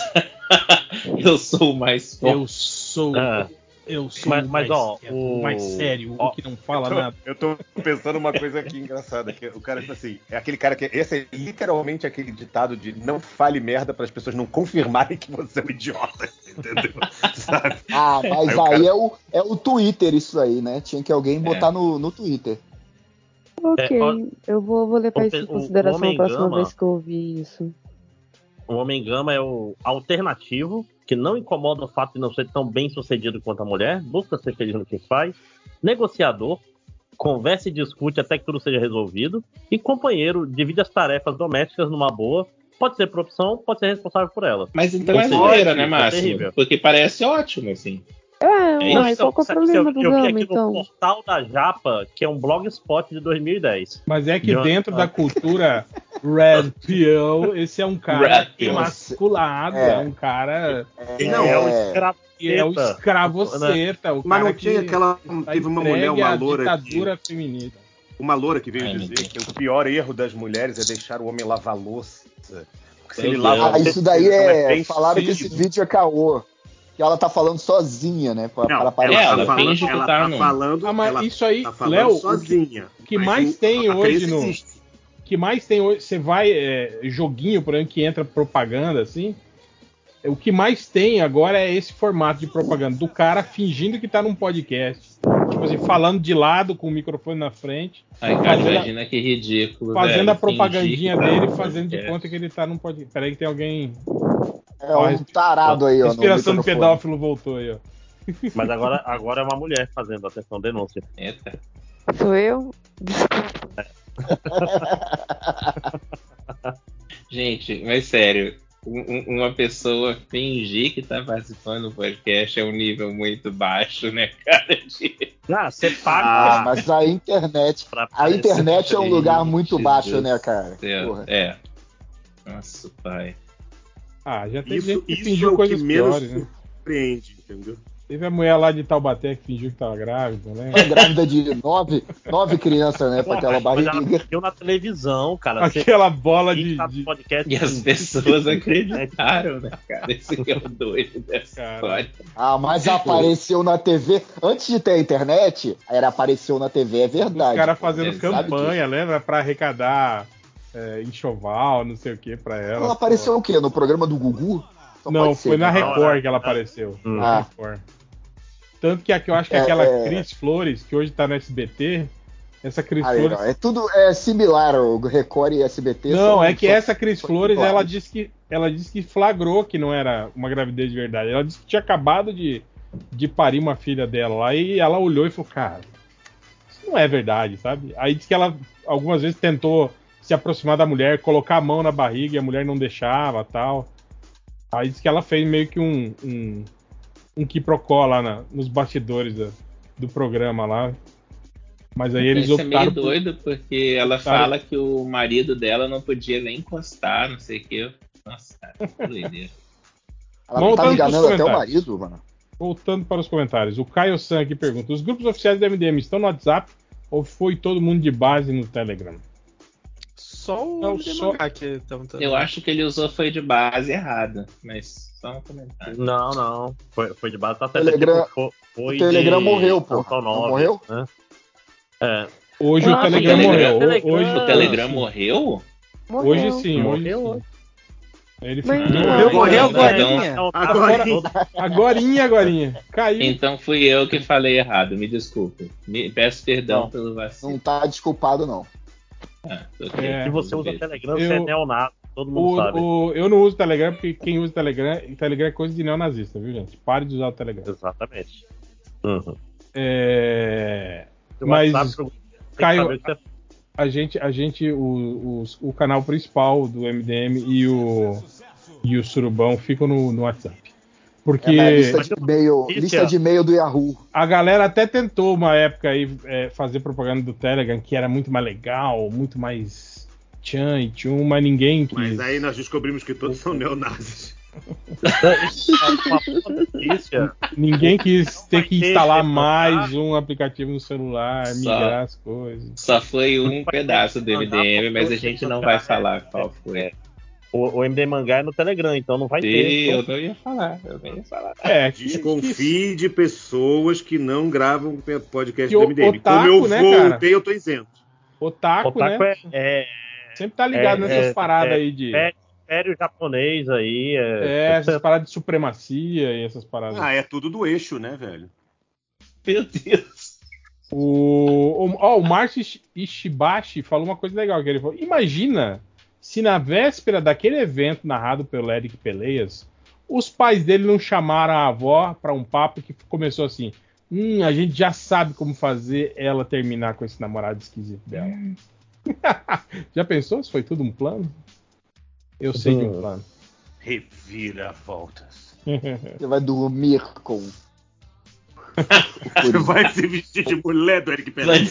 Eu sou o mais forte. Eu sou. Ah. Eu sou Mas- o mas, mais, ó, quieto, o- o mais sério, ó, o que não fala eu tô, nada. Eu tô pensando uma coisa aqui engraçada, que o cara, tipo assim, é aquele cara que. Esse é literalmente aquele ditado de não fale merda para as pessoas não confirmarem que você é um idiota, entendeu? Sabe? Ah, mas Aí o aí, cara- é, o, é o Twitter isso aí, né? Tinha que alguém botar no, no Twitter. Ok, É, ó, eu vou, vou levar o isso pe- em o- consideração o a próxima Homem-Gama- vez que eu ouvir isso. O Homem Gama é o alternativo, que não incomoda o fato de não ser tão bem sucedido quanto a mulher, busca ser feliz no que faz, negociador, conversa e discute até que tudo seja resolvido, e companheiro, divide as tarefas domésticas numa boa, pode ser por opção, pode ser responsável por ela. Mas então Ou é seja, zoeira, né, é Márcio? terrível. Porque parece ótimo, assim. É, É mas isso. qual que é o sabe, problema eu, do eu vi Gama, aqui então? no Portal da Japa, que é um blogspot de dois mil e dez. Mas é que John- dentro da cultura Red Pill, esse é um cara Red Pill. emasculado, é. É. um cara Ele Não, é o é- escravo. que é o escravoceta, o Mas cara não tinha que aquela. tá Teve uma mulher, entregue uma à loura. Que, ditadura feminista. uma loura que veio Ai, meu dizer Deus. que o pior erro das mulheres é deixar o homem lavar louça. Porque se Meu ele Deus. lava Ah, isso daí ele não é. bem Falaram que esse sucedido. vídeo é caô. Que ela tá falando sozinha, né? Pra, Não, pra aparecer. ela ela, tá falando, finge que ela tá tá no- falando. Ah, mas ela isso aí, tá falando Léo, o que- sozinha. o que Mas mais o- tem a hoje crença no- existe. O que mais tem hoje, você vai, é, joguinho, por exemplo, que entra propaganda, assim, o que mais tem agora é esse formato de propaganda, do cara fingindo que tá num podcast. Tipo assim, falando de lado, com o microfone na frente. Ai, cara, fazendo, imagina que ridículo. fazendo velho, a propagandinha fingir que tá dele, no fazendo de podcast. conta que ele tá num podcast. Peraí que tem alguém... É um tarado aí, ó. A no inspiração do microfone. pedófilo voltou aí, ó. Mas agora, agora é uma mulher fazendo, atenção, denúncia. Eita. Sou eu? Desculpa. Gente, mas sério, um- um- uma pessoa fingir que tá participando do podcast é um nível muito baixo, né, cara? De... Ah, você paga. Ah, mas a internet. pra A internet é um Gente lugar muito baixo, do né, cara? céu. Porra. É. Nossa, pai. Ah, já tem Isso, gente que isso é fingiu o coisas que menos piores, né? surpreende, entendeu? Teve a mulher lá de Taubaté que fingiu que tava grávida, né? Uma grávida de nove, nove crianças, né? Com aquela Mas ela barriga. viu na televisão, cara. Você Aquela bola de... tá de- no podcast. E as pessoas acreditaram, né, cara? Esse que é o doido dessa Cara. história. Ah, mas apareceu na T V. Antes de ter a internet, era apareceu na T V, é Os verdade. caras pô. fazendo Ele sabe campanha, lembra? Pra arrecadar é, enxoval, não sei o que, pra ela. Ela apareceu o quê? No programa do Gugu? Só Não, pode ser, foi na né? Record que ela apareceu. Hum. Na Ah. Record. Tanto que aqui eu acho que É, aquela é. Cris Flores, que hoje tá no S B T, essa Cris Aí, Flores. ó, é tudo é similar, o Record e S B T. Não, são- é que são- essa Cris são Flores, iguais. ela disse que ela disse que flagrou que não era uma gravidez de verdade. Ela disse que tinha acabado de, de parir uma filha dela lá e ela olhou e falou, cara, isso não é verdade, sabe? Aí disse que ela algumas vezes tentou se aproximar da mulher, colocar a mão na barriga e a mulher não deixava, tal. Aí disse que ela fez meio que um um, um quiprocó lá na- nos bastidores da- do programa lá. Mas aí eles Isso é meio optaram por... doido, porque ela optaram- fala que o marido dela não podia nem encostar, não sei o que. Nossa, cara, que doideira. Ela Voltando tá pros enganando até o comentários. marido, mano. Voltando para os comentários, o Caio San aqui pergunta: os grupos oficiais do M D M estão no WhatsApp ou foi todo mundo de base no Telegram? só o Não, M D só- Mangá que tão, tão... Eu acho que ele usou foi de base errada, mas só um comentário. Não, não. Foi, foi de base, tá certo. Telegram- Tipo, foi o Telegram de morreu, pô. Central Não nove, morreu? Né? É. Hoje Ah, o Telegram o Telegram- morreu. Telegram- Hoje, O Telegram sim. morreu? Morreu. Hoje sim, Morreu hoje sim. Ele Mas ficou. não. Morreu, morreu Então- agorinha. Agora, Agorinha, agorinha. Caiu. Então fui eu que falei errado, me desculpe. Me peço perdão Não. pelo vacilo. Não tá desculpado, não. Ah, ok. É. Se você usa Beleza. Telegram, Eu- você é neonazi. Todo mundo O, sabe. o- eu não uso Telegram porque quem usa Telegram, Telegram é coisa de neonazista, viu, gente? Pare de usar o Telegram. Exatamente. Uhum. É... O Mas, WhatsApp, tem que Caio, saber que você- a gente, a gente o, os- o canal principal do M D M e o, e o Surubão ficam no, no WhatsApp. Porque É na lista de e-mail, lista de e-mail do Yahoo. a galera até tentou uma época aí é, fazer propaganda do Telegram, que era muito mais legal, muito mais tchan e tchum, mas ninguém quis. mas aí nós descobrimos que todos são neonazis. uma boa notícia. Ninguém quis ter que ter instalar esse mais um aplicativo no celular, Só. migrar as coisas. Só foi um pedaço do M D M, mas a gente não vai falar qual foi. O, o M D Mangá é no Telegram, então não vai ter. E eu não ia falar, eu não ia falar. É, que, Desconfie de pessoas que não gravam podcast Que do o M D M. otaku, Como eu né, voltei, cara? eu tô isento. Otaku, Otaku né? é, é, Sempre tá ligado é- nessas é- paradas é- aí de. é império japonês aí. É, É, essas paradas de supremacia e essas paradas. Ah, é tudo do eixo, né, velho? Meu Deus. O, o, ó, o Márcio Ishibashi falou uma coisa legal, que ele falou, imagina se na véspera daquele evento narrado pelo Eric Peleias, os pais dele não chamaram a avó para um papo que começou assim, hum, a gente já sabe como fazer ela terminar com esse namorado esquisito dela. Já pensou se foi tudo um plano? Eu sei de um plano. Revira voltas. Você vai dormir com. Você vai se vestir de mulher do Eric Pelé.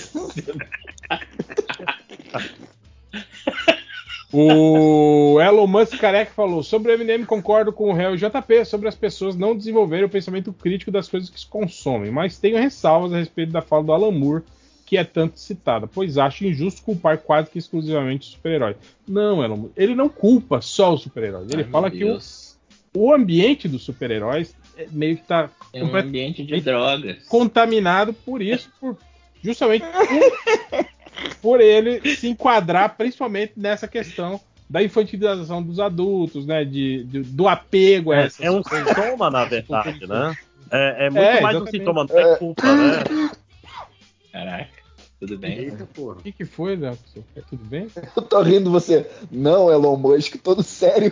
O Elon Musk careca falou: sobre o M D M concordo com o réu J P sobre as pessoas não desenvolverem o pensamento crítico das coisas que se consomem, mas tenho ressalvas a respeito da fala do Alan Moore, que é tanto citada, pois acho injusto culpar quase que exclusivamente os super-heróis. Não, Elon Moore, ele não culpa só os super-heróis, ele Ai, fala meu que o, Deus. o ambiente dos super-heróis é meio que tá É um ambiente de drogas. contaminado por isso, por, justamente por, por ele se enquadrar principalmente nessa questão da infantilização dos adultos, né, de, de- do apego a É, essas é um coisas. sintoma, na verdade, né? É, é muito É, mais um exatamente. sintoma, não é culpa, né? Caraca, tudo bem? Eita, porra. O que, que foi, Léo? É tudo bem? Eu tô rindo você. Não, Elon Musk, todo sério.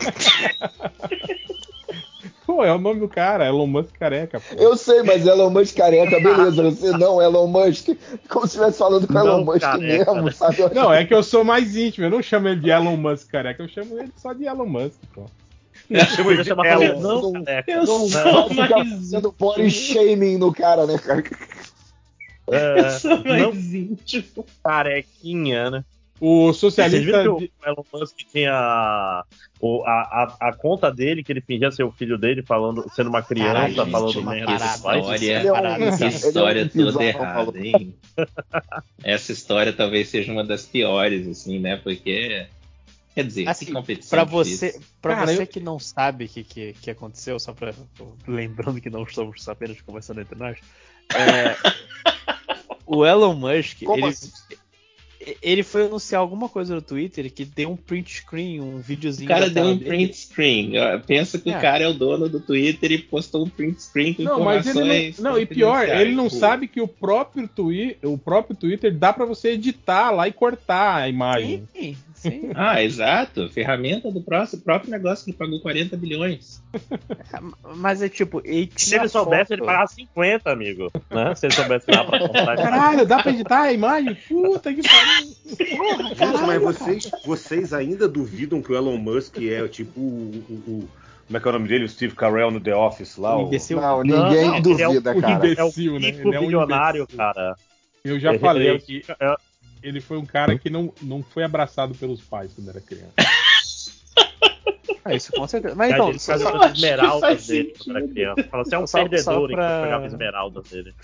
Pô, é o nome do cara, Elon Musk careca. Pô. Eu sei, mas Elon Musk careca, beleza. Você não, Elon Musk. Como se estivesse falando com Não, Elon Musk careca, mesmo, né? sabe? Eu Não, é que eu sou mais íntimo, eu não chamo ele de Elon Musk careca, eu chamo ele só de Elon Musk, pô. Eu chamo ele de Elon. Elon. Não, careca. Eu Não, sou não, fica mais fazendo body shaming no cara, né, cara? é, Eu sou mais não íntimo. O carequinha, né? Vocês socialista. viram que de- o Elon Musk tinha o- a, a, a conta dele, que ele fingia ser o filho dele, falando, sendo uma criança, Caralho, falando gente, merda que dos pais. história, Ele é um- que ele é um história bizarro, toda errada, maluco. hein? Essa história talvez seja uma das piores, assim, né? Porque, quer dizer, Assim, que competição pra difícil. você, pra Cara, você eu- que não sabe o que, que, que aconteceu, só pra. Lembrando que não estamos apenas conversando entre nós. é, o Elon Musk, Como ele, assim? ele foi anunciar alguma coisa no Twitter que deu um print screen, um O videozinho. cara da deu tela um dele. print screen. Ó, Pensa que É. o cara é o dono do Twitter e postou um print screen com Não, mas ele informações. não, não, e pior, confidenciais. ele não Pô. sabe que o próprio, twi, o próprio Twitter dá pra você editar lá e cortar a imagem. Sim, sim. Ah, exato. Ferramenta do próximo, próprio negócio que ele pagou quarenta bilhões. Mas é tipo, ele Se tinha ele soubesse, foto. ele pagava cinquenta, amigo. Né? Se ele soubesse que dava pra comprar. Caralho, dá pra editar a imagem? Puta que pariu. Porra, Gente, caralho, mas cara. vocês, vocês ainda duvidam que o Elon Musk é tipo o, o- o- como é que é o nome dele? O Steve Carell no The Office lá? O o- imbecil. Não, ninguém não, ele é duvida, o cara. É o imbecil, né? rico Ele é um bilionário, imbecil. cara. Eu já Ele- falei ele- que é- ele foi um cara que não, não foi abraçado pelos pais quando era criança. Ah, isso com certeza. Mas A então, gente só, fazia só, as esmeraldas dele quando era criança. Fala, você é um Só- perdedor só enquanto pra- pegava esmeraldas dele.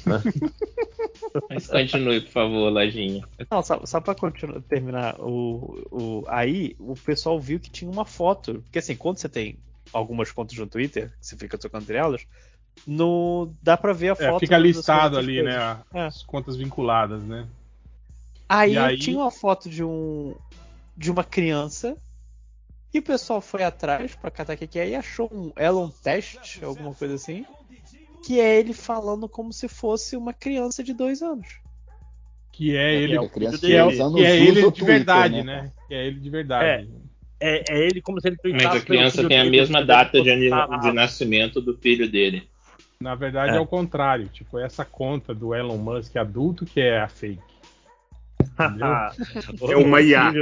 Mas continue, por favor, Lojinha. não, só, só pra continuar, terminar, o, o, aí o pessoal viu que tinha uma foto. Porque assim, quando você tem algumas contas no Twitter, que você fica trocando entre elas, no, dá pra ver a É, foto. fica das listado outras ali, coisas. né? É. As contas vinculadas, né? Aí, E aí- tinha uma foto de um de uma criança e o pessoal foi atrás pra catar o que que é e achou um Elon Test, alguma coisa assim, que é ele falando como se fosse uma criança de dois anos. Que é É, ele, é o filho que é, dele. que é ele de Twitter, verdade, né, né? Que é ele de verdade. É, é ele como se ele Mas tweetasse a criança pelo filho tem a dele, mesma mas data ele de, fosse ani- tarado. de nascimento do filho dele. Na verdade é. É. o contrário. Tipo, essa conta do Elon Musk adulto que é a fake. Entendeu? É uma I A.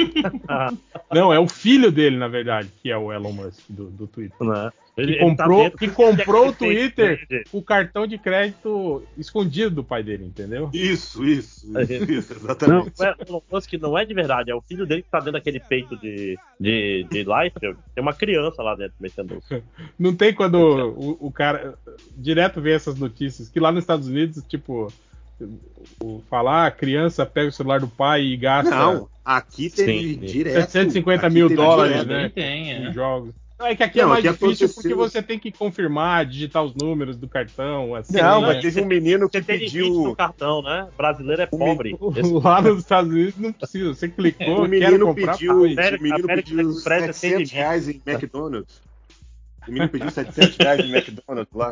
Não, é o filho dele, na verdade, que é o Elon Musk do, do Twitter. Né? Que Ele- ele comprou, tá vendo que que comprou ele o Twitter fez, né? com o cartão de crédito escondido do pai dele, entendeu? Isso, isso, isso, isso, Não, exatamente. o Elon Musk não é de verdade, é o filho dele que tá dentro daquele peito de, de, de Life. Tem uma criança lá dentro mexendo. Não tem quando o, o cara direto vê essas notícias, que lá nos Estados Unidos, tipo, o, falar a criança pega o celular do pai e gasta Não, aqui teve Sim. direto. setecentos e cinquenta aqui mil teve dólares, direto. né? Tem, é. Em jogos. Não, é que aqui é Não, mais aqui difícil aconteceu- porque você tem que confirmar, digitar os números do cartão, assim. Não, né? mas teve um menino que Você tem limite no pediu. cartão, né? Brasileiro é pobre. Esse- Lá nos Estados Unidos não precisa. Você clicou, O quero menino comprar. pediu, faz. o América- menino América pediu Express é sem setecentos limite. reais em McDonald's. O menino pediu setecentos reais em McDonald's lá.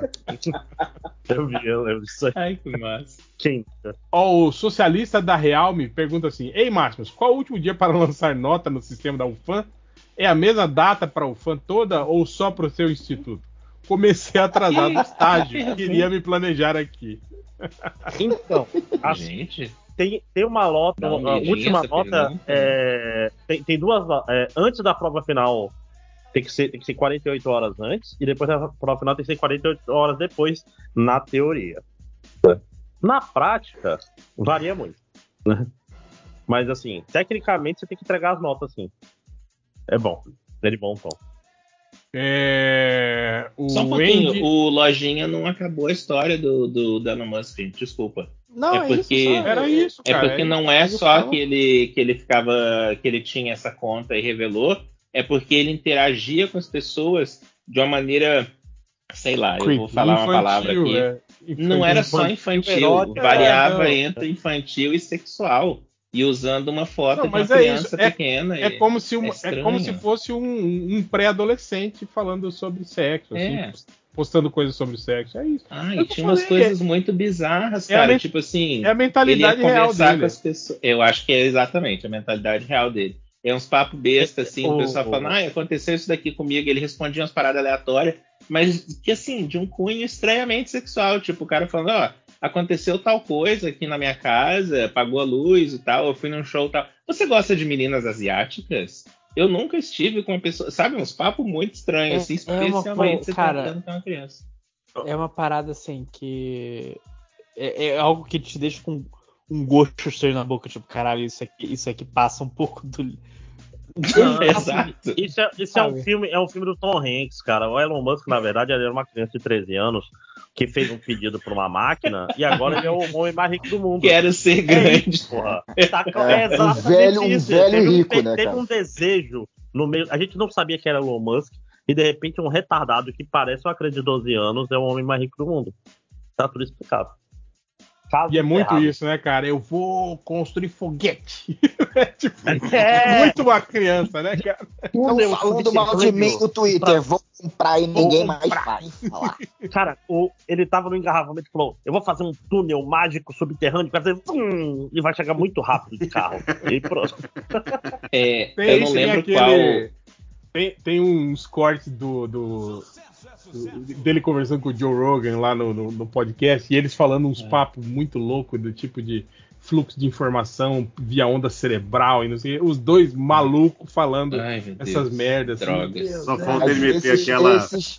Eu vi, eu lembro disso aí. Ai, que massa. Quem? Ó, o socialista da Real me pergunta assim: Ei, Máximos, qual o último dia para lançar nota no sistema da U F A M? É a mesma data para a U F A M toda ou só para o seu instituto? Comecei atrasado no estágio, queria me planejar aqui. Então, a- Gente, tem, tem uma nota, Dá um a medinho última essa nota pergunta. é, tem, tem duas. É, antes da prova final tem que, ser, tem que ser quarenta e oito horas antes, e depois da prova final tem que ser quarenta e oito horas depois, na teoria. Na prática, varia muito. Né? Mas assim, tecnicamente você tem que entregar as notas, sim. É bom. É de bom tom. É... O só um pouquinho. Andy... O Lojinha não acabou a história do, do, do Elon Musk, desculpa. Não, É é, porque- isso. Só, Era isso, É cara. porque não é Ele só fala- que ele, que ele ficava. Que ele tinha essa conta e revelou. É porque ele interagia com as pessoas de uma maneira. Sei lá, eu vou falar uma palavra aqui. é. Não era só infantil, erótico, variava é, não. entre infantil e sexual. E usando uma foto Não, de uma mas é criança isso, é- pequena. É e- como se, uma, é é estranho. como se fosse um, um pré-adolescente falando sobre sexo, assim, É. postando coisas sobre sexo. É isso. Ah, É e o que tinha eu umas falei, coisas muito bizarras, é a cara. men- Tipo assim, É a ele ia mentalidade real conversar dele. com as pessoas. Eu acho que é exatamente a mentalidade real dele. É uns papos besta, assim, o O- pessoal falando, ah, aconteceu isso daqui comigo. Ele respondia umas paradas aleatórias, mas que assim, de um cunho estranhamente sexual. Tipo, o cara falando, ó, aconteceu tal coisa aqui na minha casa, apagou a luz e tal, eu fui num show e tal. Você gosta de meninas asiáticas? Eu nunca estive com uma pessoa. Sabe, uns papos muito estranhos, É- assim, é uma especialmente co- você cara, tá falando com uma criança. É uma parada assim que. É, é algo que te deixa com um gosto estranho na boca, tipo, caralho, isso aqui, isso aqui passa um pouco do. Não, exato. Isso, é, isso é, um Sabe? filme, é um filme do Tom Hanks, cara. O Elon Musk, na verdade, ele era uma criança de treze anos que fez um pedido pra uma máquina e agora ele é o homem mais rico do mundo. Quero ser grande. Isso, porra. Tá, É, é um exatamente velho- um isso. velho teve rico, um, né, Teve cara? um desejo no meio. A gente não sabia que era Elon Musk e de repente um retardado que parece uma criança de doze anos é o homem mais rico do mundo. Tá tudo explicado. Caso E é muito errado. isso, né, cara? Eu vou construir foguete. É tipo, É. muito uma criança, né, cara? Estão eu falando fui mal de mim no Twitter. pra- Vou comprar e ninguém Vou mais comprar. vai falar. Cara, o, ele tava no engarrafamento e falou: eu vou fazer um túnel mágico subterrâneo que vai fazer tum, e vai chegar muito rápido de carro. E pronto. É, Tem, eu não tem lembro aquele. qual. Tem, tem uns cortes do, do, do- dele conversando com o Joe Rogan lá no, no, no podcast e eles falando uns papos muito loucos do tipo de fluxo de informação via onda cerebral e não sei, os dois malucos falando Ai, meu essas Deus, merdas. assim. drogas. Só Mas falta ele meter esses- aquela. esses-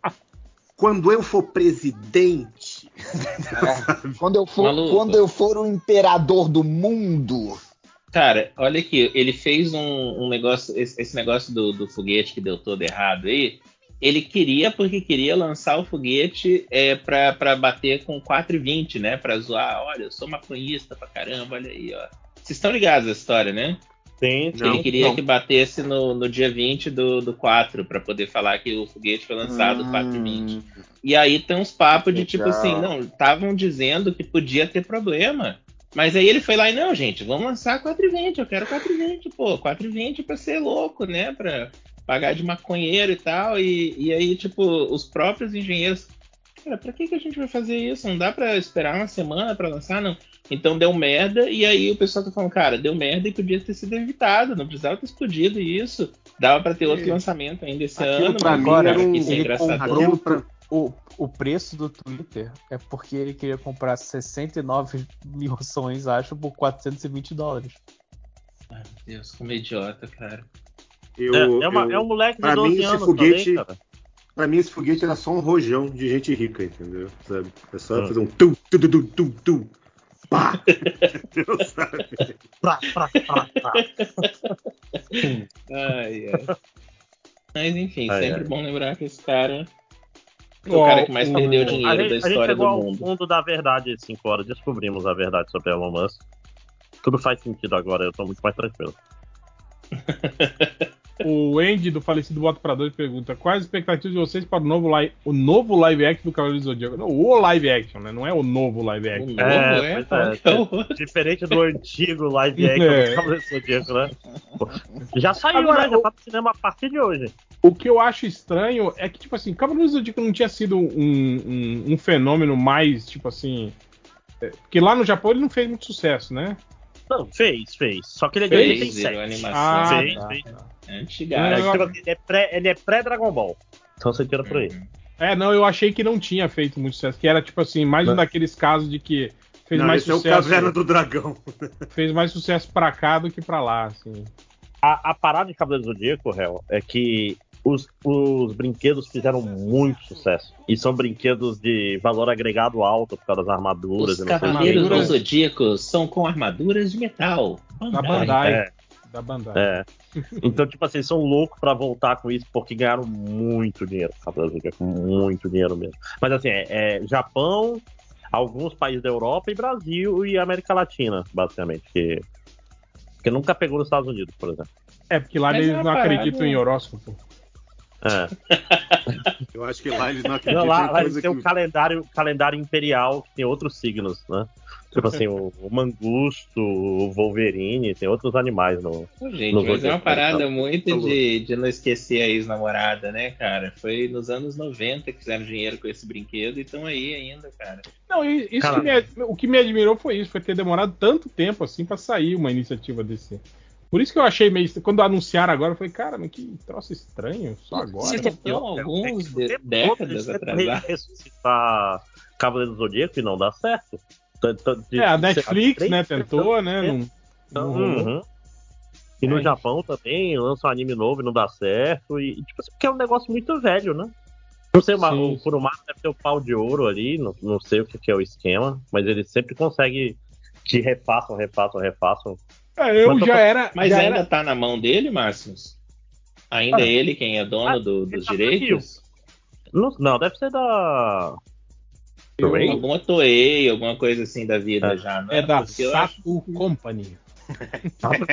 Quando eu for presidente. é, quando, eu for, Maluco. quando eu for o imperador do mundo. Cara, olha aqui, ele fez um, um negócio, esse, esse negócio do, do foguete que deu todo errado aí. Ele queria, porque queria lançar o foguete é, pra, pra bater com quatro e vinte, né? Pra zoar, olha, eu sou maconhista pra caramba, olha aí, ó. Vocês estão ligados nessa história, né? Sim, que ele queria não. que batesse no, no dia vinte do, do quatro, pra poder falar que o foguete foi lançado Hum, quatro e vinte. E aí tem uns papos de tipo legal. assim, não, estavam dizendo que podia ter problema. Mas aí ele foi lá e, não, gente, vamos lançar quatro e vinte, eu quero quatro e vinte, pô, quatro e vinte pra ser louco, né, pra pagar de maconheiro e tal, e, e aí, tipo, os próprios engenheiros, cara, pra que, que a gente vai fazer isso? Não dá pra esperar uma semana pra lançar, não? Então deu merda, e aí o pessoal tá falando, cara, deu merda e podia ter sido evitado, não precisava ter explodido isso, dava pra ter outro E lançamento ainda esse aquilo ano, pra mas mim agora era um- que isso é ele engraçadão. comprou pra- o, o preço do Twitter é porque ele queria comprar sessenta e nove mil ações, acho, por quatrocentos e vinte dólares. Ai, meu Deus, como idiota, cara. Eu, É- é uma- eu- é um moleque de pra doze mim, esse anos foguete, também, cara. Pra mim, esse foguete era só um rojão de gente rica, entendeu? Sabe? É só Hum. fazer um tum, tum, tum, tum, tum, tum. Pá! Entendeu, sabe? Pra, pra, pra, pra. Ai, ai. Mas enfim, Ai, sempre ai. bom lembrar que esse cara é o Ó, cara que mais o- perdeu A dinheiro gente, da a gente história chegou do ao mundo. fundo da verdade em cinco horas, descobrimos a verdade sobre Elon Musk. Tudo faz sentido agora, eu tô muito mais tranquilo. O Andy do falecido Voto para Dois pergunta: quais as expectativas de vocês para o novo live, o novo live action do Cavaleiro do Zodíaco? Não, o live action, né? Não é o novo live action. novo é? pois Qual é, que é o outro? diferente do antigo live action É. do Cavaleiro do Zodíaco, né? Pô, já saiu, Agora, né? Já o- tá no cinema a partir de hoje. O que eu acho estranho é que, tipo assim, Cavaleiro do Zodíaco não tinha sido um, um, um fenômeno mais, tipo assim. é, Porque lá no Japão ele não fez muito sucesso, né? Não, fez, fez. Só que ele é de Fez? oitenta e Virou sete. animação. Ah, Fez, tá, fez. tá. É É, antiga. Não, tipo assim, ele é pré- ele é pré-Dragon Ball. Então você tira por aí. É, não, eu achei que não tinha feito muito sucesso. Que era, tipo assim, mais um Não. daqueles casos de que fez Não, mais esse é o sucesso. Caverna do Dragão. Fez mais sucesso pra cá do que pra lá, assim. A, a parada de Cavaleiro do Zodíaco, Hel, é que os, os brinquedos fizeram muito sucesso. E são brinquedos de valor agregado alto por causa das armaduras. Os e não sei o quê. Cavaleiros do Armaduras- Zodíaco são com armaduras de metal. Da Bandai. É. Da Bandai. É. Então, tipo assim, são loucos pra voltar com isso porque ganharam muito dinheiro. Cavaleiro do Zodíaco, muito dinheiro mesmo. Mas assim, é, é Japão, alguns países da Europa e Brasil e América Latina, basicamente. Que, que nunca pegou nos Estados Unidos, por exemplo. É, porque lá Mas eles é uma não parada- acreditam em horóscopo. É. Eu acho que lá eles não acreditam Não, lá, em lá eles coisa têm que... o calendário, calendário imperial, que tem outros signos, né? Tipo assim, o, o mangusto, o Wolverine, tem outros animais no. Gente, no mas é uma Zodíaco, parada então. muito de, de não esquecer a ex-namorada, né, cara? Foi nos anos noventa que fizeram dinheiro com esse brinquedo e estão aí ainda, cara. Não, e- isso Cara- que me ad- o que me admirou foi isso, foi ter demorado tanto tempo assim pra sair uma iniciativa desse. Por isso que eu achei meio. Quando anunciaram agora, eu falei, cara, mas que troço estranho, só agora. Já estão alguns de- Eles décadas tentam atrasados. ressuscitar Cavaleiro do Zodíaco e não dá certo. Tanto- tanto de- É, a de- Netflix, três- né, tentou, né? Não, não rolou. Uhum. E no É. Japão também lança um anime novo e não dá certo. E, tipo assim, porque é um negócio muito velho, né? Não sei, uma, Sim. o Kurumada deve ter o pau de ouro ali, não, não sei o que, que é o esquema, mas ele sempre consegue que refaçam, refaçam, refaçam. É, eu Mas tô já falando- era. Mas já ainda era... tá na mão dele, Márcios? Ainda Ah. é ele quem é dono Ah, do- ele dos tá direitos? Não, não, deve ser da. Toei? Alguma Toei, alguma coisa assim da vida É. já, não É da Porque eu acho- Sato Company. Sato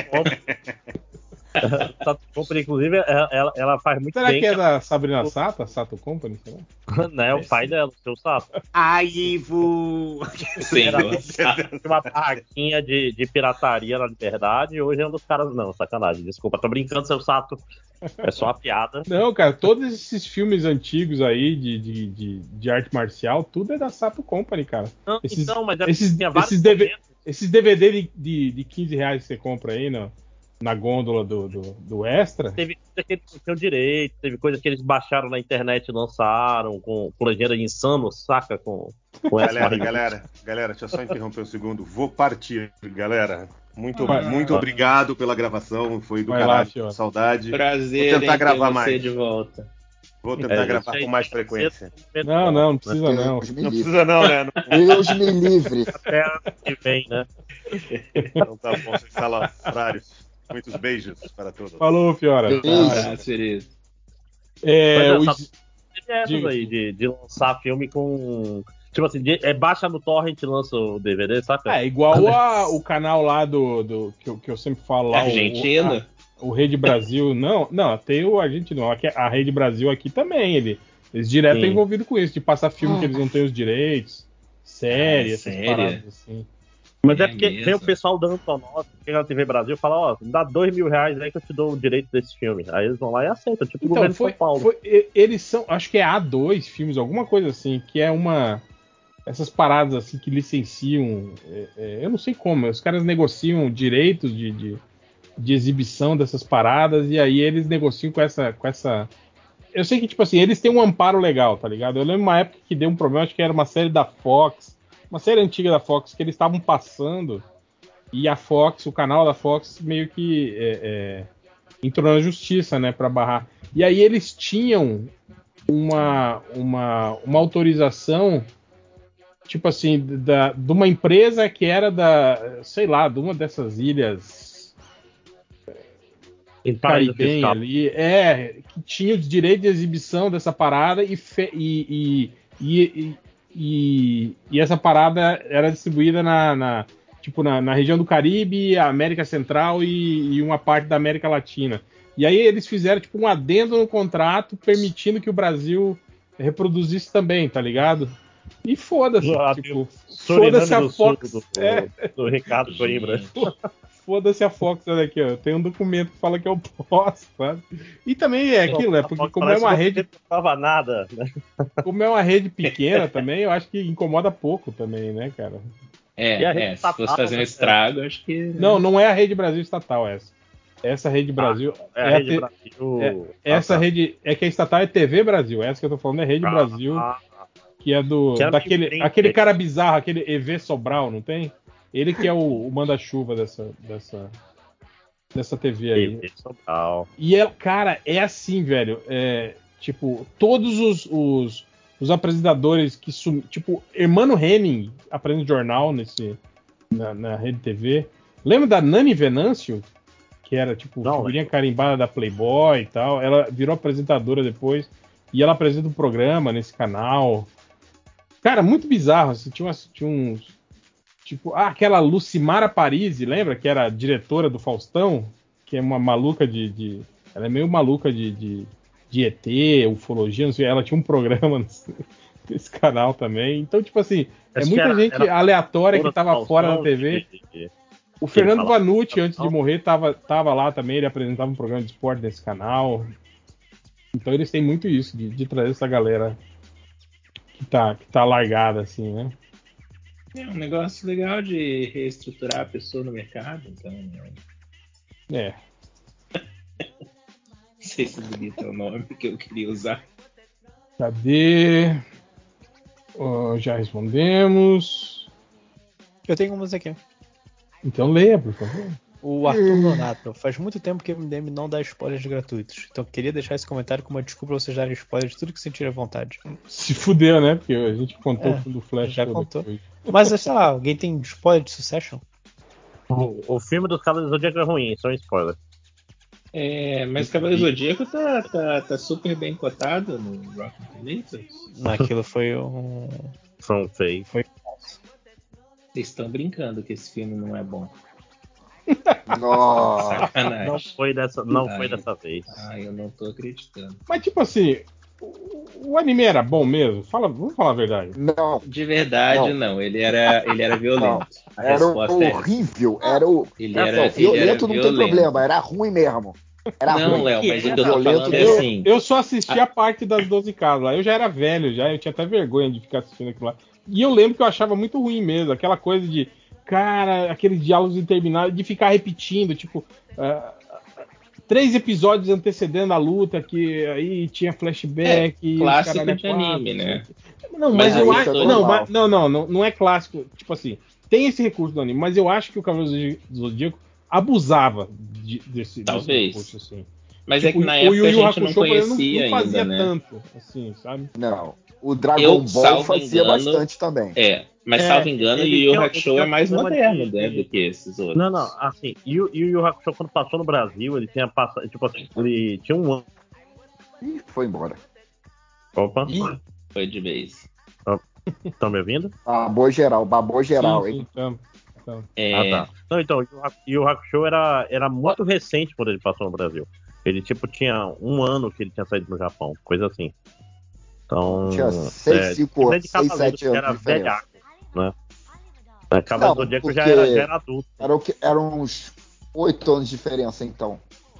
Company, inclusive, ela, ela- ela faz muito Será bem. que é da Sabrina Sato, a Sato Company? Será? Não, é o pai dela, o seu Sato. Ai, Ivo! Sim, Era eu- uma barraquinha de, de pirataria na Liberdade e hoje é um dos caras. Não, sacanagem, desculpa, tô brincando, seu Sato. É só uma piada. Não, cara, todos esses filmes antigos aí de, de, de, de arte marcial, tudo é da Sato Company, cara. Não, Esses, então, mas é esses, tinha vários esses, D V momentos. esses D V D de, de, de quinze reais que você compra aí na, na gôndola do, do, do Extra. Teve coisa que eles não tinham direito, teve coisa que eles baixaram na internet e lançaram, com, com legenda insano, saca? Com, com essa Galera, barriga. galera, galera, deixa eu só interromper um segundo. Vou partir, galera. Muito, Vai. muito obrigado pela gravação, foi do Vai lá, caralho, senhor. saudade. Prazer Vou tentar em ter gravar você mais. de volta. Vou tentar É, gravar isso aí. com mais frequência. Não, não, não precisa não. Deus me Não livre. precisa não, né? Deus me livre. Até ano que vem, né? Então tá bom, vocês salafrários. Muitos beijos para todos. Falou, Fiora. Beijo. Um abraço, querido. É, Mas, os- Teve essas Diga. aí, de, de lançar filme com. Tipo assim, de- é, baixa no torrent e lança o D V D, saca? É, igual a- o canal lá do, do que, eu, que eu sempre falo lá. o- Argentina? O, a- o Rede Brasil. Não, não, tem o argentino. Aqui- A Rede Brasil aqui também. Ele, eles direto Sim. é envolvido com isso, de passar filme que eles não têm os direitos, série, Ah, essas série? paradas assim. Mas é É porque mesmo? vem o pessoal da Antonov, chega na T V Brasil e fala, ó, me dá dois mil reais aí que eu te dou o direito desse filme. Aí eles vão lá e aceitam, tipo o Então, governo foi, de São Paulo. foi- e- eles são, acho que é A dois filmes, alguma coisa assim, que é uma. Essas paradas assim que licenciam. é, é, eu não sei como, os caras negociam direitos de, de, de exibição dessas paradas e aí eles negociam com essa, com essa. Eu sei que, tipo assim, eles têm um amparo legal, tá ligado? Eu lembro uma época que deu um problema, acho que era uma série da Fox, uma série antiga da Fox, que eles estavam passando e a Fox, o canal da Fox, meio que é, é, entrou na justiça, né, pra barrar. E aí eles tinham uma, uma, uma autorização, tipo assim, da, de uma empresa que era da, sei lá, de uma dessas ilhas Em paraíso caribenha fiscal. ali, é, que tinha os direitos de exibição dessa parada e, fe- e, e, e, e, e essa parada era distribuída na, na, tipo, na, na região do Caribe, América Central e, e uma parte da América Latina. E aí eles fizeram tipo um adendo no contrato permitindo que o Brasil reproduzisse também, tá ligado? E foda-se, Ah, tipo, Suriname foda-se a do Sul, Fox. do, É, do Ricardo Coimbra. foda-se a Fox, olha aqui, ó. Tem um documento que fala que eu posso, sabe? E também é aquilo, né? Porque como é Parece uma que rede, Não tava nada, né? como é uma rede pequena também, eu acho que incomoda pouco também, né, cara? É, E a rede é, se estatal, fosse fazer um né? estrago, acho que. Não, não é a Rede Brasil estatal essa. Essa Rede Brasil É a é a Rede T- Brasil. é- essa Ah, tá. rede é que a estatal é T V Brasil. Essa que eu tô falando é Rede Ah, Brasil, ah, que é do Que era daquele meio aquele frente. cara bizarro, aquele E V Sobral, não tem? Ele que é o, o manda-chuva dessa dessa dessa T V aí. T V Sobral. E é, cara, é assim, velho. É, tipo, todos os, os, os apresentadores que sum... Tipo, Hermano Henning apresenta jornal nesse, na, na Rede T V. Lembra da Nani Venâncio? Que era, tipo, Não, figurinha carimbada da Playboy e tal. Ela virou apresentadora depois. E ela apresenta um programa nesse canal. Cara, muito bizarro. Assim, tinha, umas, tinha uns... Tipo, ah, aquela Lucimara Parisi, lembra? Que era a diretora do Faustão? Que é uma maluca de... de... Ela é meio maluca de, de, de E T, ufologia, não sei. Ela tinha um programa nesse, nesse canal também. Então, tipo assim, é Acho que muita era- gente era aleatória que Toda tava Faustão, fora da T V. de- de- O ele Fernando falava- Vanucci, antes de morrer, tava, tava lá também. Ele apresentava um programa de esporte nesse canal. Então eles têm muito isso, de, de trazer essa galera que tá, que tá largada, assim, né? É um negócio legal de reestruturar a pessoa no mercado, então. né? É. Não sei se bonito é o nome que eu queria usar. Cadê? Ó, já respondemos. Eu tenho umas aqui. Então leia, por favor. O Arthur Donato. Faz muito tempo que o M D M não dá spoilers gratuitos. Então queria deixar esse comentário como uma desculpa pra vocês darem spoilers de tudo que sentirem à vontade. Se fudeu, né? Porque a gente contou É, o fundo do Flash já todo contou. aqui. Mas, sei lá, alguém tem spoiler de Succession? O, o filme dos Cavaleiros do Zodíaco é ruim, isso é um spoiler. É, mas Cavaleiro Zodíaco tá, tá, tá super bem cotado no Rotten Tomatoes. Naquilo foi um. Foi um fake. Foi. Vocês estão brincando que esse filme não é bom. Nossa. Sacanagem. Não foi dessa, não Ai, foi dessa vez. Ah, eu não tô acreditando. Mas tipo assim, o, o anime era bom mesmo? Fala, vamos falar a verdade. Não. De verdade, Não. não. Ele era, ele era violento. A Era resposta é essa. horrível. Era o. Ele É, era- não, ele violento era não tem violento. problema, era ruim mesmo. Era Não, ruim. Léo, mas o que eu tô Violento falando é mesmo. assim. Eu só assisti a parte das doze casas lá. Eu já era velho, já. Eu tinha até vergonha de ficar assistindo aquilo lá. E eu lembro que eu achava muito ruim mesmo. Aquela coisa de, cara, aqueles diálogos intermináveis, de ficar repetindo, tipo. ah, três episódios antecedendo a luta, que aí tinha flashback. É, e os clássico caralho a de quatro, anime, né? Não, mas, Mas eu aí acho. todo Não, mal. mas- não, não, não, não é clássico. Tipo assim, tem esse recurso do anime, mas eu acho que o Cavaleiro do Zodíaco abusava de- desse, desse Talvez. recurso, assim. Mas tipo, é que na o época Yu a Yu gente não Hakusho, por exemplo, conhecia não, não fazia ainda, né? tanto, assim, sabe? Não. O Dragon Eu, Ball salvo fazia engano, bastante também. É, mas É, salvo engano, o ele Yu Yu tinha- ele Hakusho tinha é mais problema moderno, de- né, do que esses outros. Não, não, assim, e o Yu Yu Hakusho, quando passou no Brasil, ele tinha passado, tipo assim, ele tinha um ano. Ih, foi embora. Opa, Foi de vez. estão me ouvindo? Babou geral, babou geral, Sim, hein? sim, então, então. É, Ah, tá. Não, então, o Yu Haku- Yu Yu Hakusho era, era muito recente quando ele passou no Brasil. Ele, tipo, tinha um ano que ele tinha saído no Japão, coisa assim. Então. Tinha seis, cinco, diferente de seis, Cavaleiros, sete que anos era de diferença. velhaco, né? É, Cavaleiro do Não, Zodíaco porque já era, já era adulto. Era o que, eram uns oito anos de diferença, então.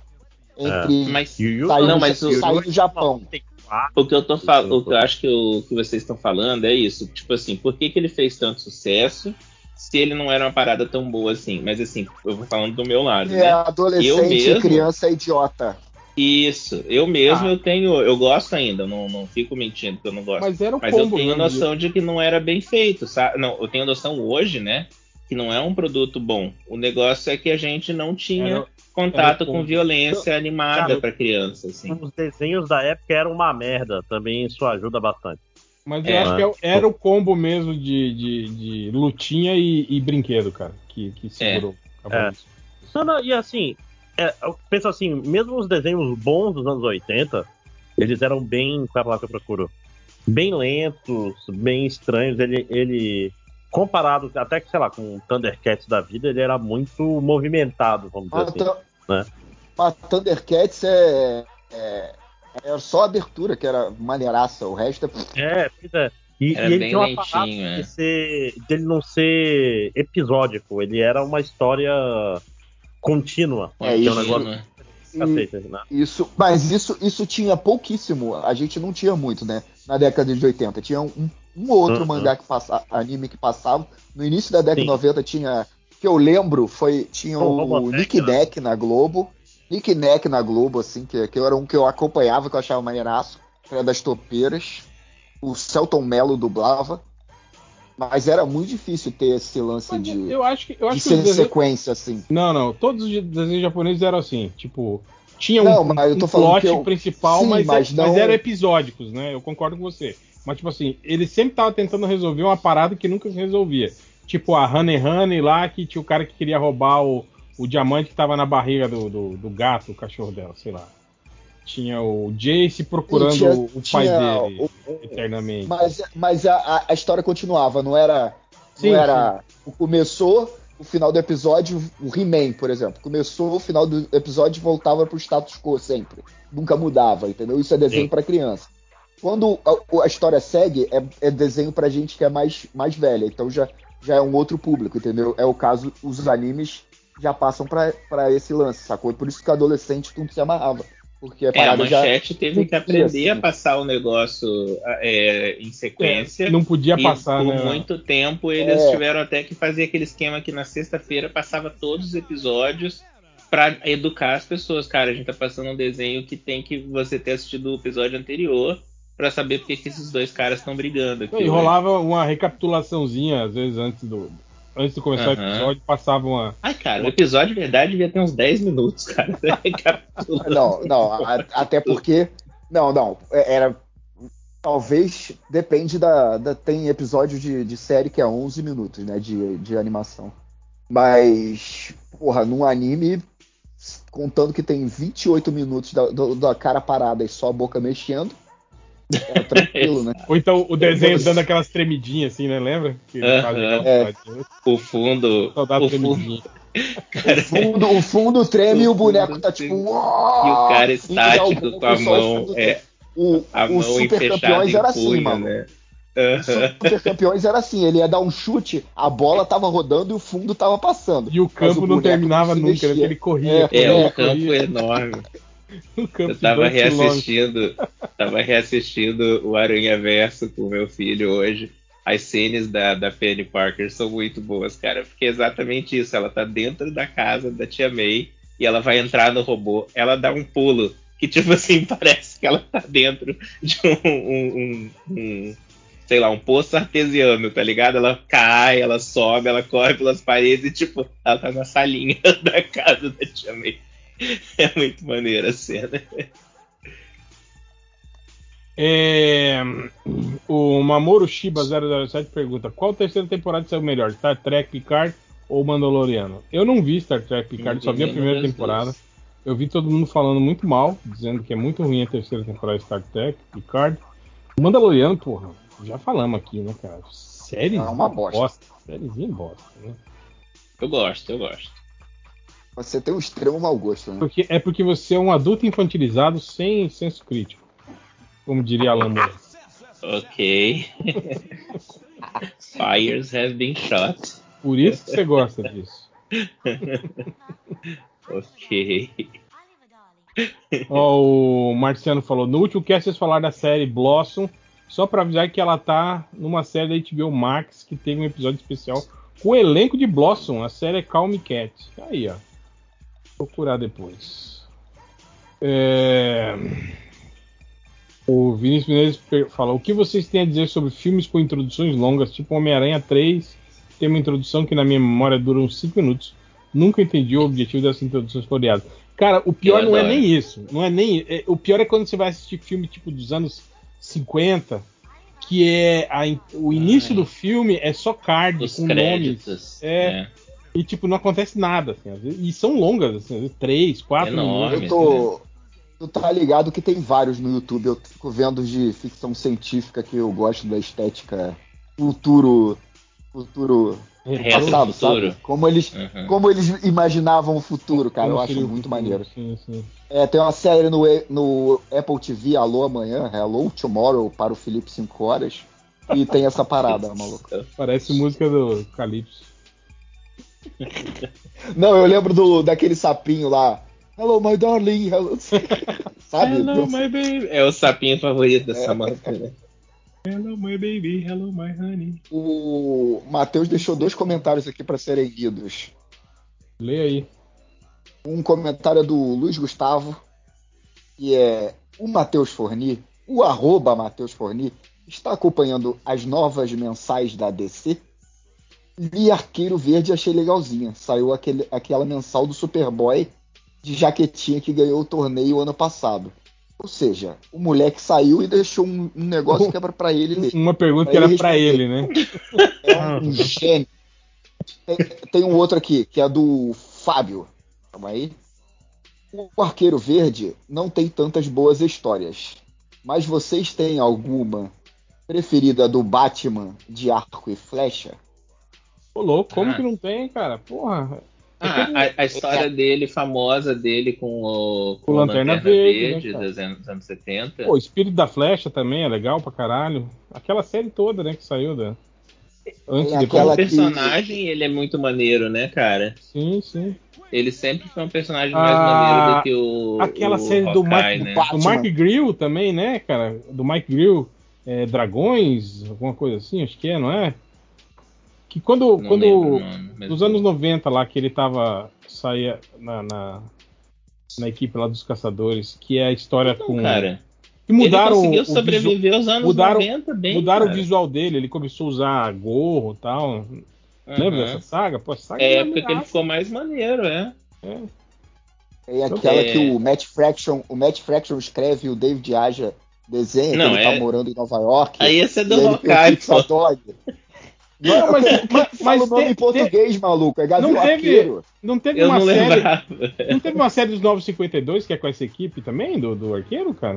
Entre É. Mas- Yu Yu- sair, não, do- mas o- sair do Japão. O que eu tô falando, o que eu acho que, o, que vocês estão falando é isso. Tipo assim, por que, que ele fez tanto sucesso se ele não era uma parada tão boa assim? Mas assim, eu vou falando do meu lado, É né? adolescente eu mesmo, e criança idiota. Isso, eu mesmo Ah. eu tenho, eu gosto ainda, não, não fico mentindo que eu não gosto. Mas era o Mas eu combo tenho mesmo noção de que não era bem feito, sabe? Não, eu tenho noção hoje, né? Que não é um produto bom. O negócio é que a gente não tinha Era- contato era o com combo. violência animada Cara, pra criança, assim. Os desenhos da época eram uma merda, também isso ajuda bastante. Mas eu É. acho que é- era o combo mesmo de, de, de lutinha e, e brinquedo, cara, que, que segurou. É. Não, não, e assim, é, eu penso assim, mesmo os desenhos bons dos anos oitenta, eles eram bem, qual é a palavra que eu procuro? Bem lentos, bem estranhos. Ele, ele comparado até que, sei lá, com o Thundercats da vida, ele era muito movimentado, vamos dizer Mas, assim. Thu- Né? mas Thundercats é, é, é só a abertura, que era maneiraça. O resto é. É, pois é. E, Era e ele bem tinha uma lentinho, parada é. de, ser, dele não ser episódico, ele era uma história contínua. É que isso. um negócio cacete, né? Isso, mas isso, isso tinha pouquíssimo. A gente não tinha muito, né? Na década de oitenta. Tinha um, um ou outro Uhum. mangá que passava, anime que passava. No início da década de Sim. noventa tinha. Que eu lembro, foi. Tinha O o Robotech, Nick né? Neck na Globo. Nick Neck na Globo, assim, que, que era um que eu acompanhava, que eu achava maneiraço. Que era das topeiras. O Celton Mello dublava. Mas era muito difícil ter esse lance de, Eu acho que, eu de acho que os ser desenhos... sequência, assim. Não, não. Todos os desenhos japoneses eram assim. Tipo, tinha um, Não, mas eu tô um falando plot que eu- principal, Sim, mas, mas é- não- mas eram episódicos, né? Eu concordo com você. Mas, tipo assim, ele sempre tava tentando resolver uma parada que nunca se resolvia. Tipo, a Honey Honey lá, que tinha o cara que queria roubar o, o diamante que tava na barriga do, do, do gato, o cachorro dela, sei lá. Tinha o Jace procurando Sim, tinha- o pai tinha dele o- eternamente. Mas, mas a, a- a história continuava, não era. Sim, não era. Começou o final do episódio, o He-Man, por exemplo. Começou o final do episódio e voltava pro status quo sempre. Nunca mudava, entendeu? Isso é desenho Sim. pra criança. Quando a, a história segue, é, é desenho pra gente que é mais, mais velha. Então já, já é um outro público, entendeu? É o caso, os animes já passam pra, pra esse lance, sacou? E por isso que adolescente tudo se amarrava. Porque a É, a parada já. Manchete teve que aprender a assim. passar o negócio é, em sequência. É, não podia e passar, por né? muito tempo eles É. tiveram até que fazer aquele esquema que na sexta-feira passava todos os episódios pra educar as pessoas. Cara, a gente tá passando um desenho que tem que você ter assistido o episódio anterior pra saber porque que esses dois caras estão brigando aqui E hoje. rolava uma recapitulaçãozinha, às vezes, antes do. Antes de começar Aham. o episódio, passava uma. Ai, cara, o episódio de verdade devia ter uns dez minutos, cara. Não, não, a- até porque. Não, não. é- Era. Talvez depende da. da- tem episódio de, de série que é onze minutos, né? De, de animação. Mas. Porra, num anime. Contando que tem vinte e oito minutos da, do- da cara parada e só a boca mexendo. É tranquilo, né? Ou então o desenho Você- dando aquelas tremidinhas assim, né? Lembra? Que ele Aham. fazia aquela É. paradinha. O fundo. Saudade O fundo, tremidinha. O fundo, o fundo treme e o boneco tá tipo. e o cara Indo dar o estático boco, com a só o mão. fundo É, O, a o mão Super fechada Campeões em era assim, punho, mano. né? O Aham. Super Campeões era assim, ele ia dar um chute, a bola tava rodando e o fundo tava passando. E o Mas campo não boneco terminava se nunca, né? mexia. Porque ele corria. É, É, corria, o campo corria. é enorme. Um campo Eu de tava dois quilômetros. reassistindo, tava reassistindo o Aranha Verso com meu filho hoje. As cenas da, da Penny Parker são muito boas, cara. Porque é exatamente isso. Ela tá dentro da casa da tia May e ela vai entrar no robô. Ela dá um pulo que, tipo assim, parece que ela tá dentro de um, um, um, um sei lá, um poço artesiano, tá ligado? Ela cai, ela sobe, ela corre pelas paredes e, tipo, ela tá na salinha da casa da tia May. É muito maneiro a cena. É, o Mamoru Shiba zero zero sete pergunta: qual terceira temporada saiu melhor, Star Trek Picard ou Mandaloriano? Eu não vi Star Trek Picard, Não só vi vi a nenhuma primeira das temporada. duas. Eu vi todo mundo falando muito mal, dizendo que é muito ruim a terceira temporada de Star Trek Picard. Mandaloriano, porra, já falamos aqui, né, cara? Série É uma bosta. Sériezinha bosta, né? Eu gosto, eu gosto. Você tem um extremo mau gosto, né? Porque, é porque você é um adulto infantilizado sem senso crítico, como diria Alan Moore. Ok. Fires have been shot. Por isso que você gosta disso. Ok. Ó, o Marciano falou: no último cast vocês falaram da série Blossom, só pra avisar que ela tá numa série da H B O Max que teve um episódio especial com o elenco de Blossom. A série é Calm Cat. Aí, ó. Vou procurar depois. É... O Vinícius Menezes per- fala: o que vocês têm a dizer sobre filmes com introduções longas, tipo Homem-Aranha três, tem uma introdução que na minha memória dura uns cinco minutos. Nunca entendi o objetivo dessas introduções floreadas. Cara, o pior Eu não é adoro. nem isso. Não é nem. é- o pior é quando você vai assistir filme tipo dos anos cinquenta, que é a in- o início Ai. do filme é só card Os com créditos. nomes. É, É. E tipo, não acontece nada. Assim, às vezes- e são longas, assim, às vezes três, quatro Enormes. minutos. Eu tô. Tu tá ligado que tem vários no YouTube. Eu fico vendo de ficção científica que eu gosto da estética futuro. Futuro. Retro Passado, futuro. sabe? Como eles, Uhum. como eles imaginavam o futuro, cara. Como Eu acho seria o muito futuro? maneiro. Sim, sim. É, tem uma série no, E- no Apple T V, Alô Amanhã, Hello Tomorrow, para o Felipe cinco horas. E tem essa parada, maluco. Parece música do Calypso. Não, eu lembro do, daquele sapinho lá. Hello, my darling. Hello. Sabe? Hello, my baby. É o sapinho favorito da É. Samantha, né? Hello, my baby. Hello, my honey. O Matheus deixou dois comentários aqui para serem lidos. Lê aí. Um comentário é do Luiz Gustavo, que é o Matheus Forni, o arroba Matheus Forni, está acompanhando as novas mensais da D C. Li Arqueiro Verde e achei legalzinha. Saiu aquele, aquela mensal do Superboy de jaquetinha que ganhou o torneio ano passado. Ou seja, o moleque saiu e deixou um, um negócio que era pra ele ler. Uma pergunta Pra que era ele pra responder. ele, né? É um, um gênio. Tem, tem um outro aqui, que é do Fábio. Calma aí. O Arqueiro Verde não tem tantas boas histórias. Mas vocês têm alguma preferida do Batman de arco e flecha? Ô, louco, como Ah. que não tem, cara? Porra. É Ah, todo- a, a história dele, famosa dele com o, com O o Lanterna Lanterna, Verde, Verde, né, cara? dos anos, anos setenta. Pô, o Espírito da Flecha também é legal pra caralho. Aquela série toda, né, que saiu da... Antes Tem e depois. aquela Como que- personagem, ele é muito maneiro, né, cara? Sim, sim. Ele sempre foi um personagem mais Ah, maneiro do que o, Aquela o série do, Hawkeye, Mike, né? do Mark Grill também, né, cara? Do Mike Grill, é, Dragões, alguma coisa assim, acho que é, não é? Que quando, Não quando lembro o nome, mas dos boa. anos noventa lá, que ele tava, saía na, na, na equipe lá dos Caçadores, que é a história Então, com... cara, que mudaram ele conseguiu o sobreviver visu- aos anos mudaram, noventa bem, mudaram o cara. visual dele, ele começou a usar gorro e tal. Lembra Aham. dessa saga? Pô, essa saga É a é época que ele maneiraça. ficou mais maneiro, é. É. Tem aquela É. que o Matt Fraction, o Matt Fraction escreve e o David Aja desenha, Não, que ele é- tá morando em Nova York. Aí esse é do e ele tem o Hawkeye, Pizza pô. Dog. Não, Não, mas- é porque mas- fala mas o nome te- em português, maluco. É Gavião Não teve, Arqueiro. não teve Eu uma não série. lembrava. Não teve uma série dos Novos cinquenta e dois que é com essa equipe também, do, do arqueiro, cara?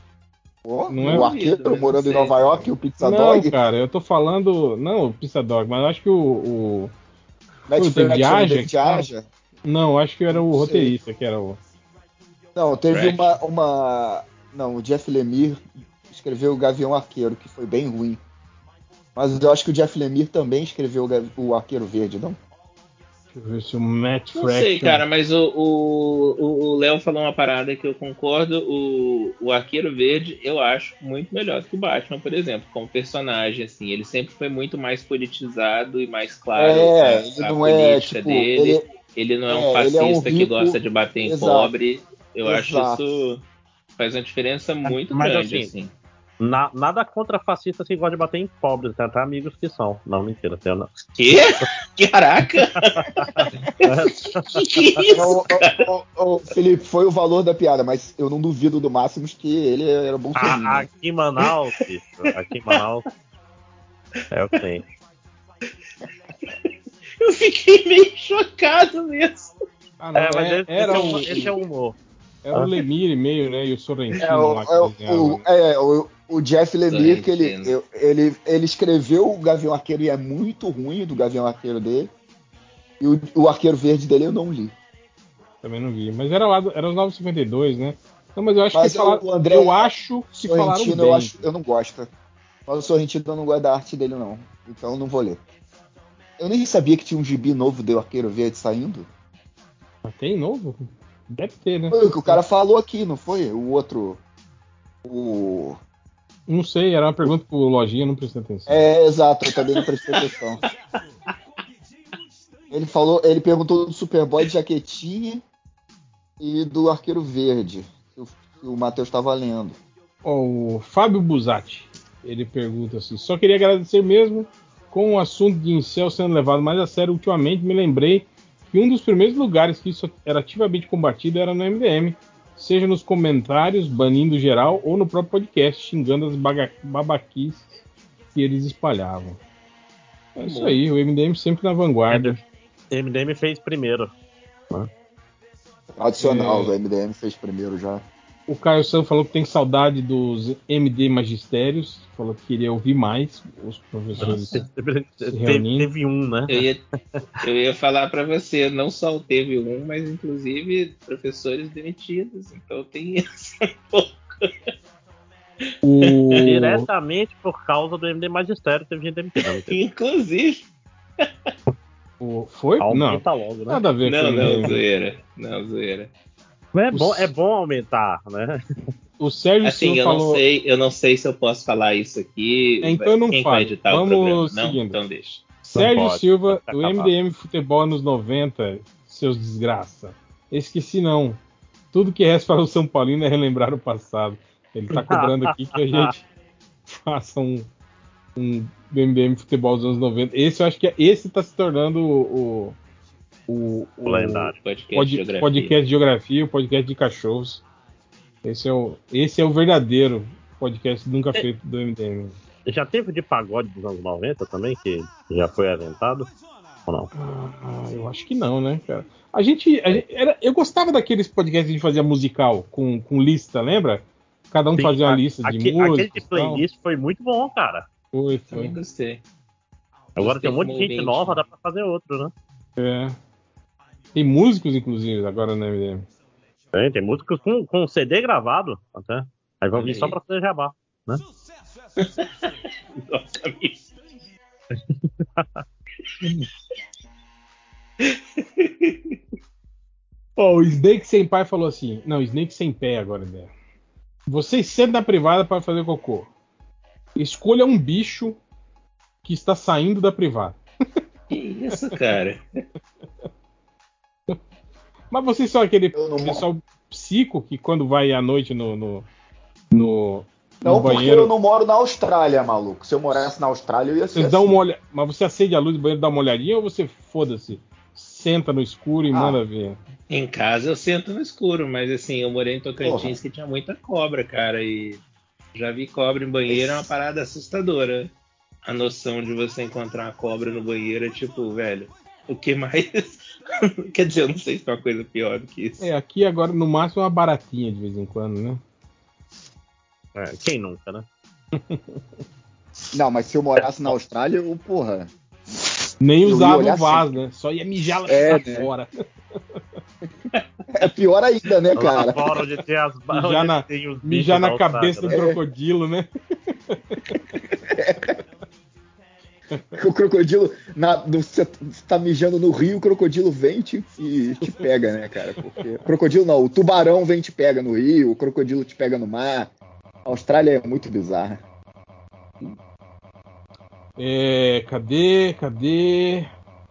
Pô, Não o é? Arqueiro mas não morando em sei. Nova York e o Pizza Não, Dog. cara, eu tô falando. Não, o Pizza Dog, mas eu acho que o. o... Matt Foi o David Fraction e Aja David que tava? Aja. Não, acho que era o Não sei. roteirista que era o. Não, teve Fraction. uma, uma. Não, o Jeff Lemire escreveu o Gavião Arqueiro, que foi bem ruim. Mas eu acho que o Jeff Lemire também escreveu o, Gavi- o Arqueiro Verde, não? Deixa eu ver se o Matt Não Fraction. sei, cara, mas o o- o o Léo falou uma parada que eu concordo. O, o Arqueiro Verde eu acho muito melhor do que o Batman, por exemplo, como personagem. Assim, ele sempre foi muito mais politizado e mais claro É, a, ele a não é, política tipo, dele. ele- Ele, não é um é, ele fascista é um que rico- gosta de bater em Exato. pobre. Eu Exato. acho isso faz uma diferença muito Mas grande, assim, assim. Na, nada contra fascistas que gostam de bater em pobres, tem até amigos que são. Não, mentira, tem não. Quê? Caraca! que que é isso? Ô, ô, ô, ô, Felipe, foi o valor da piada, mas eu não duvido do Máximos que ele era bom filhinho. Ah, aqui em Manaus, bicho, aqui em Manaus. É o que tem. Eu fiquei meio chocado mesmo. Ah, não, É, mas é- esse, era esse é o- o, esse é o humor. Era o Lemire meio, né? E o Sorrentino É, o, lá que é, o- desenhava, o- né? é, o- o Jeff Lemire, que ele, Sorrentino. eu- ele, ele escreveu o Gavião Arqueiro e é muito ruim do Gavião Arqueiro dele. E o, o Arqueiro Verde dele eu não li. Também não vi. Mas era lá, do- era os novecentos e cinquenta e dois, né? Não, mas eu acho Mas que falaram, o André- eu acho que falaram Sorrentino bem. eu, acho, eu não gosto. Mas o Sorrentino eu não gosto da arte dele, não. Então eu não vou ler. Eu nem sabia que tinha um gibi novo do Arqueiro Verde saindo. Mas tem novo? Deve ter, né? Foi o que o cara falou aqui, não foi? O outro. O. Não sei, era uma pergunta pro Lojinha, não prestei atenção. É, exato, eu também não prestei atenção. Ele falou, ele perguntou do Superboy de jaquetinha e do Arqueiro Verde, que o, que o Matheus estava lendo. Ó, o Fábio Busatti, ele pergunta assim: só queria agradecer mesmo com o assunto de incel sendo levado mais a sério ultimamente, me lembrei que um dos primeiros lugares que isso era ativamente combatido era no M D M, seja nos comentários, banindo geral, ou no próprio podcast, xingando as baga- babaquices que eles espalhavam. É isso aí, o M D M sempre na vanguarda. M D M fez primeiro. Tradicional, É. o M D M fez primeiro já. O Caio San falou que tem saudade dos M D Magistérios, falou que queria ouvir mais os professores se Teve, reunindo. teve um, né? Eu ia, eu ia falar pra você, não só teve um, mas inclusive professores demitidos. Então tem isso um pouco. O... Diretamente por causa do M D Magistério teve gente demitida. não teve? Inclusive. O... Foi? Aumenta Não. logo, né? Nada a ver Não, com o não, M D M. zoeira. Não, zoeira. É bom, é bom aumentar, né? O Sérgio Assim, Silva eu falou... não sei, eu não sei se eu posso falar isso aqui. É, então não Quem fale. vai editar Vamos o programa? Não, seguindo. então deixa. Sérgio pode, Silva, pode o acabar. M D M Futebol nos noventa, seus desgraça. Esqueci não. Tudo que resta para o São Paulino é relembrar o passado. Ele tá cobrando aqui que a gente faça um, um M D M Futebol dos anos noventa. Esse eu acho que é, esse tá se tornando o, o, o, O lendário. Podcast pod- Geografia. podcast de geografia, o podcast de cachorros. Esse é o, esse é o verdadeiro podcast nunca feito do M D M. Já teve de pagode dos anos noventa também, que já foi aventado? Ou não? Ah, eu acho que não, né, cara? A gente, a gente- era, eu gostava daqueles podcasts que a gente fazia musical com, com lista, lembra? Cada um Sim, fazia uma a- lista de aque- músicas. Aquele de playlist foi muito bom, cara. Tal. Foi, Também foi. gostei. Agora tem Gostei um monte de como gente ouvinte. nova, dá pra fazer outro, né? É. Tem músicos, inclusive, agora no M D M. Tem, tem músicos com, com C D gravado até. Aí vão Olha vir só aí. pra fazer jabá, né? Nossa, amigo. Ó, o Snake Sem Pai falou assim. Não, Snake Sem Pé agora, né? Vocês sentam na privada para fazer cocô. Escolha um bicho que está saindo da privada. Que isso, cara? Mas vocês são aquele pessoal psico que quando vai à noite no, no, no, Não, no porque banheiro. eu não moro na Austrália, maluco. Se eu morasse na Austrália, eu ia ser Vocês dão assim. uma olha... Mas você acende a luz do banheiro e dá uma olhadinha ou você foda-se? Senta no escuro e Ah. manda ver. Em casa eu sento no escuro, mas assim, eu morei em Tocantins que tinha muita cobra, cara, e já vi cobra em banheiro, é uma parada assustadora. A noção de você encontrar uma cobra no banheiro é tipo, velho, o que mais? Quer dizer, eu não sei se é uma coisa pior do que isso. É, aqui agora no máximo uma baratinha de vez em quando, né? É, quem nunca, né? Não, mas se eu morasse na Austrália, eu, porra. Nem Eu ia usava olhar o vaso, né? Só ia mijar lá É, pra né? fora. É pior ainda, né, cara? Lá fora onde tem as Mijar onde na, tem os mijar bichos na da cabeça do Austrália, né? crocodilo, né? O crocodilo, na, no- você tá mijando no rio, o crocodilo vem te, e te pega, né, cara? Porque, crocodilo não, o tubarão vem e te pega no rio, o crocodilo te pega no mar. A Austrália é muito bizarra. É, cadê? Cadê?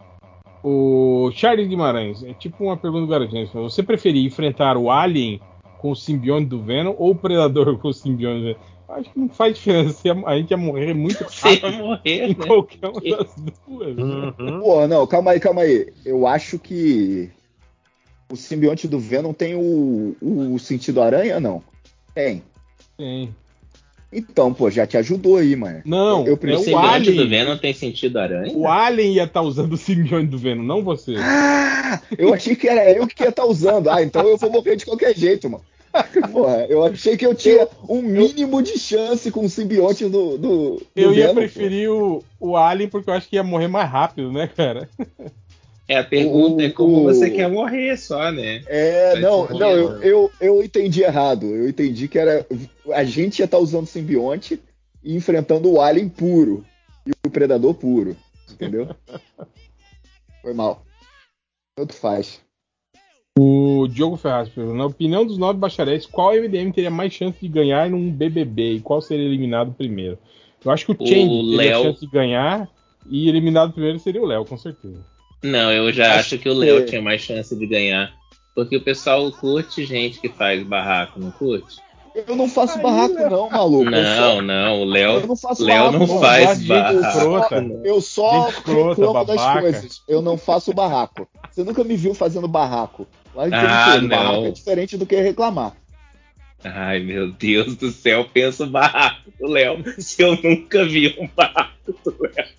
O Charles Guimarães. É tipo uma pergunta do Garotinho. Você preferia enfrentar o Alien com o simbionte do Venom ou o Predador com o simbionte do Venom? Acho que não faz diferença. A gente ia morrer muito rápido. Você ia morrer, em né? qualquer uma das duas. Uhum. Pô, não, calma aí, calma aí. Eu acho que o simbionte do Venom tem o, o sentido aranha, não? Tem. Tem. Então, pô, já te ajudou aí, mano. Não, eu, eu O é o simbionte Alien. do Venom tem sentido aranha? O Alien ia estar usando o simbionte do Venom, não você. Ah, eu achei que era eu que ia estar usando. Ah, então eu vou morrer de qualquer jeito, mano. Porra, eu achei que eu tinha um mínimo de chance com o simbionte do, do, do Eu ia Venom, preferir o, o Alien porque eu acho que ia morrer mais rápido, né, cara? É, a pergunta O- é como o- você quer morrer só, né? É, Faz não, sentido. não, eu, eu, eu entendi errado. Eu entendi que era a gente ia estar usando simbionte e enfrentando o Alien puro e o Predador puro, entendeu? Foi mal. Tanto faz. O Diogo Ferraz perguntou, na opinião dos nove bacharéis, qual M D M teria mais chance de ganhar num B B B e qual seria eliminado primeiro? Eu acho que o O Change teria Léo. chance de ganhar e eliminado primeiro seria o Léo, com certeza. Não, eu já Acho acho que o Léo que- tinha mais chance de ganhar. Porque o pessoal curte gente que faz barraco, não curte? Eu não faço barraco, não, maluco. Eu Não, só- não, o Eu Léo, não faço Léo barraco, não não. faz gosto de gente Eu barraco. só, escrota. não. eu só Gente escrota, reclamo das babaca. coisas. Eu não faço barraco. Você nunca me viu fazendo barraco. Lá em Ah, todo. Barraco não. é diferente do que reclamar. Ai, meu Deus do céu, pensa o barraco do Léo. Se eu nunca vi um barraco do Léo.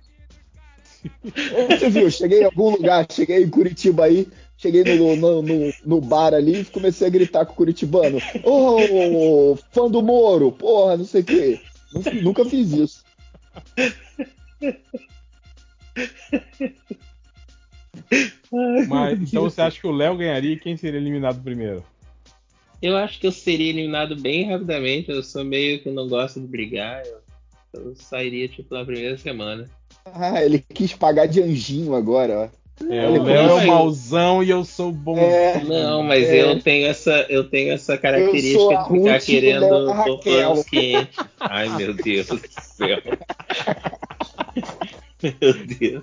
Você viu? Cheguei em algum lugar, cheguei em Curitiba aí, cheguei no, no, no, no bar ali e comecei a gritar com o curitibano. Ô, fã do Moro, porra, não sei o quê. Nunca, nunca fiz isso. Mas, então você acha que o Léo ganharia e quem seria eliminado primeiro? Eu acho que eu seria eliminado bem rapidamente. Eu sou meio que não gosto de brigar. Eu, eu sairia, tipo, na primeira semana. Ah, ele quis pagar de anjinho agora, ó. É, Olha o Léo como é o eu- mauzão e eu sou o bom. É. Não, mas É. eu tenho essa, eu tenho essa Eu sou característica a de ficar Ruth e o querendo Léo a pôr Raquel. panos quentes. Ai, meu Deus do céu. Meu Deus.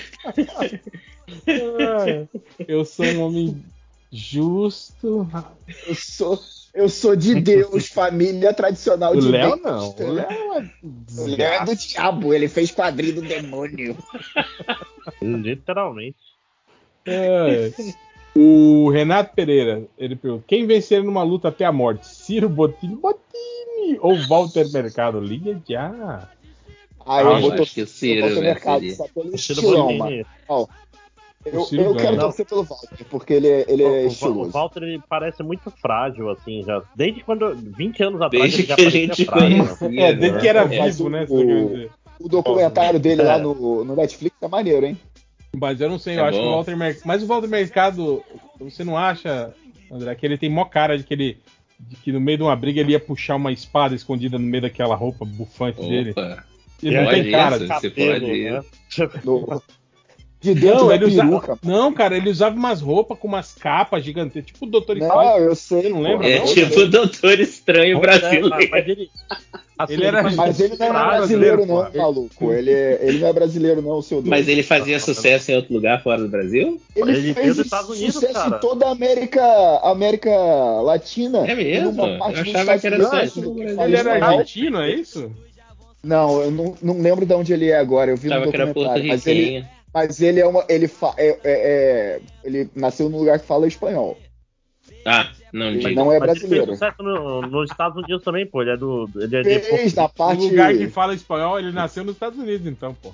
Ah, eu sou um homem justo. Eu sou, eu sou de Deus, família tradicional O de Léo bem não. cristã. O Léo é O Léo é do diabo, ele fez quadrinho do demônio. Literalmente. É. O Renato Pereira, ele perguntou: quem vencer numa luta até a morte? Ciro Bottini, Bottini ou Walter Mercado? Liga já. Ah, eu eu vou acho torcer que o Ciro pelo mercado, venceria. só pelo O Ciro estilão, Bottini. mano. Ó, eu, O Ciro eu ganha. quero Não. torcer pelo Walter, porque ele, é- ele é O, o, o estiloso. Walter ele parece muito frágil, assim, já. Desde quando. vinte anos atrás Desde ele já que a parecia gente frágil. conhecia. É, desde que era né? Mas vivo, o- né? você tá querendo dizer. O documentário dele É. lá no, no Netflix é maneiro, hein? Mas eu não sei, É eu acho bom. que o Walter Mercado. Mas o Walter Mercado, você não acha, André, que ele tem mó cara de que ele. De que no meio de uma briga ele ia puxar uma espada escondida no meio daquela roupa bufante dele? Opa. Ele não Pode tem cara isso, disso. você Cabelo, pode né? isso. No- de dentro Não, da ele peruca. usava, não, cara, ele usava umas roupas com umas capas gigantes, tipo o doutor Estranho. Não, eu sei. Você não pô, lembra, É não? tipo o Doutor Estranho Pois é, brasileiro. mas- mas ele, assim, Ele era- faz Mas ele não é Brasileiro, brasileiro, não, pô. maluco. Ele, é- ele não é brasileiro, não, seu doido. Mas ele fazia sucesso em outro lugar fora do Brasil? Ele, Ele veio fez dos Estados Unidos, sucesso cara. em toda a América, América Latina. É mesmo? Numa parte Eu dos achava Estados que era Unidos, só que aqui no fala Brasil. Ele era espanhol. argentino, é isso? Não, eu não, não lembro de onde ele é agora. Eu vi Achava no que era documentário. Mas ele, porto-riquenho. mas ele é uma. Ele, fa, é, é- é- ele nasceu num lugar que fala espanhol. Ah, não Ele diga. não é Mas ele brasileiro. fez sucesso no- nos Estados Unidos também, pô. Ele é do. Ele é de Fez Porto na O parte. lugar que fala espanhol, ele nasceu nos Estados Unidos, então, pô.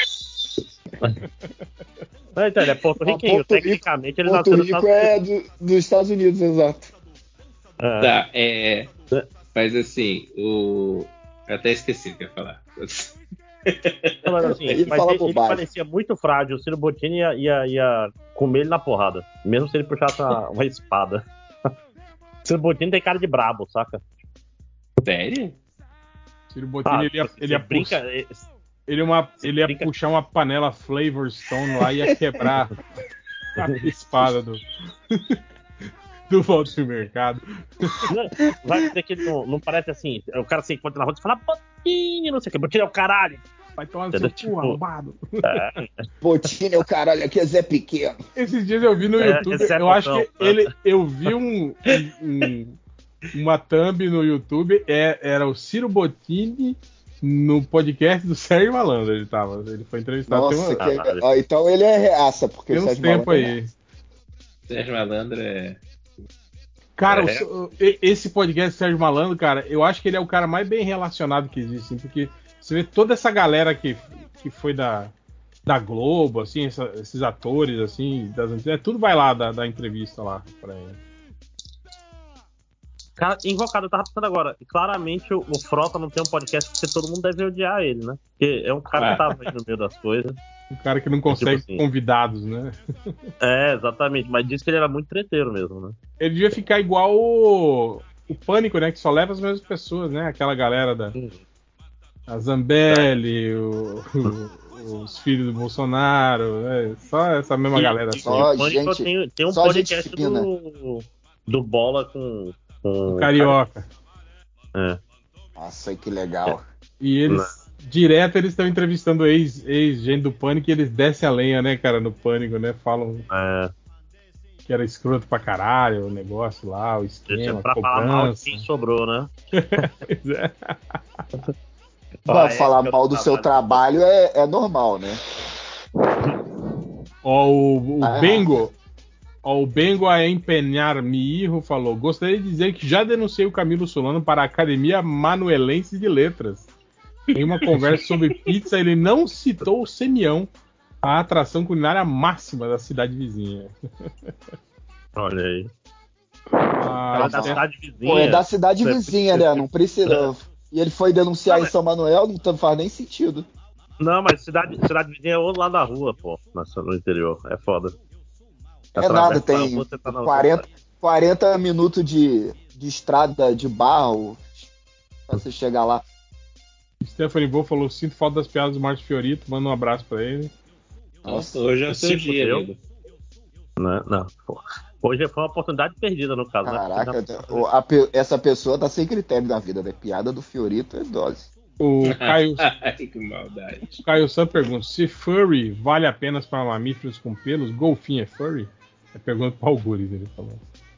Não, então, ele é porto-riquenho. Porto Rico- Tecnicamente ele Porto nasceu nos Rico Estados é do- dos Estados Unidos, exato. Unidos. É. Tá, é. Mas assim, o. Eu até esqueci o que eu ia falar. Não, mas assim, Ele mas fala ele, ele bobagem. parecia muito frágil. O Ciro Bottini ia, ia, ia comer ele na porrada. Mesmo se ele puxasse uma, uma espada. O Ciro Bottini tem cara de brabo, saca? Sério? Ciro Bottini, Ah, ele ia, você ele ia, brinca. pus- ele ia, uma, ele ia brinca- puxar uma panela Flavor Stone lá e ia quebrar a espada do, do Walter Mercado. Vai dizer que ele não, não parece assim. O cara se encontra na rua e fala, Bottini, não sei o que. Bottini é o caralho. Vai tomar no seu Tipo, cu, arrombado. É. Botinha, o caralho, aqui é Zé Pequeno. Esses dias eu vi no É, YouTube, esse é eu acho botão, que né? ele, eu vi um, um- uma thumb no YouTube, é, era o Ciro Bottini no podcast do Sérgio Malandro, ele tava, ele foi entrevistado. Nossa, tem, uma, que- ó, então ele é reaça, porque tem o uns Sérgio tempos Malandro é aí. Sérgio Malandro é. Cara, É. o- o- e- esse podcast do Sérgio Malandro, cara, eu acho que ele é o cara mais bem relacionado que existe, assim, porque você vê toda essa galera que, que foi da, da Globo, assim, essa- esses atores, assim, das antigas, tudo vai lá da, da entrevista lá pra ele. Cara, invocado, eu tava pensando agora. Claramente o, o Frota não tem um podcast porque todo mundo deve odiar ele, né? Porque é um cara que tava aí no meio das coisas. Um cara que não consegue Tipo assim. convidados, né? É, exatamente. Mas disse que ele era muito treteiro mesmo, né? Ele devia ficar igual o, o Pânico, né? Que só leva as mesmas pessoas, né? Aquela galera da a Zambelli, o- o- os filhos do Bolsonaro, né? Só essa mesma E- galera. e- Só e o Pânico gente- tem, tem um só gente podcast fina. do, do Bola com, com o Carioca. É. Nossa, que legal. E eles, direto, eles estão entrevistando ex, ex-gente do Pânico e eles descem a lenha, né, cara, no Pânico, né? Falam É. que era escroto pra caralho o negócio lá, o esquema, Pra a falar mal de cobrança. quem sobrou, né? Pois é. Pra Ah, é, falar que eu mal do seu trabalho é, é normal, né? Ó, o, o Ah. Bengo, ó, o Bengo a empenhar Miirro falou: gostaria de dizer que já denunciei o Camilo Solano para a Academia Manuelense de Letras. Em uma conversa sobre pizza, ele não citou o Semião, a atração culinária máxima da cidade vizinha. Olha aí. Ah, Ela é da é- cidade vizinha. Pô, é da cidade vizinha, né? Não precisa. E ele foi denunciar em São Manuel, não tá- faz nem sentido. Não, mas cidade, cidade vizinha é outro lado da rua, pô. Nossa, no interior. É foda. É Atravessa nada, a tem rua, você tá na outra quarenta, quarenta minutos de, de estrada de barro pra você chegar lá. Stephanie Bo falou: sinto falta das piadas do Márcio Fiorito, manda um abraço pra ele. Nossa, hoje é o seu Se dia, fudeu. amigo. Não, não. Pô. Hoje foi uma oportunidade perdida, no caso. Caraca, né? o- a pe- essa pessoa tá sem critério na vida, né? Piada do Fiorito é dose. O Caio, Ai, que maldade. o Caio Sam pergunta: se furry vale apenas para mamíferos com pelos, golfinho é furry? É pergunta para o Guris, ele falou.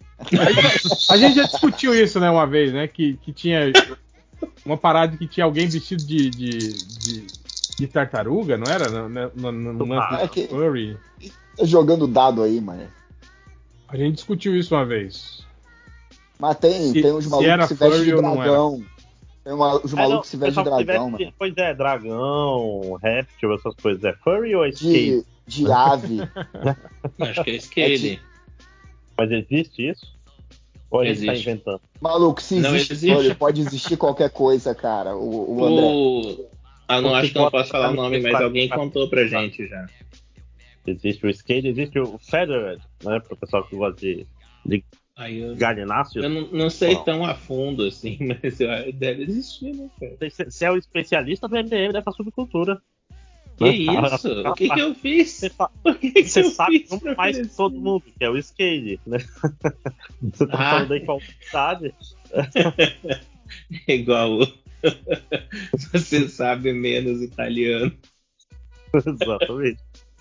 A gente já discutiu isso, né, uma vez, né? Que, que tinha uma parada que tinha alguém vestido de, de, de, de tartaruga, não era? No, no, no, no lance Ah, é do que- furry. Tá jogando dado aí, mano. A gente discutiu isso uma vez. Mas tem, Se- tem uns se malucos era que se vestem de furry ou não dragão. Tem uma, os É, malucos não, que se vestem de pessoal que dragão, veste- mano. Pois é, dragão, réptil, essas coisas. É furry ou é skate? De, de ave. Acho que é skate. Mas existe isso? Ou a gente tá Existe. inventando? Maluco, se Não existe, existe. furry, pode existir qualquer coisa, cara. O, o André. O... Ah, não Porque acho que não bota- posso falar o nome, mas alguém contou pra gente já. Existe o skate, existe o feathered, né? Pro pessoal que gosta de, de Aí eu, galináceos. eu não, não sei Bom. tão a fundo assim, mas eu- deve existir, né, cara? Você você é o especialista do M D M dessa subcultura. Que Né? isso? O que que eu fiz? Você, fa- O que que você eu sabe fiz muito pra mais que oferecer? todo mundo, que é o skate, né? Você tá Ah. falando aí com a vontade. É igual o... Você sabe menos italiano. Exatamente.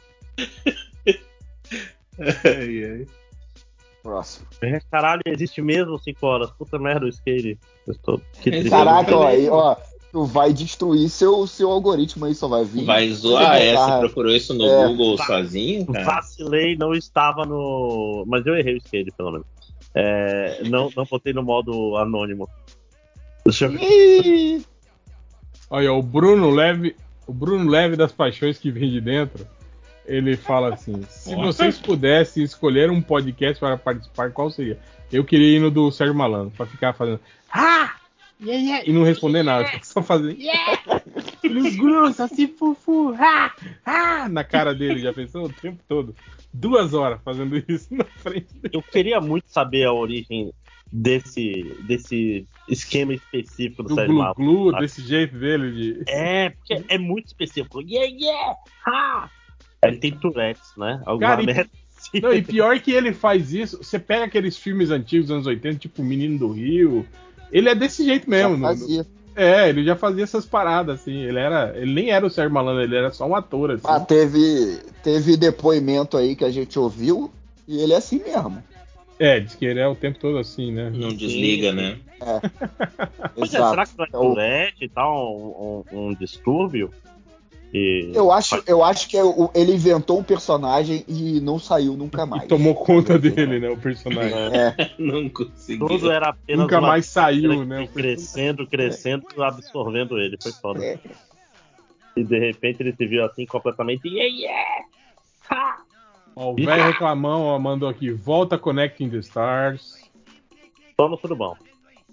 Ai, ai. Próximo. É, Caralho, existe mesmo cinco horas. Puta merda, o skate. Eu estou... Que Mas triste. Caraca, ó, falei. aí, ó, tu vai destruir seu, seu algoritmo aí, só vai vir. Vai zoar Você essa? botar- Procurou isso no É. Google Va- sozinho, cara? Vacilei, não estava no. Mas eu errei o skate, pelo menos. É, não, não botei no modo anônimo. Deixa eu ver. Ih, Olha, o Bruno Leve, o Bruno Leve das Paixões que vem de dentro, ele fala assim: se vocês pudessem escolher um podcast para participar, qual seria? Eu queria ir no do Sérgio Malandro, para ficar fazendo ah! Yeah, yeah, e não responder nada, só fazer yeah! Nos grossos, assim, fufu, ah! Ah! Na cara dele, já pensou o tempo todo? Duas horas fazendo isso na frente dele. Eu queria muito saber a origem desse, desse esquema específico do, Do Sérgio Malandro. glu-glu, desse jeito dele de. É, porque é muito específico. Yeah, yeah! Ah! Ele tem Tourette's, né? Alguma Cara, e- merda assim. Não, e pior que ele faz isso, você pega aqueles filmes antigos dos anos oitenta, tipo O Menino do Rio, ele é desse jeito mesmo. já no- fazia. É, ele já fazia essas paradas, assim. Ele era. Ele nem era o Sérgio Malandro, ele era só um ator, assim. Ah, teve, teve depoimento aí que a gente ouviu e ele é assim mesmo. É, diz que ele é o tempo todo assim, né? Não desliga, né? É. Pois é, Exato. será que não é É o- Tourette e tal, um, um, um distúrbio? E... Eu acho, eu acho que é o- ele inventou um personagem e não saiu nunca mais. Tomou conta dele, né? O personagem. É. Não conseguiu. Tudo era apenas Nunca uma mais saiu, coisa que né? foi crescendo, crescendo, absorvendo ele. Foi foda. É. E de repente ele se viu assim completamente. Yeah, yeah! Ha! Ó, o velho reclamão ó, mandou aqui, volta Connecting the Stars. Só no tudo bom.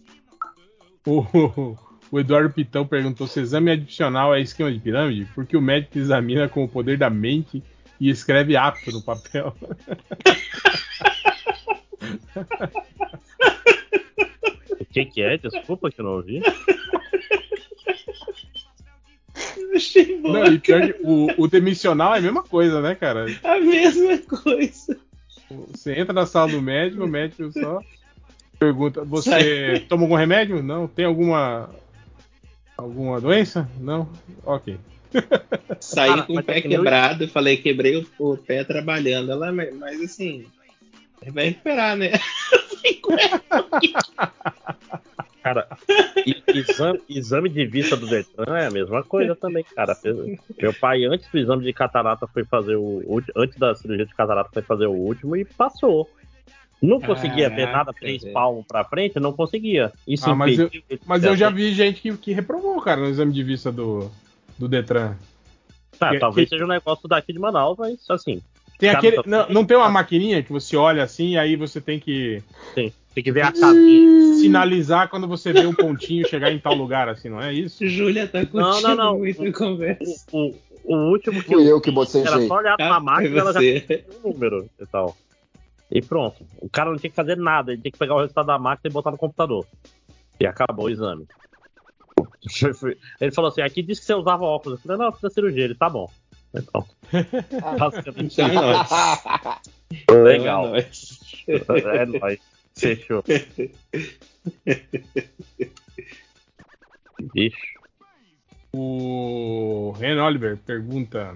O, o Eduardo Pitão perguntou se exame adicional é esquema de pirâmide, porque o médico examina com o poder da mente e escreve apto no papel. O que que é? Desculpa que eu não ouvi. Eu achei bom. Não, e pior que o, o demissional é a mesma coisa, né, cara? A mesma coisa. Você entra na sala do médico, o médico só pergunta, você Sai. toma algum remédio? Não. Tem alguma alguma doença? Não. Ok. Saí Cara, com o mas pé é que nem- quebrado, falei, quebrei o, o pé trabalhando. Ela, mas, mas assim, vai recuperar, né? Cara, e- exame, exame de vista do Detran é a mesma coisa também, cara. Meu pai, antes do exame de catarata, foi fazer o. ulti- Antes da cirurgia de catarata, foi fazer o último e passou. Não conseguia ver Caraca, nada três velho. palmos pra frente, não conseguia. Isso Ah, mas eu, impediu ele de mas ser eu já aceito. vi gente que, que reprovou, cara, no exame de vista do, do Detran. Tá, que- talvez que- seja um negócio daqui de Manaus, mas assim. Tem os aquele, caras não, só- não tem uma maquininha que você olha assim e aí você tem que Tem, tem que ver a casinha. sinalizar quando você vê um pontinho chegar em tal lugar, assim, não é isso? Júlia tá Não, curtindo não, não. muito a conversa. O, o, o último que Fui eu eu que botei era jeito. só olhar na Ah, máquina foi e ela já você. tinha um número e tal. E pronto. O cara não tinha que fazer nada, ele tinha que pegar o resultado da máquina e botar no computador. E acabou o exame. Ele falou assim: aqui disse que você usava óculos. Eu falei: não, eu fiz a cirurgia. Ele tá bom. Então, basicamente, Então é nóis. legal. Então é nóis. É nóis. Fechou. Bicho. O Ren Oliver pergunta: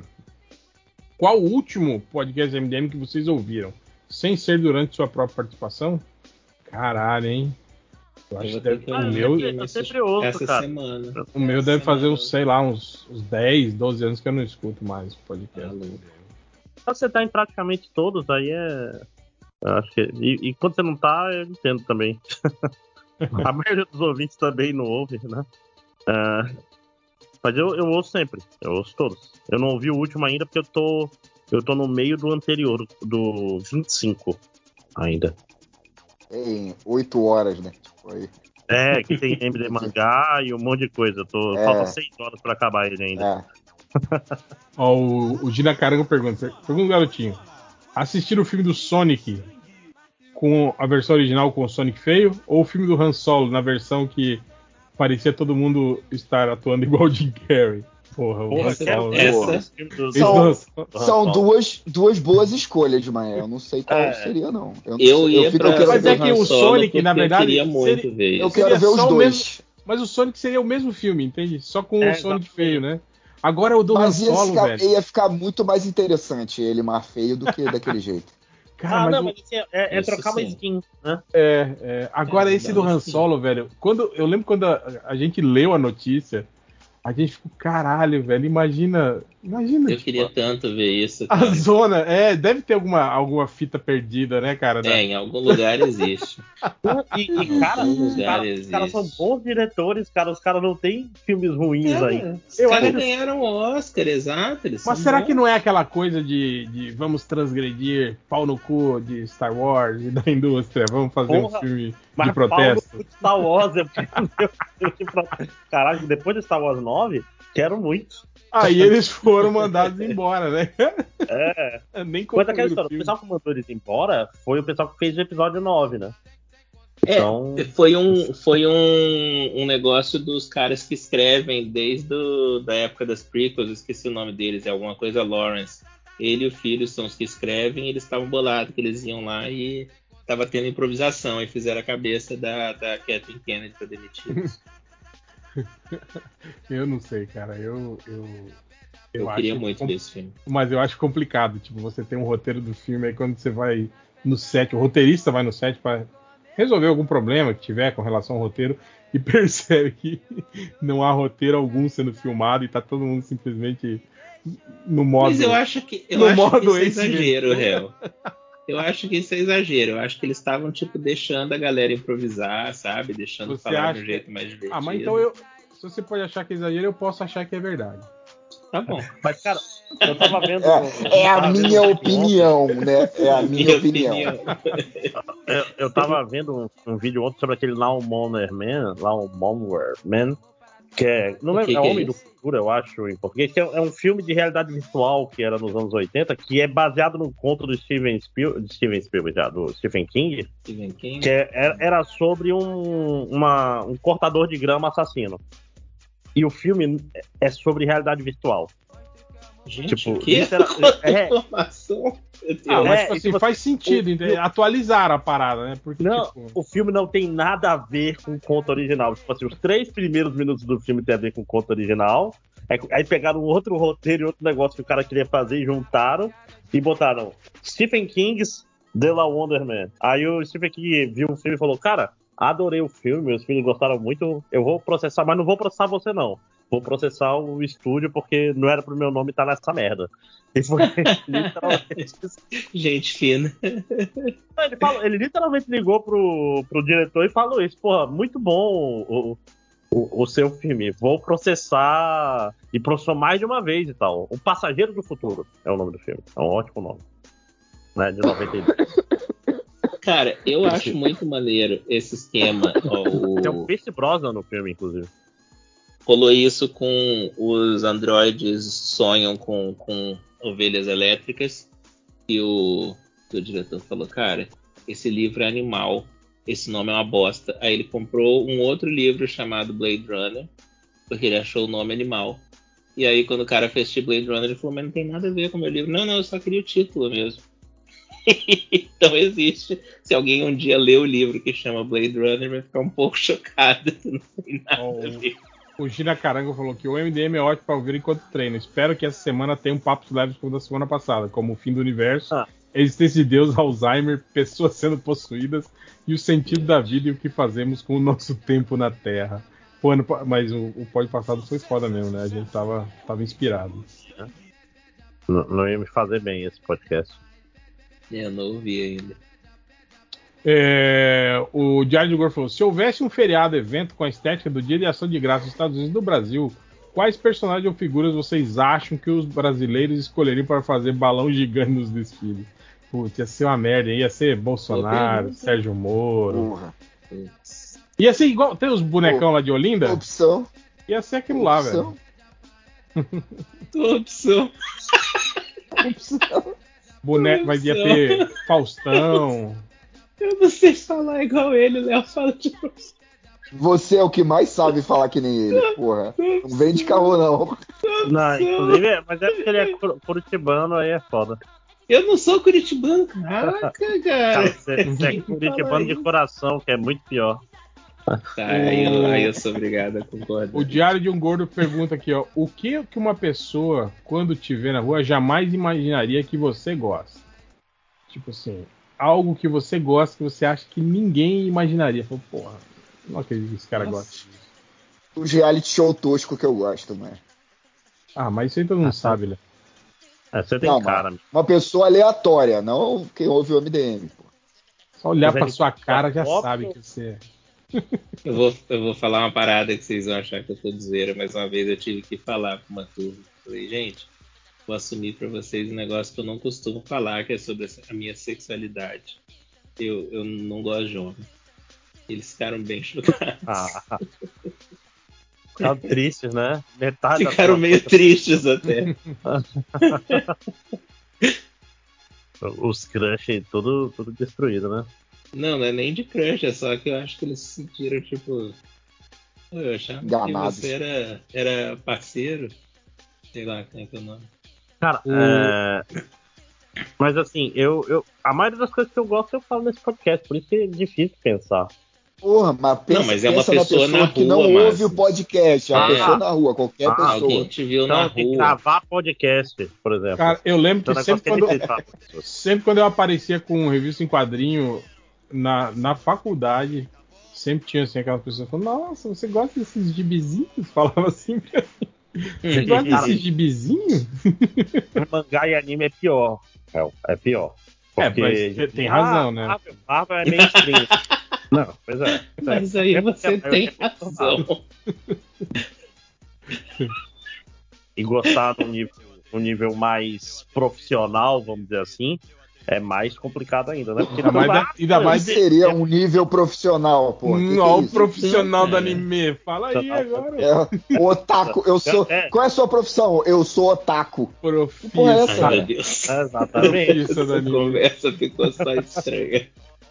qual o último podcast M D M que vocês ouviram? Sem ser durante sua própria participação? Caralho, hein? Eu acho Eu que vou ter deve, que o ouvir meu, mesmo eu essa- sempre ouço, essa cara. semana. o meu Essa deve fazer semana. uns, sei lá, uns, uns dez, doze anos que eu não escuto mais podcast. Maluco. Você tá em praticamente todos, aí é. eu Acho que... e, e quando você não tá, eu entendo também. A maioria dos ouvintes também não ouve, né? É, Mas eu, eu ouço sempre, eu ouço todos. Eu não ouvi o último ainda porque eu tô. Eu tô no meio do anterior, do vinte e cinco ainda. Em oito horas, né? Tipo, aí. É, que tem M D mangá e um monte de coisa. Eu tô... É. Falta seis horas pra acabar ele ainda. É. Ó, o, o Gina Carango pergunta: pergunta, garotinho, assistir o filme do Sonic com a versão original com o Sonic feio ou o filme do Han Solo na versão que parecia todo mundo estar atuando igual o Jim Carrey? Porra, o Porra, Han quero Solo. ver essa- esse filme do- Esse São- do Han Solo. do Han São Solo. duas, duas boas escolhas, de manhã. Eu não sei qual É. seria, não. Eu, não Eu sei. ia eu fico pra querendo Mas ver é o que Han- o Solo, Sonic, na porque verdade, eu queria muito seria- ver Eu isso. quero seria ver os só o dois. mesmo- Mas o Sonic seria o mesmo filme, entende? Só com É, o Sonic exatamente. feio, né? Agora o do Han Mas ia Solo, ficar, velho. ia ficar muito mais interessante ele mais feio do que daquele jeito. Cara, ah, mas não, o- mas assim, é, é Isso trocar uma sim. skin, né? É, é. Agora É, esse dá do uma Han skin. Solo, velho. Quando eu lembro quando a, a gente leu a notícia, a gente ficou, caralho, velho. Imagina, imagina. Eu tipo, queria tanto ver isso, a cara. zona, é, deve ter alguma, alguma fita perdida, né, cara? da- É, em algum lugar existe. E, e, cara, Algum os lugar caras os caras são existe. bons diretores, cara. Os caras não têm filmes ruins ainda. É, os Eu caras acho- ganharam o Oscar, exato. Eles Mas são será bons. que não é aquela coisa de, de vamos transgredir pau no cu de Star Wars e da indústria? Vamos fazer Porra, um filme Mas de protesto? Paulo de Star Wars é porque de protesto. Caralho, depois de Star Wars nove, quero muito. Aí eles foram mandados embora, né? É. Nem Mas concluíram aquela o história, o filme. pessoal que mandou eles embora foi o pessoal que fez o episódio nove, né? É, Então, foi um, foi um, um negócio dos caras que escrevem desde a da época das prequels, eu esqueci o nome deles, é alguma coisa Lawrence. Ele e o filho são os que escrevem, e eles estavam bolados que eles iam lá e tava tendo improvisação, e fizeram a cabeça da, da Kathleen Kennedy pra demitir. Eu não sei, cara. Eu. Eu, eu, eu queria muito compl... desse filme. Mas eu acho complicado. Tipo, você tem um roteiro do filme, aí quando você vai no set, o roteirista vai no set pra resolver algum problema que tiver com relação ao roteiro e percebe que não há roteiro algum sendo filmado e tá todo mundo simplesmente no modo. Mas eu acho que, eu acho que isso é exagero, réu. Eu acho que isso é exagero. Eu acho que eles estavam, tipo, deixando a galera improvisar, sabe? Deixando você falar acha de um jeito mais divertido. Ah, mas então eu. Se você pode achar que é exagero, eu posso achar que é verdade. Tá bom. Mas, cara, eu tava vendo. É, é a minha opinião, né? É a minha, minha opinião. opinião. eu, eu tava vendo um, um vídeo ontem sobre aquele Lawnmower Man, Lawnmower Man, que é. Não lembro, é Homem é do Futuro, eu acho, em português, que é, é um filme de realidade virtual que era nos anos oitenta, que é baseado num conto do Steven Spielberg, Steven Spielberg já, do Stephen King, Stephen King. que é, era, era sobre um, uma, um cortador de grama assassino. E o filme é sobre realidade virtual. Gente, tipo, que literal, é, informação. Ah, mas é, tipo assim, tipo, faz sentido, o, atualizaram a parada, né? Porque, não, tipo... o filme não tem nada a ver com o conto original. Tipo assim, os três primeiros minutos do filme tem a ver com o conto original. Aí, aí pegaram outro roteiro e outro negócio que o cara queria fazer e juntaram e botaram Stephen King's The Wonder Man. Aí o Stephen King viu o filme e falou, cara, adorei o filme, meus filhos gostaram muito, eu vou processar, mas não vou processar você não. Vou processar o estúdio porque não era pro meu nome estar nessa merda. E foi literalmente gente fina. Ele, falou, ele literalmente ligou pro, pro diretor e falou isso. Porra, muito bom o, o, o seu filme. Vou processar. E processou mais de uma vez e tal. O Passageiro do Futuro é o nome do filme. É um ótimo nome. Né, de noventa e dois. Cara, eu acho muito maneiro esse esquema. Ó, o... Tem um Pierce Brosnan no filme, inclusive. Rolou isso com os androides sonham com, com ovelhas elétricas. E o, o diretor falou, cara, esse livro é animal. Esse nome é uma bosta. Aí ele comprou um outro livro chamado Blade Runner, porque ele achou o nome animal. E aí quando o cara fez Blade Runner, ele falou, mas não tem nada a ver com o meu livro. Não, não, eu só queria o título mesmo. Então existe. Se alguém um dia ler o livro que chama Blade Runner, vai ficar um pouco chocado. Não tem nada oh, a ver. O Gina Carango falou que o M D M é ótimo para ouvir enquanto treino. Espero que essa semana tenha um papo leve como da semana passada, como o fim do universo, ah. existência de Deus, Alzheimer, pessoas sendo possuídas e o sentido da vida e o que fazemos com o nosso tempo na Terra. Pô, ano, mas o, o pod passado foi foda mesmo, né? A gente tava, tava inspirado. Não, não ia me fazer bem esse podcast. Eu não ouvi ainda. É, o Diário de Gordo falou: se houvesse um feriado evento com a estética do Dia de Ação de Graças dos Estados Unidos e do Brasil, quais personagens ou figuras vocês acham que os brasileiros escolheriam para fazer balão gigante nos desfiles? Putz, ia ser uma merda, ia ser Bolsonaro, Sérgio Moro. Porra. Ia ser igual. Tem os bonecão lá de Olinda? Opção. Ia ser aquilo Opção. lá, velho. Opção. Opção. Boneco, mas ia ter Faustão. Eu não sei falar igual ele, o Léo fala de você. Você é o que mais sabe falar que nem ele, porra. Não vem de caô, não. Não, inclusive, é, mas é porque ele é curitibano, aí é foda. Eu não sou curitibano, caraca, cara. Cara, você, você é curitibano de coração, que é muito pior. Tá, aí eu, aí eu sou obrigado a concordar. O Diário de um Gordo pergunta aqui, ó. O que que uma pessoa, quando te vê na rua, jamais imaginaria que você gosta? Tipo assim, algo que você gosta que você acha que ninguém imaginaria. Fala, porra, não acredito que esse cara Nossa. gosta disso. Os reality show tosco que eu gosto, né? Ah, mas isso aí todo mundo ah, sabe, né? É, você tem não, cara. Uma pessoa aleatória, não quem ouve o M D M. Pô. Só olhar pra sua cara já sabe que você é. Eu vou, eu vou falar uma parada que vocês vão achar que eu tô de zoeira, mas uma vez eu tive que falar com uma turma. Falei, gente, vou assumir pra vocês um negócio que eu não costumo falar, que é sobre a minha sexualidade. Eu, eu não gosto de homem. Eles ficaram bem chocados. Ah. Ficaram tristes, né? Metade Ficaram meio coisa. tristes até. Os crush tudo, tudo destruído, né? Não, não é nem de crush, é só que eu acho que eles se sentiram, tipo... Eu achava Enganados. que você era, era parceiro. Sei lá, como é que é o nome. Cara, o... é... Mas assim, eu, eu... a maioria das coisas que eu gosto eu falo nesse podcast, por isso que é difícil pensar. Porra, mas pensa, Não, mas é uma pensa na pessoa na que não rua, ouve Márcio. o podcast. É uma Ah, pessoa na rua, qualquer ah, pessoa. Alguém te viu Então na tem que rua. gravar podcast, por exemplo. Cara, eu lembro Então, que o sempre negócio quando, é difícil, tá? sempre quando eu aparecia com revista em quadrinho na, na faculdade, sempre tinha assim aquelas pessoas falando, nossa, você gosta desses gibizinhos? Falava assim pra mim. Você gosta Cara, desses gibizinhos? mangá e anime é pior, Hel, é pior. É, Porque, mas você tem razão, né? Marvel, Marvel é mainstream. Não, pois é. Mas aí É você porque tem é razão. E gostar num nível, num nível mais profissional, vamos dizer assim, é mais complicado ainda, né? Porque Ainda mais, da- ainda O que mais de, seria um nível profissional, pô? Que que Ó, é o isso? profissional do Então, anime. Fala aí agora. É, otaku, eu sou. É. Qual é a sua profissão? Eu sou otaku. Que porra é essa? Ai, meu Deus. É, exatamente. Profissa do Essa anime. conversa ficou só estranha.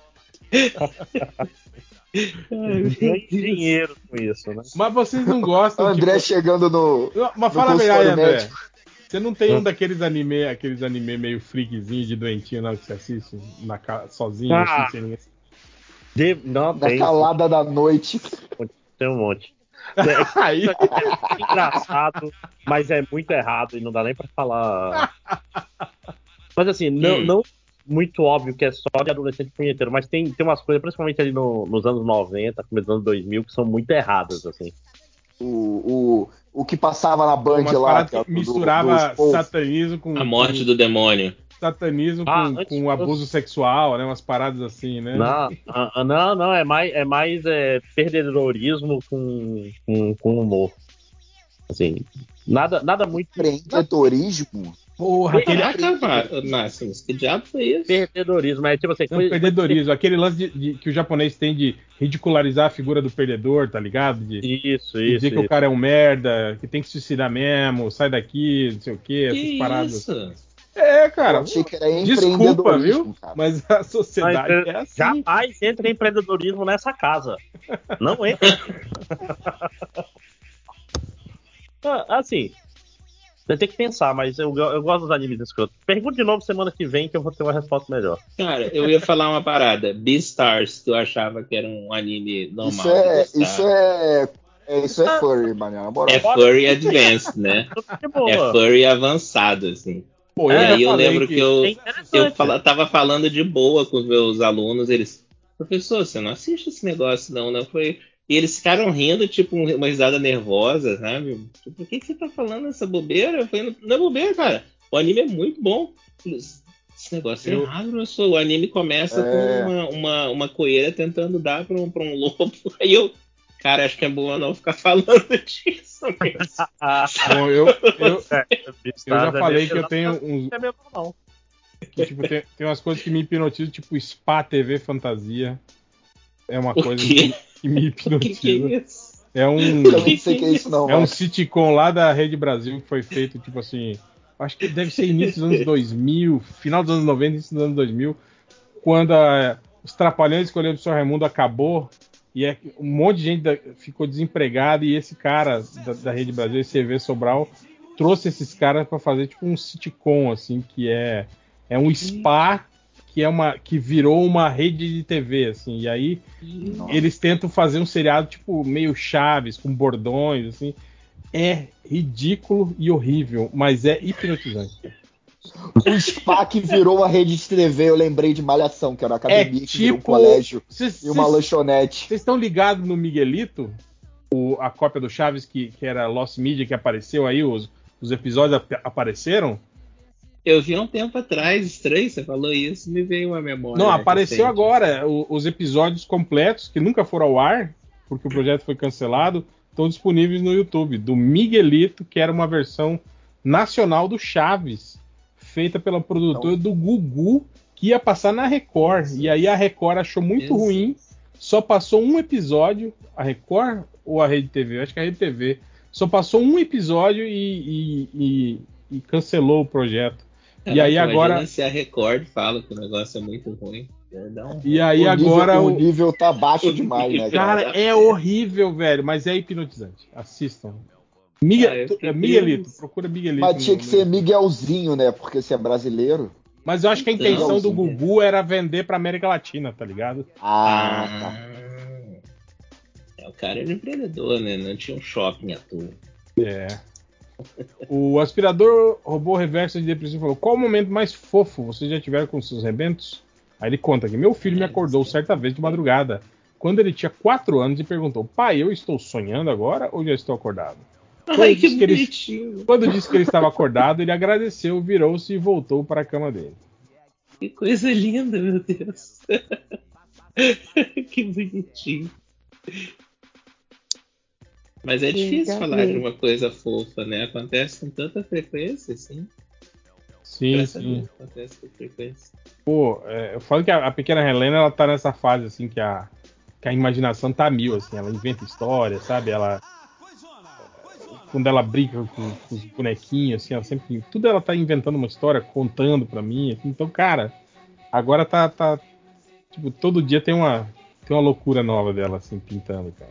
Ganha dinheiro com isso, né? Mas vocês não gostam, André tipo... chegando no. Não, mas no fala a verdade, consultório André. médico. Você não tem um Hum. daqueles anime, aqueles anime meio freakzinho de doentinho não, que você assiste na ca... sozinho, Ah. assim, sem ninguém. De- Não, Na tem, calada da noite. tem um monte. Aí, É engraçado, mas é muito errado e não dá nem pra falar. Mas assim, não, Hum. não muito óbvio que é só de adolescente punheteiro, mas tem, tem umas coisas, principalmente ali no- nos anos noventa, começo dos anos dois mil, que são muito erradas, assim. O, o, o que passava na Band umas lá. paradas cara, que do- misturava dos povos. satanismo com... A morte com- do demônio. Satanismo Ah, com, antes com abuso fosse- sexual, né? Umas paradas assim, né? Não, ah, ah, não, não, é mais, é mais é, perdedorismo com, com, com humor. Assim, nada, nada muito. Empreendedorismo? Porra, aquele... Caraca, Márcio, que diabo foi isso? Perdedorismo, é tipo assim. Não, coisa- perdedorismo. Aquele lance de, de- que o japonês tem de ridicularizar a figura do perdedor, tá ligado? De, Isso, de isso. dizer que isso. o cara é um merda, que tem que se suicidar mesmo, sai daqui, não sei o quê, essas Que paradas. isso? É, cara. Eu achei que era Desculpa, empreendedorismo, viu? cara. Mas a sociedade Mas, é assim. Jamais entra em empreendedorismo nessa casa. Não entra. Ah, assim, você tem que pensar, mas eu, eu gosto dos animes escrotos. Pergunta de novo semana que vem que eu vou ter uma resposta melhor. Cara, eu ia falar uma parada. Beastars, que eu achava que era um anime normal. Isso é. de gostar. Isso é. é isso é furry, mano. Na moral. É furry advanced, né? Que boa. É furry avançado, assim. Pô, E eu já aí eu falei lembro que, eu, é interessante. eu fala, tava falando de boa com os meus alunos, eles, professor, você não assiste esse negócio não, né? Foi... E eles ficaram rindo, tipo, uma risada nervosa, sabe? Tipo, por que, que você tá falando essa bobeira? Eu falei, não é bobeira, cara. O anime é muito bom. Eles, esse negócio é Eu- errado, professor. O anime começa É. com uma, uma, uma coelha tentando dar pra um, pra um lobo. Aí eu, cara, acho que é bom não ficar falando disso mesmo. Bom, eu, eu, É, eu já é falei mesmo, que eu tenho uns. não é mesmo, não. que, tipo, tem, tem umas coisas que me hipnotizam, tipo Spa T V Fantasia. É uma O coisa quê? que, que me O que, que hipnotiza. é isso? É um. Eu não sei o que é isso, não. É um mano. sitcom lá da Rede Brasil que foi feito, tipo assim. Acho que deve ser início dos anos dois mil, final dos anos noventa, início dos anos dois mil, quando a, os Trapalhões escolheram o professor Raimundo acabou e é, um monte de gente da, ficou desempregado e esse cara da, da Rede Brasil, esse C V Sobral, trouxe esses caras para fazer tipo um sitcom, assim, que é, é um spa que, é uma, que virou uma rede de T V, assim, e aí Nossa. eles tentam fazer um seriado tipo meio Chaves, com bordões, assim. É ridículo e horrível, mas é hipnotizante. O Spa que virou uma rede de T V, eu lembrei de Malhação, que era uma academia É que virou um tipo- colégio Cês- e uma cês- lanchonete. Vocês estão ligados no Miguelito? O- a cópia do Chaves que, que era Lost Media, que apareceu aí, os, os episódios ap- apareceram? Eu vi há um tempo atrás, estranho, você falou isso, me veio uma memória. Não, apareceu recente. agora. O- os episódios completos, que nunca foram ao ar, porque o projeto foi cancelado, estão disponíveis no YouTube, do Miguelito, que era uma versão nacional do Chaves, feita pela produtora do Gugu, que ia passar na Record. E aí a Record achou muito Isso. ruim, só passou um episódio, a Record ou a Rede T V? Eu acho que a Rede T V. Só passou um episódio e, e- e- e cancelou o projeto. E aí Caraca, agora... imagina se a Record fala que o negócio é muito ruim. Dá um- E aí o, agora... nível, o- o nível tá baixo demais, né? Cara, é horrível, velho, mas é hipnotizante. Assistam. Miguel, Ah, eu tu- fiquei é Miguelito, curioso. procura Miguelito. Mas tinha no- que no- ser Miguelzinho, né? Porque se é brasileiro. Mas eu acho que a Então, intenção do sim. Gugu era vender pra América Latina, tá ligado? Ah, tá. Ah, O cara era empreendedor, né? Não tinha um shopping à toa. É. O aspirador robô reverso de depressivo falou: qual o momento mais fofo vocês já tiveram com seus rebentos? Aí ele conta que meu filho me acordou certa vez de madrugada, quando ele tinha quatro anos, e perguntou: pai, eu estou sonhando agora ou já estou acordado? Quando, Ai, que disse que ele, bonitinho. quando disse que ele estava acordado, ele agradeceu, virou-se e voltou para a cama dele. Que coisa linda, meu Deus. Que bonitinho. Mas é difícil falar de uma coisa fofa, né? Acontece com tanta frequência, assim. Sim, Graças sim. a Deus, acontece com frequência. Pô, é, eu falo que a, a pequena Helena, ela tá nessa fase, assim, que a, que a imaginação tá mil, assim. Ela inventa história, sabe? Ela... Quando ela brinca com, com os bonequinhos, assim, ela sempre... Tudo ela tá inventando uma história, contando pra mim. Assim. Então, cara, agora tá... tá tipo, todo dia tem uma, tem uma loucura nova dela, assim, pintando, cara.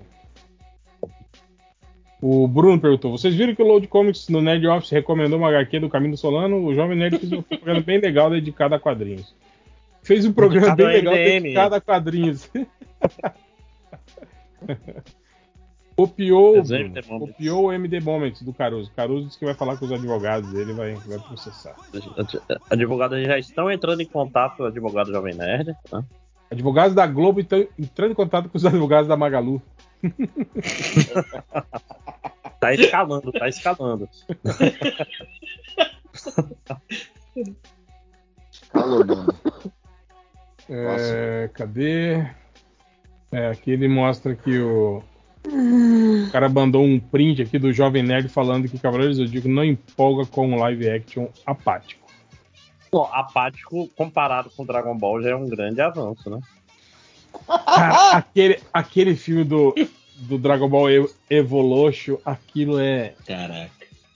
O Bruno perguntou: vocês viram que o Load Comics no Nerd Office recomendou uma agá quê do Caminho do Solano? O Jovem Nerd fez uma propaganda bem legal dedicada a quadrinhos. Fez um programa Dedicado bem ao legal M D M. dedicado a quadrinhos. Copiou, Desenho Bruno, de Moments. copiou o M D Moments do Caruso. Caruso disse que vai falar com os advogados dele e vai, vai processar. Advogados já estão entrando em contato com o advogado Jovem Nerd. Né? Advogados da Globo estão entrando em contato com os advogados da Magalu. Tá escalando, tá escalando. Escalonando. É, cadê? É, aqui ele mostra que o... o cara mandou um print aqui do Jovem Nerd falando que Cavaleiros do Zodíaco não empolga com um live action apático. Bom, apático comparado com Dragon Ball já é um grande avanço, né? Cara, aquele, aquele filme do, do Dragon Ball Evolution, aquilo é... Caraca.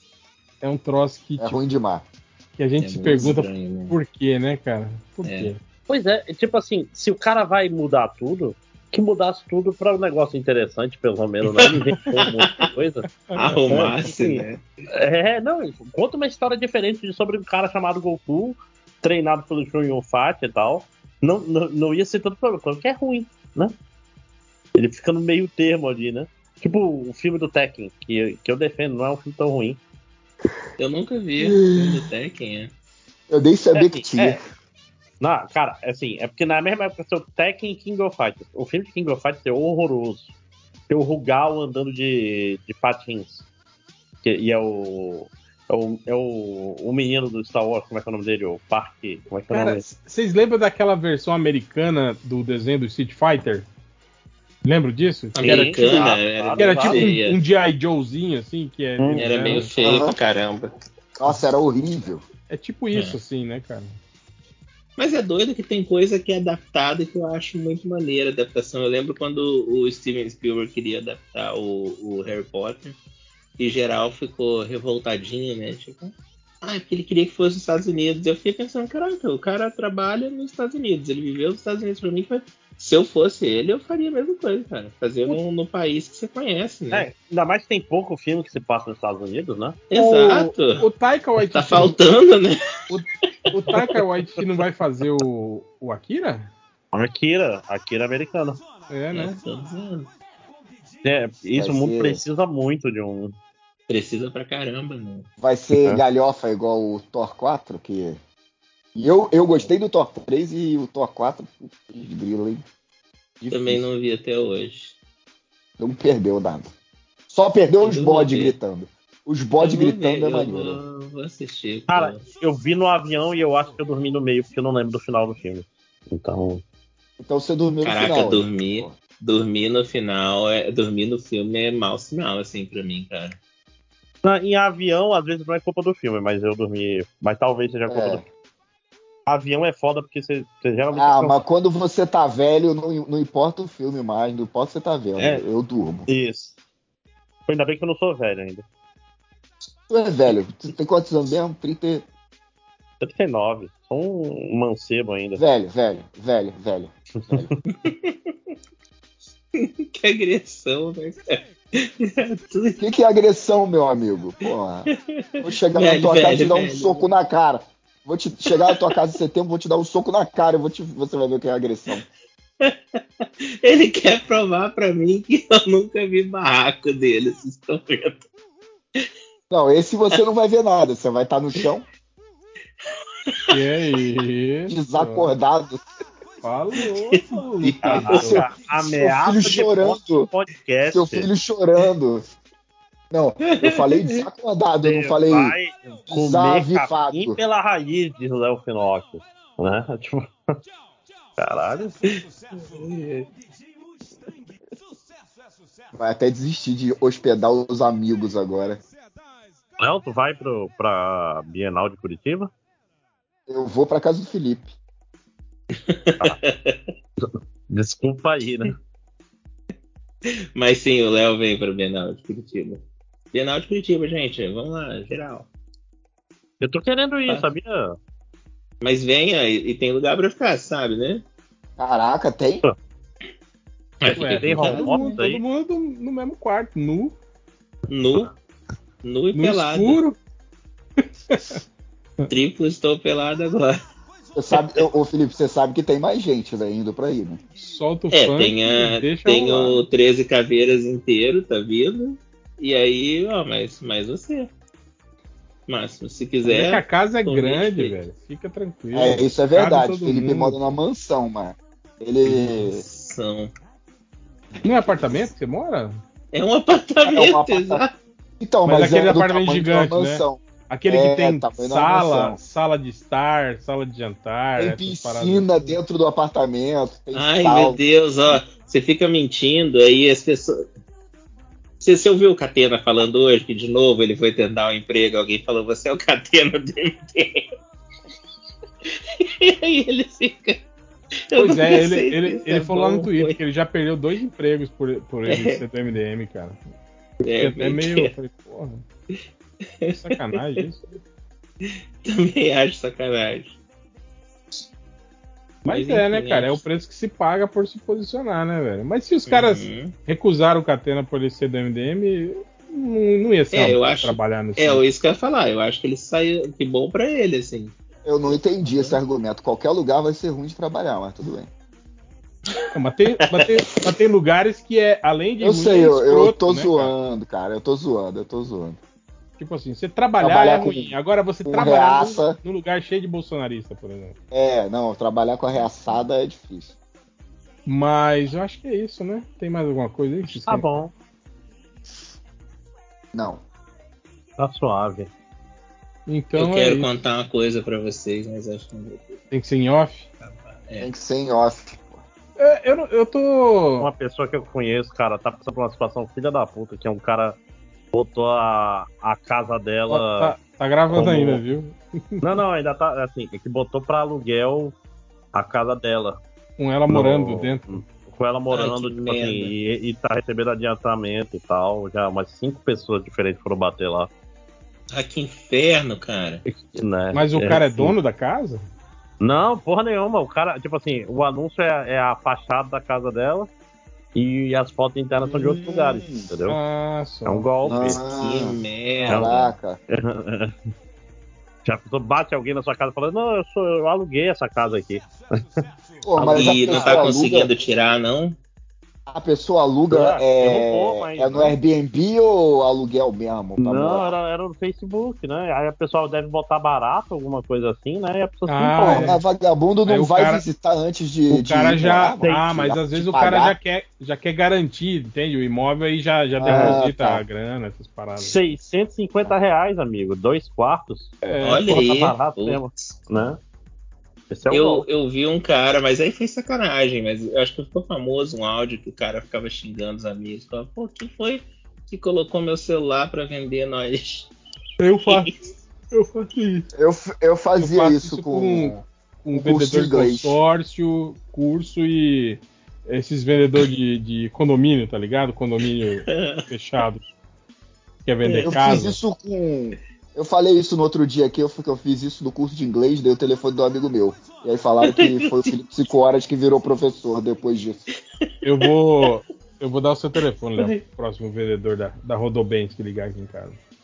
É um troço que... É tipo, ruim demais. Que a gente É se muito pergunta estranho, né? por quê, né, cara? Por É. quê? Pois é, tipo assim, se o cara vai mudar tudo, que mudasse tudo pra um negócio interessante, pelo menos, né? Ele inventou um monte de coisa. Arrumasse, É, né? É, não, conta uma história diferente sobre um cara chamado Goku, treinado pelo Shun Yun-Fat e tal. Não, não, não ia ser tanto problema, porque é ruim, né? Ele fica no meio termo ali, né? Tipo o filme do Tekken, que, que eu defendo, não é um filme tão ruim. Eu nunca vi o filme do Tekken, é. Eu nem sabia É, que tinha. é. Não, cara, assim, é porque na mesma época seu Tekken e King of Fighters. O filme de King of Fighters é horroroso. Tem o Rugal andando de, de patins. Que, e é o. É, o, é o, o menino do Star Wars, como é que é o nome dele? O Park. Como é que é o Cara, nome? vocês lembram daquela versão americana do desenho do Street Fighter? Lembro disso? Que era tipo, Americana, era que era meio tipo feia. um, um G I. Joezinho, assim, que é. eles Era eram- meio feio Aham. pra caramba. Nossa, era horrível. É tipo isso, É. assim, né, cara? Mas é doido que tem coisa que é adaptada que eu acho muito maneira a adaptação. Eu lembro quando o Steven Spielberg queria adaptar o, o Harry Potter e geral ficou revoltadinho, né? Tipo, ah, é porque ele queria que fosse nos Estados Unidos. Eu fiquei pensando, caraca, o cara trabalha nos Estados Unidos, ele viveu nos Estados Unidos pra mim, mas se eu fosse ele, eu faria a mesma coisa, cara. Fazer no, no país que você conhece, né? É, ainda mais que tem pouco filme que se passa nos Estados Unidos, né? Exato. O, o Taika Waititi. Tá faltando, né? O, o Taika Waititi não vai fazer o, o Akira? Akira, Akira americano. É, né? Eu tô dizendo. É, isso Vai o mundo ser- precisa muito de um. Precisa pra caramba, né? Vai ser É. galhofa igual o Thor quatro, que... E eu, eu gostei do Thor três e o Thor quatro, putz, grilo, hein? Também não vi até hoje. Não perdeu nada. Só perdeu Eu os vou bodes ver. gritando. Os bodes Eu vou gritando ver, é eu maneiro. Vou, vou assistir. Cara, pô. eu vi no avião e eu acho que eu dormi no meio, porque eu não lembro do final do filme. Então. Então você dormiu no Caraca, final. hein? dormir, dormir no final, é, dormir no filme é mau sinal, assim, pra mim, cara. na- Em avião, às vezes não é culpa do filme, mas eu dormi. Mas talvez seja culpa É. do filme. Avião é foda porque você, você geralmente. Ah, fica- mas quando você tá velho, não, não importa o filme mais, não importa o que você tá vendo. É. Eu durmo. Isso. Ainda bem que eu não sou velho ainda. Tu é velho. Tu tem quantos anos mesmo? trinta. trinta e nove. Sou um mancebo ainda. Velho, velho, velho, velho. velho. Que agressão, né, cara? O que, que é agressão, meu amigo? Porra. Vou chegar na Velho, tua casa e te velho, dar um velho. soco na cara. Vou te chegar na tua casa em setembro, vou te dar um soco na cara e vou te, você vai ver o que é agressão. Ele quer provar pra mim que eu nunca vi barraco dele, vocês estão vendo? Não, esse você não vai ver nada, você vai estar no chão. Que é isso? Desacordado. Falou, Seu, seu filho chorando. Podcast. Seu filho chorando. Não, eu falei desacordado, eu não falei desavivado. Pela raiz, diz o Léo Finocchio. Né? Tipo, caralho. Vai até desistir de hospedar os amigos agora. Léo, tu vai pro, pra Bienal de Curitiba? Eu vou pra casa do Felipe. Ah. Desculpa aí, né? Mas sim, o Léo vem pra Bienal de Curitiba. Bienal de Curitiba, gente. Vamos lá, geral. Eu tô querendo ir, tá. Sabia? Mas venha e, e tem lugar pra ficar, sabe, né? Caraca, tem? É, Ué, tem todo, home mundo, office aí. todo mundo no mesmo quarto, nu. Nu. Nu e no pelado. escuro. Triplo, estou pelado agora. Você sabe, ô Felipe, você sabe que tem mais gente, né, indo pra aí, né? Solta o É, funk tem, a, e deixa tem rolar. o treze Caveiras inteiro, tá vindo? E aí, ó, mais, mais você. Máximo, se Mas quiser. é que a casa é convite grande, feito. velho. Fica tranquilo. É, isso é Cabe verdade. todo Felipe mundo. mora numa mansão, mano. Ele. São. Não é apartamento que você mora? É um apartamento, É um aparta- exato. Então, Mas mas, aquele é do apartamento tamanho gigante, de uma né? mansão. Aquele É, que tem tamanho da sala, mansão. sala de estar, sala de jantar. Tem essas piscina paradas. dentro do apartamento. Tem Ai, sauna. meu Deus, ó. Você fica mentindo, aí as pessoas. Você, você ouviu o Catena falando hoje que de novo ele foi tentar um emprego? Alguém falou, você é o Catena do M D. E aí ele fica. Eu Pois não é, ele, sei se ele, isso ele é falou lá bom, no Twitter foi. que ele já perdeu dois empregos por, por ele É. ser do M D M, cara. É, Fiquei até meio. meio- Eu falei, porra. Que sacanagem isso. Também acho sacanagem. Mas, Mas, é, né, enfim, cara? É acho- o preço que se paga por se posicionar, né, velho? Mas se os caras Uhum. recusaram o Catena por ele ser do M D M, não, não ia ser É, uma eu boa acho. trabalhar no É, isso que eu ia falar. Eu acho que ele saiu. Que bom pra ele, assim. Eu não entendi esse argumento. Qualquer lugar vai ser ruim de trabalhar, mas tudo bem. Não, mas, tem, mas, tem, mas tem lugares que é, além de Eu ruim, sei, é eu, eu escroto, tô né, zoando, cara. Eu tô zoando, eu tô zoando. cara? Tipo assim, você trabalhar, Trabalhar é com- ruim. Agora você com trabalhar num, reaça. num lugar cheio de bolsonarista, por exemplo. É, não, trabalhar com a reaçada é difícil. Mas eu acho que é isso, né? Tem mais alguma coisa aí? que vocês Tá querem? bom, Não. tá suave. Então eu é quero isso. contar uma coisa pra vocês, mas acho que não vou. Tem que ser em off. É. Tem que ser em off. É, eu, não- eu tô. Uma pessoa que eu conheço, cara, tá passando por uma situação filha da puta, que é um cara botou a, a casa dela. Tá, tá gravando como- ainda, viu? Não, não, ainda tá assim, é que botou pra aluguel a casa dela. Com ela No- morando dentro. Com ela morando, Ai, que tipo assim, merda. e, e tá recebendo adiantamento e tal. Já umas cinco pessoas diferentes foram bater lá. Ah, que inferno, cara. Né? Mas o cara é assim. dono da casa? Não, porra nenhuma. O cara, tipo assim, o anúncio é, é a fachada da casa dela e as fotos internas são de outros Hum. lugares, entendeu? Ah, só. É um golpe. Ah, Que merda. caraca. Já a pessoa bate alguém na sua casa falando, não, eu, sou, eu aluguei essa casa aqui. Pô, mas a E não pessoa tá aluga, conseguindo tirar, não? a pessoa aluga É, é, derrubou, mas- é no Airbnb ou aluguel mesmo? pra Não, morar? era, era no Facebook, né? Aí a pessoa deve botar barato, alguma coisa assim, né? E a pessoa se Ah, empolga. é. Mas vagabundo Aí não o vai cara- visitar antes de, O de cara ir já. morar, mano? Ah, mas De- às vezes de o cara pagar. já quer, já quer garantir, entende? O imóvel aí já, já Ah, deposita tá. a grana, essas paradas. seiscentos e cinquenta reais, amigo. Dois quartos. É, Olha Pô, tá aí. barato Putz. mesmo, né? Esse é o Eu, golpe. eu vi um cara, mas aí foi sacanagem, mas eu acho que ficou famoso um áudio que o cara ficava xingando os amigos. Falava, pô, quem foi que colocou meu celular pra vender nós? Eu faço, eu faço isso. Eu, f- eu fazia Eu faço isso, isso com, com- Um com curso vendedor de de inglês. consórcio, curso e esses vendedores de, de condomínio, tá ligado? Condomínio fechado. Quer vender Eu casa. fiz isso com. Eu falei isso no outro dia aqui, eu, f- que eu fiz isso no curso de inglês, dei o telefone do amigo meu. E aí falaram que foi o Felipe Cinco Horas que virou professor depois disso. Eu vou. Eu vou dar o seu telefone, Léo, pro próximo vendedor da, da Rodobens que ligar aqui em casa.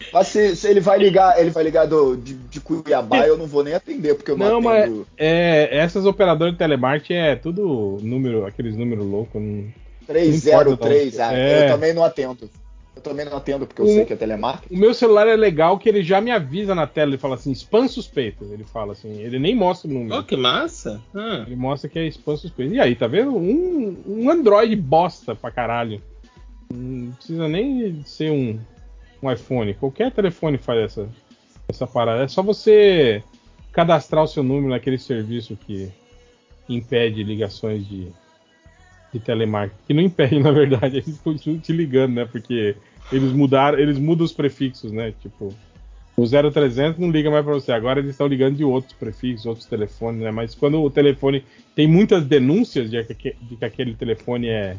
Mas se, se ele vai ligar, ele vai ligar do, de, de Cuiabá, eu não vou nem atender, porque eu não, Não, atendo. mas é, essas operadoras de telemarketing é tudo número, aqueles números loucos. Não, três zero três, não ah, é. eu também não atendo. Eu também não atendo, porque eu o, sei que é telemarketing. O meu celular é legal que ele já me avisa na tela, ele fala assim, spam suspeito. Ele fala assim, ele nem mostra o número. Oh, que massa! Ah. Ele mostra que é spam suspeito. E aí, tá vendo? Um, um Android bosta pra caralho. Não precisa nem ser um, um iPhone. Qualquer telefone faz essa, essa parada. É só você cadastrar o seu número naquele serviço que impede ligações de, de telemarketing. Que não impede, na verdade, eles continuam te ligando, né? Porque eles mudaram, eles mudam os prefixos, né? Tipo, o zero trezentos não liga mais pra você. Agora eles estão ligando de outros prefixos, outros telefones, né? Mas quando o telefone tem muitas denúncias de que, de que aquele telefone é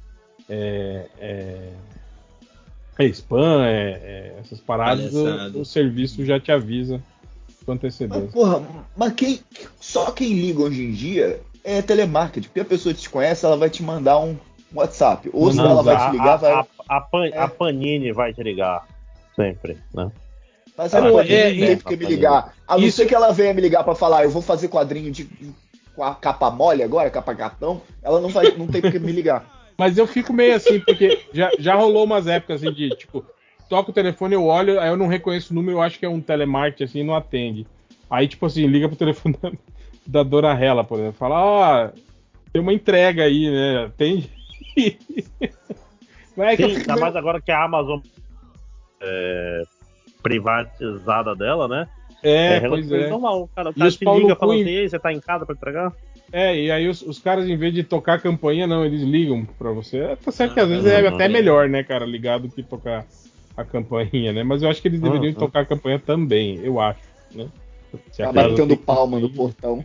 É, é, é spam, é, é essas paradas, o, o serviço já te avisa com antecedência. Mas, porra, mas quem, só quem liga hoje em dia é telemarketing, porque a pessoa te conhece, ela vai te mandar um WhatsApp, ou se ela vai te ligar, a, vai... A, a, Pan, é. a Panini vai te ligar, sempre, né? Mas a Panini é, não tem porque me ligar, a não Isso... ser que ela venha me ligar pra falar, eu vou fazer quadrinho de, com a capa mole agora, capa cartão, ela não, vai, não tem porque me ligar. Mas eu fico meio assim, porque já, já rolou umas épocas assim de, tipo, toca o telefone, eu olho, aí eu não reconheço o número, eu acho que é um telemarketing, assim, e não atende. Aí, tipo assim, liga pro telefone da, da Dona Hela, por exemplo, fala, ó, oh, tem uma entrega aí, né, atende. Mas é que Sim, ainda meio... mais agora que a Amazon é, privatizada dela, né? É, é pois é. Normal, o cara, o cara te liga, fala assim, ei, você tá em casa pra entregar? É, e aí os, os caras, em vez de tocar a campainha, não, eles ligam pra você. Tá certo que às vezes é até melhor, né, cara, ligar do que tocar a campainha, né? Mas eu acho que eles deveriam uhum. tocar a campainha também, eu acho, né? Se tá batendo palma no portão.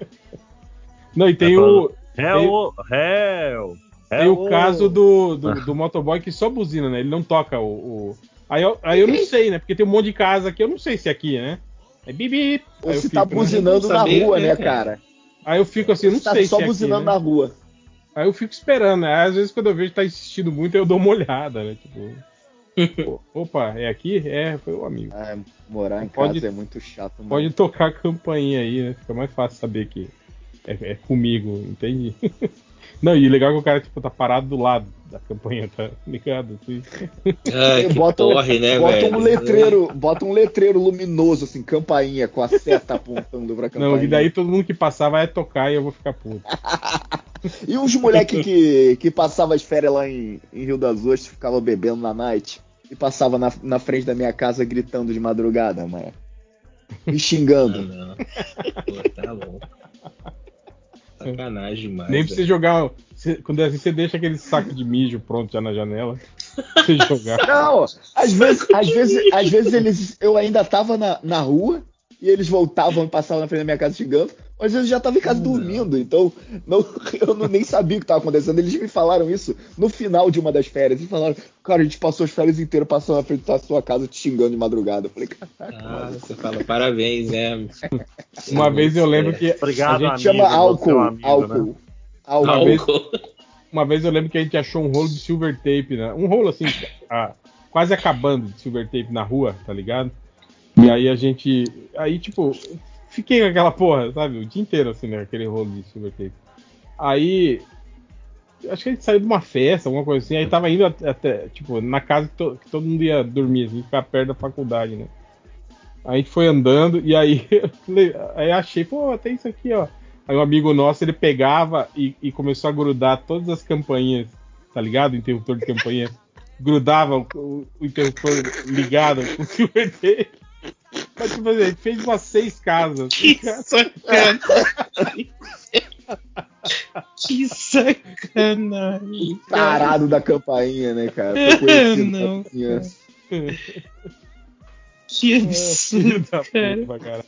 Não, e tem é o... Hell, hell, tem o caso do, do, do motoboy que só buzina, né? Ele não toca o... o... Aí, eu, aí eu não sei, né? Porque tem um monte de casa aqui, eu não sei se é aqui, né? É bibi. Ou se tá fico, buzinando né? na rua, né, cara? Aí eu fico assim, não tá sei só se é buzinando aqui, né? na rua. Aí eu fico esperando, né? Às vezes quando eu vejo que tá insistindo muito, eu dou uma olhada, né? Tipo, opa, é aqui? É, foi o amigo. Ah, morar em pode, casa é muito chato, mano. Pode tocar a campainha aí, né? Fica mais fácil saber que é, é comigo, entende? Não, e legal que o cara, tipo, tá parado do lado da campanha, tá ligado? Assim. Ai, que bota, porre, né, bota velho? Um letreiro, bota um letreiro luminoso, assim, campainha, com a seta apontando pra campainha. Não, e daí todo mundo que passar vai tocar e eu vou ficar puto. E os moleques que, que passavam as férias lá em, em Rio das Ostras, ficavam bebendo na night, e passava na, na frente da minha casa gritando de madrugada, mano. Me xingando. Não, não. Pô, tá louco. Sacanagem demais. Nem pra você jogar. Você, quando é assim, você deixa aquele saco de mijo pronto já na janela. Pra você jogar. Não, às vezes, às vezes, às vezes eles, eu ainda tava na, na rua e eles voltavam e passavam na frente da minha casa xingando. Às vezes eu já tava em casa não. dormindo, então não, eu não, nem sabia o que tava acontecendo. Eles me falaram isso no final de uma das férias. Eles falaram, cara, a gente passou as férias inteiras passando na frente da sua casa te xingando de madrugada. Eu falei, caraca. Ah, você fala, parabéns, né? Uma vez eu lembro que Obrigado, a gente amigo, chama álcool, amigo, álcool. Né? álcool. Uma, vez, uma vez eu lembro que a gente achou um rolo de silver tape, né? Um rolo assim, a, quase acabando de silver tape na rua, tá ligado? E aí a gente. Aí, tipo, fiquei com aquela porra, sabe? O dia inteiro, assim, né? Aquele rolo de silver tape. Aí. Acho que a gente saiu de uma festa, alguma coisa assim. Aí tava indo até, tipo, na casa que, to, que todo mundo ia dormir, assim, ficar perto da faculdade, né? Aí a gente foi andando e aí, aí achei, pô, tem isso aqui, ó. Aí um amigo nosso, ele pegava e, e começou a grudar todas as campainhas, tá ligado? O interruptor de campainha. Grudava o, o, o interruptor ligado com o silver tape. Mas, tipo assim, a gente fez umas seis casas. Que sacanagem. Que sacanagem. Tarado da campainha, né, cara? Foi não, cara. Que absurdo, é, cara. cara.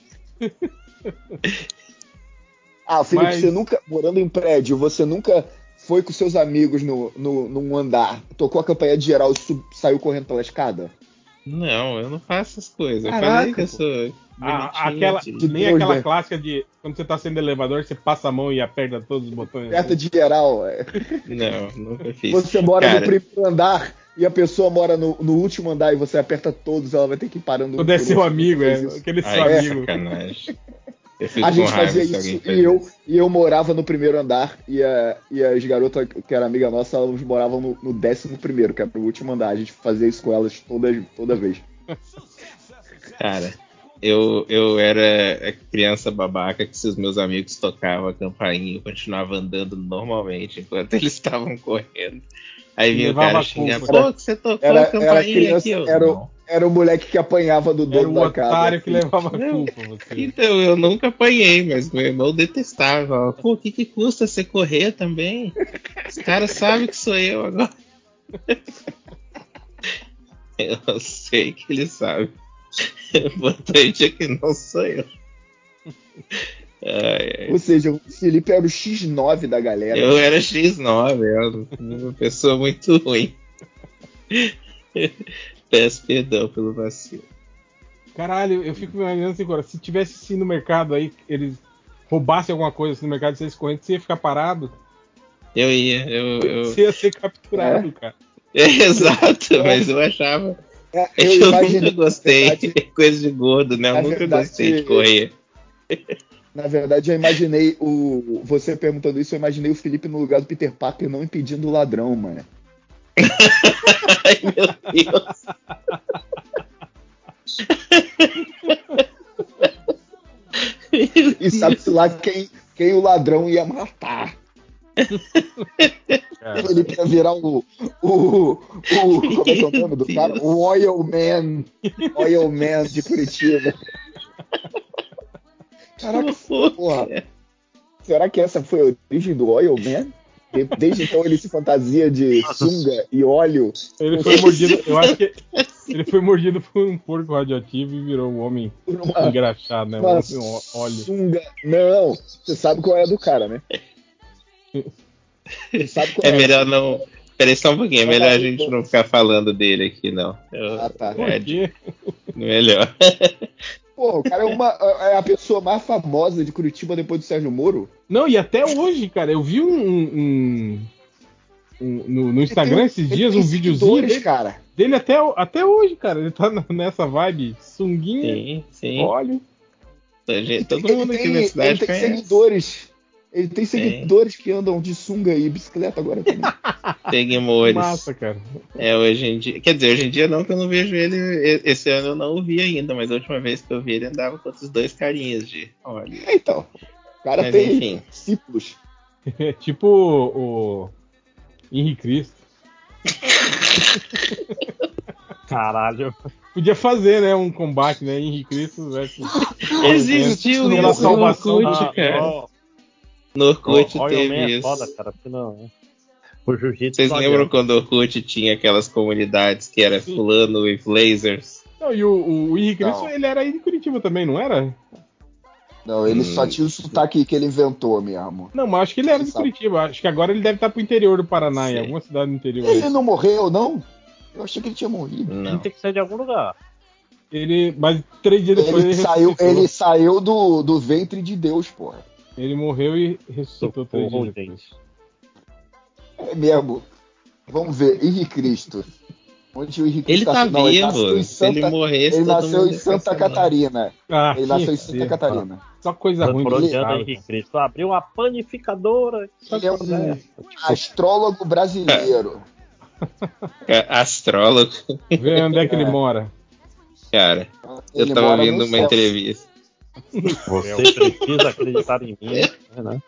Ah, Felipe, Mas... você nunca, morando em prédio, você nunca foi com seus amigos no, no, num andar, tocou a campainha de geral e sub, saiu correndo pela escada? Não, eu não faço essas coisas. Caraca, eu falei que eu sou ah, aquela, de nem Deus, aquela né? clássica de quando você tá saindo do elevador, você passa a mão e aperta todos os botões. Aperta de geral. É. Não, nunca fiz. Você mora cara... no primeiro andar e a pessoa mora no, no último andar e você aperta todos, ela vai ter que ir parando. Quando é seu amigo, é. Aquele seu Ai, amigo. sacanagem. A gente fazia isso e eu, e eu morava no primeiro andar e, a, e as garotas que era amiga nossa, elas moravam no, no décimo primeiro, que era o último andar. A gente fazia isso com elas toda, toda vez. Cara, eu, eu era a criança babaca que se os meus amigos tocavam a campainha eu continuava andando normalmente enquanto eles estavam correndo. Aí vinha o cara xingando, pô, que você tocou era, a campainha era criança, aqui. Eu, era, não. Era o moleque que apanhava do dono da casa. Era o otário que assim. levava a culpa. Você. Então, eu nunca apanhei, mas meu irmão detestava. Pô, o que, que custa você correr também? Os caras sabem que sou eu agora. Eu sei que ele sabe. O importante é que não sou eu. Ai, ai. Ou seja, o Felipe era o xis nove da galera. Eu era xis nove, eu era uma pessoa muito ruim. Peço perdão pelo vacilo. Caralho, eu fico me imaginando assim agora, se tivesse assim no mercado aí, eles roubassem alguma coisa assim no mercado e vocês correndo, você ia ficar parado? Eu ia, eu... eu... Você ia ser capturado, é? cara. É, exato, é. Mas eu achava... É, eu, eu nunca gostei, verdade, coisa de gordo, né? Eu nunca verdade, gostei de correr. Na verdade, eu imaginei o... Você perguntando isso, eu imaginei o Felipe no lugar do Peter Parker não impedindo o ladrão, mano. Ai, meu Deus. E sabe-se lá quem, quem o ladrão ia matar. Cara. Ele ia virar o, o, o. Como é que é o nome do cara? O Oil Man. Oil Man de Curitiba. Caraca, porra. Será que essa foi a origem do Oil Man? Desde então ele se fantasia de sunga e óleo. Ele foi mordido, eu acho que ele foi mordido por um porco radioativo e virou um homem uma, engraxado, né? Um homem óleo. Sunga. Não, você sabe qual é a do cara, né? Sabe qual é, é melhor não. Peraí só um pouquinho, é melhor a gente não ficar falando dele aqui, não. Eu, ah, tá. É de... Melhor. Pô, o cara é, uma, é a pessoa mais famosa de Curitiba depois do Sérgio Moro. Não, e até hoje, cara, eu vi um, um, um no, no Instagram tem, esses dias um videozinho dele, cara. dele até, até hoje, cara. Ele tá nessa vibe, sunguinha, sim, sim. óleo. Todo mundo aqui na cidade ele tem conhece. seguidores. Ele tem seguidores sim. que andam de sunga e bicicleta agora também. Seguimores. Massa, cara. É, hoje em dia. Quer dizer, hoje em dia não, que eu não vejo ele. Esse ano eu não o vi ainda, mas a última vez que eu vi ele andava com outros dois carinhas de óleo. É, então. O cara mas, tem enfim. discípulos. É tipo o, o Henrique Cristo. Caralho. Podia fazer, né, um combate, né, Henrique Cristo versus... Existiu pela salvação do ah, cara. Oh. No Orkut oh, teve oh, isso. É foda, cara, não... O jiu-jitsu Vocês lembram adianta. Quando o Orkut tinha aquelas comunidades que era fulano e lasers? Não, e o, o Henrique Cristo, ele era aí de Curitiba também, não era? Não, ele hum. só tinha o sotaque que ele inventou mesmo. Não, mas acho que ele era de sabe. Curitiba. Acho que agora ele deve estar pro interior do Paraná, Sim. em alguma cidade do interior. Ele não morreu, não? Eu achei que ele tinha morrido. Não. Ele tem que sair de algum lugar. Ele, mas três dias depois ele, ele saiu, ele saiu do, do ventre de Deus, porra. Ele morreu e ressuscitou três dias depois. É mesmo. Vamos ver, Henrique Cristo. Onde o Henrique ele tá não, vivo. Ele nasceu em Se ele morresse, ele nasceu em Santa Catarina. Ah, ele nasceu em Santa Catarina. Só coisa ruim. Ele, Henrique Cristo abriu uma panificadora. Ele é um astrólogo brasileiro. É, astrólogo. Vê onde é que é. ele mora. Cara, ele eu tava ouvindo uma céu. entrevista. Você precisa acreditar em mim, né?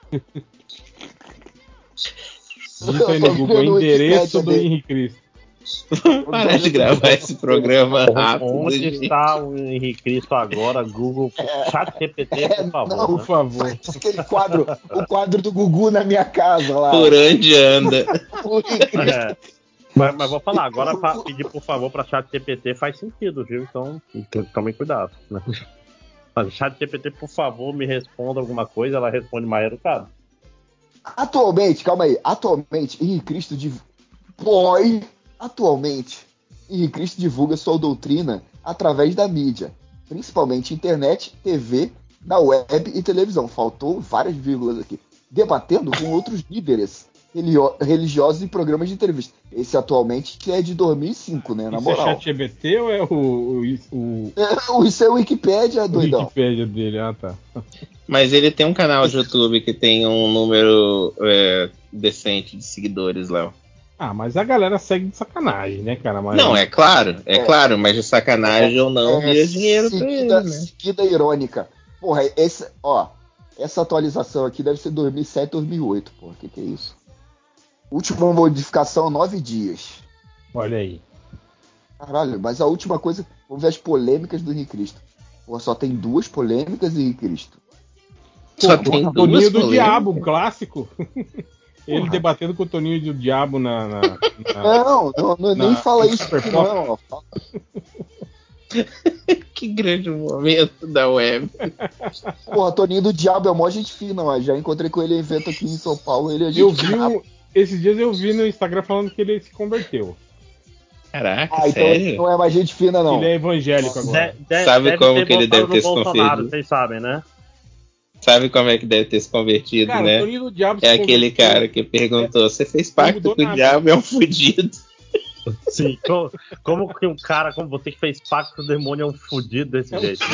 Digita aí no Google o endereço do Henrique Cristo. Parar de gravar esse programa rápido. Onde está o Henrique Cristo agora? Google, chat G P T, por favor. Não, né? Por favor. Aquele quadro, o quadro do Gugu na minha casa lá. Por onde anda? É. Mas, mas vou falar, agora pra pedir por favor pra chat G P T faz sentido, viu? Então, tomem cuidado. Né? Mas chat G P T, por favor, me responda alguma coisa, ela responde mais educado. Atualmente, calma aí, atualmente, Henrique Cristo de Boy, atualmente, Henrique Cristo divulga sua doutrina através da mídia, principalmente internet, T V, na web e televisão. Faltou várias vírgulas aqui. Debatendo com outros líderes relio- religiosos em programas de entrevista. Esse atualmente é de dois mil e cinco, né? Na Isso é moral. chat G P T ou é o. o, o... É, isso é o Wikipédia, doidão. Wikipédia dele, ah tá. Mas ele tem um canal de YouTube que tem um número é, decente de seguidores, Léo. Ah, mas a galera segue de sacanagem, né, cara? Mas... Não, é claro, é, É. claro, mas de sacanagem ou não, É, via dinheiro pra seguida, ele, né? seguida irônica. Porra, esse, ó, essa atualização aqui deve ser dois mil e sete, dois mil e oito, porra, que que é isso? Última modificação, nove dias. Olha aí. Caralho, mas a última coisa, vamos ver as polêmicas do Henrique Cristo. Porra, só tem duas polêmicas em Henrique Cristo. Só Pô, tem o duas Toninho do polêmicas? Diabo, um clássico. Ele Porra. debatendo com o Toninho do Diabo na. na, na Não, não, não na- nem fala no isso Super aqui, Pop. não. ó. Que grande momento da web. Porra, Toninho do Diabo é mó gente fina, ó. Já encontrei com ele em evento aqui em São Paulo. Ele é gente Eu vi fina. um, esses dias eu vi no Instagram falando que ele se converteu. Caraca, Ah, então ele sério? não é mais gente fina, não. Ele é evangélico agora. De- de- Sabe deve como ter que ele votado deve ter no se Bolsonaro, convertido? vocês sabem, né? Sabe como é que deve ter se convertido, Cara, o né? Toninho do Diabo se É aquele converteu. cara que perguntou: você fez Não pacto mudou com o nada. diabo, é um fudido. Sim, como, como que um cara como você que fez pacto com o demônio é um fudido desse É um jeito, né?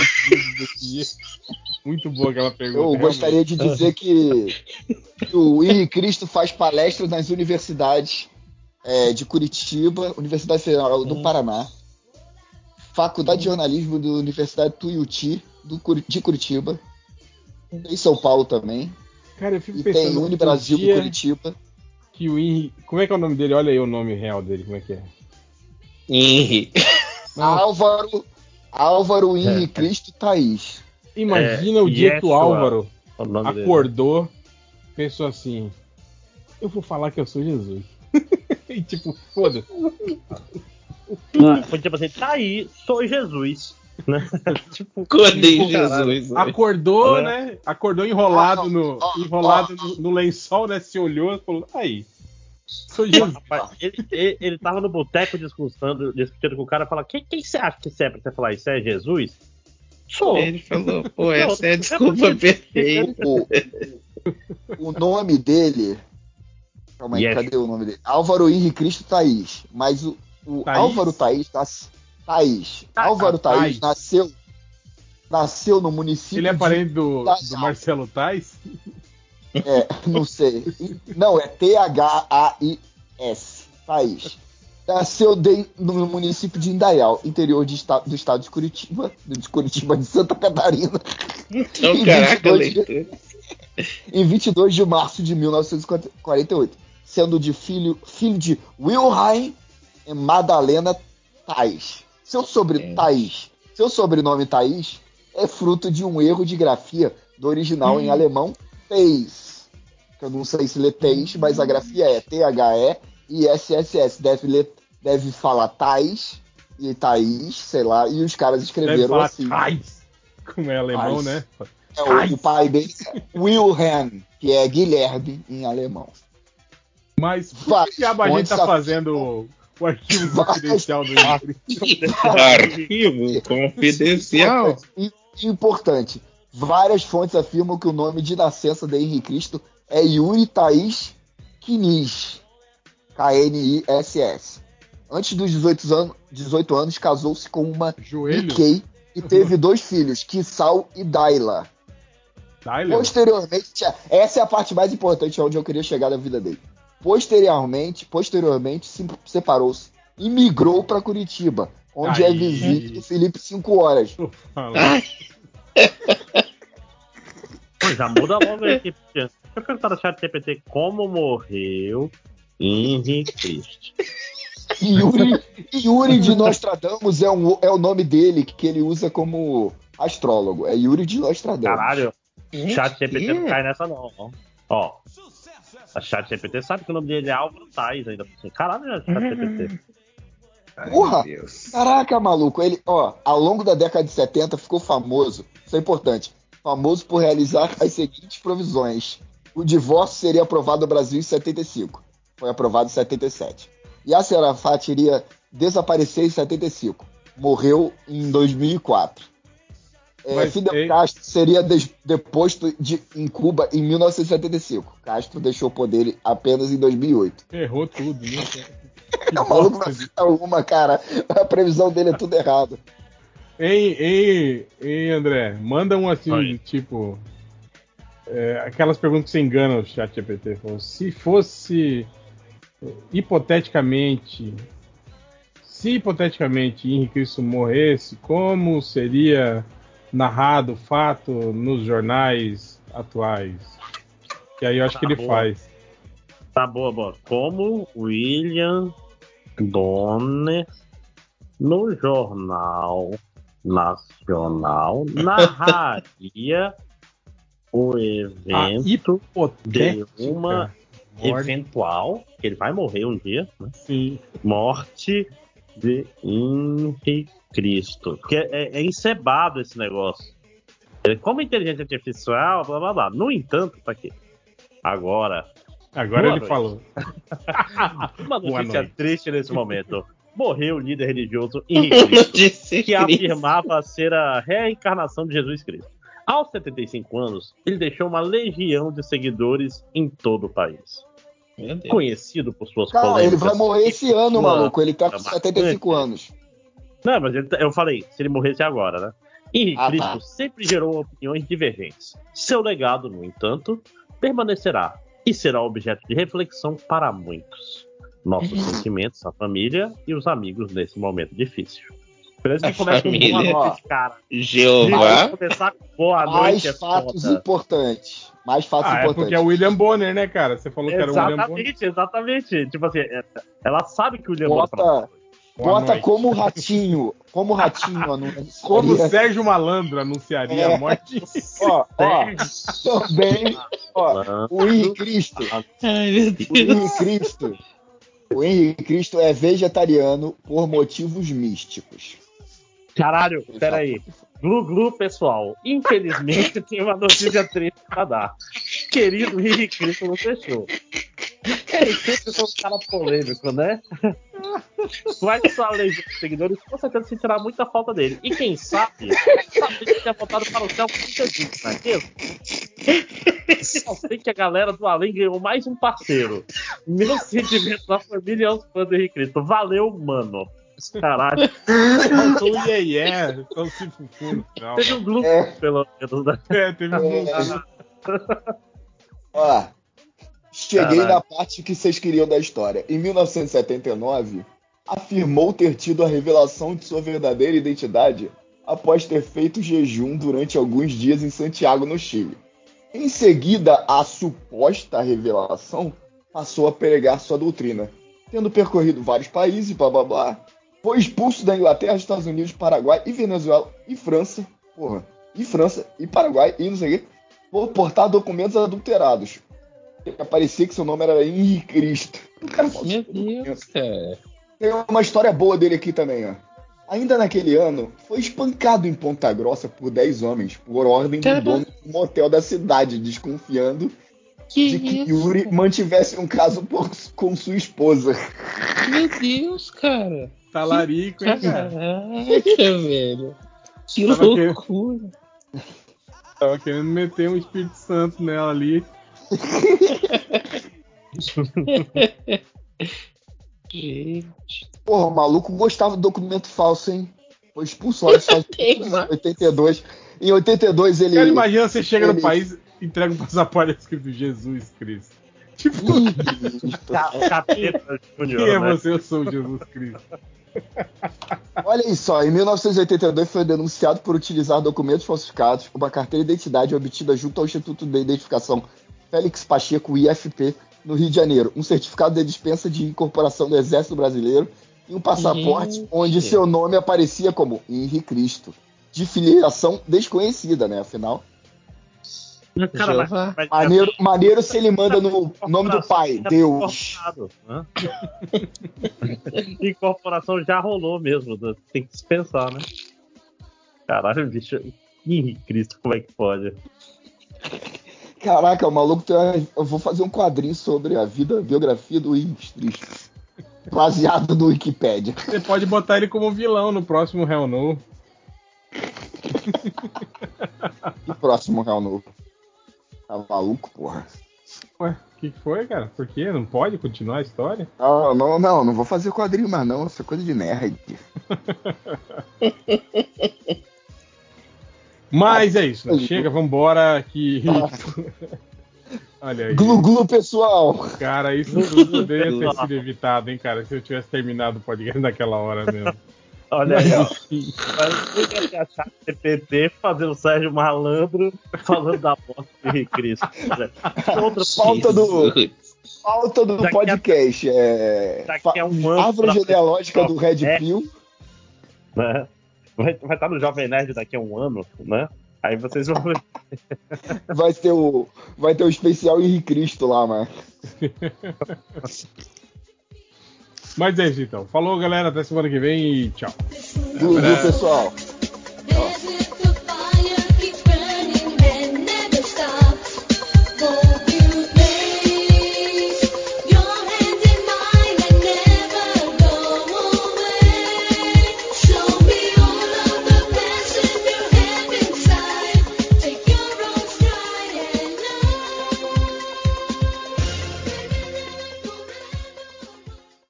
Muito boa aquela pergunta. Eu realmente. gostaria de dizer que, que o Henrique Cristo faz palestras nas universidades é, de Curitiba, Universidade Federal do Paraná, Faculdade de Jornalismo da Universidade Tuiuti do Curi- de Curitiba, em São Paulo também, Cara, eu fico e pensando. tem outro Unibrasil de dia Curitiba. Que o Henry... Como é que é o nome dele? Olha aí o nome real dele, como é que é? Henry. Álvaro, Álvaro Henrique Cristo Thaís. Imagina É, o dia que o Yeshua, Álvaro o nome dele. acordou, pensou assim: eu vou falar que eu sou Jesus. E tipo, foda-se. Foi tipo assim, tá aí, sou Jesus. Né? Tipo, Acordei tipo, Jesus. caralho. hoje. Acordou, É. né? Acordou enrolado, Ah, no, ó, enrolado no, no lençol, né? Se olhou e falou: aí, sou Jesus. Rapaz, ele, ele, ele tava no boteco discutindo, discutindo com o cara e fala: quem, quem você acha que você é pra você falar isso? É Jesus? Sou. Ele falou: pô, essa é a Eu desculpa podia- perfeita. O, o nome dele. Calma aí, Yes. cadê o nome dele? Álvaro Henrique Cristo Thaís. Mas o, o Thaís? Álvaro Thaís, nas- Thaís. Ah, Álvaro Thaís. Thaís nasceu, nasceu no município Ele é de parente do, Das do Almas. Marcelo Tais? É, não sei. Não, é T H A I S. Thaís. Nasceu de- no município de Indaial, interior de esta- do estado de Curitiba, de Curitiba de Santa Catarina. Então, Em caraca, 22 de- leitura. em vinte e dois de março de mil novecentos e quarenta e oito, sendo de filho, filho de Wilhelm e Madalena Thaís. Seu, sobre, É. Thaís. Seu sobrenome Thaís é fruto de um erro de grafia do original em alemão Theis. Que eu não sei se lê Theis, mas a grafia é T H E I S S S. Deve, ler, deve falar Thais e Thaís, sei lá, e os caras Deve escreveram falar assim. Tais. Como é alemão, Tais. né? É, o, o pai dele é Wilhelm, que é Guilherme em alemão. Mas por Vai, que diabo a gente tá onde fazendo o, o arquivo Vai. confidencial do Henrique? Arquivo confidencial. E, importante, várias fontes afirmam que o nome de nascença de Henrique Cristo é Yuri Thaís Kniss, K N I S S. Antes dos dezoito anos, dezoito anos casou-se com uma Joelho? Nikkei e teve dois filhos, Kissal e Daila. Tyler? Posteriormente, essa é a parte mais importante onde eu queria chegar na vida dele. Posteriormente, posteriormente se separou-se e migrou para Curitiba, onde é Aí. vizinho do Felipe Cinco Horas. Fala. Pô, já muda logo aí. Deixa eu perguntar no chat G P T como morreu Henrique Cristo. Yuri, Yuri de Nostradamus é, um, é o nome dele que ele usa como astrólogo. É Yuri de Nostradamus. Caralho, chat G P T quê? não cai nessa não. ó. Ó, a chat G P T sabe que o nome dele é Álvaro Tais ainda. Caralho, é chat G P T. Porra! Ai, meu Deus. Caraca, maluco. Ele, ó, ao longo da década de setenta ficou famoso. Isso é importante. Famoso por realizar as seguintes provisões. O divórcio seria aprovado no Brasil em setenta e cinco. Foi aprovado em setenta e sete. Yasser Arafat iria desaparecer em setenta e cinco. Morreu em dois mil e quatro. É, Mas, Fidel ei- Castro seria des- deposto de, em Cuba em mil novecentos e setenta e cinco. Castro deixou o poder apenas em dois mil e oito. Errou tudo, né? O maluco não acerta uma, cara. A previsão dele é tudo errado. Ei, ei, ei, André, manda um assim, tipo. é, aquelas perguntas que você engana o chat G P T. Falou, se fosse hipoteticamente. Se hipoteticamente Henrique Cristo morresse, como seria narrado o fato nos jornais atuais? E aí eu acho Tá que ele boa. faz. Tá boa, boa. Como William Donner no Jornal Nacional narraria o evento de uma morte. eventual, que ele vai morrer um dia, né? Sim. Morte de Henrique Cristo. Porque é, é, é encebado esse negócio. É, como inteligência artificial, blá blá blá. No entanto, tá aqui. Agora. Agora boa ele noite. falou. Uma Boa notícia noite. triste nesse momento. Morreu o líder religioso Henrique Cristo, Notícia que triste. afirmava ser a reencarnação de Jesus Cristo. Aos setenta e cinco anos, ele deixou uma legião de seguidores em todo o país. Meu Deus. Conhecido por suas Cara, polêmicas. ele vai morrer esse ano, sua maluco. Ele tá com vida setenta e cinco marcante. anos. Não, mas ele, eu falei, se ele morresse agora, né? Henrique Ah, Cristo tá. sempre gerou opiniões divergentes. Seu legado, no entanto, permanecerá e será objeto de reflexão para muitos. Nossos sentimentos, a família e os amigos nesse momento difícil. Parece A que começa com boa família. noite, cara. Jeová. Vai começar com boa Mais noite, é fatos foda. importantes. Mais fatos Ah, é importantes. porque é o William Bonner, né, cara? Você falou que era o William Bonner. Exatamente, exatamente. Tipo assim, é- ela sabe que o William Bonner fala. Bota, Boa bota noite. como ratinho. Como ratinho anunciaria. Como o Sérgio Malandro anunciaria É. a morte. Ó, ó, também, ó, o Henrique Cristo. Ai, meu O Deus. Henrique Cristo. O Henrique Cristo é vegetariano por motivos místicos. Caralho, peraí. Glu Glu, pessoal. Infelizmente tem uma notícia triste pra dar. Querido Henrique Cristo não fechou. Ele sempre foi um cara polêmico, né? Mas sua legião de seguidores com certeza sentirá muita falta dele. E quem sabe, talvez tenha voltado para o céu com Jesus, não é mesmo? Só sei que a galera do além ganhou mais um parceiro. Meus sentimentos à família e aos fãs do Henrique Cristo. Valeu, mano. Caralho. Faltou o Iê Iê. Então se fufu no final. Teve um Glu É. pelo menos, né? É, teve um É. Ó, cheguei Caralho. na parte que vocês queriam da história. Em mil novecentos e setenta e nove, afirmou ter tido a revelação de sua verdadeira identidade após ter feito jejum durante alguns dias em Santiago, no Chile. Em seguida, a suposta revelação passou a pregar sua doutrina. Tendo percorrido vários países, blá blá blá, foi expulso da Inglaterra, Estados Unidos, Paraguai e Venezuela e França, porra, e França e Paraguai e não sei o quê, por portar documentos adulterados. Parecia que seu nome era Henrique Cristo. O cara falou, Meu Deus, cara. tem uma história boa dele aqui também, ó. Ainda naquele ano, foi espancado em Ponta Grossa por dez homens, por ordem do Caramba. dono de um motel da cidade, desconfiando Que de que isso, Yuri cara? mantivesse um caso por- com sua esposa. Meu Deus, cara. Talarico, hein, cara? Caraca, velho. Que Tava que- loucura. Tava querendo meter um Espírito Santo nela ali. Gente. Porra, o maluco gostava do documento falso, hein? Foi expulso lá dos Estados Unidos em oitenta e dois. Em oitenta e dois ele... Cara, imagina você chega ele- no país e entrega um passaporte escrito Jesus Cristo. Tipo, Ih, Cristo. Capeta Júnior, quem é né? você? Eu sou o Jesus Cristo. Olha aí só, em mil novecentos e oitenta e dois foi denunciado por utilizar documentos falsificados, uma carteira de identidade obtida junto ao Instituto de Identificação Félix Pacheco, I F P, no Rio de Janeiro, um certificado de dispensa de incorporação do Exército Brasileiro e um passaporte Gente. onde seu nome aparecia como Henrique Cristo, de filiação desconhecida, né? Afinal, Cara, mas, Jeová. mas- maneiro, maneiro se ele manda no nome do pai, Deus. Incorporado, né? Incorporação já rolou mesmo, né? Tem que dispensar, né? Caralho, bicho. Ih, Cristo, como é que pode? Caraca, o maluco tem uma... Eu vou fazer um quadrinho sobre a vida, a biografia do Henrique Cristo, baseado no Wikipédia. Você pode botar ele como vilão no próximo Hell No. E próximo Real Novo? Tá maluco, porra? Ué, o que, que foi, cara? Por quê? Não pode continuar a história? Não, não, não, não vou fazer quadrinho mais não, isso é coisa de nerd. Mas é isso, né? Chega, vambora que... Olha aí. Glu glu, pessoal! Cara, isso tudo poderia ter sido evitado, hein, cara, se eu tivesse terminado o podcast naquela hora mesmo. Olha aí, ó. Mas eu achar G P T fazer o Sérgio Malandro falando da morte de Henrique Cristo. Outra pauta do, pauta do podcast. É, daqui a um ano, árvore genealógica do Red é, Pill. Né? Vai, vai estar no Jovem Nerd daqui a um ano, né? Aí vocês vão ver. Vai ter o, vai ter o especial Henrique Cristo lá, mano. Mas é isso então. Falou, galera. Até semana que vem e tchau. Tudo, pessoal.